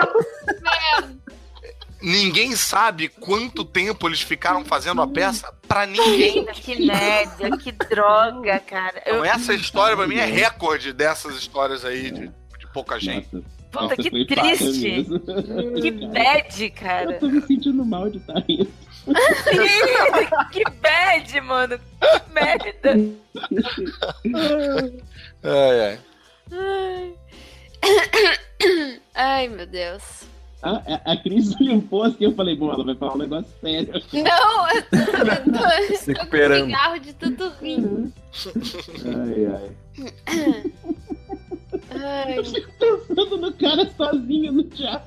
Ninguém sabe quanto tempo eles ficaram fazendo a peça pra ninguém. Que média, que droga, cara. Então, Eu... essa história pra mim é recorde dessas histórias aí de, de pouca gente. Nossa. Puta, Nossa, que foi triste. Que bad, cara. Eu tô me sentindo mal de estar rindo. Que bad, mano. Que merda. Ai, ai. Ai, meu Deus. A, a, a Cris limpou assim, eu falei, bom, ela vai falar um negócio sério. Não, eu tô, eu tô, Se tô com recuperando. cigarro de tudo rir. Ai, ai. Ai. Eu fico pensando no cara sozinho no teatro.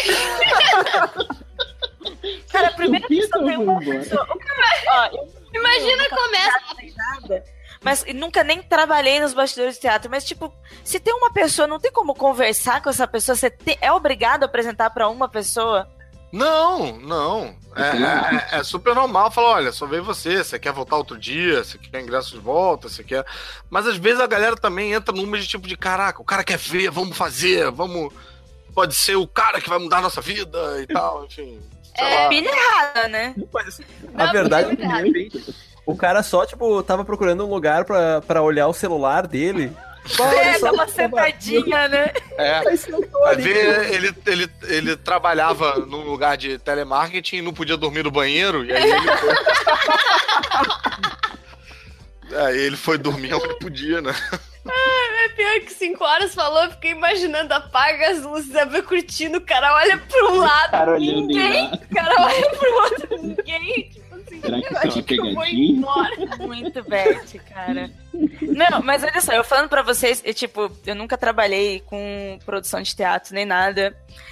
Cara, primeiro que Eu só tem uma fico, pessoa. O cara- ó, eu Imagina nunca começa. fiz nada, mas nunca nem trabalhei nos bastidores de teatro. Mas, tipo, se tem uma pessoa, não tem como conversar com essa pessoa? Você te- é obrigado a apresentar pra uma pessoa? Não, não. É, é, é super normal. Falar, olha, só veio você, você quer voltar outro dia, você quer ingresso de volta, você quer... Mas às vezes a galera também entra numa de tipo de, caraca, o cara quer ver, vamos fazer, vamos... Pode ser o cara que vai mudar a nossa vida e tal, enfim. sei É, lá. Pilha errada, né? Mas, Não, a verdade é muito que de errado. repente, o cara só, tipo, tava procurando um lugar pra, pra olhar o celular dele. Pô, olha É, só dá uma que trabalho. sentadinha, né? É. Aí sentou Vai ali, ver, ele, ele, ele trabalhava num lugar de telemarketing e não podia dormir no banheiro, e aí ele foi. Aí ele foi dormir onde podia, né? É pior que cinco horas falou, eu fiquei imaginando, apaga as luzes, abre a cortina, o cara olha pra um lado, cara olhando ninguém, lá. o cara olha pro outro, ninguém, tipo assim, Será que eu isso é acho uma que eu vou pegadinha? embora. Muito bad, cara. Não, mas olha só, eu falando pra vocês, eu, tipo, eu nunca trabalhei com produção de teatro nem nada.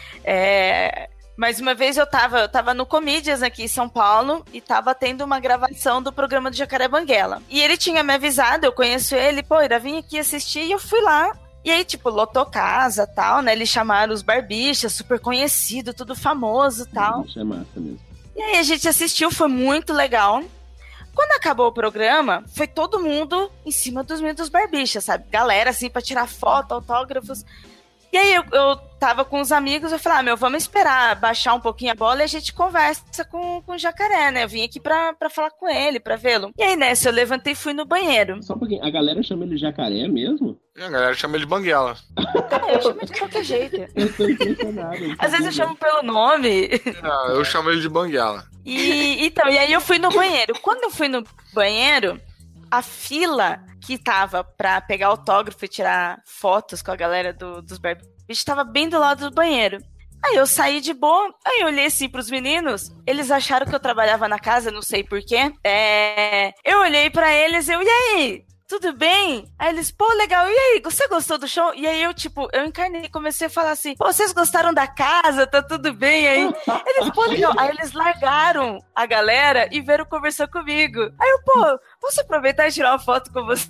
É, mas uma vez eu tava, eu tava no Comedians aqui em São Paulo e tava tendo uma gravação do programa do Jacaré Banguela. E ele tinha me avisado, eu conheço ele, pô, Ira, vim aqui assistir e eu fui lá. E aí, tipo, lotou casa e tal, né? Eles chamaram os barbichas, super conhecido, tudo famoso e tal. Isso é massa mesmo. E aí a gente assistiu, foi muito legal. Quando acabou o programa, foi todo mundo em cima dos meus dos barbichas, sabe? Galera, assim, pra tirar foto, autógrafos. E aí eu, eu tava com os amigos, eu falei, ah, meu, vamos esperar baixar um pouquinho a bola e a gente conversa com, com o Jacaré, né? Eu vim aqui pra, pra falar com ele, pra vê-lo. E aí, nessa, eu levantei e fui no banheiro. Só porque a galera chama ele de jacaré mesmo? E a galera chama ele de Banguela. Ah, eu chamo de qualquer jeito. Eu tô impressionado. Às vezes eu chamo pelo nome. Ah, eu chamo ele de Banguela. E, então, e aí eu fui no banheiro. Quando eu fui no banheiro, a fila que tava pra pegar autógrafo e tirar fotos com a galera do, dos barbichos tava bem do lado do banheiro. Aí eu saí de boa, aí eu olhei assim pros meninos, eles acharam que eu trabalhava na casa, não sei porquê. É... Eu olhei pra eles, eu, e aí? Tudo bem? Aí eles, pô, legal, e aí, você gostou do show? E aí eu, tipo, eu encarnei, comecei a falar assim, pô, vocês gostaram da casa? Tá tudo bem aí? Eles, pô, legal. Aí eles largaram a galera e vieram conversar comigo. Aí eu, pô, posso aproveitar e tirar uma foto com vocês?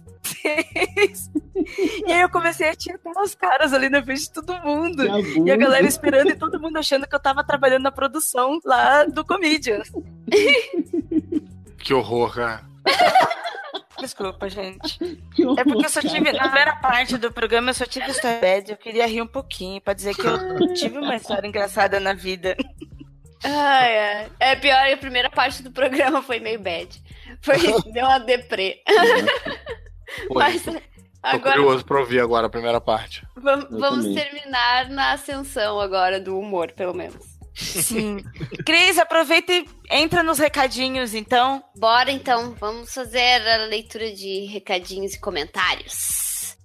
E aí eu comecei a tirar os caras ali na frente de todo mundo. E a galera esperando e todo mundo achando que eu tava trabalhando na produção lá do Comedians. Que horror, cara. Desculpa, gente. Que horror, É porque eu só tive, cara. na primeira parte do programa, eu só tive história bad. Eu queria rir um pouquinho, pra dizer que eu tive uma história engraçada na vida. Ai, ai. É pior, a primeira parte do programa foi meio bad. Foi, deu uma deprê. Pô, Mas tô agora curioso pra ouvir agora a primeira parte. vamos, Eu vamos também. terminar na ascensão agora do humor, pelo menos. Sim. Cris, aproveita e entra nos recadinhos, então. Bora então, vamos fazer a leitura de recadinhos e comentários.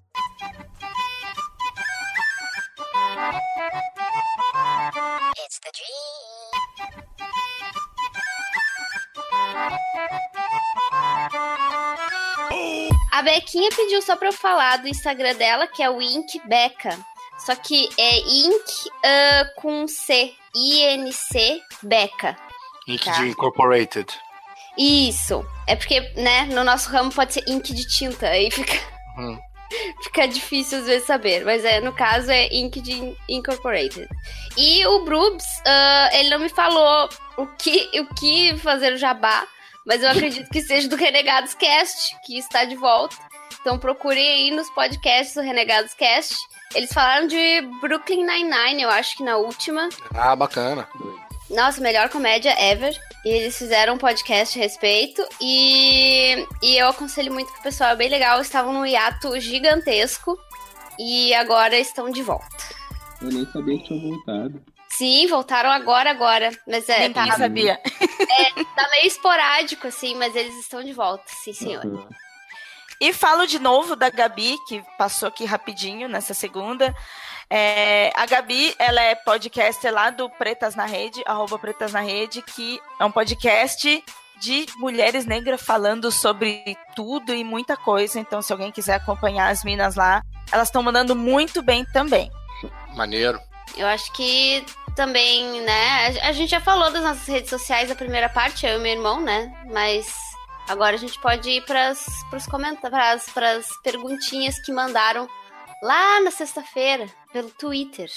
A Bequinha pediu só pra eu falar do Instagram dela, que é o Ink Beca. Só que é Inc uh, com C. I N C Beca. Inc Tá. de Incorporated. Isso. É porque, né, no nosso ramo pode ser ink de tinta. Aí fica, Hum. fica difícil às vezes saber. Mas é, no caso é Ink de Incorporated. E o Brubs, uh, ele não me falou o que, o que fazer o jabá. Mas eu acredito que seja do Renegados Cast, que está de volta. Então procurem aí nos podcasts do Renegados Cast. Eles falaram de Brooklyn Nine-Nine, eu acho que na última. Ah, bacana. Nossa, melhor comédia ever. E eles fizeram um podcast a respeito. E, e eu aconselho muito que o pessoal é bem legal. Estavam num hiato gigantesco. E agora estão de volta. Eu nem sabia que tinham voltado. Sim, voltaram agora, agora. Mas é, Nem tá, sabia. é, tá meio esporádico, assim, mas eles estão de volta. Sim, senhor. Uhum. E falo de novo da Gabi, que passou aqui rapidinho nessa segunda. É, a Gabi, ela é podcaster lá do Pretas na Rede, arroba Pretas na Rede, que é um podcast de mulheres negras falando sobre tudo e muita coisa. Então, se alguém quiser acompanhar as minas lá, elas estão mandando muito bem também. Maneiro. Eu acho que também, né? A gente já falou das nossas redes sociais, a primeira parte, eu e meu irmão, né? Mas agora a gente pode ir para os comentários, para as perguntinhas que mandaram lá na sexta-feira, pelo Twitter.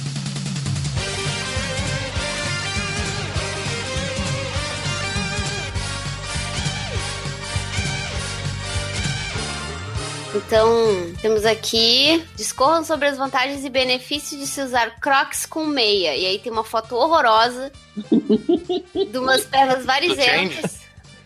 Então, temos aqui: discorram sobre as vantagens e benefícios de se usar Crocs com meia. E aí tem uma foto horrorosa de umas pernas varizentas.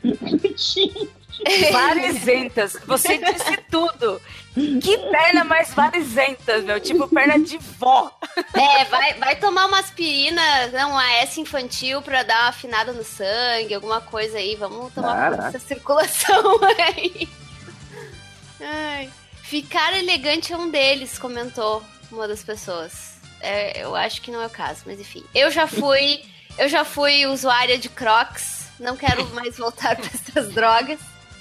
Varizentas. Você disse tudo. Que perna mais varizentas, meu. Tipo perna de vó. É, vai, vai tomar uma aspirina, não, uma S infantil pra dar uma afinada no sangue, alguma coisa aí. Vamos tomar Caraca. essa circulação aí. Ai. Ficar elegante é um deles, comentou uma das pessoas. É, eu acho que não é o caso, mas enfim. Eu já fui, eu já fui usuária de Crocs. Não quero mais voltar para essas drogas.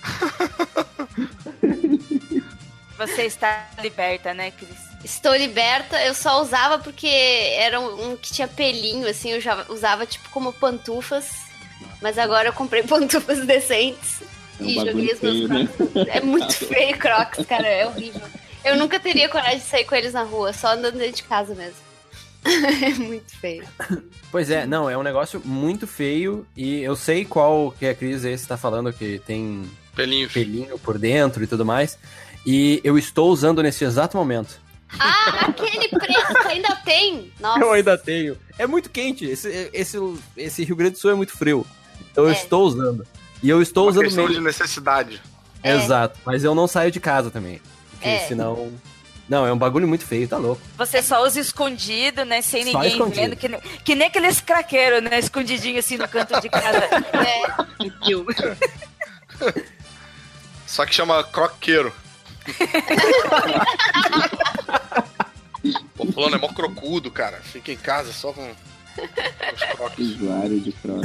Você está liberta, né, Cris? Estou liberta. Eu só usava porque era um, um que tinha pelinho, assim. Eu já usava tipo como pantufas. Mas agora eu comprei pantufas decentes. É um E bagulho joguei os meus feio, né? Crocs. É muito feio Crocs, cara. É horrível. Eu nunca teria coragem de sair com eles na rua. Só andando dentro de casa mesmo. É muito feio. Pois é, não, é um negócio muito feio e eu sei qual que a Cris esse tá falando, que tem Pelinho. pelinho por dentro e tudo mais, e eu estou usando nesse exato momento. Ah, aquele preto ainda tem. Nossa. Eu ainda tenho. É muito quente, esse, esse, esse Rio Grande do Sul é muito frio, então eu É. estou usando. E eu estou Uma usando questão meio... de necessidade. É. Exato, mas eu não saio de casa também, porque É. senão... Não, é um bagulho muito feio, tá louco. Você só usa escondido, né? Sem Só ninguém escondido. vendo. Que nem, que nem aqueles craqueiros, né? Escondidinho assim no canto de casa. É. Viu? Só que chama croqueiro. Pô, fulano é mó crocudo, cara. Fica em casa só com os croques. Usuário de Crocs.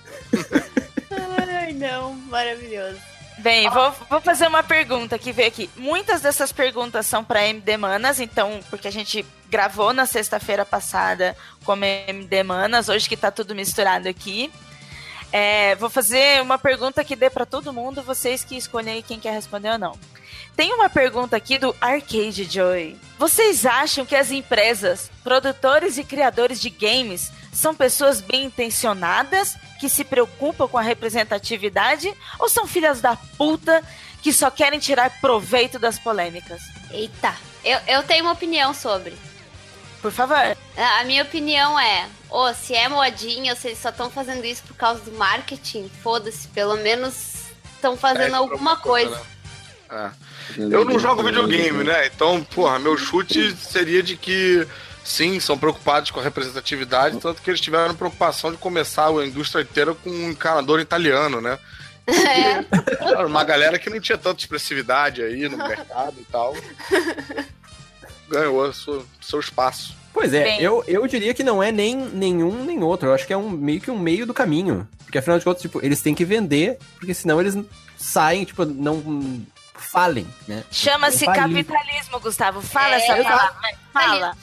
Ai, não. Maravilhoso. Bem, vou, vou fazer uma pergunta que veio aqui. Muitas dessas perguntas são para M D Manas, então, porque a gente gravou na sexta-feira passada como M D Manas, hoje que tá tudo misturado aqui. É, vou fazer uma pergunta que dê para todo mundo, vocês que escolhem aí quem quer responder ou não. Tem uma pergunta aqui do Arcade Joy. Vocês acham que as empresas, produtores e criadores de games são pessoas bem intencionadas que se preocupam com a representatividade ou são filhas da puta que só querem tirar proveito das polêmicas? Eita. Eu, eu tenho uma opinião sobre. Por favor. A minha opinião é, oh, se é modinha ou se eles só estão fazendo isso por causa do marketing, foda-se, pelo menos estão fazendo É, alguma coisa. É. Eu não jogo videogame, né? Então, porra, meu chute seria de que sim, são preocupados com a representatividade, tanto que eles tiveram preocupação de começar a indústria inteira com um encanador italiano, né? É. Era uma galera que não tinha tanta expressividade aí no mercado e tal. Ganhou seu, seu espaço. Pois é, Bem. eu, eu diria que não é nem nenhum nem outro. Eu acho que é um, meio que um meio do caminho. Porque afinal de contas, tipo, eles têm que vender, porque senão eles saem, tipo, não falem, né? Chama-se Falir. capitalismo, Gustavo. Fala É, essa exato. palavra. Fala.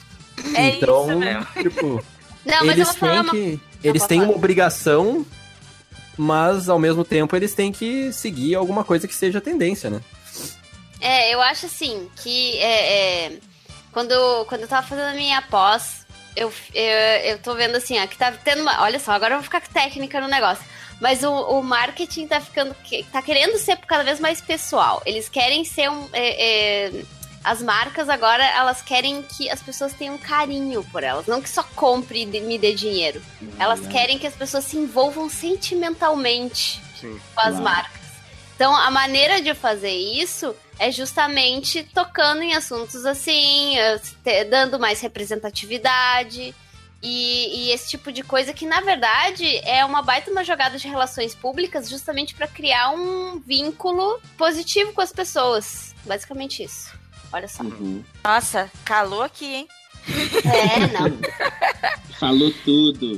É então, isso mesmo. tipo, Não, mas eu eles vou falar têm uma... que. Eles Não, têm pode uma obrigação, mas ao mesmo tempo eles têm que seguir alguma coisa que seja tendência, né? É, eu acho assim, que é, é, quando, quando eu tava fazendo a minha pós, eu, eu, eu tô vendo assim, ó, que tá tendo uma... Olha só, agora eu vou ficar técnica no negócio. Mas o, o marketing tá ficando... Tá querendo ser cada vez mais pessoal. Eles querem ser um... É, é, as marcas agora, elas querem que as pessoas tenham carinho por elas. Não que só compre e me dê dinheiro. Elas querem que as pessoas se envolvam sentimentalmente Sim. com as Uau. marcas. Então, a maneira de fazer isso é justamente tocando em assuntos assim, eh, te- dando mais representatividade e, e esse tipo de coisa que, na verdade, é uma baita uma jogada de relações públicas justamente para criar um vínculo positivo com as pessoas. Basicamente isso. Olha só. Uhum. Nossa, calou aqui, hein? É, não. Falou tudo.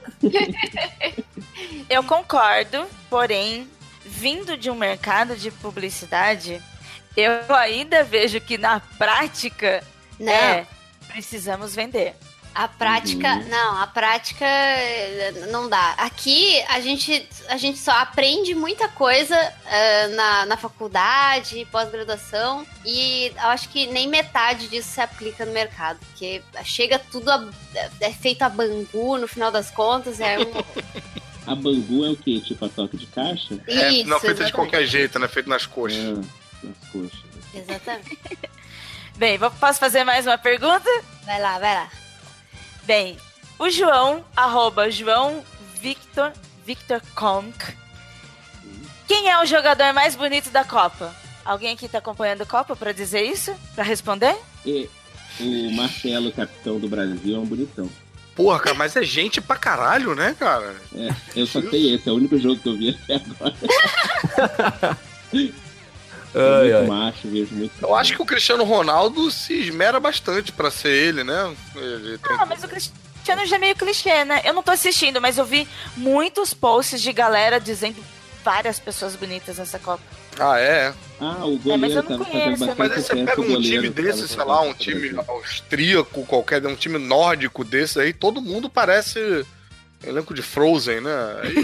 Eu concordo, porém, vindo de um mercado de publicidade, eu ainda vejo que na prática, Não. é, precisamos vender. A prática, Uhum. não, a prática eh, não dá. Aqui a gente, a gente só aprende muita coisa eh, na, na faculdade, pós-graduação, e eu acho que nem metade disso se aplica no mercado, porque chega tudo, a, é feito a Bangu no final das contas, é um... A Bangu é o quê? Tipo a toque de caixa? É, Isso, não feita de exatamente. qualquer jeito, né? Feito nas coxas. Ah, nas coxas. Exatamente. Bem, vou- posso fazer mais uma pergunta? Vai lá, vai lá. Bem, o João, arroba João Victor, Victor Conk. Quem é o jogador mais bonito da Copa? Alguém aqui tá acompanhando a Copa pra dizer isso? Pra responder? E o Marcelo, capitão do Brasil, é um bonitão. Porra, cara, mas é gente pra caralho, né, cara? É, eu só sei esse, é o único jogo que eu vi até agora. Ai, muito ai. macho, vejo muito. Eu acho que o Cristiano Ronaldo se esmera bastante pra ser ele, né? Ele tem... Ah, mas o Cristiano já é meio clichê, né? Eu não tô assistindo, mas eu vi muitos posts de galera dizendo várias pessoas bonitas nessa Copa. Ah, é? Ah, o É, mas goleiro eu não tava conheço, fazendo bastante Mas aí você sucesso, pega o um goleiro time desse, tava sei lá, um fazendo time sucesso. austríaco qualquer, um time nórdico desse aí, todo mundo parece elenco de Frozen, né? Aí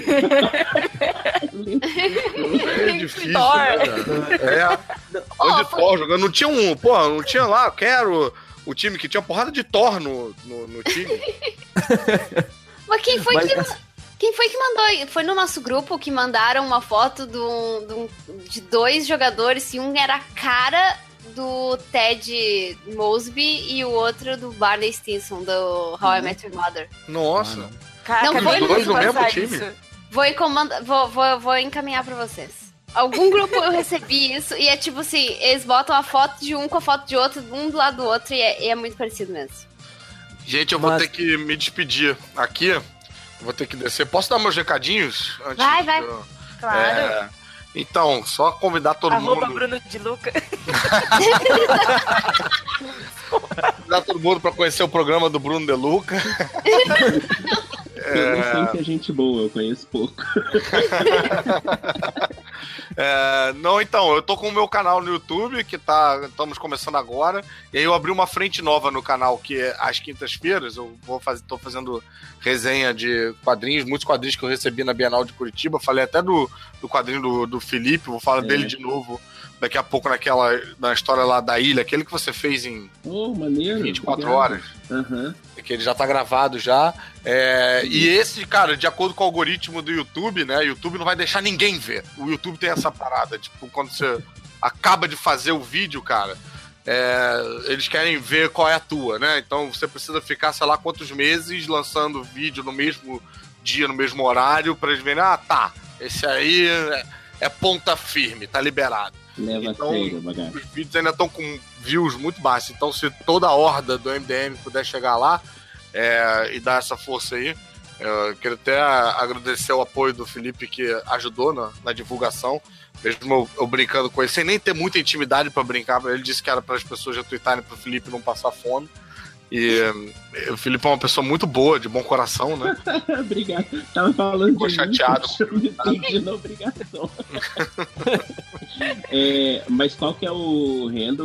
é difícil, Thor. né, cara? É. Onde Thor jogando. Não tinha um, pô, não tinha lá, quero o time que tinha porrada de Thor no, no, no time. Mas quem foi Mas- que... Quem foi que mandou? Foi no nosso grupo que mandaram uma foto de, um- de um- de dois jogadores e um era a cara do Ted Mosby e o outro do Barney Stinson, do How I Met Your Mother. Nossa. Caraca, Não foi nem dois no passar mesmo time? isso. Vou, encomanda- vou, vou, vou encaminhar pra vocês. Algum grupo eu recebi isso e é tipo assim, eles botam a foto de um com a foto de outro, um do lado do outro e é, e é muito parecido mesmo. Gente, eu vou Mas- ter que me despedir aqui. Vou ter que descer. Posso dar meus recadinhos? Antes Vai, de vai. eu- Claro. É, então, só convidar todo Arroba mundo. Bruno de Luca. Convidar todo mundo pra conhecer o programa do Bruno De Luca. Eu não sei se é gente boa, eu conheço pouco. É, não, então, eu tô com o meu canal no YouTube, que tá. Estamos começando agora. E aí eu abri uma frente nova no canal, que é às quintas-feiras. Eu vou fazer, tô fazendo resenha de quadrinhos, muitos quadrinhos que eu recebi na Bienal de Curitiba. Falei até do, do quadrinho do, do Felipe, vou falar É. dele de novo daqui a pouco naquela. Na história lá da ilha, aquele que você fez em Oh, maneiro. vinte e quatro obrigado. horas. Aham. Que ele já tá gravado já. É, e esse, cara, de acordo com o algoritmo do YouTube, né? O YouTube não vai deixar ninguém ver. O YouTube tem essa parada. Tipo, quando você acaba de fazer o vídeo, cara, é, eles querem ver qual é a tua, né? Então você precisa ficar, sei lá, quantos meses lançando vídeo no mesmo dia, no mesmo horário, pra eles verem, ah, tá, esse aí é, é ponta firme, tá liberado. Leva Então, a sério, bagaço. Os vídeos ainda estão com views muito baixos. Então, se toda a horda do M D M puder chegar lá é, e dar essa força aí, eu quero até agradecer o apoio do Felipe, que ajudou na, na divulgação. Mesmo eu, eu brincando com ele, sem nem ter muita intimidade pra brincar. Ele disse que era para as pessoas retweetarem pro Felipe não passar fome. E eh, o Felipe é uma pessoa muito boa, de bom coração, né? Obrigado. Tava falando Ficou de chateado. mim, me pedindo obrigação. É, mas qual que é o handle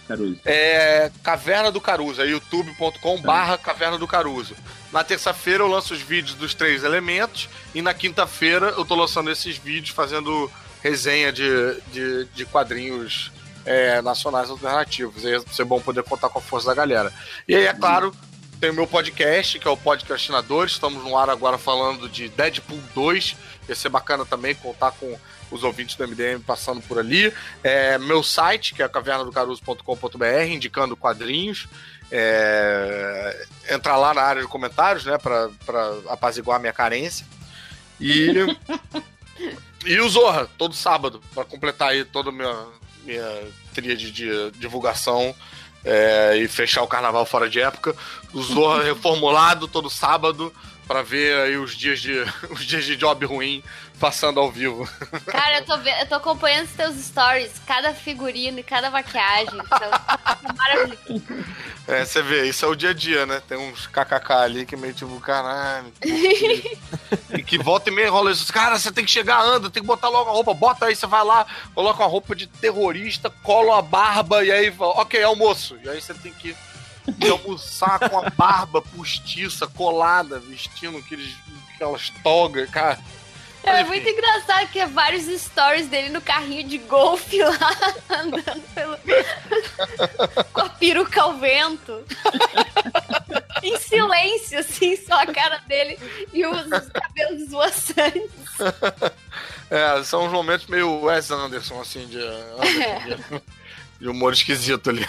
Caruso? É Caverna do Caruso, é youtube ponto com barra Caverna do Caruso. Na terça-feira eu lanço os vídeos dos Três Elementos e na quinta-feira eu tô lançando esses vídeos fazendo resenha de, de, de quadrinhos é, nacionais alternativos. Aí é ser bom poder contar com a força da galera. E aí, é claro, tem o meu podcast, que é o Podcastinadores. Estamos no ar agora falando de Deadpool dois. Ia ser bacana também contar com os ouvintes do M D M passando por ali. É, meu site, que é caverna do caruso ponto com ponto b r, indicando quadrinhos. É, entrar lá na área de comentários, né, pra, pra apaziguar a minha carência. E, e o Zorra, todo sábado, pra completar aí toda a minha, minha tríade de divulgação é, e fechar o carnaval fora de época. O Zorra reformulado todo sábado pra ver aí os dias de, os dias de job ruim passando ao vivo. Cara, eu tô, vendo, eu tô acompanhando os teus stories, cada figurino e cada maquiagem. Então, maravilhoso. É, você vê, isso é o dia a dia, né? Tem uns kkk ali que meio tipo, caralho. Que... e que volta e meia rola isso. Cara, você tem que chegar, anda, tem que botar logo a roupa. Bota aí, você vai lá, coloca uma roupa de terrorista, cola a barba e aí, ok, almoço. E aí você tem que ir almoçar com a barba postiça, colada, vestindo aqueles, aquelas togas, cara. É muito engraçado que é vários stories dele no carrinho de golfe lá, andando pelo... com a peruca ao vento. Em silêncio, assim, só a cara dele e os, os cabelos esvoaçantes. É, são uns momentos meio Wes Anderson, assim, de, de, de humor esquisito ali.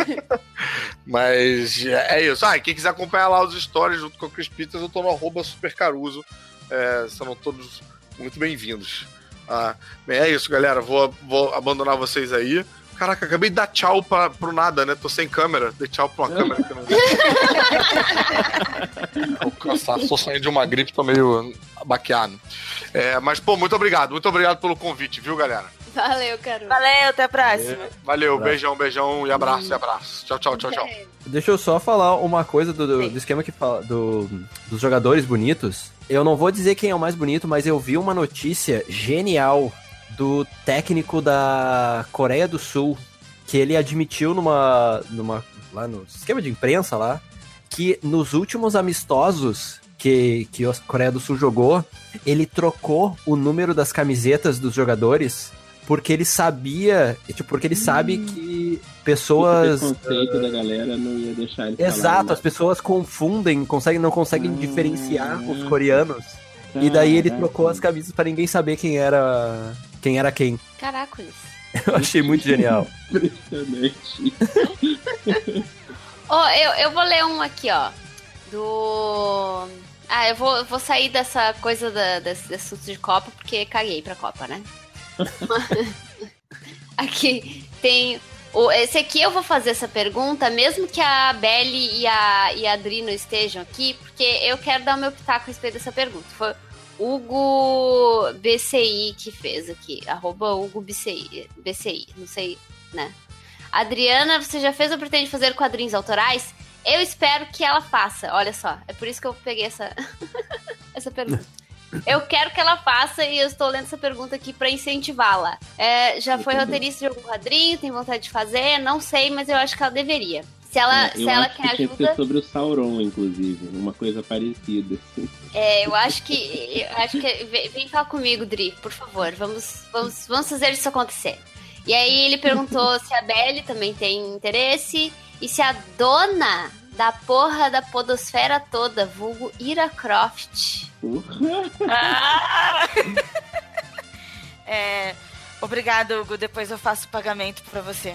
Mas é isso. Ah, e quem quiser acompanhar lá os stories junto com o Chris Peters, eu tô no arroba supercaruso. É, são todos muito bem-vindos. Ah, bem, é isso, galera. Vou, vou abandonar vocês aí. Caraca, acabei de dar tchau pra, pro nada, né? Tô sem câmera. Dei tchau pra uma câmera que não... Tô cansado, tô saindo de uma gripe, tô meio baqueado. É, mas, pô, muito obrigado. Muito obrigado pelo convite, viu, galera? Valeu, Caruso. Valeu, até a próxima. É, valeu, abraço. beijão, beijão e abraço, e abraço. Tchau, tchau, tchau, tchau. Deixa eu só falar uma coisa do, do, do esquema que fala do, dos jogadores bonitos. Eu não vou dizer quem é o mais bonito, mas eu vi uma notícia genial do técnico da Coreia do Sul, que ele admitiu numa, numa lá no esquema de imprensa lá, que nos últimos amistosos que, que a Coreia do Sul jogou, ele trocou o número das camisetas dos jogadores porque ele sabia, tipo, porque ele hum. sabe que pessoas... O conceito uh, da galera não ia deixar ele Exato, falar, as pessoas confundem, conseguem, não conseguem ah, diferenciar os coreanos. Ah, e daí ele trocou as camisas pra ninguém saber quem era quem. Era quem. Caracoles. Eu achei muito genial. Impressionante. Ó, oh, eu, eu vou ler um aqui, ó. Do... Ah, eu vou, eu vou sair dessa coisa da, desse, desse assunto de Copa, porque caguei pra Copa, né? Aqui tem... O, esse aqui eu vou fazer essa pergunta, mesmo que a Belle e a, e a Adri não estejam aqui, porque eu quero dar o meu pitaco a respeito dessa pergunta. Foi Hugo B C I que fez aqui, arroba Hugo B C I, B C I, não sei, né? Adriana, você já fez ou pretende fazer quadrinhos autorais? Eu espero que ela faça, olha só, é por isso que eu peguei essa, essa pergunta. Eu quero que ela faça e eu estou lendo essa pergunta aqui para incentivá-la. É, já foi roteirista de algum quadrinho, tem vontade de fazer? Não sei, mas eu acho que ela deveria. Se ela, é, se ela quer que ajuda... Tinha que ser sobre o Sauron, inclusive, uma coisa parecida. Assim. É, eu acho que... Eu acho que vem, vem falar comigo, Dri, por favor. Vamos, vamos, vamos fazer isso acontecer. E aí ele perguntou se a Belle também tem interesse e se a dona da porra da podosfera toda, vulgo Ira Croft... Ah! É, obrigado, Hugo. Depois eu faço o pagamento pra você.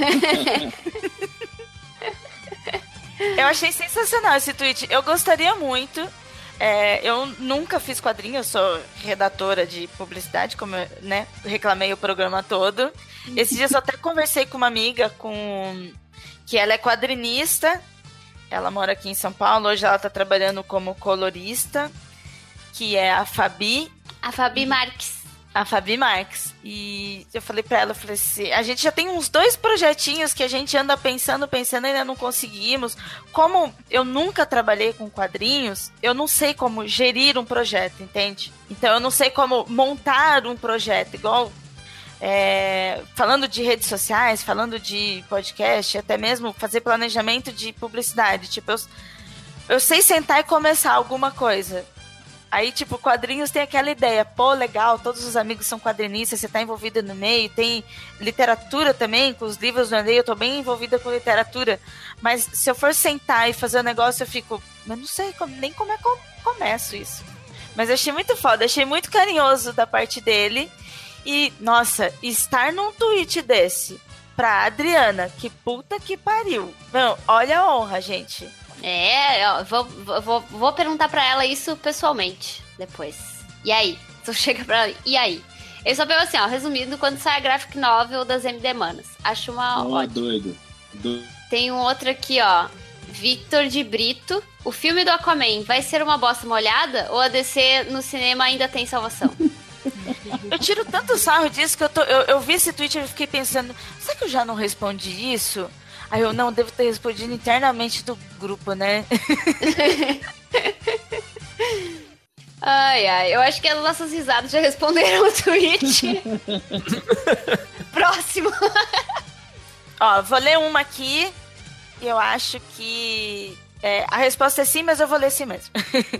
Eu achei sensacional esse tweet. Eu gostaria muito. É, eu nunca fiz quadrinho, eu sou redatora de publicidade, como eu, né, reclamei o programa todo. Esses dias eu até conversei com uma amiga com que ela é quadrinista. Ela mora aqui em São Paulo. Hoje ela tá trabalhando como colorista, que é a Fabi. A Fabi Marques. A Fabi Marques. E eu falei pra ela, eu falei assim, a gente já tem uns dois projetinhos que a gente anda pensando, pensando, e ainda não conseguimos. Como eu nunca trabalhei com quadrinhos, eu não sei como gerir um projeto, entende? Então eu não sei como montar um projeto, igual É, falando de redes sociais, falando de podcast, até mesmo fazer planejamento de publicidade. Tipo, eu, eu sei sentar e começar alguma coisa. Aí, tipo, quadrinhos tem aquela ideia, pô, legal, todos os amigos são quadrinistas, você tá envolvida no meio, tem literatura também, com os livros do Andrei, eu tô bem envolvida com literatura, mas se eu for sentar e fazer o um negócio, eu fico, eu não sei como, nem como é que eu começo isso. Mas eu achei muito foda, achei muito carinhoso da parte dele, e, nossa, estar num tweet desse pra Adriana, que puta que pariu. Não, olha a honra, gente. É, ó, vou, vou, vou perguntar pra ela isso pessoalmente depois. E aí? Tu chega pra ela, e aí? Ele só pegou assim, ó, resumindo, quando sai a graphic novel das M D Manas. Acho uma oh, ótima. doido. doido. Tem um outro aqui, ó. Victor de Brito. O filme do Aquaman vai ser uma bosta molhada ou a D C no cinema ainda tem salvação? Eu tiro tanto sarro disso que eu, tô, eu, eu vi esse tweet e fiquei pensando, será que eu já não respondi isso? Aí eu não devo ter respondido internamente do grupo, né? Ai, ai, eu acho que as nossas risadas já responderam o tweet. Próximo. Ó, vou ler uma aqui. E eu acho que é, a resposta é sim, mas eu vou ler sim mesmo.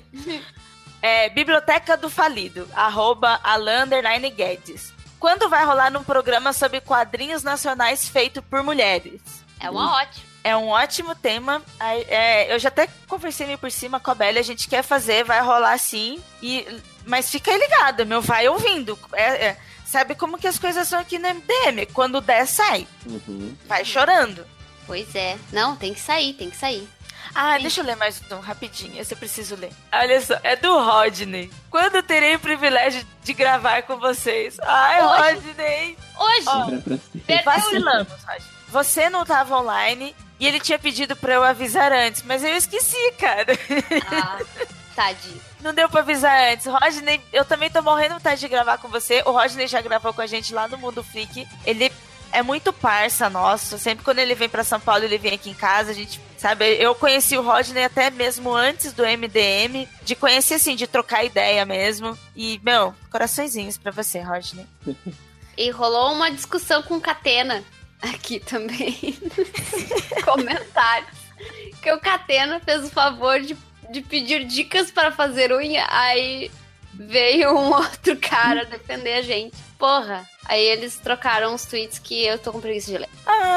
É, Biblioteca do Falido, arroba Alan underline Guedes. Quando vai rolar um programa sobre quadrinhos nacionais feito por mulheres? É uma ótima. É um ótimo tema. É, eu já até conversei meio por cima com a Bela, a gente quer fazer, vai rolar sim. E, mas fica aí ligado, meu, vai ouvindo. É, é, sabe como que as coisas são aqui no M D M? Quando der, sai. Uhum. Vai chorando. Pois é. Não, tem que sair, tem que sair. Ah, Sim. Deixa eu ler mais um, rapidinho. Esse eu preciso ler. Olha só, é do Rodney. Quando terei o privilégio de gravar com vocês? Ai, Hoje. Rodney. Hoje. Ó, vacilamos, Rodney. Você não tava online e ele tinha pedido pra eu avisar antes, mas eu esqueci, cara. Ah, tadinho. Não deu pra avisar antes. Rodney, eu também tô morrendo de vontade de gravar com você. O Rodney já gravou com a gente lá no Mundo Freak. Ele é muito parça nosso. Sempre quando ele vem pra São Paulo, ele vem aqui em casa. A gente, sabe, eu conheci o Rodney até mesmo antes do M D M. De conhecer, assim, de trocar ideia mesmo. E, meu, coraçõezinhos pra você, Rodney. E rolou uma discussão com o Catena aqui também. Comentários. Que o Catena fez o favor de, de pedir dicas para fazer unha. Aí veio um outro cara defender a gente. Porra. Aí eles trocaram uns tweets que eu tô com preguiça de ler.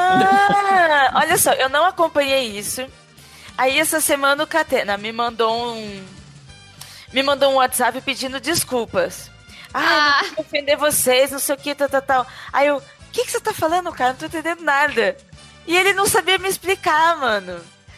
Ah, olha só, eu não acompanhei isso. Aí essa semana o Catena me mandou um me mandou um WhatsApp pedindo desculpas. Ah, Ah. não quero ofender vocês, não sei o que, tal, tal, tal. Aí eu, o que, que você tá falando, cara? Não tô entendendo nada. E ele não sabia me explicar, mano.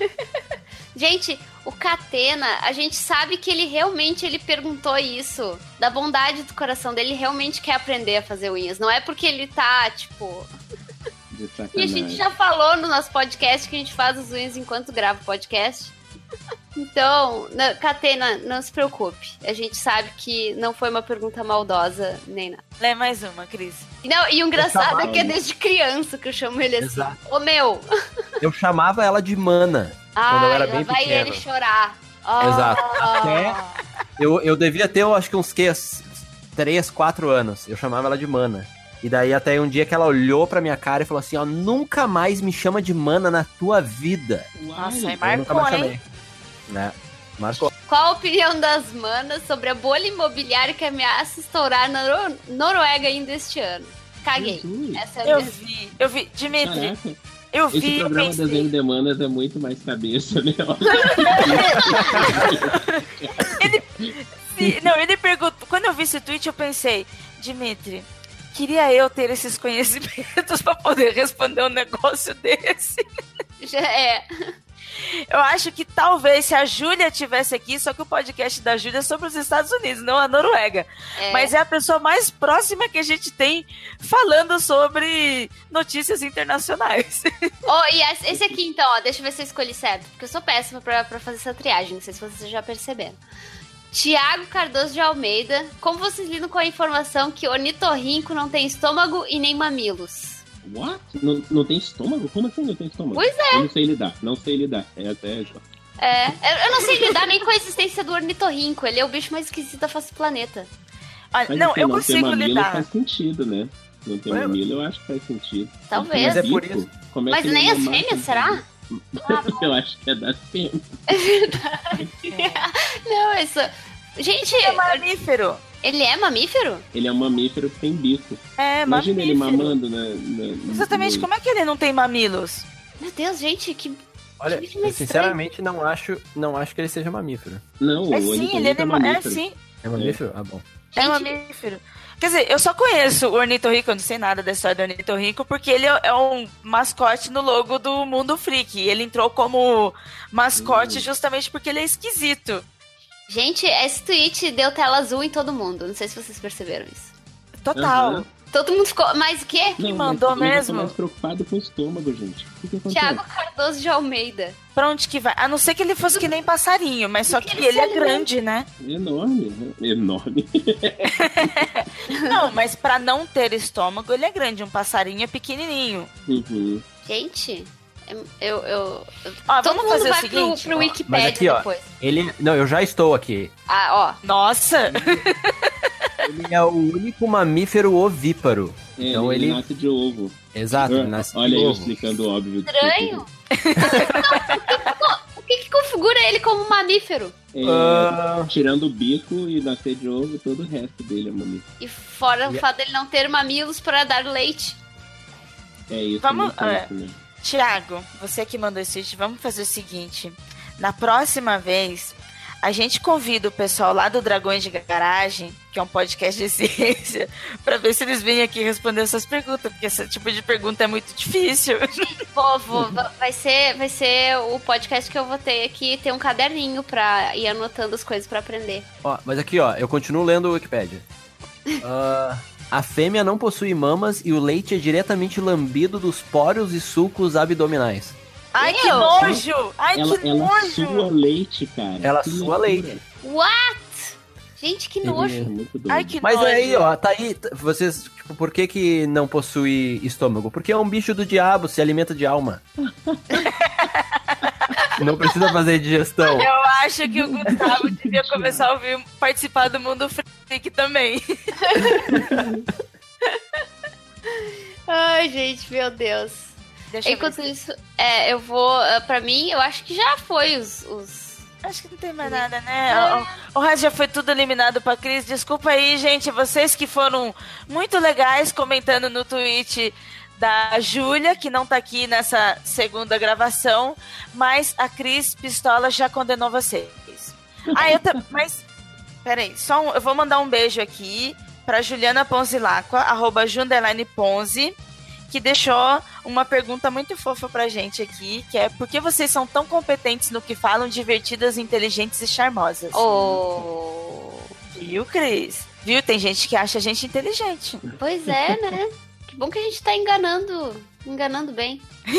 Gente, o Catena, a gente sabe que ele realmente ele perguntou isso. Da bondade do coração dele, ele realmente quer aprender a fazer unhas. Não é porque ele tá, tipo... De E a sacanagem. gente já falou no nosso podcast que a gente faz as unhas enquanto grava o podcast. Então, não, Catena, não se preocupe. A gente sabe que não foi uma pergunta maldosa, nem nada. Lê mais uma, Cris. Não, e o engraçado chamava, é que é né? desde criança que eu chamo ele assim. Exato. Ô, meu! Eu chamava ela de Mana quando eu Ai, era lá bem vai pequeno. ele chorar. Oh. Exato. Até eu, eu devia ter, eu acho que uns que, três, quatro anos. Eu chamava ela de Mana. E daí até um dia que ela olhou pra minha cara e falou assim, ó, nunca mais me chama de Mana na tua vida. Nossa, aí Eu nunca marcou, mais hein? chamei. Né? Marcou. Qual a opinião das manas sobre a bolha imobiliária que ameaça estourar na Noro- Noruega ainda este ano? Caguei. Jesus. Essa é a Eu minha... vi, eu vi. Dimitri, Caraca, eu esse vi, eu programa das pensei. M D Manas é muito mais cabeça, né? Sim, não, ele perguntou. Quando eu vi esse tweet, eu pensei, Dimitri, queria eu ter esses conhecimentos pra poder responder um negócio desse. Já é. Eu acho que talvez se a Júlia tivesse aqui, só que o podcast da Júlia é sobre os Estados Unidos, não a Noruega. É. Mas é a pessoa mais próxima que a gente tem falando sobre notícias internacionais. Oh, e esse esse aqui, então, ó, deixa eu ver se eu escolhi certo. Porque eu sou péssima pra, pra fazer essa triagem, não sei se vocês já perceberam. Tiago Cardoso de Almeida, como vocês lidam com a informação que ornitorrinco não tem estômago e nem mamilos? What? Não, não tem estômago? Como assim não tem estômago? Pois é. Eu não sei lidar, não sei lidar. É até... É, eu eu não sei lidar nem com a existência do ornitorrinco. Ele é o bicho mais esquisito da face do planeta. Olha, Mas não, assim, eu não ter consigo mamilo lidar. faz sentido, né? não tem mamilo, eu acho que faz sentido. Talvez. Mas é por isso. Como é Mas que nem ele as não mata fêmeas, um será? bico? Eu acho que é das fêmeas. É verdade. Não, isso... Gente, É mamífero. ele é mamífero? Ele é um mamífero que tem bico. É, Imagina mamífero. ele mamando na... na Exatamente, no... como é que ele não tem mamilos? Meu Deus, gente, que... Olha, que eu sinceramente não acho, não acho que ele seja mamífero. Não, É o sim, ornitorrinco ele é, é anima- é mamífero. sim, É mamífero? Ah, bom. é Gente, mamífero. Quer dizer, eu só conheço o ornitorrinco, eu não sei nada da história do ornitorrinco, porque ele é é um mascote no logo do Mundo Freak. E ele entrou como mascote justamente porque ele é esquisito. Gente, esse tweet deu tela azul em todo mundo. Não sei se vocês perceberam isso. Total. Aham. Todo mundo ficou... Mas o quê? Não, mandou mas eu tô mesmo? mais preocupado com o estômago, gente. O que, que acontece? Thiago Cardoso de Almeida. Pra onde que vai? A não ser que ele fosse que nem passarinho, mas só que ele ele se é alimenta. grande, né? Enorme, né? Enorme. Não, mas pra não ter estômago, ele é grande. Um passarinho é pequenininho. Uhum. Gente, eu... eu, eu- Ó, todo vamos mundo fazer o vai seguinte. pro, pro ó. Wikipedia Mas aqui, ó, depois. ele... Não, eu já estou aqui. Ah, ó. Nossa! Ele é o único mamífero ovíparo. É, Então ele, ele... nasce de ovo. Exato, ele Ah, nasce Olha de eu ovo. explicando o óbvio. Estranho. O que que configura ele como mamífero? É, Ah. Tirando o bico e nascer de ovo, todo o resto dele é mamífero. E fora o fato dele não ter mamilos para dar leite. É isso. Vamos- não é. penso, né? Tiago, você que mandou esse vídeo, vamos fazer o seguinte. Na próxima vez, a gente convida o pessoal lá do Dragões de Garagem, que é um podcast de ciência, pra ver se eles vêm aqui responder essas perguntas, porque esse tipo de pergunta é muito difícil. Vou, vou, vai, ser, vai ser o podcast que eu vou ter aqui, ter um caderninho pra ir anotando as coisas pra aprender. Ó, mas aqui, ó, eu continuo lendo o Wikipedia. Ah, a fêmea não possui mamas e o leite é diretamente lambido dos poros e sulcos abdominais. Ai, que Eu? nojo! Ai, Ela, que ela nojo! sua leite, cara. Ela Que sua loucura. leite. What? Gente, que Ele- nojo. É muito doido. Ai, que Mas nojo! aí, ó, tá aí, t- vocês, tipo, por que que não possui estômago? Porque é um bicho do diabo, se alimenta de alma. Não precisa fazer digestão. Eu acho que o Gustavo devia começar a ouvir, participar do Mundo Freak também. Ai, gente, meu Deus. Deixa eu Enquanto ver. isso, é, eu vou. ah, Pra mim, eu acho que já foi os. os... Acho que não tem mais nada, né? O, o resto já foi tudo eliminado pra Cris. Desculpa aí, gente. Vocês que foram muito legais comentando no tweet da Júlia, que não tá aqui nessa segunda gravação, mas a Cris Pistola já condenou vocês. Ah, eu também. Mas. Peraí, só um, eu vou mandar um beijo aqui pra Juliana Ponzilacqua, arroba Jundeline Ponzi, que deixou uma pergunta muito fofa pra gente aqui, que é: por que vocês são tão competentes no que falam, divertidas, inteligentes e charmosas? Oh. Viu, Cris? Viu? Tem gente que acha a gente inteligente. Pois é, né? Que bom que a gente tá enganando. Enganando bem.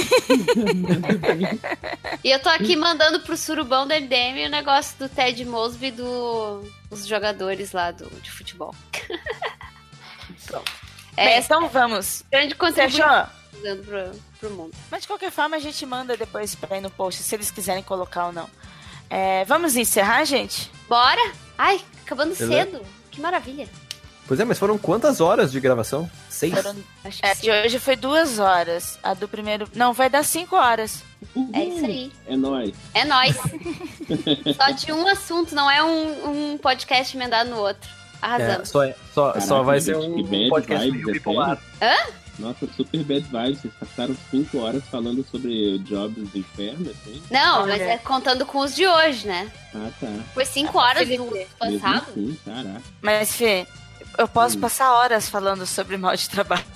E eu tô aqui mandando pro surubão do M D M o negócio do Ted Mosby do, dos jogadores lá do, de futebol. Pronto. Bem, É então vamos. grande Você contribuição achou? dando pro, pro mundo. Mas de qualquer forma a gente manda depois pra ir no post, se eles quiserem colocar ou não. É, vamos encerrar, gente? Bora? Ai, acabando Beleza. cedo. Que maravilha. Pois é, mas foram quantas horas de gravação? Seis? Foram- Acho que É, sim. de hoje foi duas horas. A do primeiro. Não, vai dar cinco horas. É isso aí. É nóis. É nóis. Só de um assunto, não é um, um podcast emendado no outro. É, Arrasamos. só, é- só, Caraca, só vai gente, ser que um bad podcast vibes, meio é bipolar. Nossa, super bad vibes. Vocês passaram cinco horas falando sobre jobs do inferno, assim? Não, Olha. mas é contando com os de hoje, né? Ah, tá. Foi cinco horas do Mesmo passado. assim, caraca. Mas, Fê, eu posso Hum. passar horas falando sobre mal de trabalho.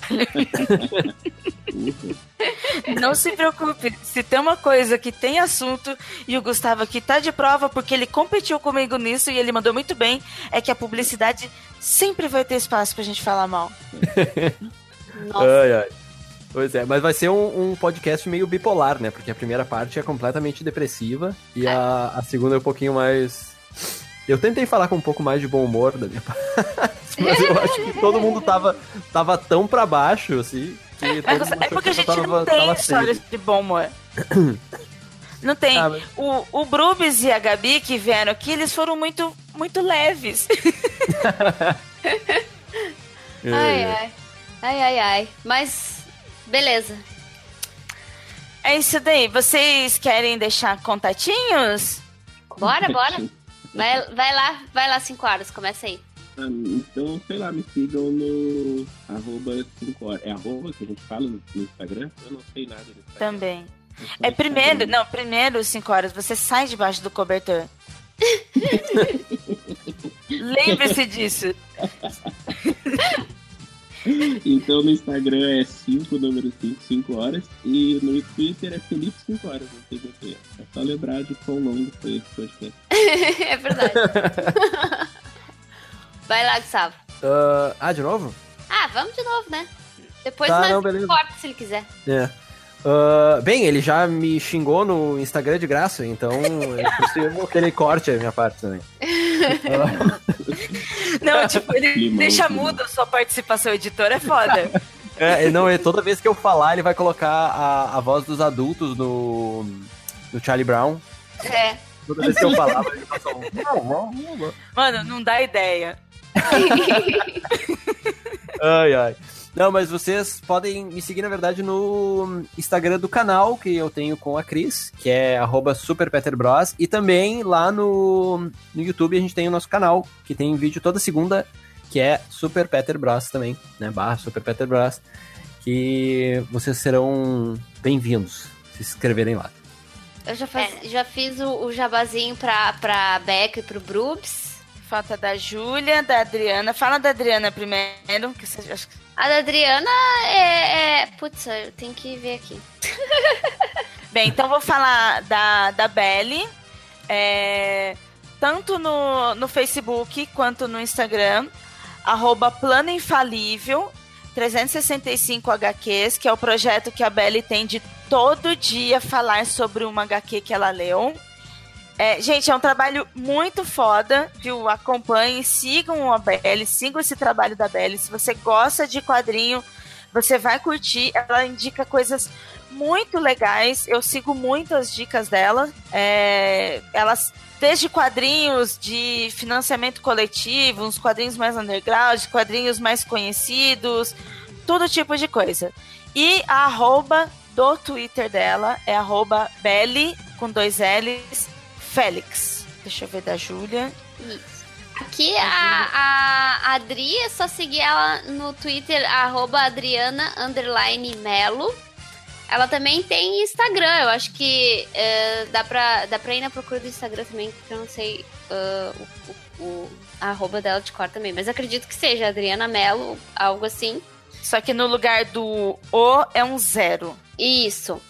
Ufa. Não se preocupe. Se tem uma coisa que tem assunto e o Gustavo aqui tá de prova porque ele competiu comigo nisso e ele mandou muito bem, é que a publicidade sempre vai ter espaço pra gente falar mal. Nossa. Ai, ai. Pois é, mas vai ser um, um podcast meio bipolar, né? Porque a primeira parte é completamente depressiva e a, a segunda é um pouquinho mais... Eu tentei falar com um pouco mais de bom humor da minha parte, mas eu acho que todo mundo tava, tava tão pra baixo, assim, que todo mundo É achou porque a que eu gente tava- não tem tava histórias safe. de bom humor. Não tem. Ah, mas- O, o Brubis e a Gabi que vieram aqui, eles foram muito, muito leves. Ai, ai. Ai, ai, ai. Mas, beleza. É isso daí. Vocês querem deixar contatinhos? Bora, bora. Vai, vai lá, vai lá, cinco horas. Começa aí. Ah, então, sei lá, me sigam no arroba cinco horas. É arroba que a gente fala no, no Instagram? Eu não sei nada do Instagram. Também. É primeiro, não, primeiro cinco horas, você sai debaixo do cobertor. Lembre-se disso. Então no Instagram é cinco, número cinco, cinco horas. E no Twitter é Felipe cinco horas, não sei porquê. É só lembrar de quão longo foi esse podcast. É verdade. Vai lá, Gustavo. Uh, ah, de novo? Ah, vamos de novo, né? Depois Tá, nós não, beleza. corta se ele quiser. É. Uh, bem, ele já me xingou no Instagram de graça, então é possível que ele corte a minha parte também. Não, tipo, ele Limão, deixa limão. muda a sua participação editora, é foda. É, não, é toda vez que eu falar, ele vai colocar a, a voz dos adultos no, no Charlie Brown. É. Toda vez que eu falava, ele passa um... Mano, não dá ideia. Ai, ai. Não, mas vocês podem me seguir, na verdade, no Instagram do canal que eu tenho com a Cris, que é arroba superpeterbros, e também lá no, no YouTube a gente tem o nosso canal, que tem vídeo toda segunda, que é Super Peter Bros também, né, barra Super Peter Bros, que vocês serão bem-vindos se inscreverem lá. Eu já, faz, já fiz o, o jabazinho pra, pra Beca e pro Brubs. Falta da Júlia, da Adriana. Fala da Adriana primeiro, que você acha que... A da Adriana é... é... Putz, eu tenho que ver aqui. Bem, então vou falar da, da Belly. É, tanto no, no Facebook quanto no Instagram. Arroba Plano Infalível trezentos e sessenta e cinco H Qs, que é o projeto que a Belly tem de todo dia falar sobre uma H Q que ela leu. É, gente, é um trabalho muito foda, viu? Acompanhem, sigam a Belly, sigam esse trabalho da Belly. Se você gosta de quadrinho, você vai curtir. Ela indica coisas muito legais. Eu sigo muito as dicas dela. É, elas, desde quadrinhos de financiamento coletivo, uns quadrinhos mais underground, quadrinhos mais conhecidos, todo tipo de coisa. E a arroba do Twitter dela é arroba Belly, com dois L's, Félix. Deixa eu ver da Júlia. Isso. Aqui a, a, a Adri, é só seguir ela no Twitter, arroba Adriana underline Melo. Ela também tem Instagram, eu acho que uh, dá, pra, dá pra ir na procura do Instagram também, porque eu não sei uh, o, o, a arroba dela de cor também, mas acredito que seja Adriana Melo, algo assim. Só que no lugar do O é um zero. Isso.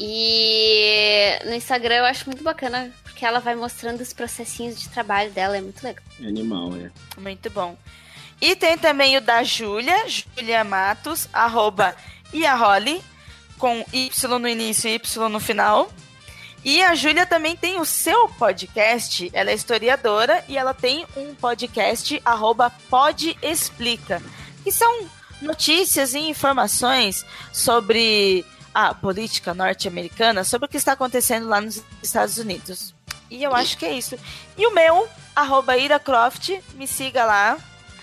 E no Instagram eu acho muito bacana, porque ela vai mostrando os processinhos de trabalho dela, é muito legal. É animal, é. Muito bom. E tem também o da Júlia, Júlia Matos, arroba Iaholi, com Y no início e Y no final. E a Júlia também tem o seu podcast, ela é historiadora e ela tem um podcast, arroba Pod Explica, que são notícias e informações sobre a política norte-americana, sobre o que está acontecendo lá nos Estados Unidos. E eu acho que é isso. E o meu, arroba Ira Croft, me siga lá.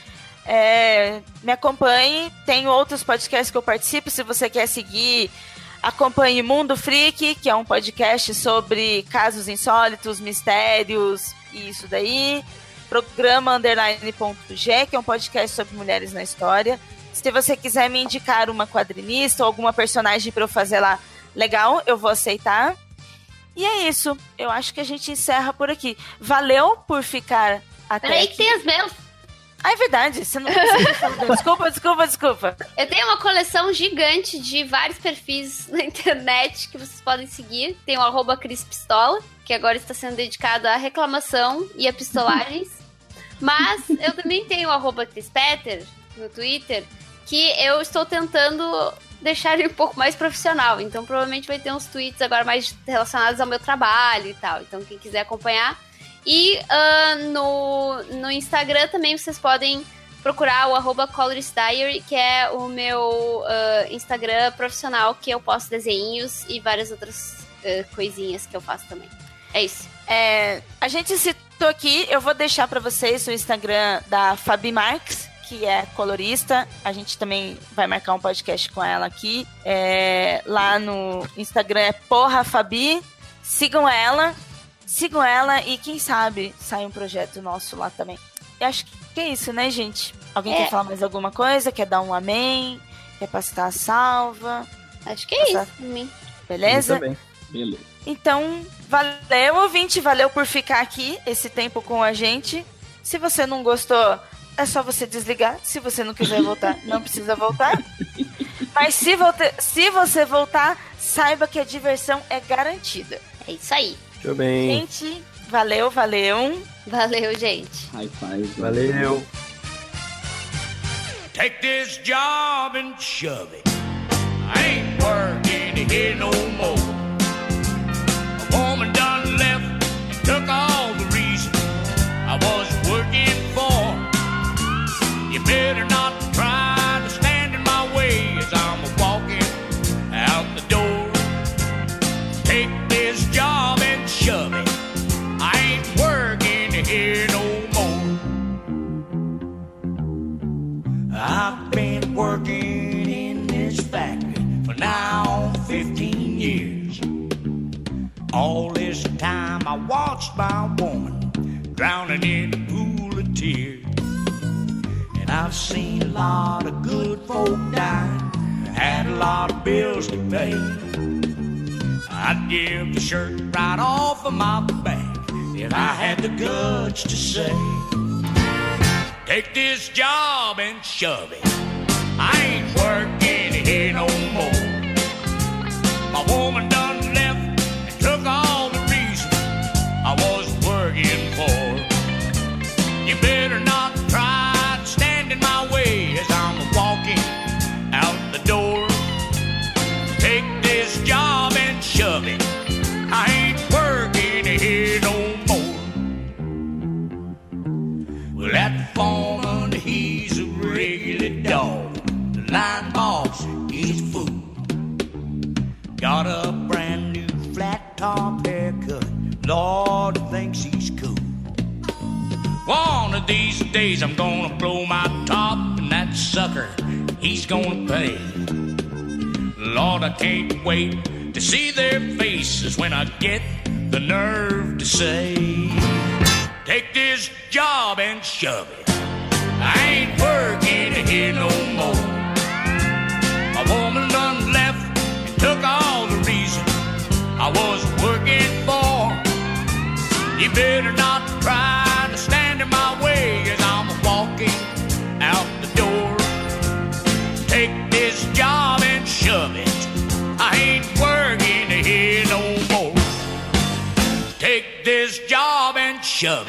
É, me acompanhe. Tem outros podcasts que eu participo. Se você quer seguir, acompanhe Mundo Freak, que é um podcast sobre casos insólitos, mistérios e isso daí. Programa Underline ponto G, que é um podcast sobre mulheres na história. Se você quiser me indicar uma quadrinista ou alguma personagem para eu fazer lá, legal, eu vou aceitar. E é isso. Eu acho que a gente encerra por aqui. Valeu por ficar até Peraí aqui. que tem as meus. Ah, é verdade. Você não conseguiu. Desculpa, desculpa, desculpa. Eu tenho uma coleção gigante de vários perfis na internet que vocês podem seguir. Tem o arroba Cris Pistola, que agora está sendo dedicado à reclamação e a pistolagens. Mas eu também tenho o arroba Cris Peter no Twitter, que eu estou tentando deixar ele um pouco mais profissional. Então, provavelmente vai ter uns tweets agora mais relacionados ao meu trabalho e tal. Então, quem quiser acompanhar. E uh, no, no Instagram também vocês podem procurar o arroba Colorist Diary, que é o meu uh, Instagram profissional, que eu posto desenhos e várias outras uh, coisinhas que eu faço também. É isso. É, a gente citou aqui, eu vou deixar para vocês o Instagram da Fabi Marques, que é colorista. A gente também vai marcar um podcast com ela aqui. É, lá no Instagram é Porra Fabi. Sigam ela. Sigam ela e quem sabe sai um projeto nosso lá também. E acho que é isso, né, gente? Alguém É. quer falar mais alguma coisa? Quer dar um amém? Quer passar a salva? Acho que é Passar- isso pra mim. Beleza? Eu também. Beleza. Então, valeu, ouvinte. Valeu por ficar aqui esse tempo com a gente. Se você não gostou, é só você desligar. Se você não quiser voltar, não precisa voltar. Mas se, volte- se você voltar, saiba que a diversão é garantida. É isso aí. Muito bem. Gente, valeu, valeu. Valeu, gente. High five. Valeu. Take this job and shove it. I ain't working here no more. A woman done left and took all the reason I was working for. You better not try to stand in my way as I'm walking out the door. Take this job and shove it. I ain't working here no more. I've been working in this factory for now fifteen years. All this time I watched my woman drowning in a pool of tears. And I've seen a lot of good folk dying, had a lot of bills to pay. I'd give the shirt right off of my back if I had the guts to say, take this job and shove it. I ain't working here no more. My woman done left and took all the reason I was working for. You better not try to stand in my way as I'm walking out the door. Take this job and shove it. I ain't working here no more. Well, that foreman, he's a regular dog. The line boss, he's a fool. Got a brand new flat top haircut. Lord, thinks he's cool. One of these days I'm gonna blow my top, and that sucker, he's gonna pay. Lord, I can't wait to see their faces when I get the nerve to say, take this job and shove it. I ain't working here no more. My woman done left and took all the reason I was working for. You better not try to stand in my way as I'm walking out the door. Take this job and shove it. I ain't working here no more. Take this job and shove